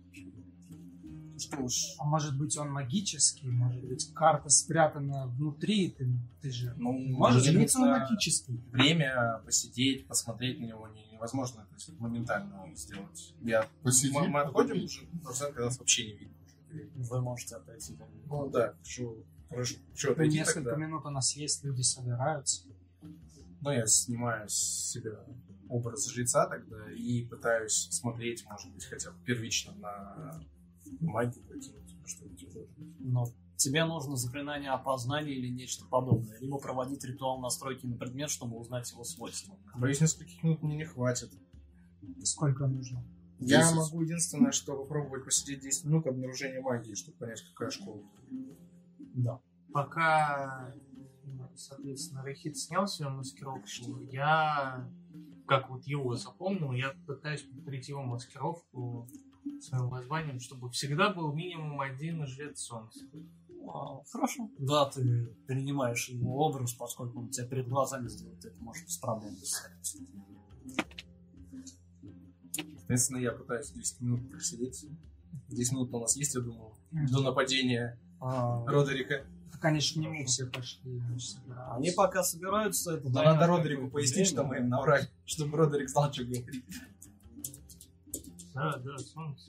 Что ж, А может быть он магический, может быть карта спрятана внутри, ты, ты же ну, можешь мне жениться на нужно магический. время посидеть, посмотреть на него не- невозможно то есть, моментально сделать. Я... Посиди, Мы, мы отходим походи. уже, просто когда нас вообще не видно. Вы можете отойти. Ну да, что, хорошо, что Ну, отойти несколько тогда? минут у нас есть, люди собираются. Ну, я снимаю с себя образ жреца тогда и пытаюсь смотреть, может быть, хотя бы первично на магию какие-нибудь, что-нибудь уже. Но тебе нужно заклинание опознания или нечто подобное. Либо проводить ритуал настройки на предмет, чтобы узнать его свойства. Боюсь, нескольких минут мне не хватит. Сколько нужно? Я десять. могу единственное, что попробовать посидеть десять минут обнаружения магии, чтобы понять, какая школа. Да. Пока, ну, соответственно, Рахит снял свою маскировку, я, как вот его запомнил, я пытаюсь повторить его маскировку своим воззванием, чтобы всегда был минимум один жрец солнца. А, Хорошо. Да, ты принимаешь его образ, поскольку он у тебя перед глазами сделает это, может, с проблем писать. Соответственно, я пытаюсь десять минут просидеть. десять минут у нас есть, я думаю, до нападения А, Родерика. Так конечно, не мы все пошли. Они пока собираются, это Но надо Родерику пояснить, что мы им наврали, чтобы Родерик знал, что говорить. Да, да, солнце.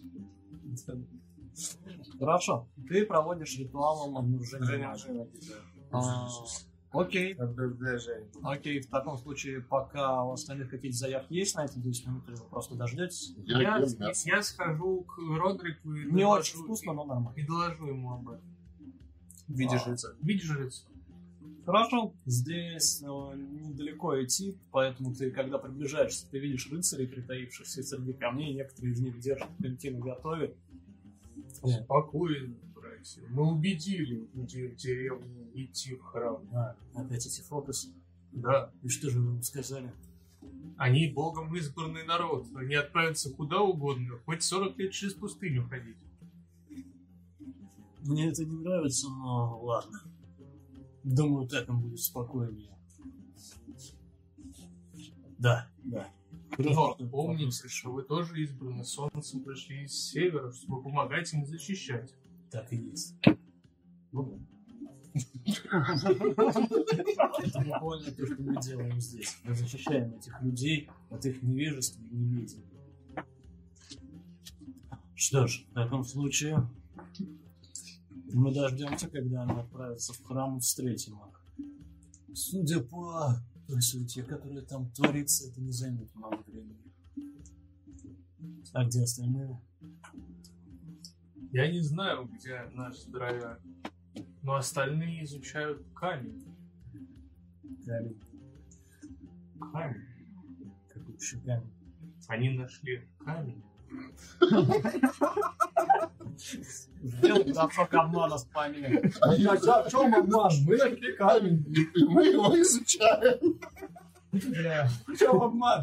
Хорошо. Ты проводишь ритуалом обнаружения. А, Окей. Окей, в таком случае, пока у остальных какие-то заявки есть на эти десять минут, или вы просто дождетесь? Я Я, ем мясо. я схожу к Родрику и Не доложу- очень вкусно, но нормально. и доложу ему об этом. В виде А. жреца. Видишь жреца? Хорошо, здесь э, недалеко идти, поэтому ты, когда приближаешься, ты видишь рыцарей, притаившихся среди камней, некоторые из них держат клинки наготове. Спокойно, братья. Мы убедили людей в деревне идти в храм. А, опять эти фокусы. Да. И что же вы им сказали? Они богом избранный народ. Они отправятся куда угодно, хоть сорок лет через пустыню ходить. Мне это не нравится, но ладно. Думаю, так им будет спокойнее. Да, да. Но помните, что вы тоже избраны солнцем, пришли из севера, чтобы помогать им защищать. Так и есть. Ну, это буквально то, что мы делаем здесь. Мы защищаем этих людей от их невежества и неведения. Что ж, в таком случае мы дождемся, когда они отправятся в храм и встретим их. Судя по той суете, которая там творится, это не займет много времени. А где остальные? Я не знаю, где наш здоровяк, но остальные изучают камень. Камень. Камень. Какой еще камень? Они нашли камень. Сделай бросок обмана с памятью. В чем обман? Мы нашли камень. И мы его изучаем. Бля, в чем обман?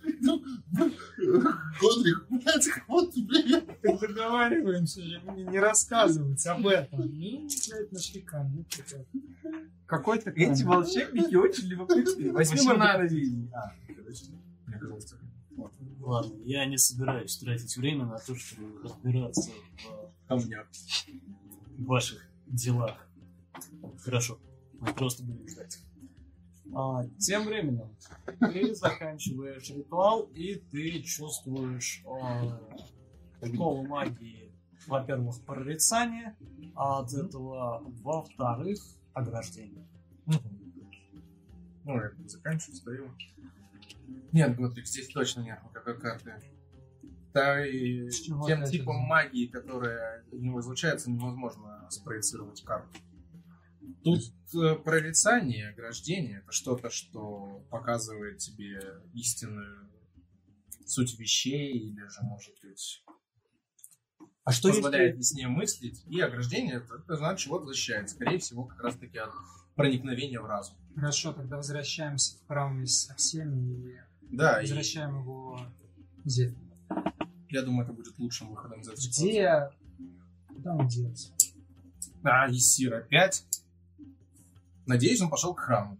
Годрик, блядь, вот, блядь. Договариваемся же, не, не рассказывать об этом. Ну, блядь, нашли камень. Какой-то Эти камень. волшебники очень любопытные. Возьми мгновение. А, Мне казалось, так. Ладно, я не собираюсь тратить время на то, чтобы разбираться в Камня. ваших делах. Хорошо, мы просто будем ждать. А, тем временем ты заканчиваешь ритуал, и ты чувствуешь а, школу магии, во-первых, прорицание, а от этого, во-вторых, ограждение. Ну, я заканчиваю, стою. Нет, Готрик, здесь точно нет никакой карты. Да и С чего тем ты типом это магии, которая от него излучается, невозможно спроецировать карту. Тут э, прорицание, ограждение — это что-то, что показывает тебе истинную суть вещей, или же, может быть, А что позволяет если... не с ней мыслить. И ограждение — это, это значит, чего-то защищает. Скорее всего, как раз-таки от проникновения в разум. Хорошо, тогда возвращаемся в храм вместе со всеми и Да, и возвращаем его где? я думаю, это будет лучшим выходом из этой ситуации. Где? Куда он делся? А, Исир опять. Надеюсь, он пошел к храму.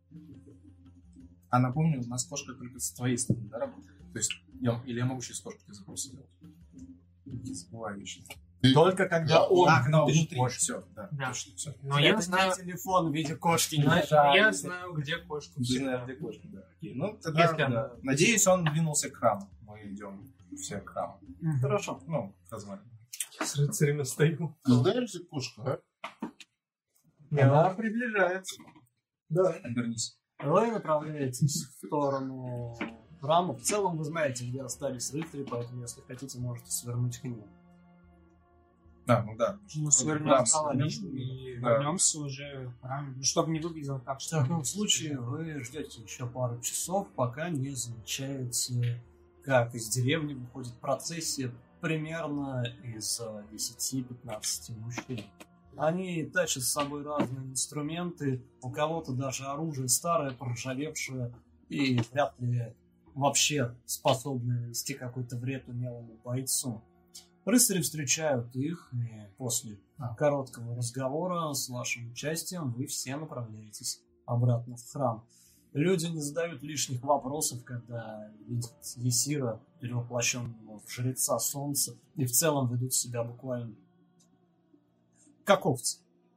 А напомню, у нас кошка только с твоей стороны, да, работает? То есть, я, или я могу через кошку тебе запрос сделать? Не забываю вечно. Только когда Я- он А, когда он внутри. внутри. Все, да. Да. Точно, все. Но я Это знаю, не телефон в виде кошки, не но лежали. я знаю, где кошка. Ты всегда. знаешь, где кошка, да. Окей. Ну, тогда, Если да. она- Надеюсь, он двинулся к храму. Мы идем все к храму. Хорошо. Ну, размер. Я с рыцарем стою. Ты знаешь, где кошка, а? Она приближается. Обернись. Вы направляетесь в сторону храма. В целом вы знаете, где остались рыцари, поэтому если хотите, можете свернуть к ним. Да, ну да. Мы свернем храм в храм свернем. и Да. вернемся уже в храм. Ну, чтобы не выглядело так, В что... таком случае вы ждете еще пару часов, пока не замечаете, как из деревни выходит процессия примерно из э, десяти-пятнадцати мужчин. Они тащат с собой разные инструменты, у кого-то даже оружие старое, проржавевшее и вряд ли вообще способное нанести какой-то вред умелому бойцу. Рыцари встречают их, и после короткого разговора с вашим участием вы все направляетесь обратно в храм. Люди не задают лишних вопросов, когда видят Есира, перевоплощенного в жреца солнца, и в целом ведут себя буквально как овцы.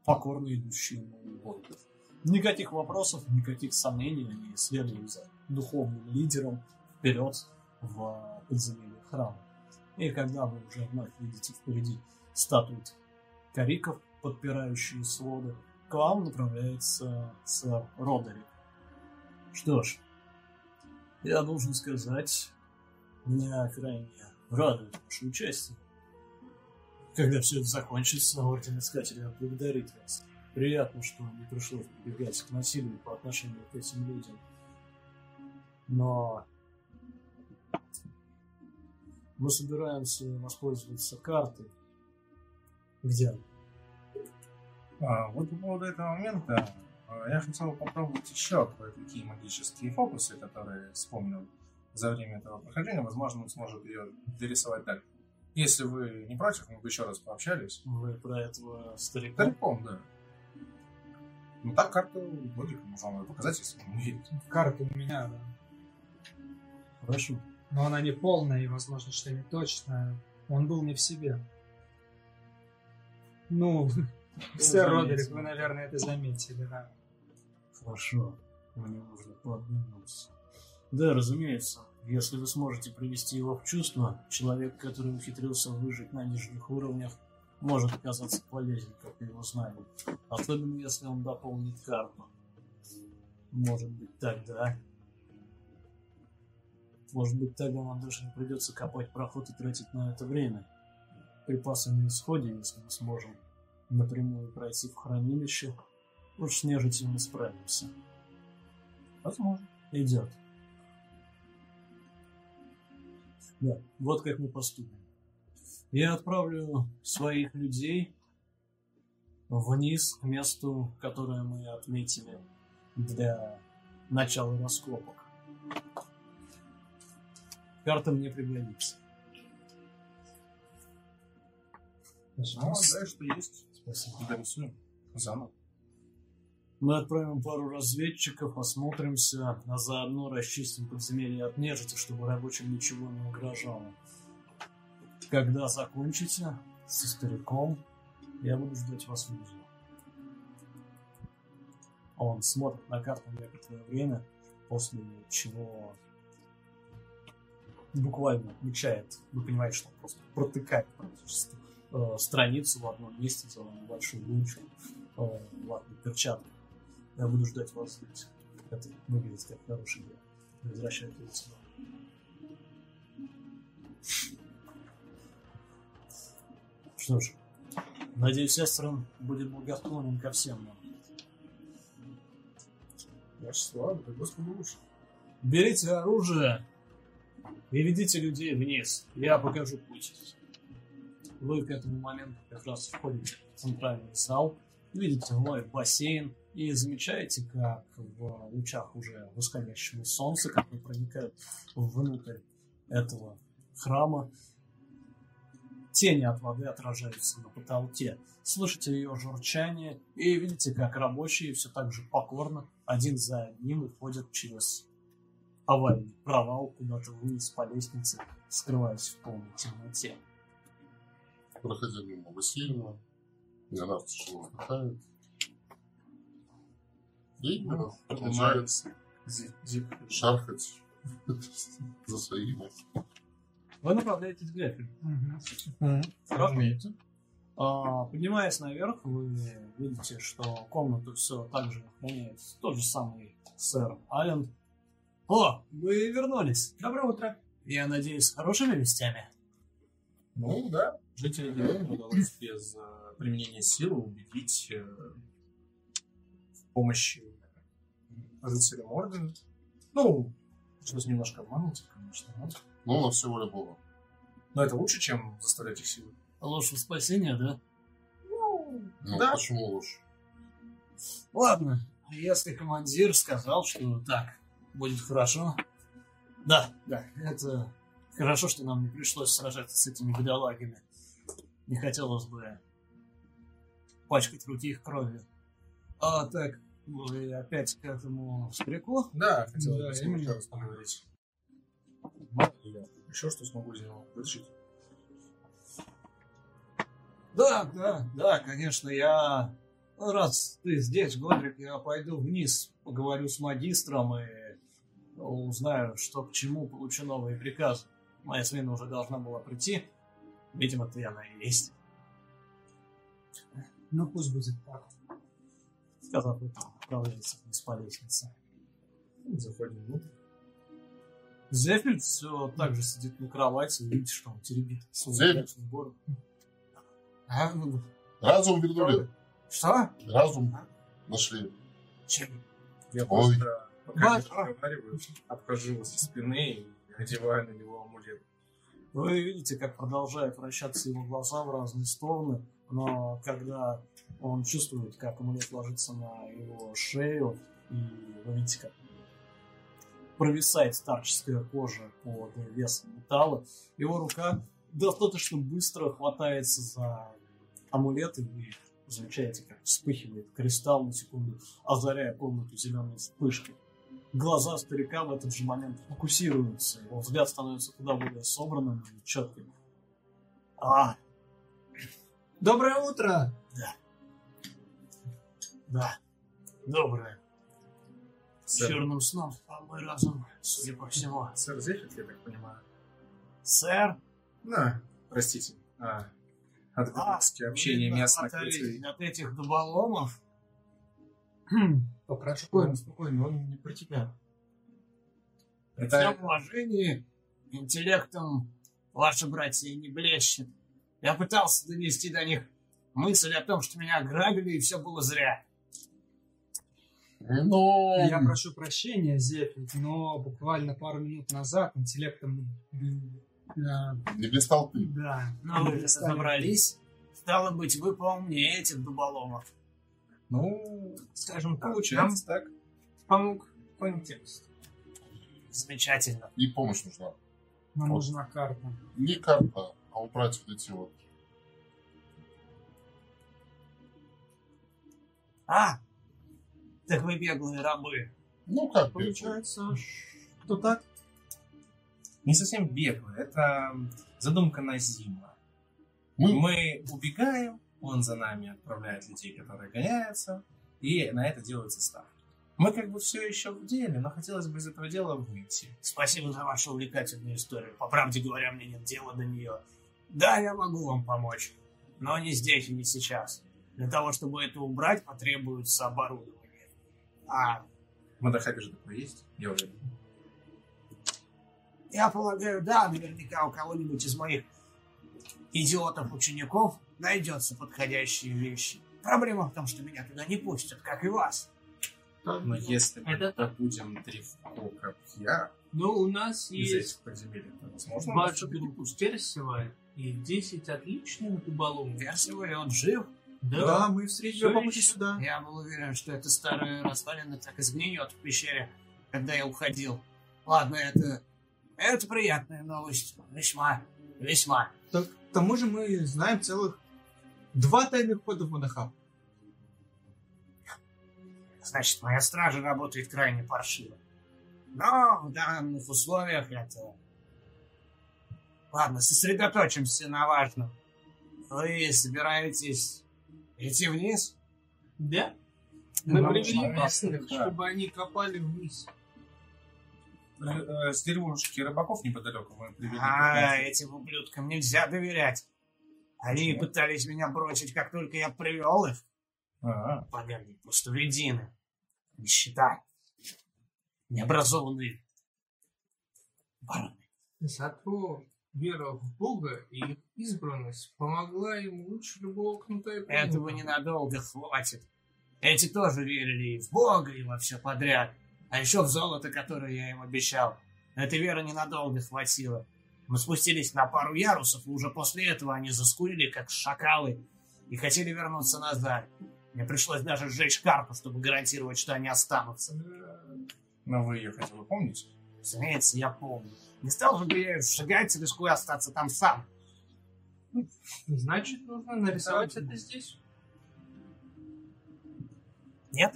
покорно идущие на бой. Никаких вопросов, никаких сомнений, они следуют за духовным лидером вперед в подземелье храма. И когда вы уже вновь видите впереди статуи кариков, подпирающие своды, к вам направляется сэр Родерик. Что ж, я должен сказать, меня крайне радует ваше участие. Когда все это закончится, Орден Искателей отблагодарит вас. Приятно, что не пришлось прибегать к насилию по отношению к этим людям. Но мы собираемся воспользоваться картой. Где она? А, вот по поводу этого момента а, я хотел попробовать еще кое-какие магические фокусы, которые вспомнил за время этого прохождения. Возможно, он сможет ее дорисовать так. Если вы не против, мы бы еще раз пообщались. Вы про этого старика? Стариком, да. Ну так карту вроде как можно вам показать, если вы не видите. Карта у меня, да. Хорошо. Но она не полная и, возможно, что не точная. Он был не в себе. Ну, сэр Родерик, вы, наверное, это заметили, да. Хорошо. Мне нужно подумать. Да, разумеется. Если вы сможете привести его в чувство, человек, который ухитрился выжить на нижних уровнях, может оказаться полезен, как и его знания. Особенно, если он дополнит карту. Может быть, тогда... Может быть, тогда нам даже не придется копать проход и тратить на это время. Припасы на исходе, если мы сможем напрямую пройти в хранилище, уж с нежитью мы справимся. Возможно. Идет. Да, вот как мы поступим. Я отправлю своих людей вниз к месту, которое мы отметили для начала раскопок. Карта мне пригодится. Ну, да, что есть. Спасибо. Дорисуем. Заново. Мы отправим пару разведчиков, осмотримся, а заодно расчистим подземелье от нежити, чтобы рабочим ничего не угрожало. Когда закончите со стариком, я буду ждать вас внизу. Он смотрит на карту некоторое время, после чего буквально отмечает, вы понимаете, что он просто протыкает практически э, страницу в одном месте, делая небольшую ручку э, в ватной перчатке. Я буду ждать вас здесь. Это выглядит как хороший день. Возвращайтесь сюда. Что ж, надеюсь, Эстерон будет благосклонен ко всем нам. Ваша слава, да Господу лучше. Берите оружие и ведите людей вниз. Я покажу путь. Вы к этому моменту как раз входите в центральный зал, видите мой бассейн и замечаете, как в лучах уже восходящего солнца, которые проникают внутрь этого храма, тени от воды отражаются на потолке. Слышите ее журчание и видите, как рабочие все так же покорно один за одним уходят через овальный провал куда-то вниз по лестнице, скрываясь в полной темноте. Проходя мимо бассейна, Леонард тяжело вдыхает и Ну, продолжает Зи- Зик. шархать за своими. Вы направляетесь к Грефелю. Разумеется. А, поднимаясь наверх, вы видите, что комнату все так же охраняет тот же самый сэр Аллен. О, вы вернулись. Доброе утро. Я надеюсь, с хорошими вестями? Ну да, жители деревни удалось без э, применения силы убедить э, в помощи рыцарям ордена. Ну, пришлось немножко обмануть, конечно, но, Ну, на все воля Бога. но это лучше, чем заставлять их силой. Ложь в спасение, да? Ну, Да. почему ложь? Ладно, если командир сказал, что так будет хорошо. Да, да, это хорошо, что нам не пришлось сражаться с этими бедолагами. Не хотелось бы пачкать руки их кровью. А так, вы опять к этому старику? Да, хотел Да, бы с ним именно. еще раз поговорить. Мало ли я еще что смогу сделать, вытащить. Да, да, да, конечно, я Раз ты здесь, Годрик, я пойду вниз, поговорю с магистром и узнаю, что к чему, получу новые приказы. Моя смена уже должна была прийти. Видимо, ты она и есть. Ну, пусть будет так. Сказав это, отправляется вниз по лестнице. Заходим внутрь. Зефельд все так же сидит на кровати, и видите, что он теребит свою Зефельд? мрачную бороду. А, ну, Разум вернули. что? Разум нашли. Чем? Я Ой. просто, пока не разговариваю, обхожу его со спины и одеваю на него амулет. Вы видите, как продолжают вращаться его глаза в разные стороны, но когда он чувствует, как амулет ложится на его шею, и вы видите, как провисает старческая кожа под весом металла, его рука достаточно быстро хватается за амулет, и вы замечаете, как вспыхивает кристалл на секунду, озаряя комнату зеленой вспышкой. Глаза старика в этот же момент фокусируются, его взгляд становится куда более собранным и четким. А, Доброе утро! да, доброе. С Сэр. черным сном спал мой разум, судя по всему. Сэр Зефит, я так понимаю. Сэр, Да, простите. А, отголоски общения видно, местных хватались жителей. от этих дуболомов. Попрошу. Спокойно, спокойно, он не про тебя. При Это всем уважении, интеллектом ваши братья и не блещет. Я пытался донести до них мысль о том, что меня ограбили, и все было зря. Ну, Я прошу прощения, Зефик, но буквально пару минут назад интеллектом... Да, не блистал ты. да. Но вы же разобрались. Стало быть, вы поумнее этих дуболомов. Ну, Скажем так, нам получается так. помог контекст. Замечательно. И помощь нужна. Нам Вот. нужна карта. Не карта, а убрать вот эти вот. А, так вы беглые рабы. Ну как, Получается, что так? Не совсем бегло, это задумка Назима. мы, Мы убегаем, он за нами отправляет людей, которые гоняются, и на это делаются ставки. Мы как бы все еще в деле, но хотелось бы из этого дела выйти. Спасибо за вашу увлекательную историю. По правде говоря, мне нет дела до нее. Да, я могу вам помочь, но не здесь и не сейчас. Для того, чтобы это убрать, потребуется оборудование. А В Мадахабе же такое есть, я уверен. я полагаю, да, наверняка у кого-нибудь из моих идиотов-учеников найдется подходящие вещи. Проблема в том, что меня туда не пустят, как и вас. Но если мы Это так. добудем древко копья Но у нас из есть этих подземелий, то возможно... ваш друг Персиваль и десять отличных дуболомов. Версиваль, он жив? Да, мы встретили его по пути еще. сюда. Я был уверен, что эта старая развалина так и сгниет в пещере, когда я уходил. Ладно, это... Это приятная новость. Весьма, весьма. Так, к тому же мы знаем целых два тайных хода в Монахаб. Значит, моя стража работает крайне паршиво. Но в данных условиях это... Ладно, сосредоточимся на важном. Вы собираетесь идти вниз? Да? Мы Ну, привели да. местных, Да. чтобы они копали вниз. С деревушки рыбаков неподалеку мы привели. А, этим ублюдкам нельзя доверять. Они пытались меня бросить, как только я привел их. А, Поганые пустовредины. Нищета. Необразованные бараны. Зато вера в Бога и их избранность помогла им лучше любого кнута и пряника. Этого ненадолго хватит. Эти тоже верили и в Бога, и во все подряд. А еще в золото, которое я им обещал. Этой веры ненадолго хватило. Мы спустились на пару ярусов, и уже после этого они заскурили, как шакалы, и хотели вернуться назад. Мне пришлось даже сжечь карту, чтобы гарантировать, что они останутся. но вы ее хотя бы помните? Разумеется, я помню. Не стал же бы я ее сжигать, рискуя остаться там сам. Значит, нужно нарисовать это здесь. Нет?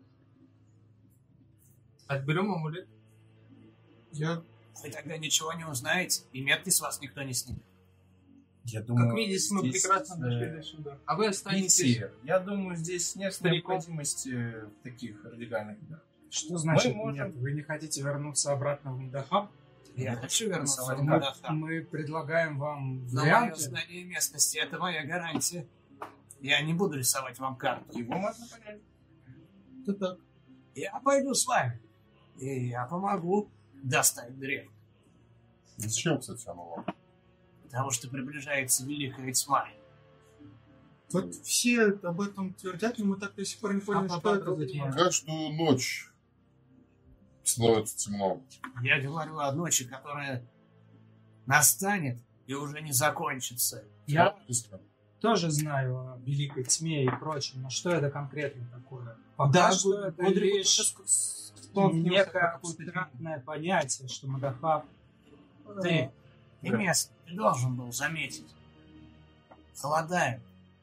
Отберем амулет. Я... Вы тогда ничего не узнаете, и метки с вас никто не снимет. Я думаю, Как видите, мы здесь, прекрасно э, дошли до сюда. А вы останетесь... идти. Я думаю, здесь нет Стариком. необходимости в таких радикальных мерах. Что значит Мы можем- нет? Вы не хотите вернуться обратно в Мудахаб? Я хочу вернуться в Мы, Мудахаб. мы предлагаем вам Но мое варианты. знание местности — это моя гарантия. Я не буду рисовать вам карту. Его можно понять. Это так. Я пойду с вами. И я помогу достать древко. Зачем, кстати, оно вам? Потому что приближается великая тьма. Вот все об этом твердят, но мы так до сих пор не поняли, А что это за поподробнее? тьма. Каждую ночь становится темно. Я говорю о ночи, которая настанет и уже не закончится. Я Быстро. тоже знаю о Великой Тьме и прочем, но что это конкретно такое? Пока Да, что вот это Бодрик лишь вот сейчас столкнулся некое как-то. абстрактное понятие, что Мудахаб... Ты, ты местный, ты должен был заметить. Холодает.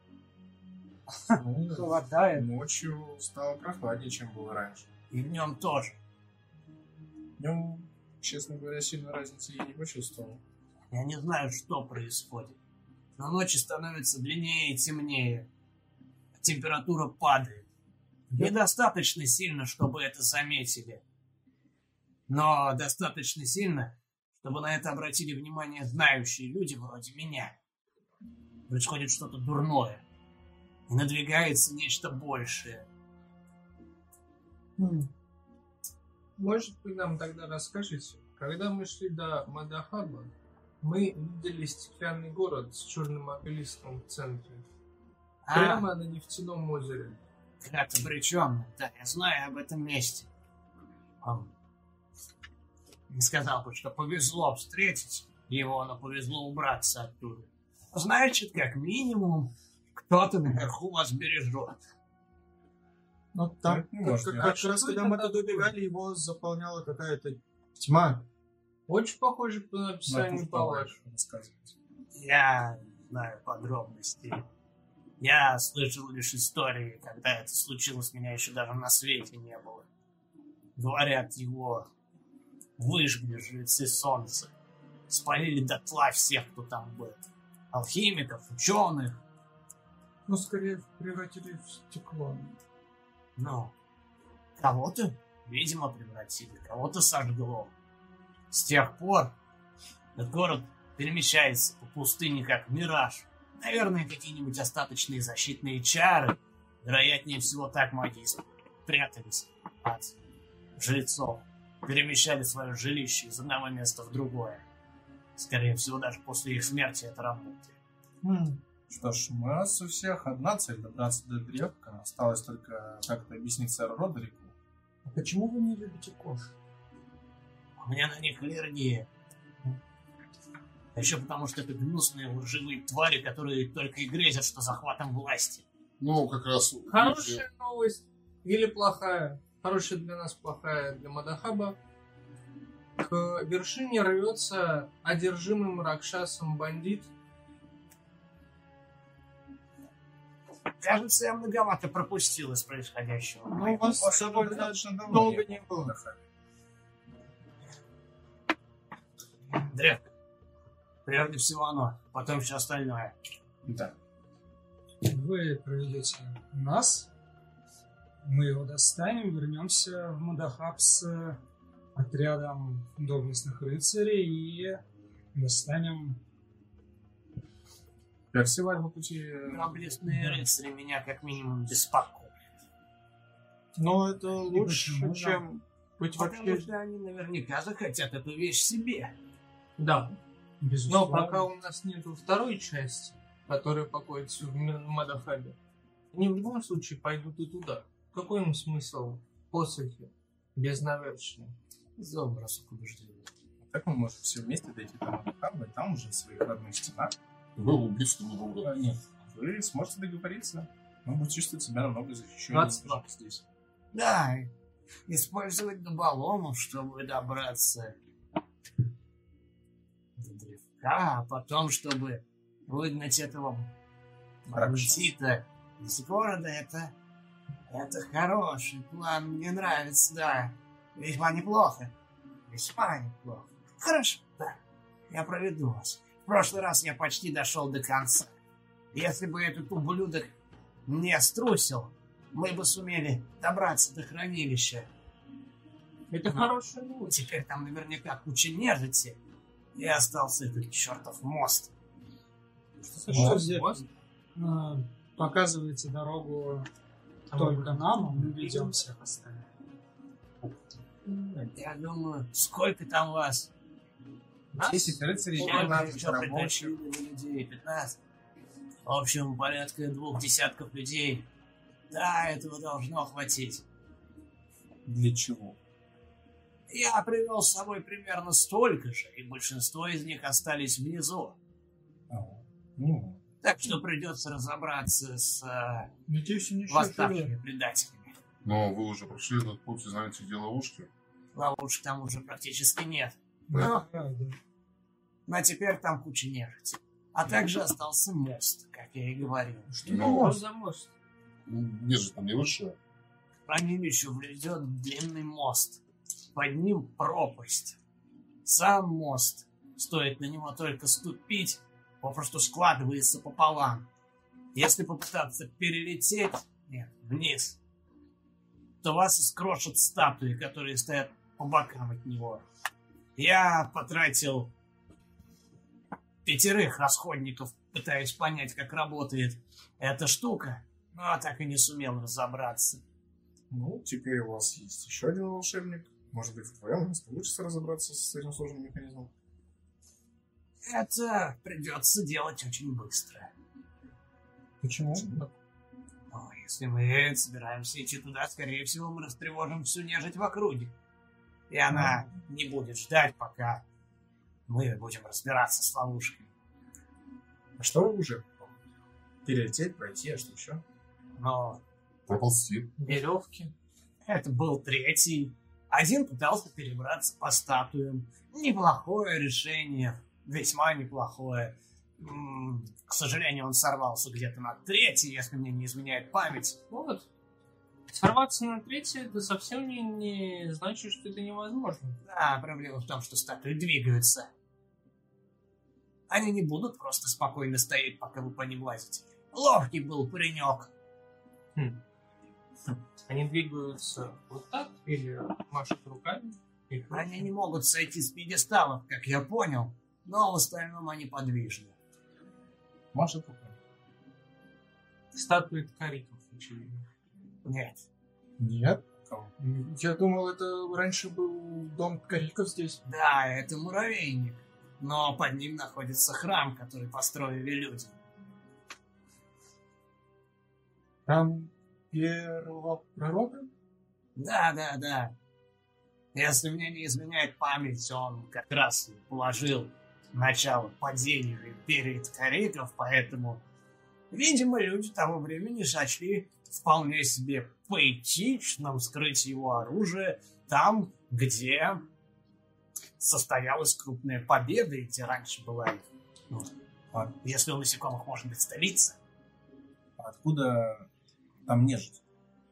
Ну, Холодает. ночью стало прохладнее, чем было раньше. И днем тоже. Днем, честно говоря, сильной разницы я не почувствовал. Я не знаю, что происходит. Но ночи становятся длиннее и темнее. Температура падает. Недостаточно сильно, чтобы это заметили. Но достаточно сильно, чтобы на это обратили внимание знающие люди вроде меня. Происходит что-то дурное. И надвигается нечто большее. Может, вы нам тогда расскажете, когда мы шли до Мадахаба, мы видели стеклянный город с черным обелиском в центре. А, Прямо на нефтяном озере. как обреченный. Да, я знаю об этом месте. Он не сказал бы, что повезло встретить его, но повезло убраться оттуда. Значит, как минимум, кто-то наверху вас бережет. Ну, там, Ну, как, может, как- я- как что раз, это когда мы такое? туда добегали, его заполняла какая-то тьма. Очень похоже по описанию Матуш палаш. помогает рассказывать. Я не знаю подробностей. Я слышал лишь истории, когда это случилось, меня еще даже на свете не было. Говорят, его выжгли жрецы солнца. Спалили дотла всех, кто там был. Алхимиков, ученых. Ну, скорее, превратили в стекло. Ну, кого-то, видимо, превратили, кого-то сожгло. С тех пор этот город перемещается по пустыне как мираж. Наверное, какие-нибудь остаточные защитные чары. Вероятнее всего, так маги прятались от жрецов. Перемещали свое жилище из одного места в другое. Скорее всего, даже после их смерти это работает. Что ж, у нас у всех одна цель — добраться до древка. Осталось только как-то объяснить сэру Родерику. А почему вы не любите кошек? У меня на них аллергия. А еще потому, что это гнусные лживые твари, которые только и грезят, что захватом власти. Ну, как раз... Хорошая новость или плохая? Хорошая для нас, плохая для Мадахаба. К вершине рвется одержимым Ракшасом бандит. Кажется, я многовато пропустил из происходящего. Ну, у вас Вас довольно достаточно давно долго не не было. Древко. Прежде всего оно, потом все остальное. Да. Вы проведете нас, мы его достанем, вернемся в Мудахаб с отрядом доблестных рыцарей и достанем... Персиваль по пути... Доблестные рыцари меня как минимум беспокоят. Но это лучше, почему, да? чем быть Потому вообще... что они наверняка захотят эту вещь себе. Да. Но Безусловно. пока у нас нету второй части, которая покоится в М- Мадахабе, они в любом случае пойдут и туда. Какой им смысл посохи без навершия? Зов бросок убеждения. Так мы можем все вместе дойти до Мадахаба, и там уже в своих родных стенах. Вы убийцы друг друга. А, нет, вы сможете договориться. Вы будете чувствовать себя намного защищеннее двадцать два. здесь. Да, использовать дуболомов, чтобы добраться до древка, а потом, чтобы выгнать этого бандита из города, это, это хороший план, мне нравится, да. Весьма неплохо. Весьма неплохо. Хорошо, да. Я проведу вас. В прошлый раз я почти дошел до конца. Если бы этот ублюдок не струсил, мы бы сумели добраться до хранилища. Это Но хорошая новость. теперь там наверняка куча нежити. И остался этот чертов мост. Что здесь? А, Показываете дорогу только нам, а мы ведем всех остальных. Я думаю, сколько там вас? Десять рыцарей, Сколько пятнадцать еще рабочих. притащили вы людей? пятнадцать? В общем, порядка двух десятков людей. Да, этого должно хватить. Для чего? Я привел с собой примерно столько же, и большинство из них остались внизу. Ну, Так что придется разобраться с э, Надеюсь, они еще восставшими живы. предателями. Но вы уже прошли этот путь и знаете, где ловушки. Ловушек там уже практически нет. Да, Но, да, да. но теперь там куча нежити. А также остался мост, как я и говорил. Что Но за мост? нежить там не высшая. По ним еще влезет длинный мост. Под ним пропасть. Сам мост, стоит на него только ступить, попросту складывается пополам. Если попытаться перелететь, нет, вниз, то вас искрошат статуи, которые стоят по бокам от него. Я потратил пятерых расходников, пытаясь понять, как работает эта штука, но так и не сумел разобраться. Ну, теперь у вас есть еще один волшебник. Может быть, в твоем месте лучше разобраться с этим сложным механизмом. Это придется делать очень быстро. Почему? Но если мы собираемся идти туда, скорее всего, мы растревожим всю нежить в округе. И она не будет ждать, пока мы будем разбираться с ловушкой. А что вы уже? Перелететь, пройти, а что еще? Но Проползти. веревки. Это был третий. Один пытался перебраться по статуям. Неплохое решение. Весьма неплохое. М, К сожалению, он сорвался где-то на третий, если мне не изменяет память. Вот. Сорваться на третье, это совсем не, не значит, что это невозможно. Да, проблема в том, что статуи двигаются. Они не будут просто спокойно стоять, пока вы по ним лазите. Ловкий был паренек. Они двигаются вот так, или машут руками. Или Они не могут сойти с пьедесталов, как я понял, но в остальном они подвижны. Машет руками. статуи ткариков, очевидно. Нет. Нет. Я думал, это раньше был дом ткариков здесь. Да, это муравейник. Но под ним находится храм, который построили люди. Там первого пророка? Да, да, да. Если мне не изменяет память, он как раз положил начало падению империи ткариков, поэтому, видимо, люди того времени сочли вполне себе поэтичным скрыть его оружие там, где состоялась крупная победа, и где раньше была, ну, если у насекомых может быть столица. Откуда там нежить?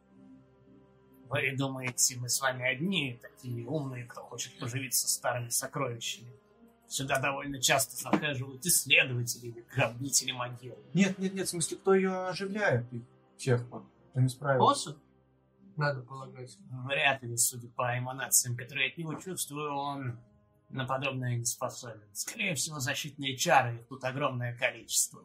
Вы думаете, мы с вами одни, такие умные, кто хочет поживиться старыми сокровищами? Сюда довольно часто захаживают исследователи или гробители могил. Нет, нет, нет, в смысле, кто ее оживляет? Их всех, вот, кто не справился. Посуд? Надо полагать. Вряд ли, судя по эманациям, которые от него чувствую, он на подобное не способен. Скорее всего, защитные чары, их тут огромное количество.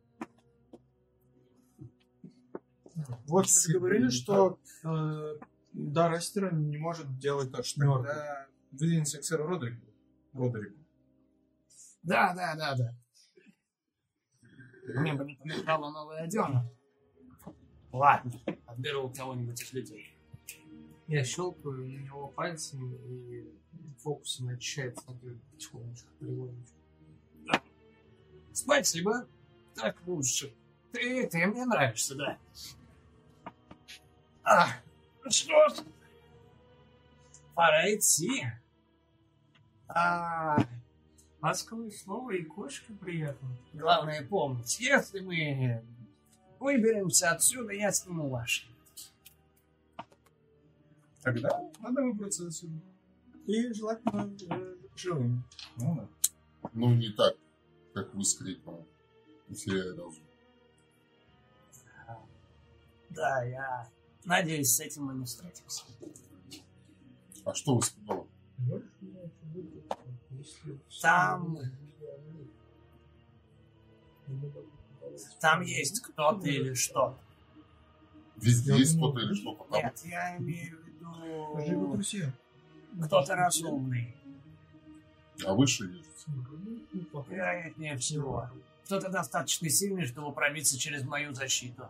Вот вы говорили, что э, дар Астера не может делать мертвых. Тогда выдвинемся к сэру Родрику. Родрику. Да, да, да, да. Мне бы не помешало новое одежда. Ладно, отберу у кого-нибудь из людей. Я щелкаю на него пальцем и фокусом очищает потихонечку, потихонечку. Спасибо. Так лучше. Ты, ты мне нравишься, да? А, что ж, пора идти. А, ласковые слова и кошки приятно. Главное помнить, если мы выберемся отсюда, я сниму ваши. Тогда надо выбраться отсюда. И желательно э, живым. Ну да. Ну, не так как вы с криком, не теряя разум. Да, я надеюсь, с этим мы не встретимся. А что вы сказали? Там... Там есть кто-то или что-то. Везде есть кто-то или что-то там? Нет, я имею в виду... Живут друзья. Кто-то разумный. А выше есть? Вероятнее всего. Кто-то достаточно сильный, чтобы пробиться через мою защиту.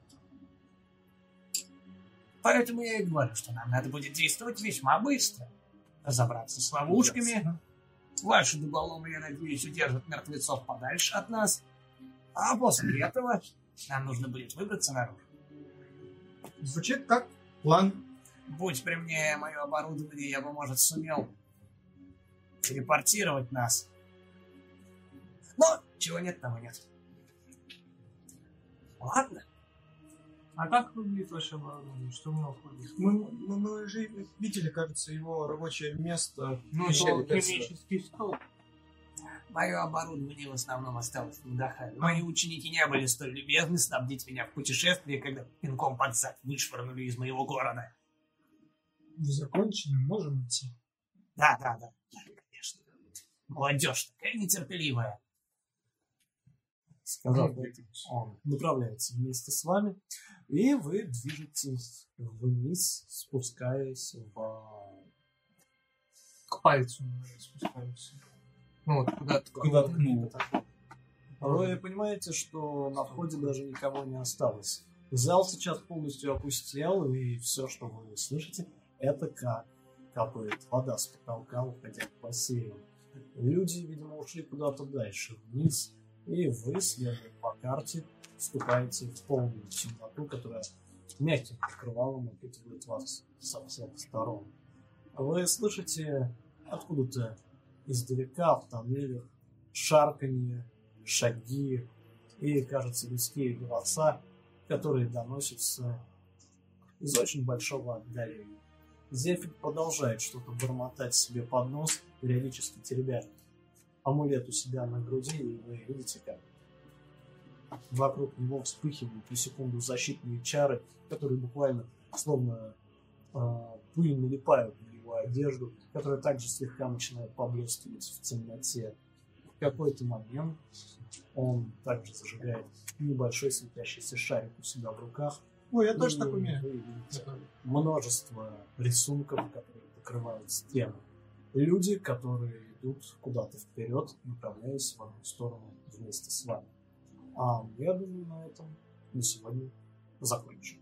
Поэтому я и говорю, что нам надо будет действовать весьма быстро. Разобраться с ловушками. Ваши дуболомы, я надеюсь, удержат мертвецов подальше от нас. А после этого нам нужно будет выбраться наружу. Звучит как план. Будь при мне мое оборудование, я бы, может, сумел телепортировать нас. Но чего нет, того нет. Ладно. А как выглядит ваше оборудование? Что в него входит? Мы, мы, мы же видели, кажется, его рабочее место. Ну, в начале это пятого. химический стол. Мое оборудование в основном осталось в Мдахале. Мои ученики не были столь любезны снабдить меня в путешествии, когда пинком под зад вышвырнули из моего города. Вы закончили, можем идти. Да, да, да, да, конечно. Молодежь такая нетерпеливая. Сказав это, он направляется вместе с вами, и вы движетесь вниз, спускаясь в... К пальцу наверное, спускаемся. Ну, вот куда-то. Куда ткнул. Вы понимаете, что на входе даже никого не осталось. Зал сейчас полностью опустел, и все, что вы слышите, это как капает вода с потолка, уходя к бассейну. Люди, видимо, ушли куда-то дальше, вниз, и вы, следуя по карте, вступаете в полную темноту, которая мягким покрывалом окутывает вас со всех сторон. Вы слышите откуда-то издалека в тоннелях шарканье, шаги и, кажется, людские голоса, которые доносятся из очень большого отдаления. Зельфик продолжает что-то бормотать себе под нос, периодически теребя амулет у себя на груди, и вы видите, как вокруг него вспыхивают на секунду защитные чары, которые буквально словно э, пыль налипают на его одежду, которая также слегка начинает поблескивать в темноте. В какой-то момент он также зажигает небольшой светящийся шарик у себя в руках. Ой, я тоже И так умею. вы видите множество рисунков, которые покрывают стены. Люди, которые идут куда-то вперед, направляясь в одну сторону вместе с вами. А я думаю, на этом на сегодня закончим.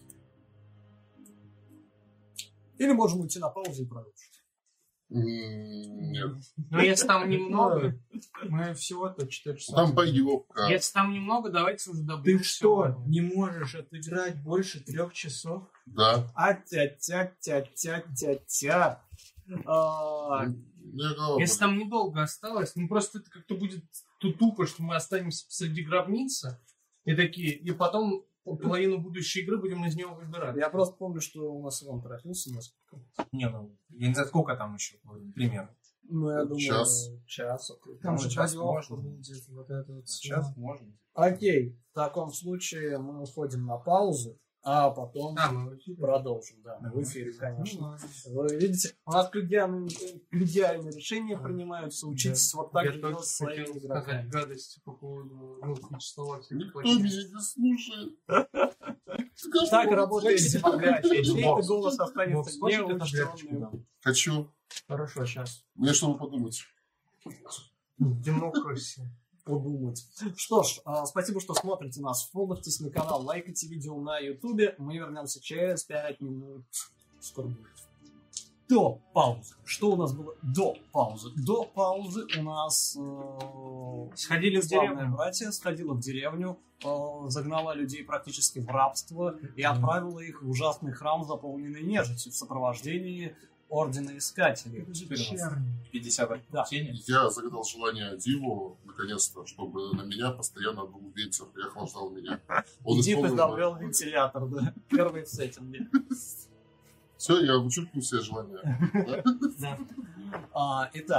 Или можем уйти на паузу и продолжить. Нет. Ну, если там немного... Мы всего-то четыре часа. Там боевка. Если там немного, давайте уже добьем. Ты что, не можешь отыграть больше трех часов? Да. А-тя-тя-тя-тя-тя. А, Если там недолго осталось, ну просто это как-то будет тут тупо, что мы останемся посреди гробницы и такие, и потом половину будущей игры будем из него выбирать. Я просто помню, что у нас Иван торопился несколько. Не, ну, я не знаю, сколько там еще, примерно. Ну, я думаю, Час. час. Там Ну, же час боевка можно. будет, вот это вот всё. Сейчас можно. Окей, в таком случае мы уходим на паузу, а потом Да, мы в эфире. продолжим. Да, в эфире, конечно. Вы видите, у нас идеальные, идеальные решения принимаются. Учитесь вот так Я делать только своими хотел игроками. сказать гадости по поводу ну, слова всяких Никто плохих. меня не слушает. Так работает демография. Чей-то Бокс. голос Бокс, останется хочешь эту таблеточку неучтенным. дам? Хочу. Хорошо, сейчас. Мне что вы подумать? Демократия. Подумать. Что ж, а, спасибо, что смотрите нас. Фолловьтесь на канал, лайкайте видео на ютубе. Мы вернемся через пять минут. Скоро будет. До паузы. Что у нас было до паузы? До паузы у нас э, Сходили в славное деревню. братья сходила в деревню, э, загнала людей практически в рабство и отправила их в ужасный храм, заполненный нежитью в сопровождении ордена искателей. пятьдесят Да. тени. Я загадал желание Диву, наконец-то, чтобы на меня постоянно дул ветер и охлаждал меня. Он Иди исполнил подавлял мою- вентилятор, да. Первый в сеттинге. Все, я вычеркну все желания. Да? А, итак,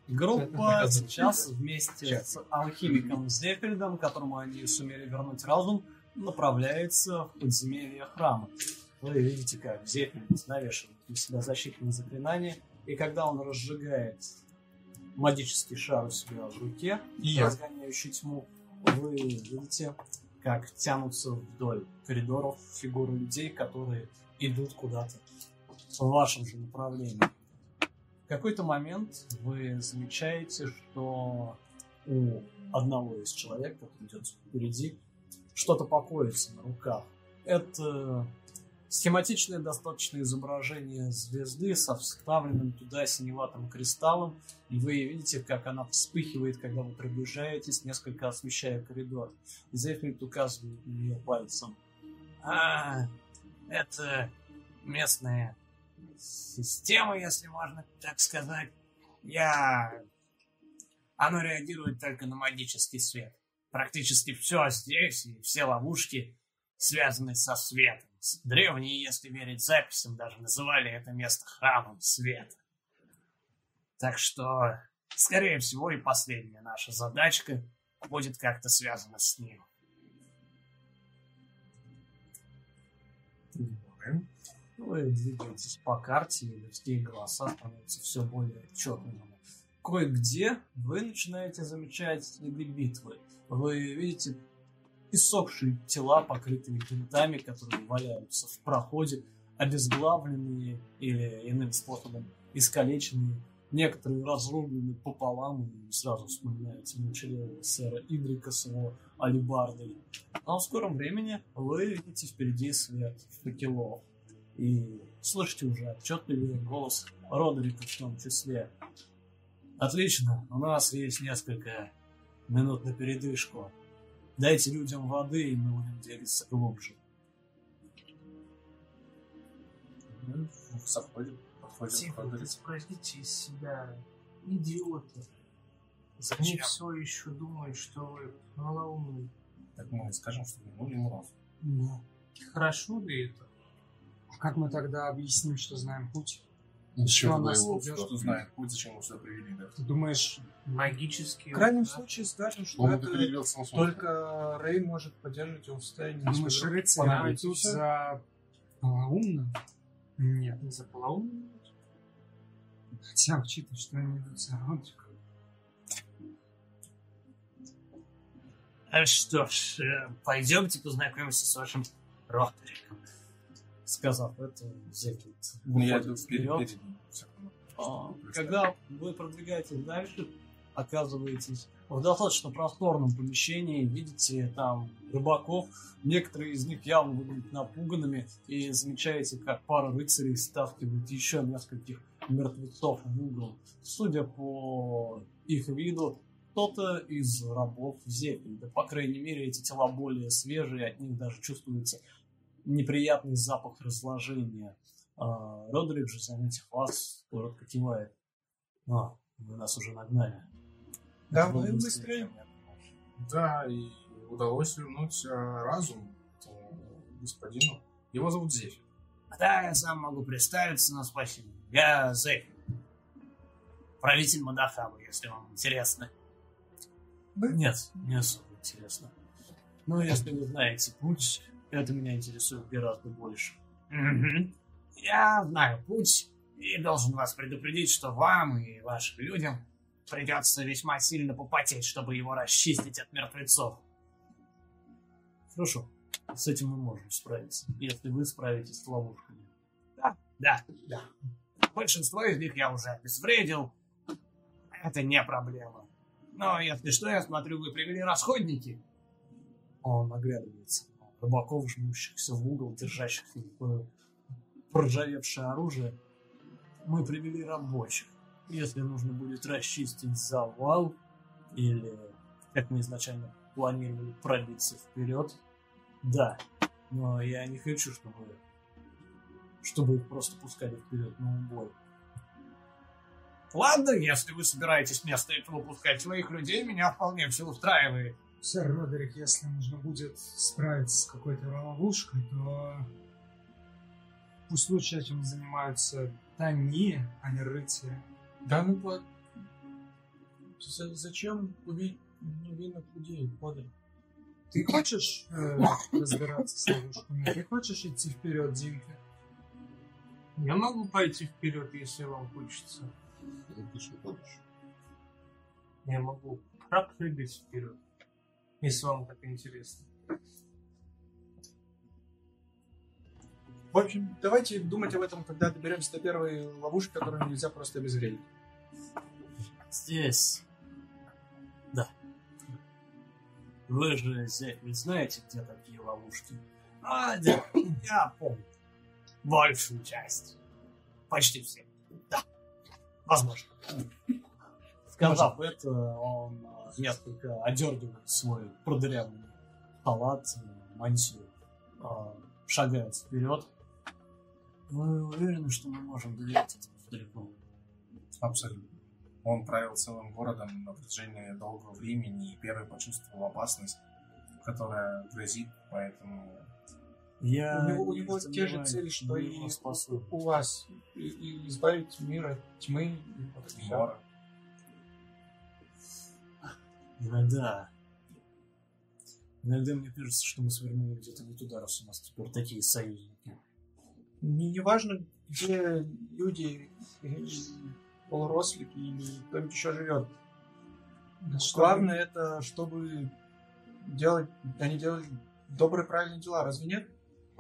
Группа сейчас вместе с алхимиком Зефельдом, которому они сумели вернуть разум, направляется в подземелье храма. Вы видите, как Зефельд навешивает на себя защитные заклинания, и когда он разжигает магический шар у себя в руке, разгоняющий тьму, вы видите, как тянутся вдоль коридоров фигуры людей, которые идут куда-то в вашем же направлении. В какой-то момент вы замечаете, что у одного из человек, который идет впереди, что-то покоится на руках. Это схематичное достаточно изображение звезды со вставленным туда синеватым кристаллом, и вы видите, как она вспыхивает, когда вы приближаетесь, несколько освещая коридор. Зефельд указывает на нее пальцем. А, это местная система, если можно так сказать. Я... Оно реагирует только на магический свет. Практически все здесь и все ловушки связаны со светом. Древние, если верить записям, даже называли это место храмом света. Так что, скорее всего, и последняя наша задачка будет как-то связана с ним. Вы двигаетесь по карте, и людские голоса становятся все более отчетными. Кое-где вы начинаете замечать следы битвы. Вы видите иссохшие тела, покрытые бинтами, которые валяются в проходе, обезглавленные или иным способом искалеченные, некоторые разрублены пополам, и сразу вспоминается молчаливого сэра Идрика с его алебардой. Но в скором времени вы видите впереди свет факелов и слышите уже отчетливый голос Родрика в том числе. Отлично, у нас есть несколько минут на передышку. Дайте людям воды, и мы будем двигаться глубже. Заходим, подходим. Тихо, вы спросите из себя, идиоты. Они все еще думают, что вы малоумны. Так мы скажем, что вернули ему разум. Ну, хорошо ли это? А как мы тогда объясним, что знаем путь? Зачем Что вы нас его ведет? Что знает путь, зачем его сюда привели, да? Ты думаешь, магические... В крайнем случае скажем, что Он это перегрелся на солнце. только Рэй может поддерживать его в состоянии. думаешь, если рыцари понадобится идут всё? за полоумным? Нет. За полоумным? Хотя, учитывая, что они идут за Родриком. А что ж, э, пойдемте познакомимся с вашим Родриком. Сказав это, Зефельд Ну, я выходит иду вперед. вперед. перед ним. А, Когда вы продвигаетесь дальше, оказываетесь в достаточно просторном помещении, видите там рыбаков, некоторые из них явно выглядят напуганными, и замечаете, как пара рыцарей стаскивает еще нескольких мертвецов в угол. Судя по их виду, кто-то из рабов Зефельда. По крайней мере, эти тела более свежие, от них даже чувствуется неприятный запах разложения. А, Родрик же, заметив вас, коротко кивает. А, вы нас уже нагнали. Давай Было быстрее. чем я думал. Да, и удалось вернуть э, разум этому господину. Его зовут Зефир. Да, я сам могу представиться, но спасибо. Я Зефир. Правитель Мадахаба, если вам интересно. Нет, не особо интересно. Но если вы знаете путь, это меня интересует гораздо больше. Мгм. Я знаю путь и должен вас предупредить, что вам и вашим людям придется весьма сильно попотеть, чтобы его расчистить от мертвецов. Хорошо, с этим мы можем справиться, если вы справитесь с ловушками. Да, да, да. Большинство из них я уже обезвредил. Это не проблема. Но если что, я смотрю, вы привели расходники. Он оглядывается. Рыбаков, жмущихся в угол, держащих такое проржавевшее оружие. Мы привели рабочих. Если нужно будет расчистить завал, или, как мы изначально планировали, пробиться вперед, да. Но я не хочу, чтобы, чтобы их просто пускали вперед на убой. Ладно, если вы собираетесь вместо этого пускать своих людей, меня вполне все устраивает. Сэр Родерик, если нужно будет справиться с какой-то ловушкой, то пусть лучше этим занимаются они, а не рыцари. Да, ну вот. За- Зачем убить невинных людей, Подрик? Ты хочешь э, разбираться с ловушками? Ты хочешь идти вперед, Димка? Я могу пойти вперед, если вам хочется. Ну, ты что хочешь? Я могу пропрыгать вперед, если вам так интересно. В общем, давайте думать об этом, когда доберемся до первой ловушки, которую нельзя просто обезвредить. Здесь. Да. Вы же здесь не знаете, где такие ловушки. А, да, я помню. Большую часть. Почти все. Да. Возможно. Сказав это, он а, несколько одергивает свой продырявленный халат, мантию, а, шагает вперед. Вы уверены, что мы можем доверять этому старику? Абсолютно. Он правил целым городом на протяжении долгого времени и первый почувствовал опасность, которая грозит, поэтому... Я У него, у не него те же сомневаюсь, цели, что мы и его спасем. у вас. И, и избавить мир от тьмы. И вот это всё. Мора. Иногда... Иногда мне кажется, что мы свернули где-то не туда, раз у нас теперь такие союзники. Не, не важно, где люди, или полурослики или кто-нибудь еще живет. Да что Главное это, чтобы делать, они делали добрые, правильные дела, разве нет?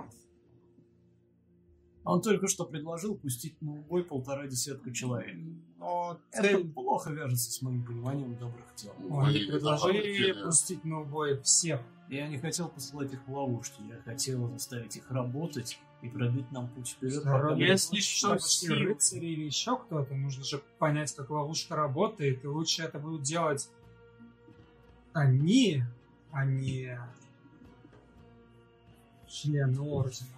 Он только что предложил пустить на убой полтора десятка человек. Но Это цель... плохо вяжется с моим пониманием добрых дел. Они И предложили это пустить на убой всех. Я не хотел посылать их в ловушки, я хотел заставить их работать и пробить нам путь вперед. Здорово. пока Если мы- что, Почти сил. рыцари или еще кто-то, нужно же понять, как ловушка работает, и лучше это будут делать они, а не члены ордена.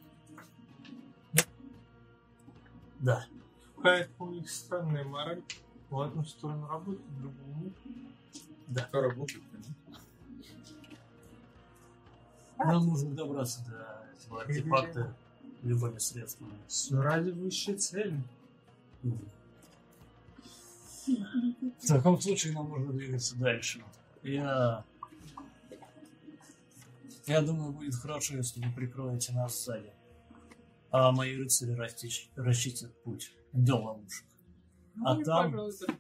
Да. Какая-то у них странная мораль. В одну сторону работает, в другую нет. Кто работает? Нам нужно добраться до этого артефакта любыми средствами. Все ради высшей цели. В таком случае нам нужно двигаться дальше. Я... Я думаю, будет хорошо, если вы прикроете нас сзади. А мои рыцари расчистят, расчистят путь до ловушек. А Ну, там, пожалуйста.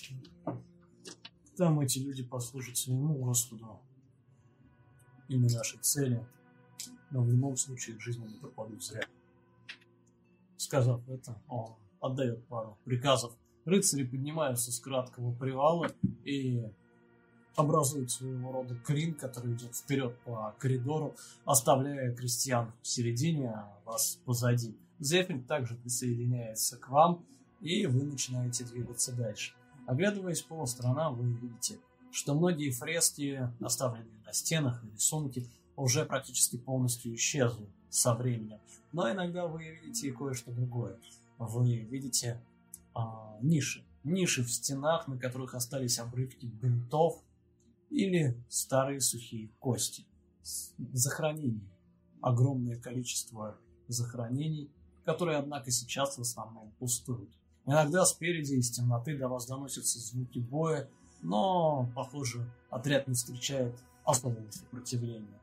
там эти люди послужат своему Господу или нашей цели. Но в любом случае их жизни не пропадут зря. Сказав это, он отдает пару приказов. Рыцари поднимаются с краткого привала и образуют своего рода клин, который идет вперед по коридору, оставляя крестьян в середине, а вас позади. Зефин также присоединяется к вам, и вы начинаете двигаться дальше. Оглядываясь по сторонам, вы видите, что многие фрески, оставленные на стенах и рисунки, уже практически полностью исчезли со временем. Но иногда вы видите и кое-что другое. Вы видите а, ниши. Ниши в стенах, на которых остались обрывки бинтов или старые сухие кости. Захоронений. Огромное количество захоронений, которые, однако, сейчас в основном пустуют. Иногда спереди из темноты до вас доносятся звуки боя, но, похоже, отряд не встречает особого сопротивления.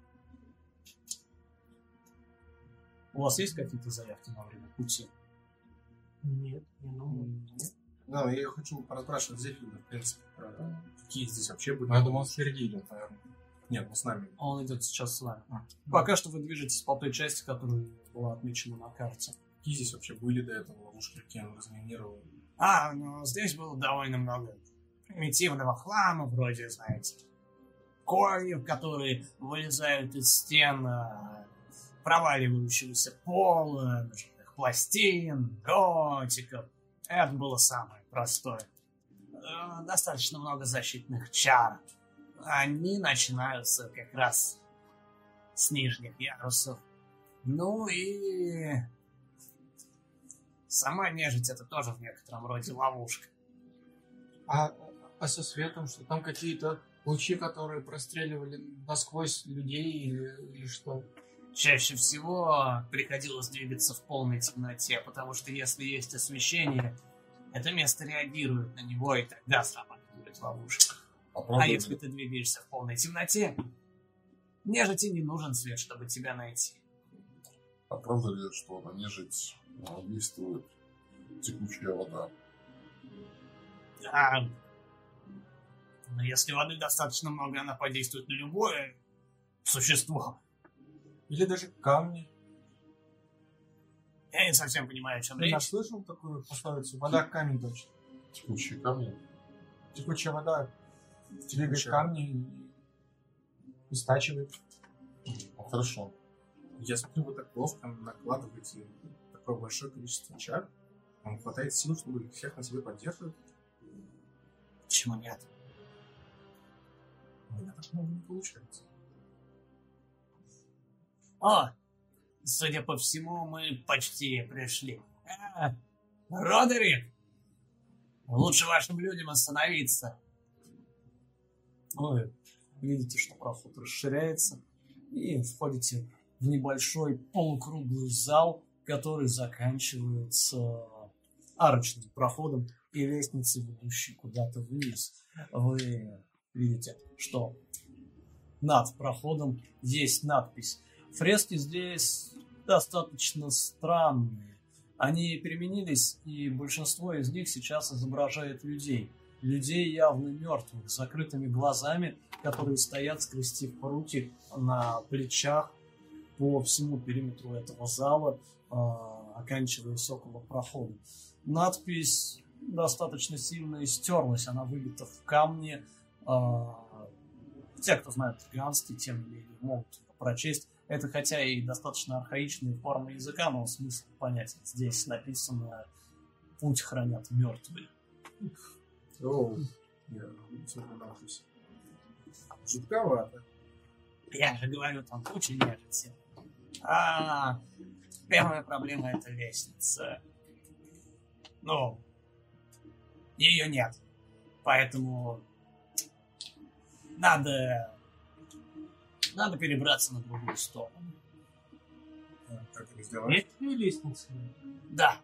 У вас есть какие-то заявки на время пути? Нет, не думаю. Да, я хочу поспрашивать Зефина, в принципе, про какие здесь вообще будут. Ну, я думал, он впереди идет, наверное. Нет, мы с нами. Он идет сейчас с вами. Пока что вы движетесь по той части, которая была отмечена на карте. Какие здесь вообще были до этого ловушки, какие он разминировал? А, ну здесь было довольно много примитивного хлама, вроде, знаете, кольев, которые вылезают из стен, а, проваливающегося пола, ножных пластин, дротиков. Это было самое простое. Э, Достаточно много защитных чар. Они начинаются как раз с нижних ярусов. Ну и... Сама нежить — это тоже в некотором роде ловушка. А, а со светом, что там какие-то лучи, которые простреливали насквозь людей или, или что? Чаще всего приходилось двигаться в полной темноте, потому что если есть освещение, это место реагирует на него, и тогда срабатывает будет ловушка. А А правда если ли, ты двигаешься в полной темноте, нежити не нужен свет, чтобы тебя найти. а правда ли, что на нежить а, действует текучая вода? Да. Но если воды достаточно много, она подействует на любое существо. Или даже камни. Я не совсем понимаю, о чем Ты речь. слышал такую пословицу? Вода камень точит. Текучие камни? Текучая вода двигает Текучая. камни и стачивает. Ну, хорошо. Я смотрю, вы так ловко накладываете такое большое количество чар. Вам хватает сил, чтобы всех на себе поддерживать. Почему нет? У меня так много не получается. О, судя по всему, мы почти пришли. А, Родерик, лучше вашим людям остановиться. Вы видите, что проход расширяется, и входите в небольшой полукруглый зал, который заканчивается арочным проходом и лестницей, ведущей куда-то вниз. Вы видите, что над проходом есть надпись. Фрески здесь достаточно странные. Они переменились, и большинство из них сейчас изображает людей. Людей явно мертвых, с закрытыми глазами, которые стоят, скрестив руки на плечах по всему периметру этого зала, э, оканчиваясь около прохода. Надпись достаточно сильно истерлась, она выбита в камне. Э, те, кто знает цыганский, тем не менее могут ее прочесть. Это хотя и достаточно архаичная форма языка, но смысл понятен. Здесь написано «Путь хранят мертвые». О, я смотрю на надпись. Жутковато. Я же говорю, там куча нежити. А, первая проблема — это лестница. Ну, ее нет. Поэтому надо... Надо перебраться на другую сторону. Как это сделать? Есть ли лестница? Да.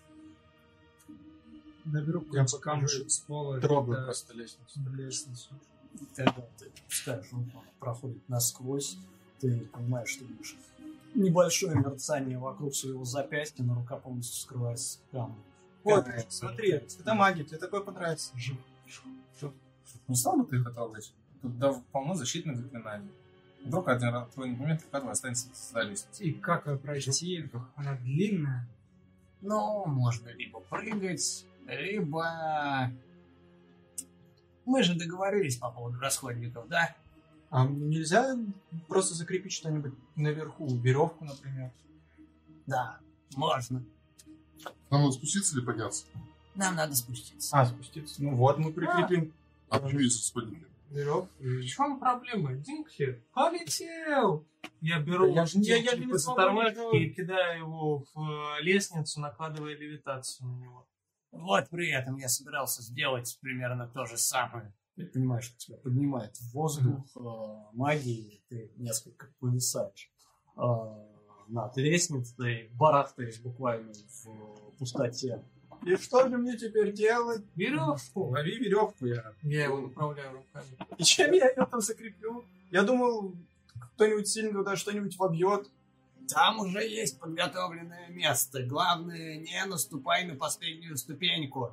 Наберу Я какой-нибудь камушек с пола. Трогаю да, просто лестницу. лестницу. Когда ты пускаешь, он проходит насквозь, ты понимаешь, что видишь небольшое мерцание вокруг своего запястья, но рука полностью скрывается в камне. Вот, смотри, это магия, тебе такое понравится. Не стал бы ты их трогать? Тут да, полно защитных заклинаний. Вдруг один раз твой момент, когда останется за лестницей. И как ее пройти? Она длинная. Ну, можно либо прыгать, либо... Мы же договорились по поводу расходников, да? А нельзя просто закрепить что-нибудь наверху? Веревку, например? Да, можно. Нам надо спуститься или подняться? Нам надо спуститься. А, спуститься. Ну вот, мы прикрепим А почему если споднили? веревку. В чем проблема? Динкхед полетел! Я беру Да я же не- я- я же не типа, смогу затормажки ничего. и кидаю его в э, лестницу, накладывая левитацию на него. Вот при этом я собирался сделать примерно то же самое. Ты понимаешь, что тебя поднимает в воздух э, магией, ты несколько повисаешь э, над лестницей, барахтаешь буквально в пустоте. И что же мне теперь делать? Веревку! Лови веревку я. Я его направляю руками. И чем я ее там закреплю? Я думал, кто-нибудь сильно туда что-нибудь вобьет. Там уже есть подготовленное место. Главное, не наступай на последнюю ступеньку.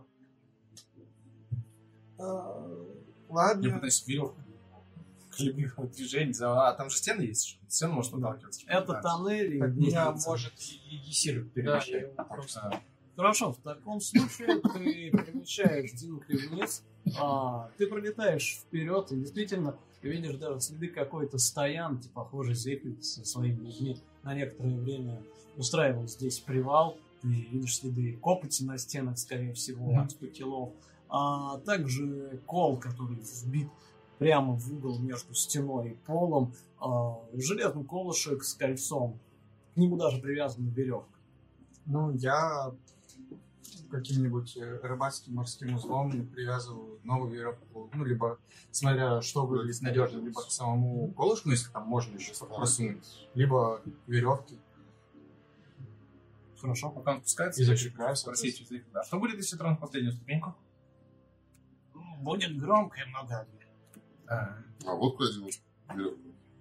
А, Я ладно. пытаюсь веревку хлебных движений. А там же стены есть. Стены может отталкиваться. Это Да. тоннели. Так есть меня лица. может егисир Да, перемещать. я его просто... А, Хорошо, в таком случае ты перемещаешь Динкли вниз, а, ты пролетаешь вперед, и действительно ты видишь даже следы какой-то стоянки, похоже, Зефик со своими людьми на некоторое время устраивал здесь привал. Ты видишь следы копоти на стенах, скорее всего, Мгм. от факелов. А также кол, который вбит прямо в угол между стеной и полом. А, железный колышек с кольцом. К нему даже привязана веревка. Ну, я каким-нибудь э, рыбацким морским узлом привязываю новую веревку. Ну, либо, смотря что выглядит надежно, либо к самому колышку, если там можно еще просунуть, либо веревки. Хорошо, пока он спускается, И я закрепляю, хочу спросить у Зефика, да, что будет, если тронуть последнюю ступеньку? будет громко и много огня. А, А вот куда делать веревку.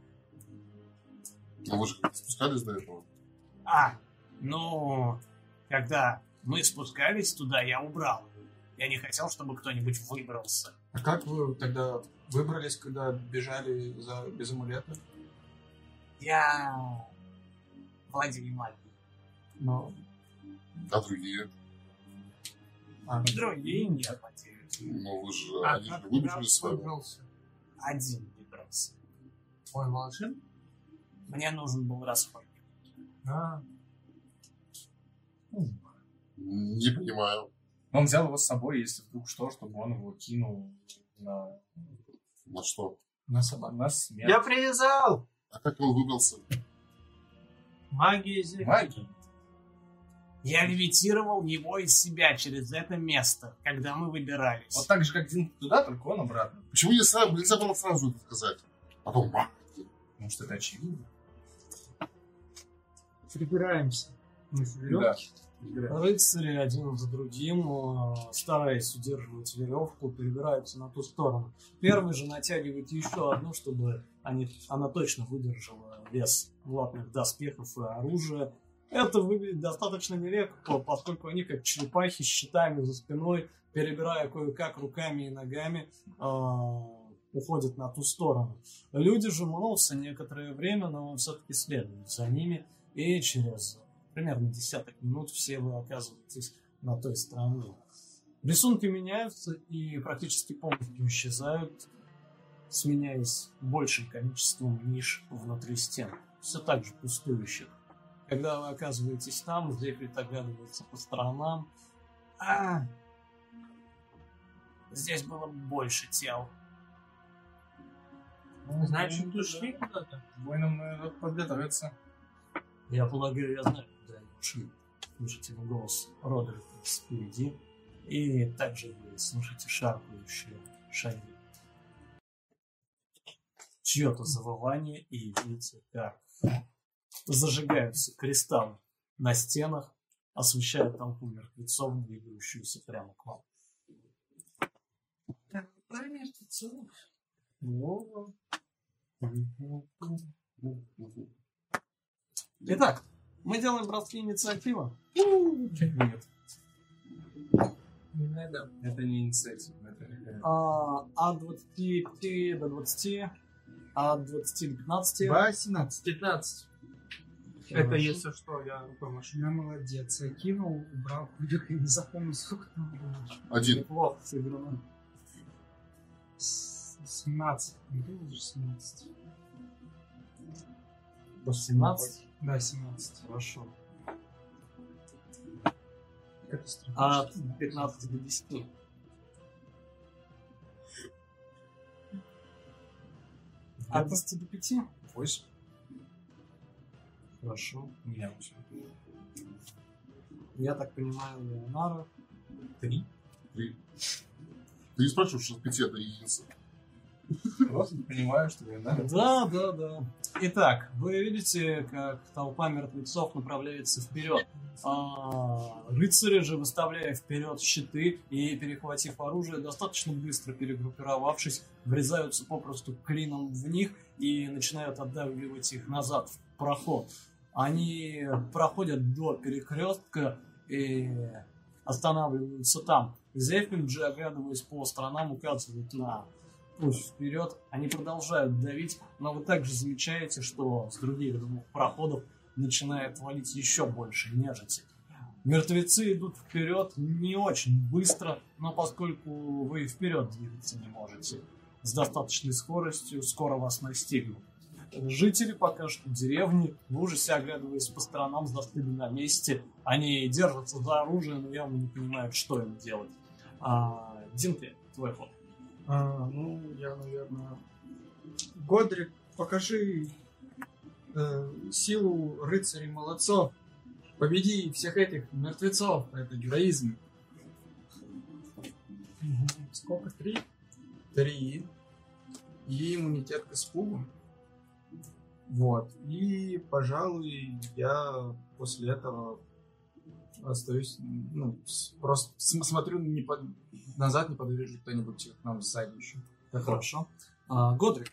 А вы же как-то спускались до этого? А, ну, когда мы спускались туда, я убрал. Я не хотел, чтобы кто-нибудь выбрался. А как вы тогда выбрались, когда бежали за... без амулета? Я владею магией. Но... А другие? А, Другие не владеют. Ну вы же, А они же как выбежали с вами. выбрался? Один выбрался. Ой, волшебник? Мне нужен был расходник. А, Не понимаю. Он взял его с собой, если вдруг что, чтобы он его кинул на, На что? на собак. на смерть. Я привязал! А как он выбрался? Магия здесь. Магия. Я левитировал его из себя через это место, когда мы выбирались. Вот так же, как Дин туда, только он обратно. Почему не сразу, нельзя было сразу это сказать? Потом бах! Потому что это очевидно. прибираемся. Мы в веревке. Рыцари один за другим, э, стараясь удерживать веревку, перебираются на ту сторону. Первый же натягивает еще одну, чтобы они, она точно выдержала вес латных доспехов и оружия. Это выглядит достаточно нелегко, поскольку они как черепахи с щитами за спиной, перебирая кое-как руками и ногами, э, уходят на ту сторону. Люди же мнутся некоторое время, но все-таки следуют за ними, и через примерно десяток минут все вы оказываетесь на той стороне. Рисунки меняются и практически полностью исчезают, сменяясь большим количеством ниш внутри стен, все так же пустующих. Когда вы оказываетесь там, Зефрит оглядывается по сторонам. А, здесь было больше тел. Значит, ушли куда-то? Воинам надо подготовиться. Я полагаю, я знаю, куда они ушли. Слышите голос Родрика впереди. И также вы слышите шаркающие шаги. Чье-то завывание, и видите, как зажигаются кристаллы на стенах, освещая толпу мертвецов, двигающуюся прямо к вам. Так, про мертвецов. Итак, мы делаем броски инициативы. Нет, Не надо. это не инициатива. Это какая-то- А, от двадцати пяти до двадцати, от двадцати до пятнадцати. восемнадцать. пятнадцать. Это если что, я рукой машу. Я молодец. Я кинул, убрал кубик и не запомнил, сколько там было. Один. Неплохо сыграно. С- семнадцать. Не было же семнадцать. семнадцать. Да, семнадцать. Хорошо. Катастрофа. От пятнадцати до десяти. От десяти до пяти. Восемь. Хорошо. У меня восемь. Я так понимаю, Леонара. Три. Три. Ты не спрашиваешь, что с пяти это единица. Просто понимаю, что я надо. Да, да, да. Итак, вы видите, как толпа мертвецов направляется вперед. А, рыцари же, выставляя вперед щиты и перехватив оружие, достаточно быстро перегруппировавшись, врезаются попросту клином в них и начинают отдавливать их назад в проход. Они проходят до перекрестка и останавливаются там. Зефин же, оглядываясь по сторонам, указывает на путь вперед. Они продолжают давить, но вы также замечаете, что с других двух проходов начинает валить еще больше нежити. Мертвецы идут вперед не очень быстро, но поскольку вы вперед двигаться не можете с достаточной скоростью, скоро вас настигнут. Жители пока что деревни, в ужасе оглядываясь по сторонам, застыли на месте. Они держатся за оружие, но явно не понимают, что им делать. А, Динте, твой ход. А, ну, я, наверное... Годрик, покажи э, силу рыцарей-молодцов. Победи всех этих мертвецов. Это героизм. Сколько? Три? Три. И иммунитет к испугу. Вот. И, пожалуй, я после этого Остаюсь, ну, с- просто см- смотрю не под- назад, не подвижу кто-нибудь к нам сзади еще. Так, хорошо. А, Годрик.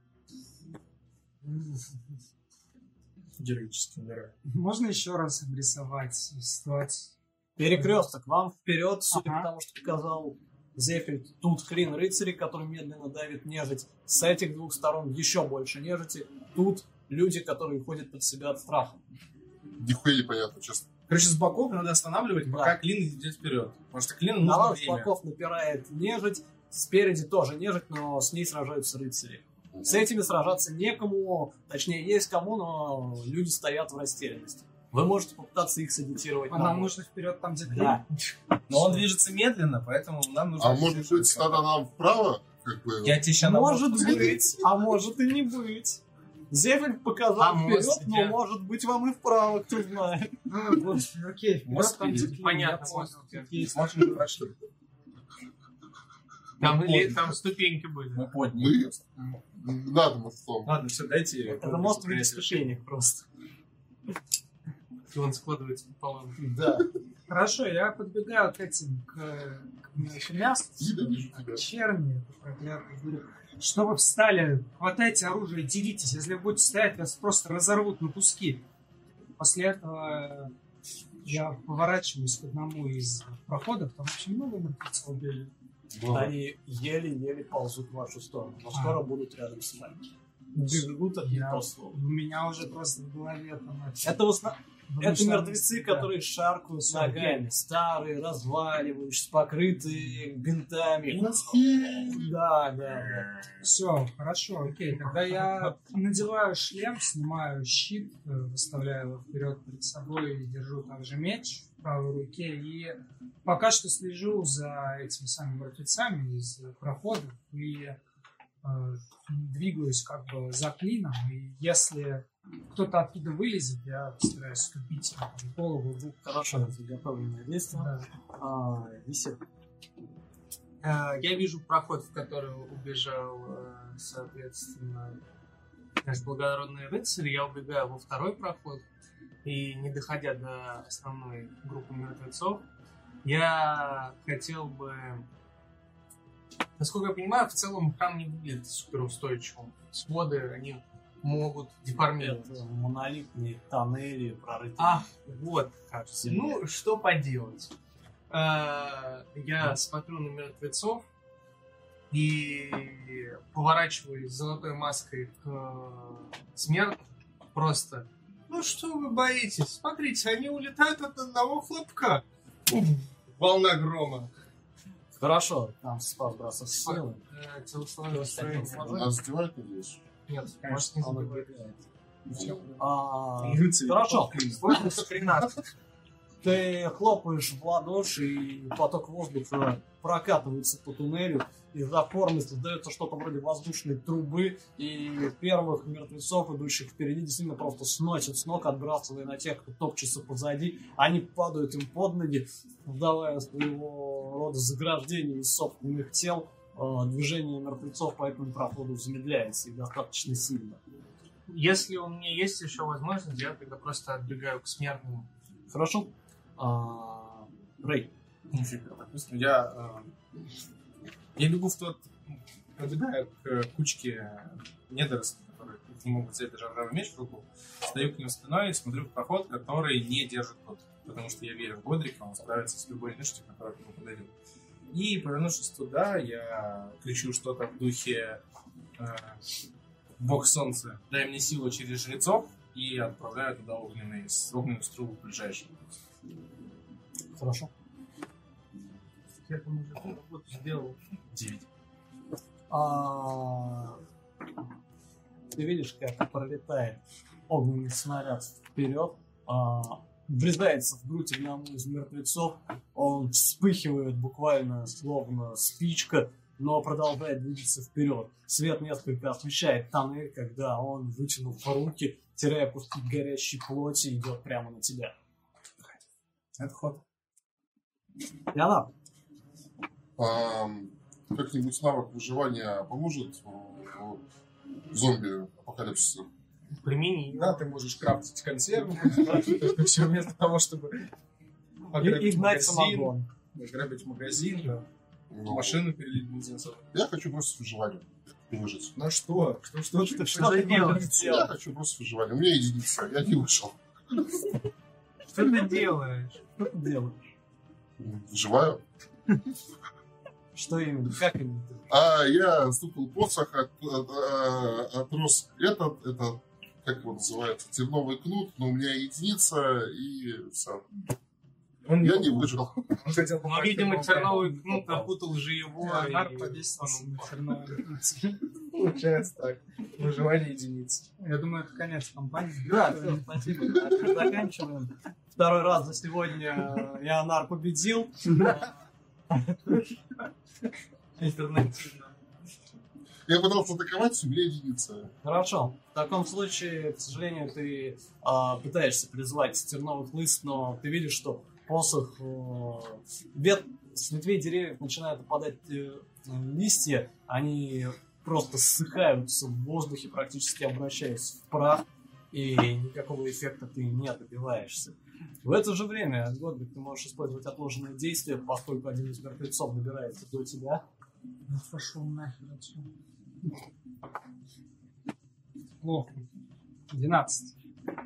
Героически умираю. Можно еще раз обрисовать ситуацию? Перекресток. Вам вперед, судя Ага. по тому, что показал Зефельд. Тут хрен рыцарей, который медленно давит нежить. С этих двух сторон еще больше нежити. Тут люди, которые ходят под себя от страха. Нихуя непонятно, честно. Короче, с боков надо останавливать, Да. пока клин идет вперед. Потому что клину нужно На вас с время. боков напирает нежить. Спереди тоже нежить, но с ней сражаются рыцари. С этими сражаться некому, точнее, есть кому, но люди стоят в растерянности. Вы можете попытаться их сагитировать. А нам нужно вперед там, где Да. Но он движется медленно, поэтому нам нужно... А может быть, тогда нам вправо? Как бы... Я тебе сейчас Может быть, а может и не быть. Зефельд показал А вперед, мост но где? может быть вам и вправо, кто знает. Ну, господи, окей, вперед Мост там, где впереди. клин, Понятно, я понял. мост где. Есть. Смотрим, не прошли. Там, Мы или, подняли. там ступеньки были. Мы подняли. Мы над мостом. Ладно, все, дайте... Это мост в виде ступенек просто. И он складывается пополам. Да. Хорошо, я подбегаю к этим, к, к мясу, Видно, вижу тебя. к черни, проклятый, говорю, что вы встали, хватайте оружие, деритесь, если вы будете стоять, вас просто разорвут на куски. После этого я поворачиваюсь к одному из проходов, там очень много мертвецов убили. Они еле-еле ползут в вашу сторону, но скоро будут рядом с вами. Бегут от Я- не то слова. У меня уже просто в голове там... Это, в основ- потому это что- мертвецы, да. которые шаркают Всё, ногами. Старые, разваливающиеся, покрытые бинтами. Да, да, да. Все, хорошо, окей. Тогда я надеваю шлем, снимаю щит, э, выставляю его вперед перед собой и держу также меч в правой руке. И пока что слежу за этими самыми мертвецами из проходов и э, двигаюсь как бы за клином. И если кто-то оттуда вылезет, я постараюсь вступить ему в голову, в руку. Хорошо, заготовленное действие. Да. А, висит. Э, Я вижу проход, в который убежал, э, соответственно, наш благородный рыцарь. Я убегаю во второй проход. И не доходя до основной группы мертвецов, я хотел бы... Насколько я понимаю, в целом храм не выглядит суперустойчивым. Своды, они могут деформироваться. Это монолитные тоннели, прорытые. А, вот как. Земля. Ну, что поделать. Э, Я смотрю на мертвецов и поворачиваюсь с золотой маской к э, смертным. Просто, ну что вы боитесь? Смотрите, они улетают от одного хлопка. Волна грома. Хорошо, там спас бросок силы. Э, Телосложение. Нас сдевать, надеюсь? Нет, может, не Он забывай. убегает. А, И рыцарь. Хорошо. Сколько хрена? Ты хлопаешь в ладоши, и поток воздуха прокатывается по туннелю. Из-за формы создается что-то вроде воздушной трубы, и первых мертвецов, идущих впереди, действительно просто сносят с ног, отбрасывая на тех, кто топчется позади. Они падают им под ноги, создавая своего рода заграждение из собственных тел. Э, Движение мертвецов по этому проходу замедляется и достаточно сильно. Если у меня есть еще возможность, я тогда просто отбегаю к смертным. Хорошо? А, Рэй. Нифига, допустим, я, э, я бегу в тот, подбегаю к кучке недорослей, которые не могут взять даже ржавый меч в руку, стою к ним спиной и смотрю в проход, который не держит ход, потому что я верю в Годрика, он справится с любой нежитью, которая к нему подойдет. И, повернувшись туда, я кричу что-то в духе э, «Бог солнца, дай мне силу через жрецов», и отправляю туда огненный, огненную стрелу ближайшую. Хорошо. Я там уже работу сделал. девять. А, Ты видишь, как пролетает огненный снаряд вперед, а, врезается в грудь одному из мертвецов, он вспыхивает буквально словно спичка, но продолжает двигаться вперед. Свет несколько освещает тоннель, когда он, вытянув руки, теряя куски горящей плоти, идет прямо на тебя. Это ход. И она. Ам, Как-нибудь навык выживания поможет в в зомби-апокалипсисе? Примени. Да, ты можешь крафтить консервы, все вместо того, чтобы И, и гнать магазин. самогон. Грабить магазин, да. Ну, Машину перелить бензин. Я хочу просто выживания. И выжить. На что? Что, что, Что, ты что ты делаешь? Я хочу просто выживания. У меня единица, я не вышел. Что ты делаешь? Что ты делаешь? Выживаю. Что именно? Как именно? А я стукнул посох, от, от, а, отрос этот, это, как его называется, терновый кнут, но у меня единица, и все. Он Я не выжил. Он хотел Ну, попасть видимо, в терновый попал. кнут опутал же его. Да, и Нар он- повесился на терновом кнуте. Получается так. Выживание единиц. Я думаю, это конец кампании. Да, все, спасибо. Заканчиваем. Второй раз за сегодня Ионар победил. Интернет. Я пытался атаковать, у меня единица. Хорошо. В таком случае, к сожалению, ты а, пытаешься призвать терновых лист, но ты видишь, что посох э, вет, с ветвей деревьев начинают опадать э, листья, они просто ссыхаются в воздухе, практически обращаясь в прах, и никакого эффекта ты не добиваешься. В это же время, Годвиг, ты можешь использовать отложенные действия, поскольку один из мертвецов добирается до тебя. Ну, пошел нахер отсюда. Плохо. двенадцать.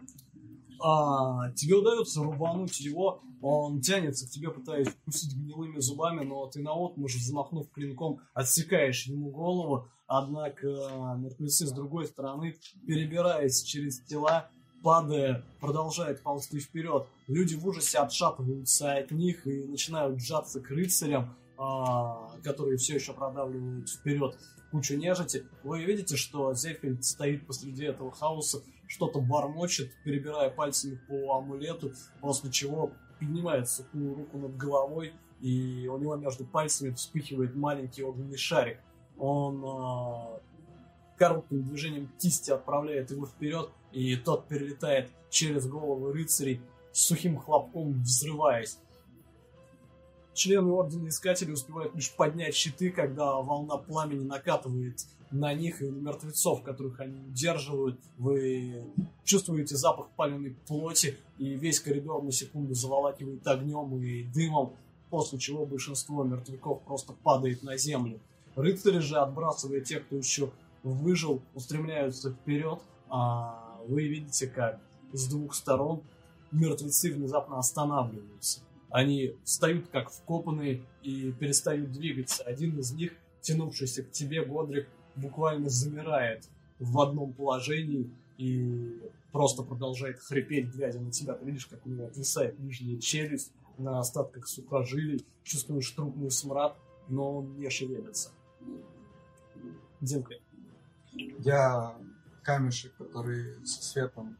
А, тебе удается рубануть его, он тянется к тебе, пытаясь вкусить гнилыми зубами, но ты наотмашь, взмахнув клинком, отсекаешь ему голову, однако мертвецы с другой стороны, перебираясь через тела, падая, продолжают ползти вперед. Люди в ужасе отшатываются от них и начинают сжаться к рыцарям, а, которые все еще продавливают вперед кучу нежити. Вы видите, что Зефельд стоит посреди этого хаоса, что-то бормочет, перебирая пальцами по амулету, после чего поднимает сухую руку над головой, и у него между пальцами вспыхивает маленький огненный шарик. Он а, коротким движением кисти отправляет его вперед, и тот перелетает через головы рыцарей, с сухим хлопком взрываясь. Члены Ордена Искателей успевают лишь поднять щиты, когда волна пламени накатывает на них и на мертвецов, которых они удерживают. Вы чувствуете запах паленой плоти, и весь коридор на секунду заволакивает огнем и дымом, после чего большинство мертвяков просто падает на землю. Рыцари же, отбрасывая тех, кто еще выжил, устремляются вперед, а вы видите, как с двух сторон мертвецы внезапно останавливаются. Они встают как вкопанные и перестают двигаться. Один из них, тянувшийся к тебе, Годрик, буквально замирает в одном положении и просто продолжает хрипеть, глядя на тебя. Ты видишь, как у него отвисает нижняя челюсть на остатках сухожилий, чувствуешь трупный смрад, но он не шевелится. Димка. Я камешек, который со светом,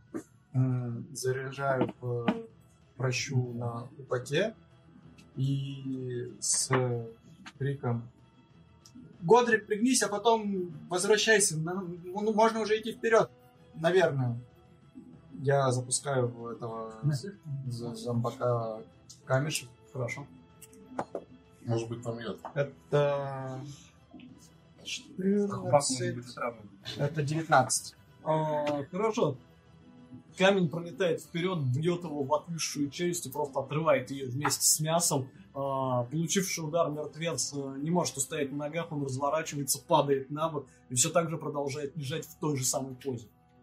м, заряжаю в прощу на упаке и с криком: «Годрик, пригнись, а потом возвращайся, на- ну, можно уже идти вперед, наверное». Я запускаю в этого з- зомбака камешек. Хорошо. Может быть, там яд. Это... Хват может быть отравлен. Это девятнадцать. А, хорошо. Камень пролетает вперед, бьет его в отвисшую челюсть и просто отрывает ее вместе с мясом. А, получивший удар мертвец а, не может устоять на ногах, он разворачивается, падает на бок и все так же продолжает лежать в той же самой позе.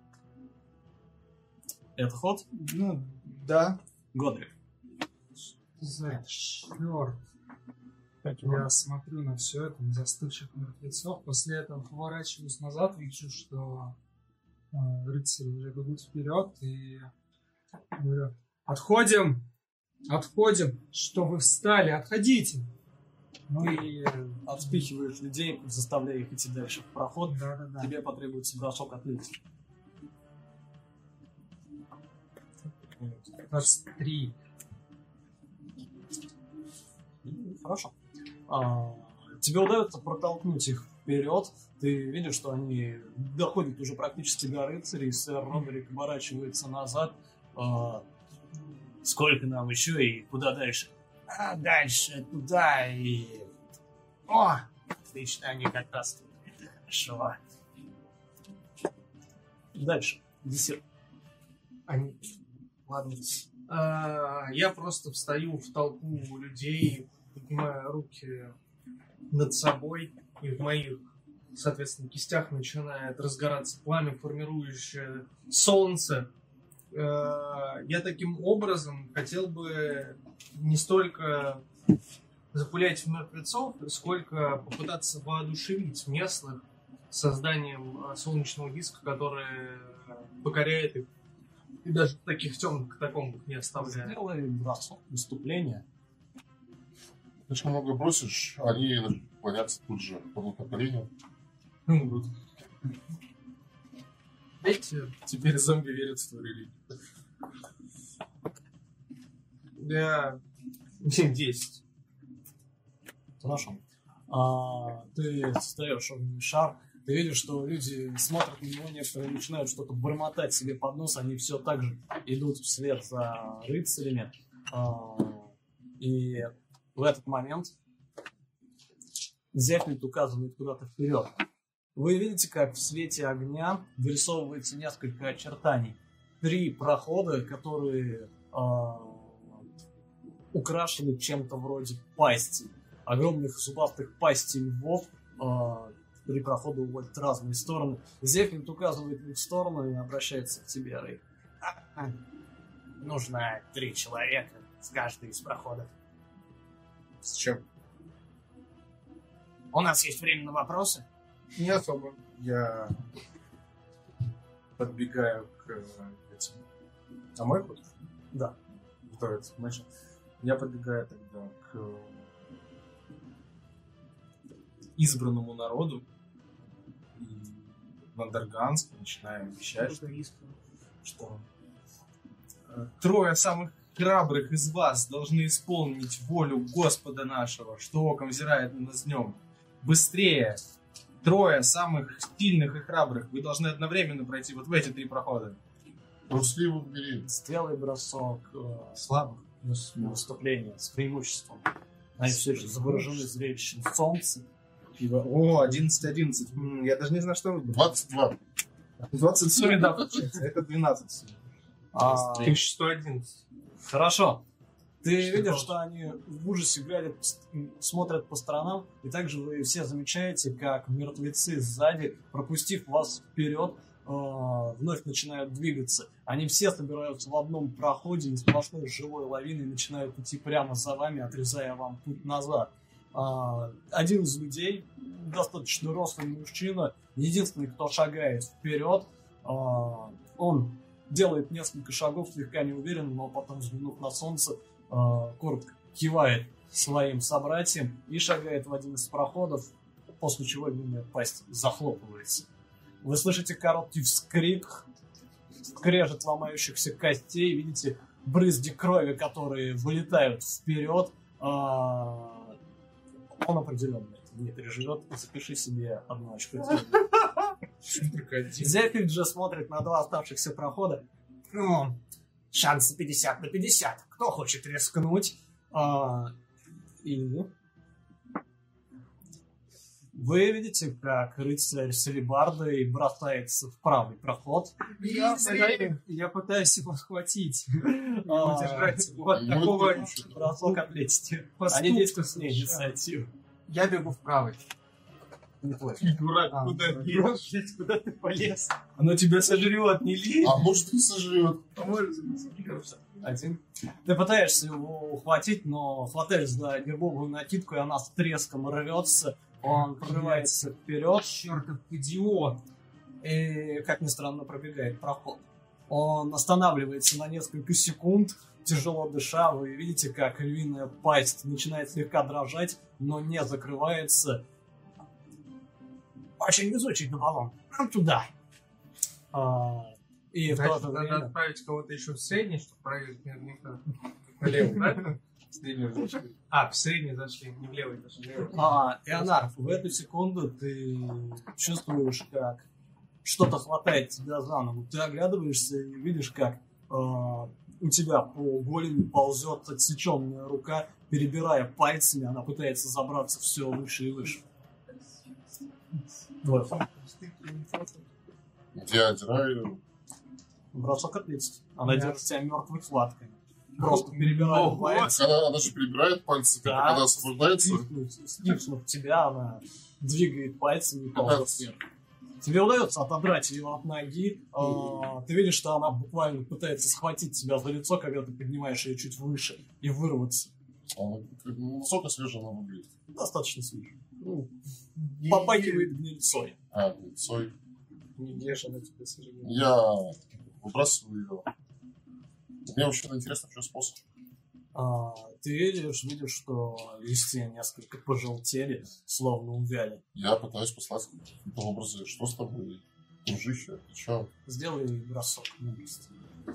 Это ход? Ну, да. Годрик. За черт. Я смотрю на все это, на застывших мертвецов. После этого поворачиваюсь назад, вижу, что э, рыцари уже бегут вперед и говорю: отходим! Отходим! Что вы встали? Отходите! Ну и... Отпихиваешь людей, заставляя их идти дальше в проход. Да-да-да. Тебе потребуется бросок отличия. двадцать три. Хорошо. А, тебе удается протолкнуть их вперед. Ты видишь, что они доходят уже практически до рыцарей. Сэр Родерик оборачивается назад. А, сколько нам еще и куда дальше? А дальше туда и... О, отлично, они как раз тут. Это хорошо. Дальше. Десерт. Они... Ладно, А, я просто встаю в толпу людей, поднимаю руки над собой, и в моих, соответственно, кистях начинает разгораться пламя, формирующее солнце. А, я таким образом хотел бы не столько запулять в мертвецов, сколько попытаться воодушевить местных созданием солнечного диска, который покоряет их и даже в таких темных катакомбах не оставляет. Сделай бросок выступления. Слишком много бросишь, они плодятся тут же, падут на колени. Умрут. Видите, теперь зомби верят в твою религию. Да, десять. Хорошо. А, ты встаешь в шар, ты видишь, что люди смотрят на него, некоторые начинают что-то бормотать себе под нос, они все так же идут вслед за рыцарями. А, и в этот момент Зефнит указывает куда-то вперед. Вы видите, как в свете огня вырисовывается несколько очертаний. Три прохода, которые а, украшены чем-то вроде пасти. Огромных зубастых пастей львов. А, три прохода уводят в разные стороны. Зефнит указывает в их сторону и обращается к тебе, Рэй. Нужно три человека с каждой из проходов. С чем? У нас есть время на вопросы? Не особо. Я подбегаю к э, этим. А мой ход? Да. Готовится к матчу. Я подбегаю тогда к избранному народу и на Дарганском начинаю вещать, что, что э, трое самых храбрых из вас должны исполнить волю Господа нашего, что оком взирает на нас днем. Быстрее! Трое самых сильных и храбрых. Вы должны одновременно пройти вот в эти три прохода. Трусливых бери. Сделай бросок э, Слабых. выступления с преимуществом. Они все еще загружены зрелищем солнца. О, одиннадцать одиннадцать. М, Я даже не знаю, что выбрать. двадцать два. двадцать в сумме, да, получается. Это двенадцать. А, тысяча сто одиннадцать. Хорошо. Ты видишь, что они в ужасе глядят, смотрят по сторонам, и также вы все замечаете, как мертвецы сзади, пропустив вас вперед, э, вновь начинают двигаться. Они все собираются в одном проходе и сплошной живой лавиной начинают идти прямо за вами, отрезая вам путь назад. Э, один из людей, достаточно рослый мужчина, единственный, кто шагает вперед, э, он делает несколько шагов, слегка неуверенно, но потом, взглянув на солнце, коротко кивает своим собратьям и шагает в один из проходов, после чего длинная пасть захлопывается. Вы слышите короткий вскрик, скрежет ломающихся костей, видите брызги крови, которые вылетают вперед. Он определенно это не переживет. Запиши себе одну очко. Зефик же смотрит на два оставшихся прохода. Ну, шансы пятьдесят на пятьдесят. Кто хочет рискнуть? А, и вы видите, как рыцарь с алебардой бросается в правый проход. Я, я, я пытаюсь его схватить. А, Удержать. Вот Ну, такого это бросок атлетики. Поступ. Они действуют с ней инициативу. Я бегу в правый. Дурак, А, куда да. ты едешь? Куда ты полез? Оно тебя сожрет, не лезь. А может и сожрет. Один. Ты пытаешься его ухватить, но хватаешь за гербовую накидку, и она с треском рвется. Он прорывается вперед. Чертов идиот. И, как ни странно, пробегает проход. Он останавливается на несколько секунд, тяжело дыша. Вы видите, как львиная пасть начинает слегка дрожать, но не закрывается. Очень везучий баллон. Нам туда. А, и в то Значит, же надо время... отправить кого-то еще в средний, чтобы проверить наверняка. Левый, правильно? В средний зашли. А, в средний зашли, не в левый зашли. А, Ионар, в эту секунду ты чувствуешь, как что-то хватает тебя за ногу. Ты оглядываешься и видишь, как э, у тебя по голени ползет отсеченная рука, перебирая пальцами, она пытается забраться все выше и выше. Двое. Я отдираю. Бросок ответственности. Она Да. держит тебя мертвой хваткой. просто перебирает Ого. пальцы. Она, она же перебирает пальцы, как Да. она освобождается. Стикнуть, стикнув тебя, она двигает пальцами и Ага. ползет вверх. Тебе удается отобрать ее от ноги. а, Ты видишь, что она буквально пытается схватить тебя за лицо, когда ты поднимаешь ее чуть выше и вырваться. Она, как, ну, насколько свежая она выглядит. Достаточно свежо. Ну, попахивает гнильцой. А, лицой. Не ешь, она тебе, к сожалению. Я выбрасываю ее. Мне вообще интересно, что способ. А, Ты видишь, видишь, что листья несколько пожелтели, словно увяли. Я пытаюсь послать каким-то образом. Что с тобой, дружище? Ты чё? Сделай бросок мудрости.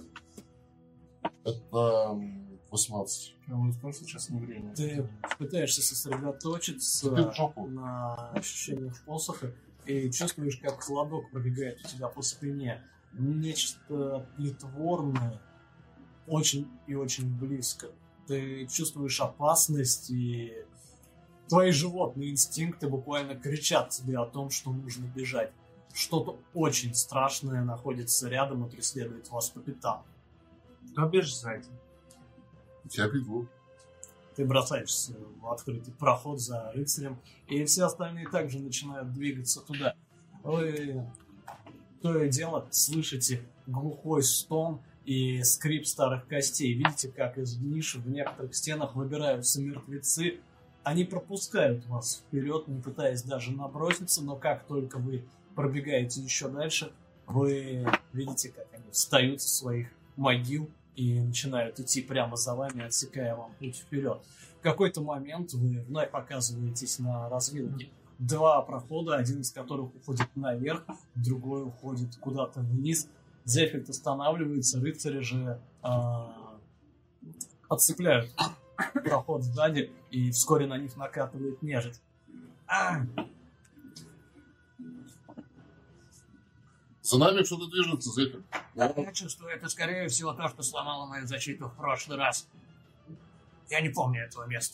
Это м, восемнадцать. Ну, в том сейчас не время. Ты пытаешься сосредоточиться Ты в жопу. на ощущениях посоха и чувствуешь, как холодок пробегает у тебя по спине. Нечто тлетворное, очень и очень близко. Ты чувствуешь опасность, и твои животные инстинкты буквально кричат тебе о том, что нужно бежать. Что-то очень страшное находится рядом и преследует вас по пятам. Кто бежит сзади? Я бегу. Ты бросаешься в открытый проход за рыцарем, и все остальные также начинают двигаться туда. Вы то и дело слышите глухой стон и скрип старых костей. Видите, как из ниш в некоторых стенах выбираются мертвецы. Они пропускают вас вперед, не пытаясь даже наброситься, но как только вы пробегаете еще дальше, вы видите, как они встают со своих могил и начинают идти прямо за вами, отсекая вам путь вперед. В какой-то момент вы вновь оказываетесь на развилке. Два прохода, один из которых уходит наверх, другой уходит куда-то вниз. Зефельд останавливается, рыцари же а, отцепляют проход сзади, и вскоре на них накатывает нежить. А, За нами что-то движется, Зефир. Я чувствую, это скорее всего то, что сломало мою защиту в прошлый раз. Я не помню этого места.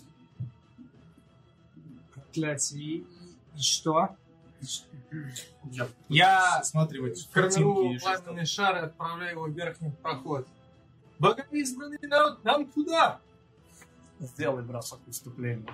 Проклятие. И, и что? Я, Я осматривать формирую картинки. пламенный шар и отправляю его в верхний проход. Богоизбранный народ, нам туда! сделай бросок выступления.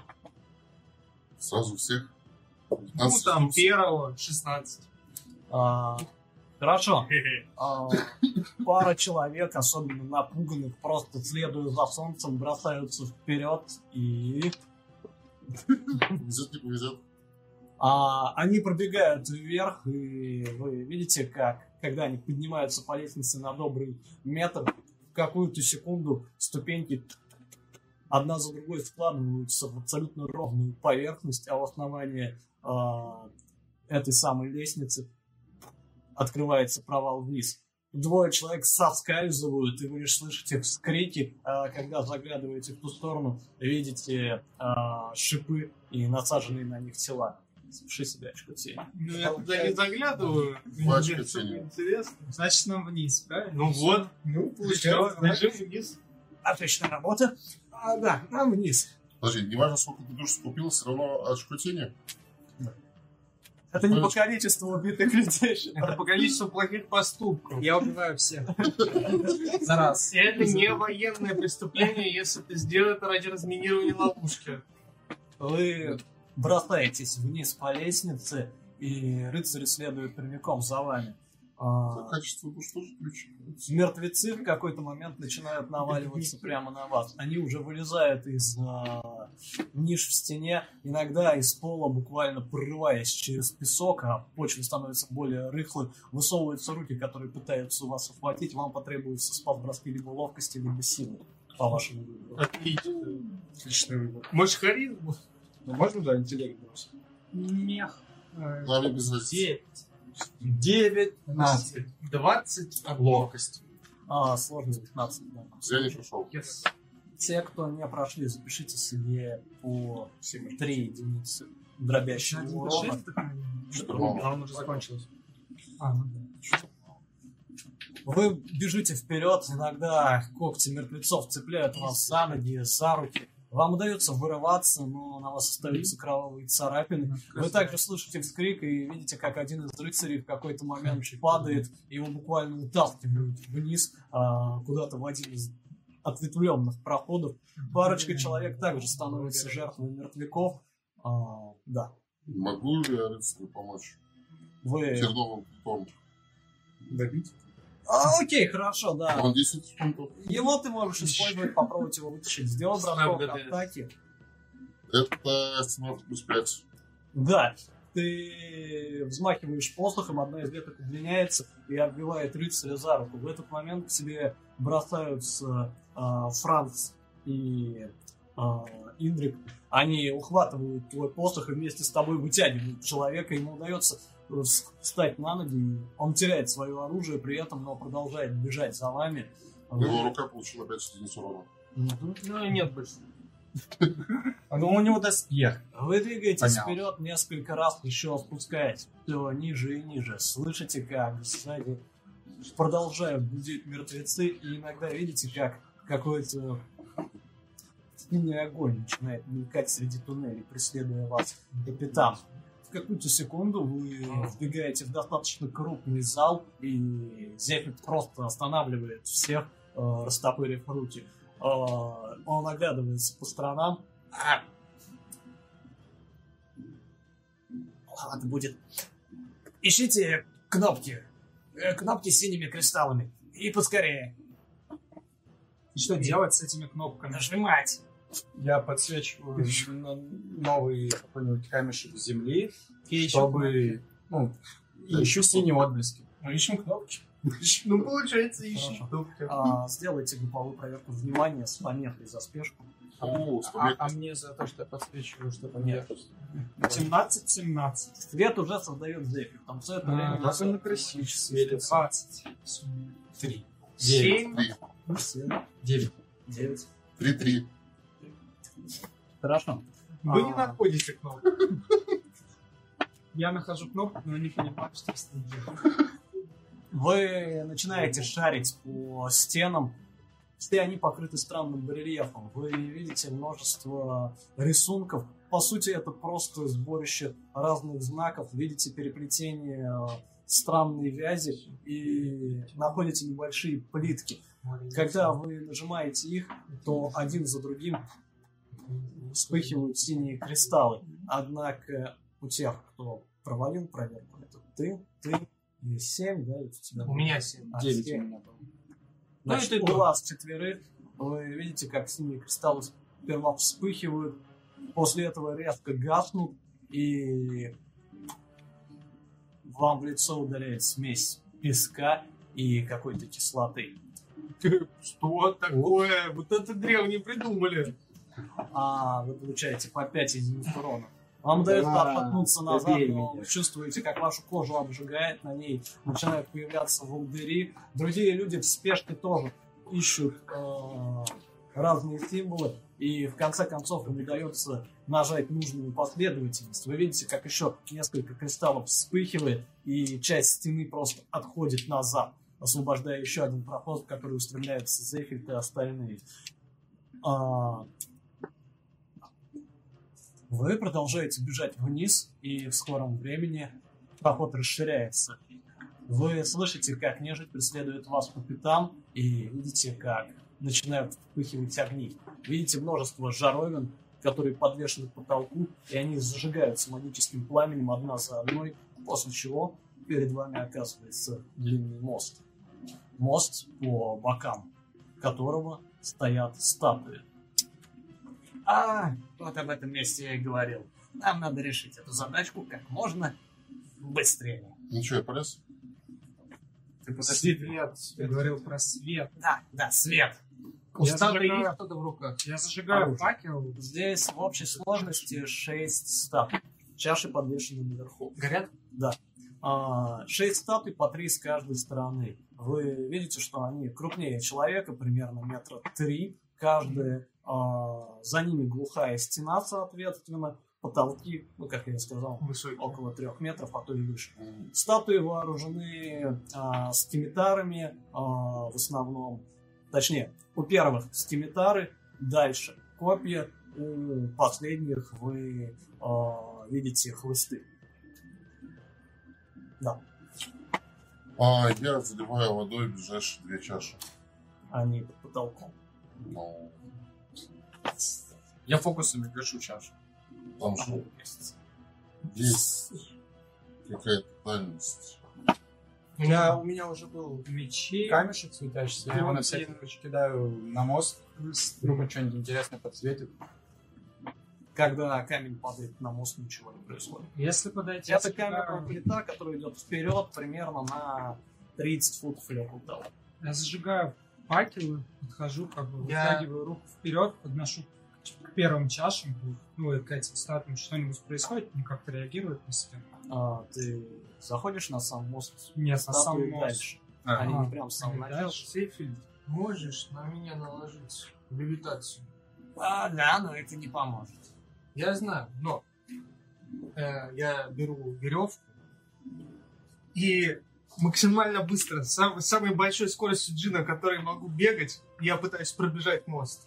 Сразу всех. Ну, пятнадцать там, единиц. первого, шестнадцать. А, хорошо. А, пара человек, особенно напуганных, просто следуя за солнцем, бросаются вперед и... Повезет, не повезет. А, они пробегают вверх, и вы видите, как, когда они поднимаются по лестнице на добрый метр, в какую-то секунду ступеньки одна за другой складываются в абсолютно ровную поверхность, а в основании а, этой самой лестницы открывается провал вниз. Двое человек соскальзывают, и вы лишь слышите вскрики, а, когда заглядываете в ту сторону, видите а, шипы и насаженные на них тела. Спеши себя, очко тени. Ну, я туда не заглядываю. Пачка Мне что-то тени. интересно. Значит, нам вниз, правильно? Ну вот. Ну, Что, получается, бежим вниз. Отличная работа. А, да, нам вниз. Подожди, не важно, сколько ты душ скупил, все равно очко тени. Это не по количеству убитых людей. Это по количеству плохих поступков. Я убиваю всех. За раз. Это не военное преступление, если ты сделал это ради разминирования ловушки. Вы бросаетесь вниз по лестнице, и рыцари следуют прямиком за вами. А, Качество душ тоже ключ. мертвецы в какой-то момент начинают наваливаться прямо на вас. Они уже вылезают из а, ниш в стене, иногда из пола, буквально прорываясь через песок, а почва становится более рыхлой, высовываются руки, которые пытаются вас охватить. Вам потребуется спас-броски либо ловкости, либо силы, по вашему выбору. Отлично. отличный выбор. Может, харизму? Ну, можно, да, интеллект бросить? Мех. Э, Нам не без разницы. Девять. девятнадцать. Двадцать. Ловкость. А, сложно пятнадцать, да. Зря не прошел. Yes. Те, кто не прошли, запишите себе по три единицы дробящего Один урона. шесть, так, наверное. Что Мало. А он уже закончился. А, ну да. Вы бежите вперед, иногда когти мертвецов цепляют вас за ноги, за руки. Вам удается вырываться, но на вас остаются кровавые царапины. Вы также слышите вскрик и видите, как один из рыцарей в какой-то момент падает, и его буквально утаскивают вниз, а, куда-то в один из ответвленных проходов. Парочка человек также становится жертвой мертвяков. А, да. Могу ли я рыцарю помочь? Вы... Терновым китом. Добить? А, окей, хорошо, да. Он десять фунтов. Его ты можешь использовать, попробовать его вытащить. Сделай бросок атаки. Это семнадцать плюс пять. Да. Ты взмахиваешь посохом, одна из веток удлиняется и обвивает рыцаря за руку. В этот момент к себе бросаются а, Франц и а, Индрик. Они ухватывают твой посох и вместе с тобой вытягивают человека. Ему удается встать на ноги, и он теряет свое оружие при этом, но продолжает бежать за вами. Его рука получила пять единиц урона. Угу. Ну и нет больше. Ну, у него доспех. Вы двигаетесь Понял. вперед несколько раз, еще спускаясь все ниже и ниже. Слышите, как сзади продолжают гудеть мертвецы, и иногда видите, как какой-то синий огонь начинает мелькать среди туннелей, преследуя вас. Капитан, в какую-то секунду вы вбегаете в достаточно крупный зал, и Зефик просто останавливает всех, э, растопырив руки. Э, он оглядывается по сторонам. А. Ладно, будет. Ищите кнопки. Э, Кнопки с синими кристаллами. И поскорее. И что делать с этими кнопками? Нажимать. Я подсвечиваю на новый какой-нибудь камешек земли, чтобы... Ну, и ищу синие отблески. Мы ищем кнопки. Ну, получается, ищем Хорошо. кнопки. А, сделайте групповую проверку внимания с помехой за спешку. О, А, а мне за то, что я подсвечиваю, что там Нет. семнадцать семнадцать. Свет уже создает Зефир. Там все это время... Как он красиво светится. двадцать. Три. Семь. Три. Семь, Девять. девять. Три-три. Хорошо. Вы не А. находите кнопку. Я нахожу кнопку, но не понимаю, что с ней делать. Вы начинаете шарить по стенам. Все они покрыты странным барельефом. Вы видите множество рисунков. По сути, это просто сборище разных знаков. Видите переплетение э, странной вязи и находите небольшие плитки. Когда вы нажимаете их, то один за другим вспыхивают синие кристаллы. Однако у тех, кто провалил проверку, это ты, ты и семь, да? Это у тебя У меня семь. А, Девять у семь. меня было. Значит, Ну, это у тоже. вас четверых. Вы видите, как синие кристаллы сперва вспыхивают, после этого резко гаснут, и вам в лицо ударяет смесь песка и какой-то кислоты. Что такое? Вот это древние придумали. А вы получаете по пять единиц урона. Вам удается Да, отшатнуться назад, добей но меня. вы чувствуете, как вашу кожу обжигает, на ней начинают появляться волдыри. Другие люди в спешке тоже ищут э, разные символы, и в конце концов им удается нажать нужную последовательность. Вы видите, как еще несколько кристаллов вспыхивает, и часть стены просто отходит назад, освобождая еще один проход, в который устремляются Зефильд и остальные. А, Вы продолжаете бежать вниз, и в скором времени проход расширяется. Вы слышите, как нежить преследует вас по пятам, и видите, как начинают вспыхивать огни. Видите множество жаровин, которые подвешены к потолку, и они зажигаются магическим пламенем одна за одной, после чего перед вами оказывается длинный мост. Мост, по бокам которого стоят статуи. А, вот об этом месте я и говорил. Нам надо решить эту задачку как можно быстрее. Ничего, я полез? Ты подожди, ты Свет. Ты говорил про свет. Да, да, свет. у Я статуи зажигаю. есть что-то в руках. Я зажигаю Оружие. факел. Здесь в общей сложности шесть статуй. Чаши подвешены наверху. Горят? А, шесть статуй по три с каждой стороны. Вы видите, что они крупнее человека, примерно метра три. Каждая. А, за ними глухая стена, соответственно. Потолки, ну, как я и сказал, Высокие. около трех метров, а то и выше. Статуи вооружены а, скимитарами, а, в основном. Точнее, у первых скимитары, дальше копья, у последних вы а, видите хлысты. Да, А я заливаю водой ближайшие две чаши. они под потолком. Ну, Я фокусами гашу чашу. там же есть какая-то дальность. У меня, у меня уже был Мечи. камешек светящийся, я его на Блин. всякий случай кидаю на мост, вдруг он что-нибудь интересное подсветит. Когда камень падает на мост, ничего не происходит. Если подойти... Это каменная плита, которая идет вперед примерно на тридцать футов или около того. Я зажигаю факелы, подхожу, как бы Я- вытягиваю руку вперед, подношу к, к первым чашам, ну, и к этим статуям что-нибудь происходит, они как-то реагируют на себя. А, ты заходишь на сам мост, Нет, на сам статуи мост. дальше. А, Они а, не прям с самого они начала. дальше. Сейфельд, можешь на меня наложить левитацию? А, да, но это не поможет. Я знаю, но э, я беру веревку И максимально быстро, с сам- самой большой скоростью джина, которой могу бегать, я пытаюсь пробежать мост.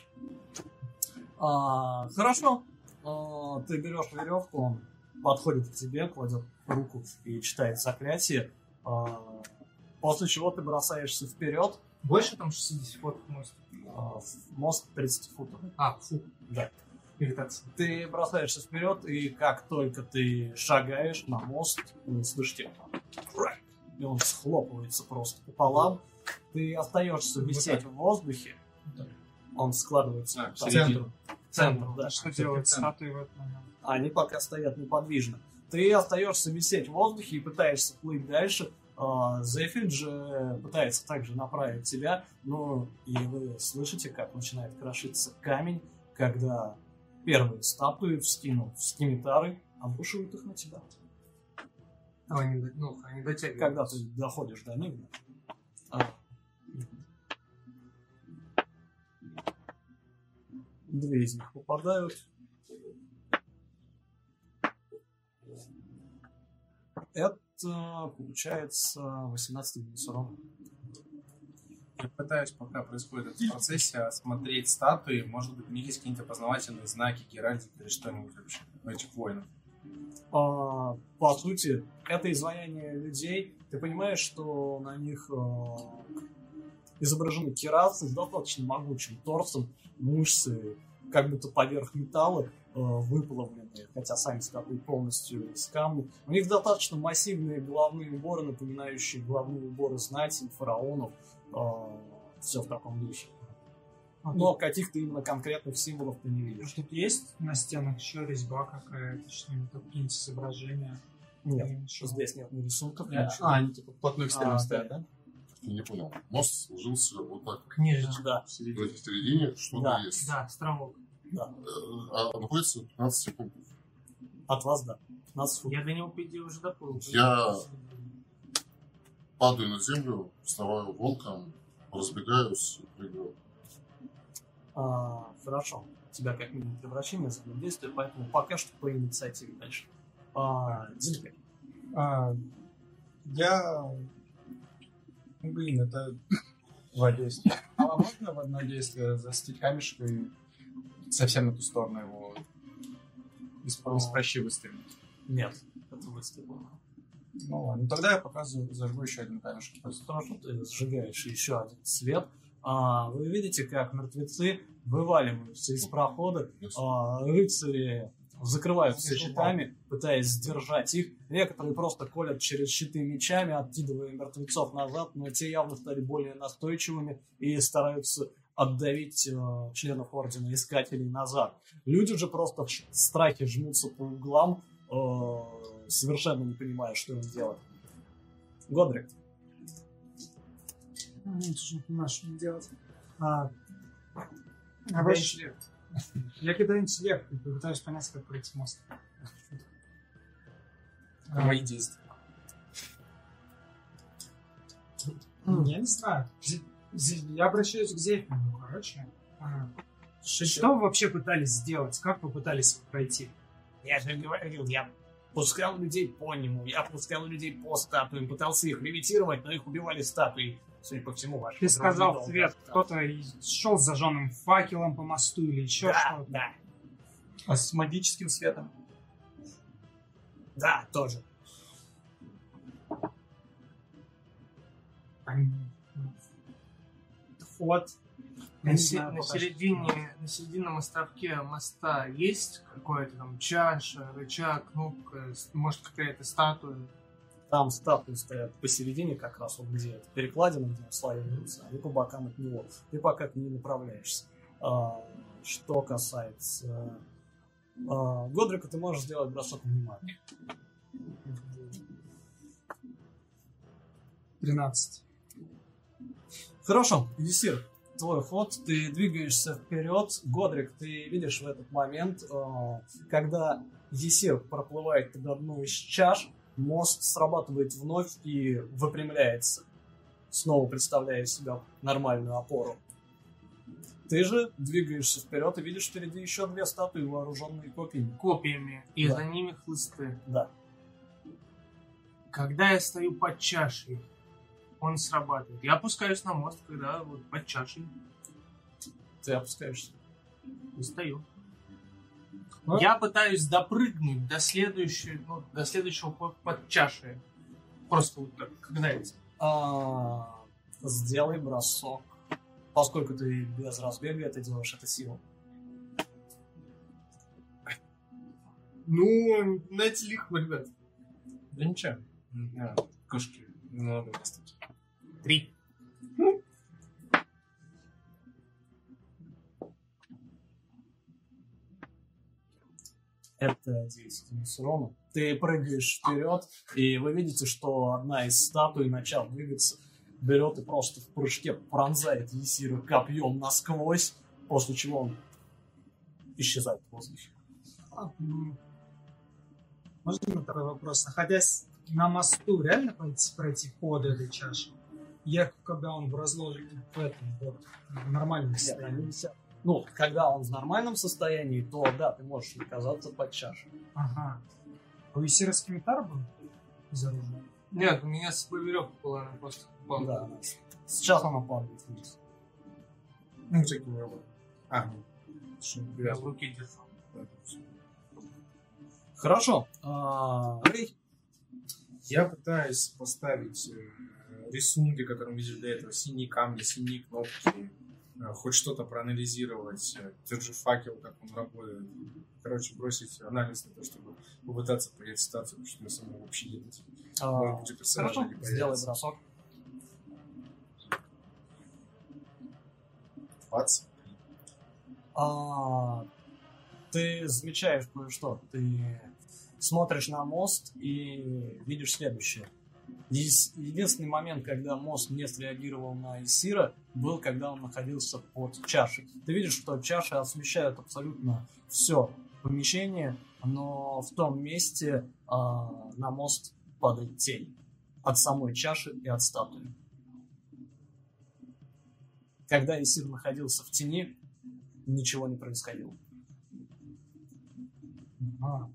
А, хорошо. А, ты берешь веревку, он подходит к тебе, кладет руку и читает заклятие. А, после чего ты бросаешься вперед. Больше там шестьдесят футов мост? А, в мост тридцать футов. А, фу, Да. ирритация. Ты бросаешься вперед, и как только ты шагаешь на мост, вы слышите, и он схлопывается просто пополам. Ты остаешься висеть в воздухе. Он складывается А, к в центру. К центру, да. Что делать статуи в этот момент? Они пока стоят неподвижно. Ты остаешься висеть в воздухе и пытаешься плыть дальше. А, Зефильд же пытается также направить тебя, но и вы слышите, как начинает крошиться камень, когда первые статуи, вскинув скимитары, обрушивают их на тебя. А, они, до- ну, они дотягивают. Когда ты доходишь до них, а, две из них попадают. Это получается восемнадцать минус урона. Я пытаюсь, пока происходит этот процесс, осмотреть статуи. Может быть, у них есть какие-нибудь опознавательные знаки, геральдика или что-нибудь вообще у этих воинов. А, по сути, это изваяние людей. Ты понимаешь, что на них а, изображены керасы с достаточно могучим торсом, мышцы как будто поверх металла а, выплавленные, хотя сами статуи полностью из камня. У них достаточно массивные головные уборы, напоминающие головные уборы знати, фараонов. Все в таком духе. Но каких-то именно конкретных символов ты не видишь. Тут есть на стенах еще резьба какая-то, что-нибудь, какие-нибудь изображения? Нет, Ничего. здесь нет ни рисунков, А, ничего. они типа вплотную к стенам А, стоят, да? Я не понял. Мост сложился вот так. Книжечка. Да, В середине что-то Да. есть. Да, островок. да. Э, А находится пятнадцать секунд. От вас, да. пятнадцать футов. Я до него, по идее, уже доплыл. Я падаю на землю, вставаю волком, разбегаюсь и прыгаю. А, хорошо. У тебя как минимум превращение за действие, поэтому пока что по инициативе дальше. А, Димка. А, я... Ну, блин, это два действия. А можно в одно действие застить камешек и совсем на ту сторону его из, из прощи выстрелить? Нет, это выстрел. Ну ладно, ну тогда я пока за- зажгу еще один камешек. Хорошо, ты сжигаешь еще один свет. А, вы видите, как мертвецы вываливаются из прохода. А, рыцари закрываются щитами, пытаясь сдержать их. Некоторые просто колят через щиты мечами, откидывая мертвецов назад, но те явно стали более настойчивыми и стараются отдавить э, членов Ордена Искателей назад. Люди же просто в ш- страхе жмутся по углам, э, совершенно не понимая, что им делать. Годрик. Ну, я тоже не понимаю, что мне делать. А, Кидай обращ- интеллект. Я кидаю интеллект и пытаюсь понять, как пройти мост. А, Мои действия. Я не знаю. Зе- зе- Я обращаюсь к Зефину, короче. А, Что вы вообще пытались сделать? Как вы пытались пройти? Я же говорил, я пускал людей по нему, я пускал людей по статуям, пытался их левитировать, но их убивали статуи. Судя по всему, ваш Ты сказал, подруга Свет, долго- кто-то и шел с зажженным факелом по мосту или еще Да, что-то. да, А с магическим светом? да, тоже. Пон- Вход На, не се- знаю, на пока что. середине, на серединном островке моста есть какое-то там чаша, рычаг, кнопка, с- может какая-то статуя? Там статуи стоят посередине, как раз вот где это перекладина, где слояются, они по бокам от него. Ты пока к ней направляешься. А, что касается а, Годрика, ты можешь сделать бросок внимания. тринадцать. Хорошо, Есир, твой ход, ты двигаешься вперед. Годрик, ты видишь в этот момент, а, когда Есир проплывает под одну из чаш, мост срабатывает вновь и выпрямляется, снова представляя из себя нормальную опору. Ты же двигаешься вперед и видишь впереди еще две статуи, вооруженные копьями. Копьями, и Да. за ними хлысты. Да. Когда я стою под чашей, он срабатывает. Я опускаюсь на мост, когда вот под чашей Ты опускаешься. и стою. Ну, Я пытаюсь допрыгнуть до следующего, ну, до следующего под, под чашей. Просто вот так, когда это. А, сделай бросок. Поскольку ты без разбега, ты делаешь это силой. Ну, знаете, легко, ребят. Да ничего. Да, кошки немного достать. Три. Это девять минус урона. Ты прыгаешь вперед, и вы видите, что одна из статуй, начав двигаться, берет и просто в прыжке пронзает Есира копьем насквозь, после чего он исчезает в воздухе. А, м, Можно такой вопрос? Находясь на мосту, реально пройти, пройти под этой чашей? Я, когда он в разложении в этом вот, в нормальном Нет, состоянии. они висят. Ну, когда он в нормальном состоянии, то да, ты можешь оказаться под чашей. Ага. А у Исира скимитар был из оружия? Нет, у меня с собой веревка была, она просто упала. Да, она- сейчас она падает вниз. Ну, всякими работами. А, ну, что, Я в привязан. руке держу. Хорошо. А, Рэй, Я пытаюсь поставить э, рисунки, которые видели до этого, синие камни, синие кнопки, э, хоть что-то проанализировать, э, держи факел, как он работает. Короче, бросить анализ на то, чтобы попытаться понять ситуацию, потому что я самому вообще не знаю. а, Может быть, у персонажа хорошо, не сделай появится. бросок. двадцать. А, ты замечаешь кое-что. Ты смотришь на мост и видишь следующее. Здесь единственный момент, когда мост не среагировал на Исира, был, когда он находился под чашей. Ты видишь, что чаши освещают абсолютно все помещение, но в том месте а, на мост падает тень от самой чаши и от статуи. Когда Исир находился в тени, ничего не происходило. А,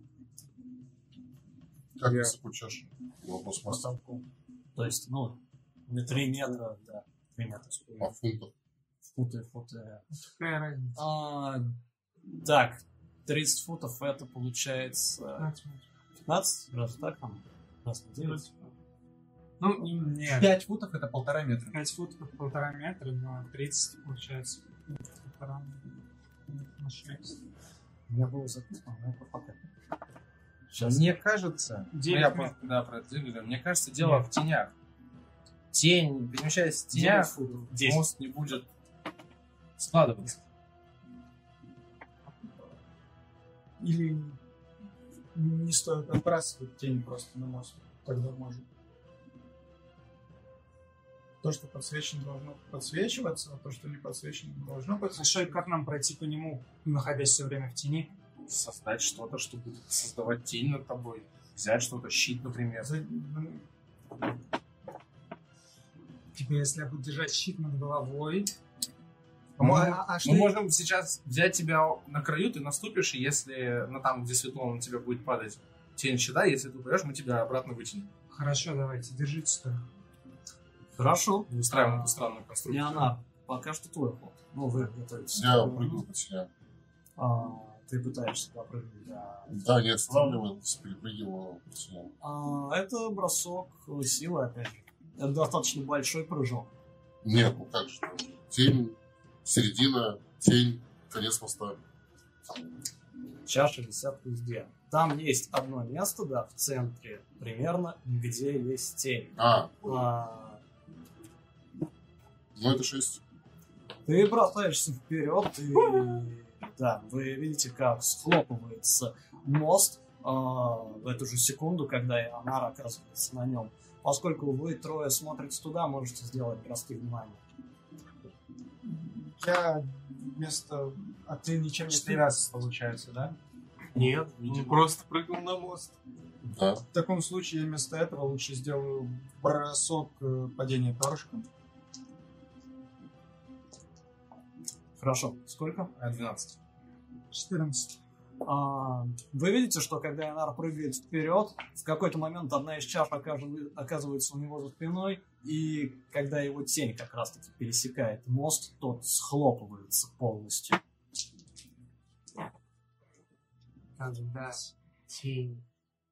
Как Я- высоко чаша? Вопрос По мастер. потолку. То есть, ну, три метра, да, три метра. А фунтов? Футы, футы. Какая разница? А, так, тридцать футов это получается пятнадцать, раз так там, раз на девять. Ну, нет. пять футов это полтора метра. пять футов, полтора метра, но тридцать получается. Полтора на шесть. У меня было записано, но это пока. Сейчас. Мне кажется, ну, Девять я метров. просто, да, про это говорю, мне кажется, дело в тенях. Тень, перемещаясь в тенях, девять футов. десять. мост не будет складываться. Или не стоит отбрасывать тень просто на мост. Тогда можно. То, что подсвечено, должно подсвечиваться, а то, что не подсвечено, не должно подсвечиваться. Слушай, как нам пройти по нему, находясь все время в тени? Создать что-то, что будет создавать тень над тобой. Взять что-то, щит, например. За- ну, Типа, если я буду держать щит над головой... Ну, а, а что мы я- можем сейчас взять тебя на краю, ты наступишь, и если на там, где светло, на тебя будет падать тень щита, если ты упадешь, мы тебя обратно вытянем. Хорошо, давайте, держитесь только. Хорошо. Устраиваем А, эту странную конструкцию. Леонард, пока что твой ход. Ну, вы готовитесь. Я прыгну по теням. А, ты пытаешься попрыгнуть, да. Да, не останавливаясь, перепрыгивал по теням. А, это бросок силы, опять же. Это достаточно большой прыжок. Нет, ну как же. Тень середина, тень, конец моста. Чаши висят везде. Там есть одно место, да, в центре примерно, где есть тень. А, А, ну это шесть. Ты бросаешься вперед, и да, вы видите, как схлопывается мост а, в эту же секунду, когда Ионар оказывается на нем. Поскольку вы трое смотрите туда, можете сделать простые внимания. Я вместо... А ты ничем не стреляться, получается, да? Нет, он просто прыгнул на мост. Да. В таком случае вместо этого лучше сделаю бросок э, падения перышком. Хорошо. Сколько? двенадцать. четырнадцать. А, вы видите, что когда Ионар прыгает вперед, в какой-то момент одна из чаш окажет- оказывается у него за спиной, и когда его тень как раз-таки пересекает мост, тот схлопывается полностью. Когда тень.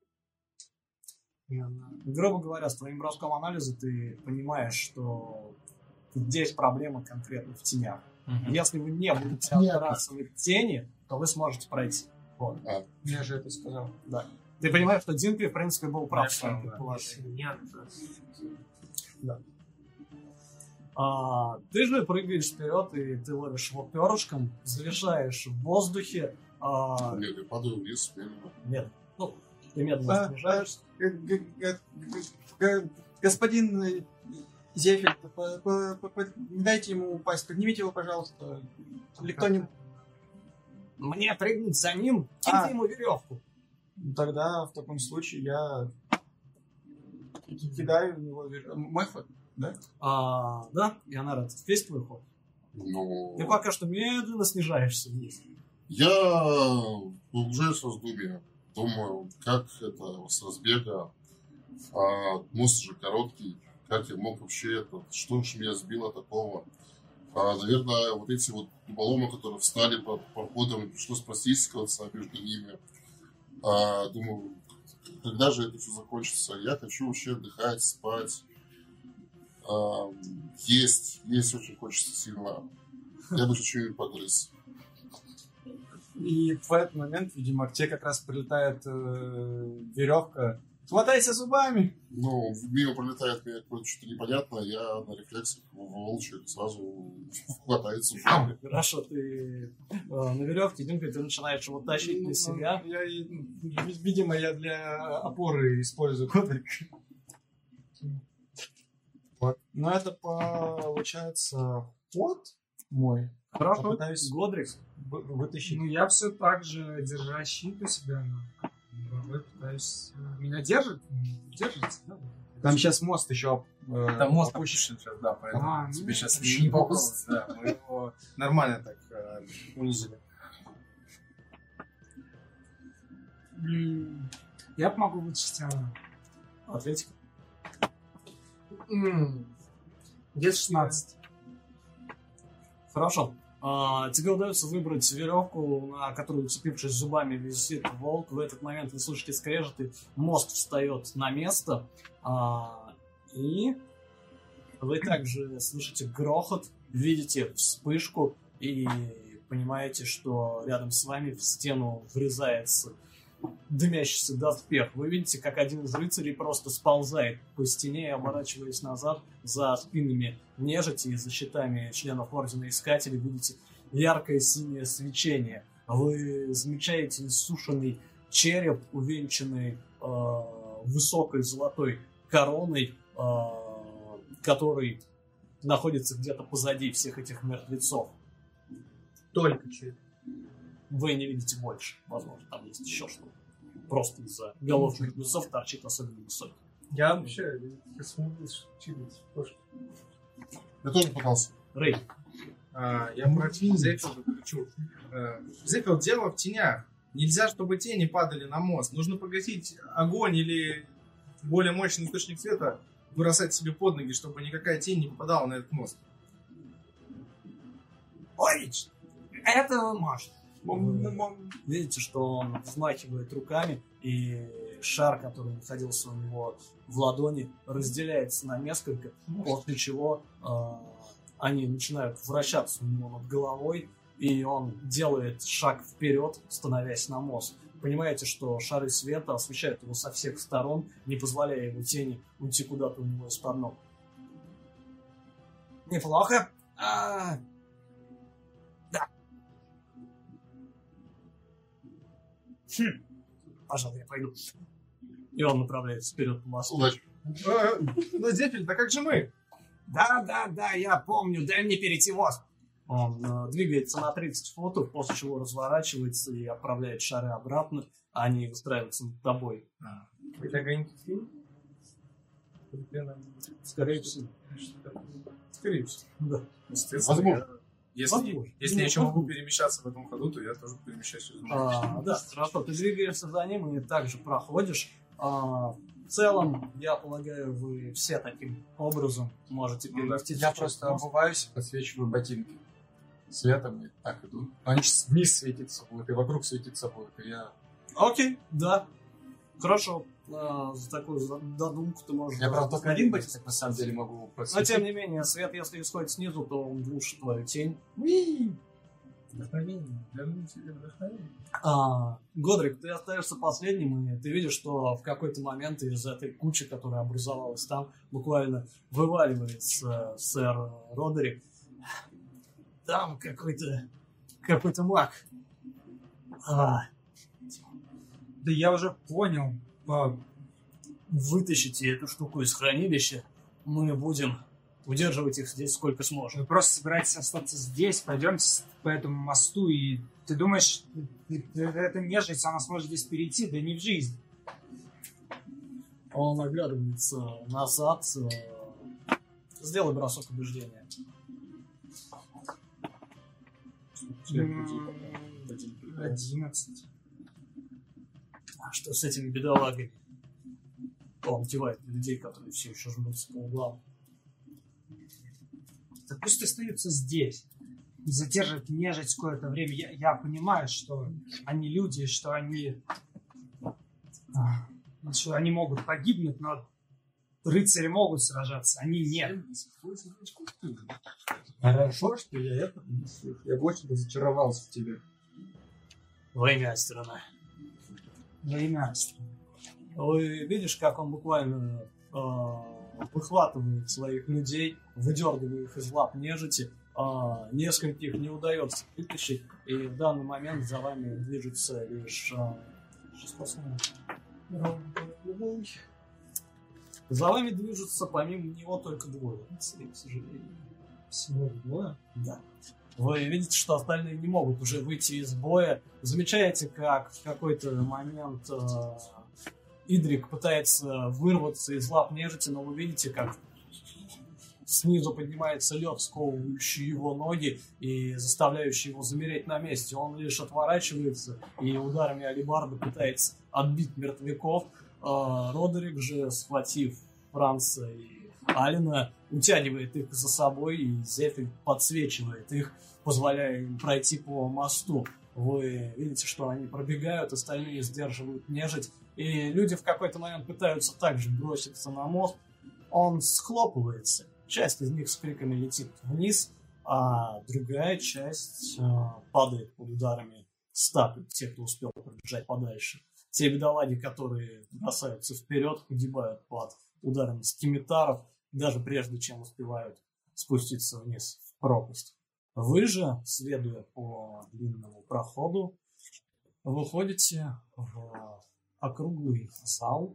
И она... Грубо говоря, с твоим броском анализа ты понимаешь, что здесь проблема конкретно в тенях. Мгм. Если вы не будете отбрасывать тени, то вы сможете пройти. Вот. Я же это сказал. Да. Ты понимаешь, что Динпи, в принципе, был прав Я в своем понял, да. предположении. Нет. Да. А, ты же прыгаешь вперед, и ты ловишь его перышком, зависаешь в воздухе. А, Нет, я падаю вниз медленно. нет, ну, ты медленно А, снижаешься. Г- г- г- г- г- Господин э, Зефир, по- по- по- по- не дайте ему упасть. Поднимите его, пожалуйста. Или кто-нибудь. Мне прыгнуть за ним, киньте А. ему веревку. Тогда в таком случае я ки- кидаю в него вер- мой ход, да? А, да, Ионар, это весь твой ход. Ну, Ты пока что медленно снижаешься вниз. я погружаюсь в раздумья. Думаю, как это с разбега. А, мост же короткий. Как я мог вообще это? Что ж меня сбило такого? А, наверное, вот эти вот дуболомы, которые встали под проходом, пришлось простискиваться между ними. А, думаю, когда же это все закончится? Я хочу вообще отдыхать, спать. А, есть. Есть очень хочется сильно. Я бы еще что-нибудь погрыз. И в этот момент, видимо, к тебе как раз прилетает э, веревка. Хватайся зубами! Ну, мимо пролетает мне какое-то что-то непонятное, я на рефлексах волчек сразу хватает зубами. Хорошо, ты э, на веревке, Динпи, ты начинаешь его тащить на себя. Я, и- видимо, я для опоры использую кодрик. Вот. Но это получается ход мой. Хорошо, Попытаюсь Годрик. вы- вытащить. Ну, я все так же, держа щит у себя на голове, пытаюсь... э, Меня держит? Держится, да? Там сейчас мост еще э, Там мост опущен. опущен сейчас, да, поэтому А, ну, тебе сейчас еще не мост. попалось. Да, мы его нормально так э, унизили. М, Я помогу вытащить Ионара. Атлетика. Где шестнадцать? Хорошо. А, тебе удается выбрать веревку, на которую, уцепившись зубами, висит волк. В этот момент вы слышите скрежет, и мост встает на место. А, и вы также слышите грохот, видите вспышку и понимаете, что рядом с вами в стену врезается дымящийся доспех. Вы видите, как один из рыцарей просто сползает по стене, оборачиваясь назад за спинами нежити и за щитами членов Ордена Искателей. Видите яркое синее свечение. Вы замечаете иссушенный череп, увенчанный э, высокой золотой короной, э, который находится где-то позади всех этих мертвецов. Только череп. Вы не видите больше. Возможно, там есть еще что-то. Просто из-за голов мертвецов торчит особенно высокий. Я вообще посмотрел, чилить. Я тоже пытался. Рэй, А, я против Зефила кричу. Э, Зефил, дело в тенях. Нельзя, чтобы тени падали на мост. Нужно погасить огонь или более мощный источник света бросать себе под ноги, чтобы никакая тень не попадала на этот мост. ой, это может. Вы видите, что он взмахивает руками, и шар, который находился у него в ладони, разделяется на несколько, после чего э, они начинают вращаться у него над головой, и он делает шаг вперед, становясь на мост. Понимаете, что шары света освещают его со всех сторон, не позволяя его тени уйти куда-то у него из-под ног. Неплохо. А... Да. Хм. Пожалуй, я пойду. И он направляется вперед по мосту. Ну, Зефель, да как же мы? Да, да, да, я помню. Дай мне перейти мост. Он э, двигается на тридцать футов, после чего разворачивается и отправляет шары обратно, а они устраиваются над тобой. Это огоньки фильм? Скорее всего. Скорее всего. Да. Возможно. Если, Возможно. если Ну, я еще могу возможно. перемещаться в этом ходу, то я тоже перемещаюсь через А, да, хорошо. Ты двигаешься за ним и также проходишь. А, в целом, я полагаю, вы все таким образом можете переместиться. Я через просто мост. обуваюсь, подсвечиваю ботинки светом и так иду. Они ж вниз светятся будут, и вокруг светится будет, и я... Окей, да. Хорошо. А, за такую додумку ты можешь... Я, даже правда, только один посмотреть. ботинок на самом деле могу Но подсветить. тем не менее, свет, если исходит снизу, то он глушит твою тень. Вдохновение. Верни себе вдохновение. А, Годрик, ты остаешься последним, и ты видишь, что в какой-то момент из этой кучи, которая образовалась там, буквально вываливается сэр Родерик. Там какой-то какой-то маг. А, Да я уже понял. А, вытащите эту штуку из хранилища, мы будем удерживать их здесь сколько сможем. Вы просто собираетесь остаться здесь, пойдемте по этому мосту, и ты думаешь, эта нежить, она сможет здесь перейти? Да не в жизнь. Он оглядывается назад. э, Сделай бросок убеждения. Одиннадцать. А что с этими бедолагами? Он кивает на людей, которые все еще жмутся по углам. Да пусть остаются здесь. Задержат нежить какое-то время. Я, я понимаю, что они люди, что они... а, что они могут погибнуть, но рыцари могут сражаться, они нет. Хорошо, что я это не слышу. Я очень разочаровался в тебе. Во имя Астерона. Во имя. Вы видишь, как он буквально э, выхватывает своих людей, выдергивает их из лап нежити. Э, нескольких не удается вытащить, и в данный момент за вами движется лишь... Э, за вами движутся помимо него только двое рыцарей, к сожалению. Всего двое? Да. Вы видите, что остальные не могут уже выйти из боя. Замечаете, как в какой-то момент э, Идрик пытается вырваться из лап нежити, но вы видите, как снизу поднимается лед, сковывающий его ноги и заставляющий его замереть на месте. Он лишь отворачивается и ударами алебарды пытается отбить мертвяков. Э, Родерик же, схватив Франца и Алина, утягивает их за собой, и Зефель подсвечивает их, позволяя им пройти по мосту. Вы видите, что они пробегают, остальные сдерживают нежить, и люди в какой-то момент пытаются также броситься на мост. Он схлопывается. Часть из них с криками летит вниз, а другая часть э, падает под ударами статуи, те, кто успел пробежать подальше. Те бедолаги, которые бросаются вперед, погибают под ударами скимитаров, даже прежде чем успевают спуститься вниз в пропасть. Вы же, следуя по длинному проходу, выходите в округлый зал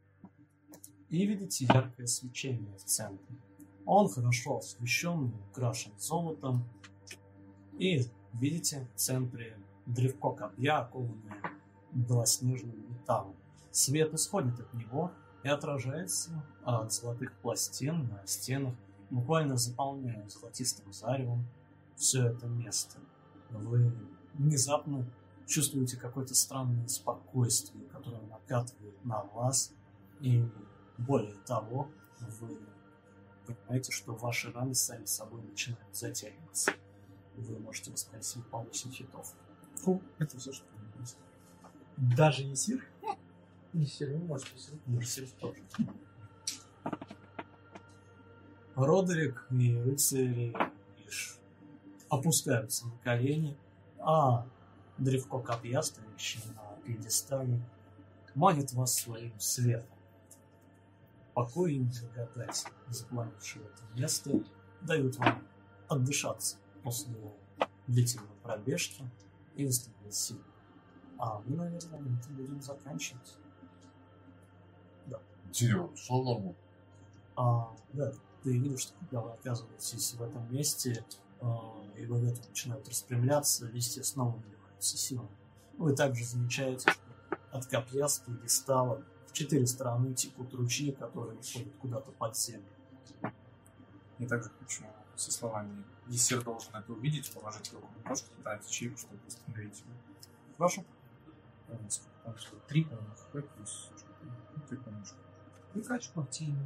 и видите яркое свечение в центре. Он хорошо освещен, украшен золотом, и видите в центре древко копья, окованное белоснежным металлом. Свет исходит от него и отражается от золотых пластин на стенах, буквально заполняя золотистым заревом все это место. Вы внезапно чувствуете какое-то странное спокойствие, которое накатывает на вас, и более того, вы понимаете, что ваши раны сами собой начинают затягиваться. Вы можете воскресить по восемь хитов. Фу, это все, что вы можете. Даже Есир? Есир не может, Есир тоже. Родерик и рыцари лишь опускаются на колени, а древко копья, стоящее на пьедестале, манит вас своим светом. Покойники, гадать, запланившие это место, дают вам отдышаться после длительной пробежки и восстановить силы. А мы, наверное, на этом будем заканчивать. Да. Серега, шел нормально. А, да, ты видишь, что когда вы оказываетесь в этом месте, а, и богаты начинают распрямляться, листья снова наливаются силами. Вы также замечаете, что от копья с пьедестала в четыре стороны текут ручьи, которые уходят куда-то под землю. Я также хочу со словами «Ессир должен это увидеть», положить руку на ножку, дать ячейку, чтобы восстановить его. Прошу. Там что, три, по-моему, хп плюс три, по-моему. И качку в тени.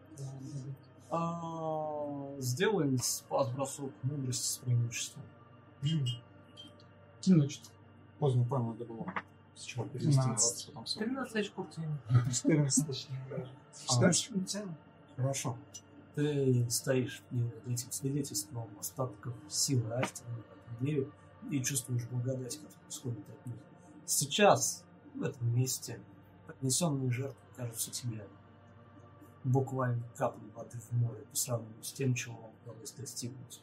А, сделаем спас бросок мудрости с преимуществом. Значит, поздно понял, надо было. С чего перевести на тринадцать. потом сорок. тринадцать очков тени. четырнадцать точнее даже. четырнадцать очков тени? Хорошо. Ты стоишь перед этим свидетельством остатков силы Альтера в этом мире и чувствуешь благодать, которая исходит от них. Сейчас, в этом месте, принесенные жертвы кажутся тебе буквально каплей воды в море по сравнению с тем, чего вам удалось достигнуть.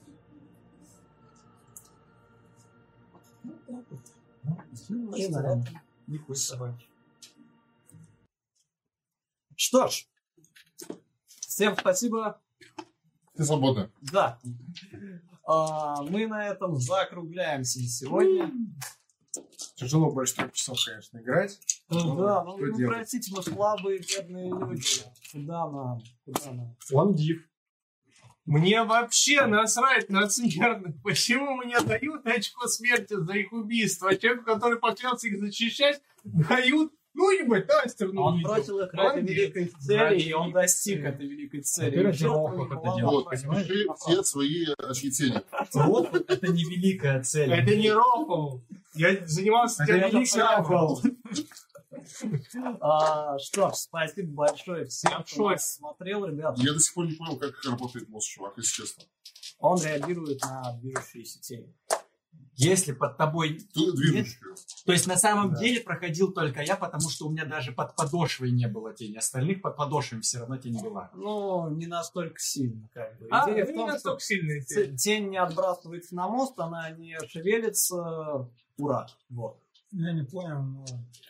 И на этом не пусть собаки. Что ж, всем спасибо. Ты свободна. Да. А, мы на этом закругляемся сегодня. Тяжело больше трех часов, конечно, играть. Ну, да, ну, что ну делать? простите, мы слабые, бедные люди. Куда нам? Куда нам? Ландив. Мне вообще насрать на смертных. Почему мне дают очко смерти за их убийство? А человеку, который поклялся их защищать, дают, ну, ебать, Астер, ну, Он увидел. бросил их ради великой цели, и он достиг этой великой цели. Теперь И это жертву Рохов ему это вам делает, Вот, отправить. покажи все свои очки тени. Вот это не великая цель. Это не Рохов. Я занимался Это тем, великий Рохов. А, что ж, спасибо большое всем, кто Большое. нас смотрел, ребят. Я до сих пор не понял, как работает мозг, чувак, если честно. Он реагирует на движущиеся тени. Если под тобой... Ты движущую. То есть на самом деле проходил только я, потому что у меня даже под подошвой не было тени. Остальных под подошвами все равно тень была. Ну, не настолько сильно, как бы. А, Идея ну, в не том, что настолько сильные т- тени. тень не отбрасывается на мост, она не шевелится. Ура. Вот. Я не понял, но...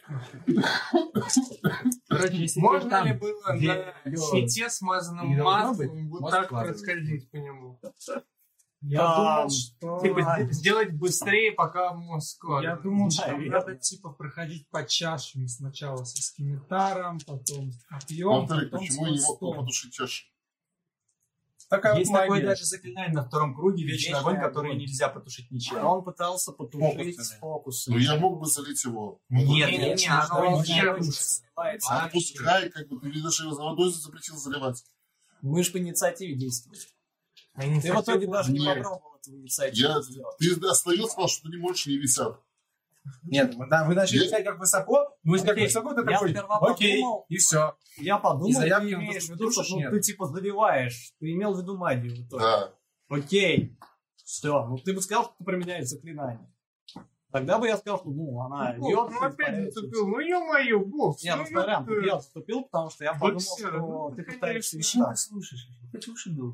Короче, если Можно там ли было где- на Лёва, щите смазанным не должно маслом быть? вот Мост так складывать. проскользить по нему? Я Там, думал, что... Типа сде- сделать быстрее, пока мозг Я складывает. думал, что Да, там верно. надо типа проходить по чашам. Сначала со скимитаром, потом с копьем, Во-вторых, потом с почему я не мог мостом. потушить чашу? Такая Есть вот такое магия. даже заклинание на втором круге, вечный Вечный огонь, огонь. который нельзя потушить ничем. Он пытался потушить Фокусами. фокусы. Ну, я мог бы залить его. Нет, Не, нет, не, нет, оно нет, не нет. Заливается. А пускай, как бы, ты видишь, его за водой запретил заливать. Мы же по инициативе действуем. А не Ты в итоге даже не Нет. попробовал эту инициативу Я, сделать. ты остановил, сказал, что ты не можешь, не висят. Нет, мы- да, вы начали Я- писать как высоко, ну если как Окей, высоко, ты я такой, сперва окей, подумал- и все. Я И подумал, заявки ты на имеешь в то, виду, что что ну, нет. ты типа заливаешь. Ты имел в виду магию. в итоге. Да. Окей. Все. Ну ты бы сказал, что ты применяешь заклинание. Тогда бы я сказал, что ну, она Бог, льется, ну опять испаряется. заступил. Ну ё-моё, Бог. Не, ну ну, сорян, ёпта. я отступил, потому что я подумал, Боксер, что ну, ты конечно. пытаешься Ну, считать. слушаешь, ты слушай долго.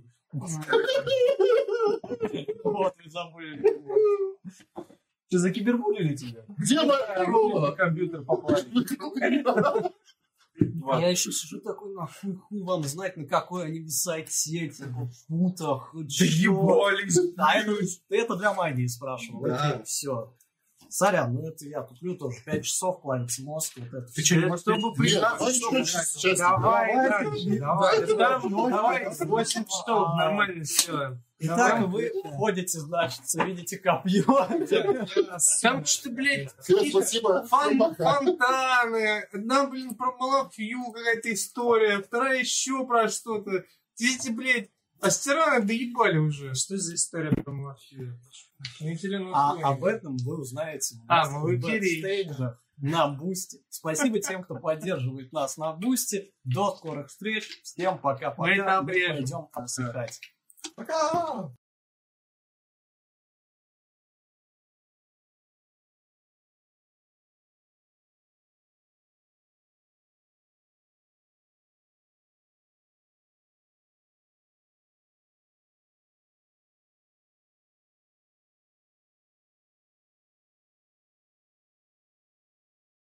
Вот, вы забыли. Что, закибербулили тебя? Где моя Компьютер поплавил. Я еще сижу такой, нахуй хуй вам знать, на какой они высоте, типа, в футах, чё? Ебались. А это, это для магии спрашивал. Да. Окей, все. Сорян, ну это я туплю тоже. Пять часов плавится мозг, вот это. Ты всё. что, может, Чтобы Нет, придаться, давай чтобы чуть-чуть играть. сейчас. Давай, Давай, играть. давай. Давай, давай, восемь часов, А. нормально сделаем. Итак, вы входите, значит, видите копье. Там что-то, блядь, Всем какие-то спасибо. Всем фон- пока. фонтаны. Одна, блин, про Малафью какая-то история, вторая еще про что-то. Эти, блядь, астераны доебали уже. Что за история про мафию? А об этом вы узнаете А, в мы в эфире бэкстейджах на Бусти. Спасибо тем, кто поддерживает нас на Бусти. До скорых встреч. Всем пока-пока. Мы это обрежем. Пойдем отдыхать. Пока.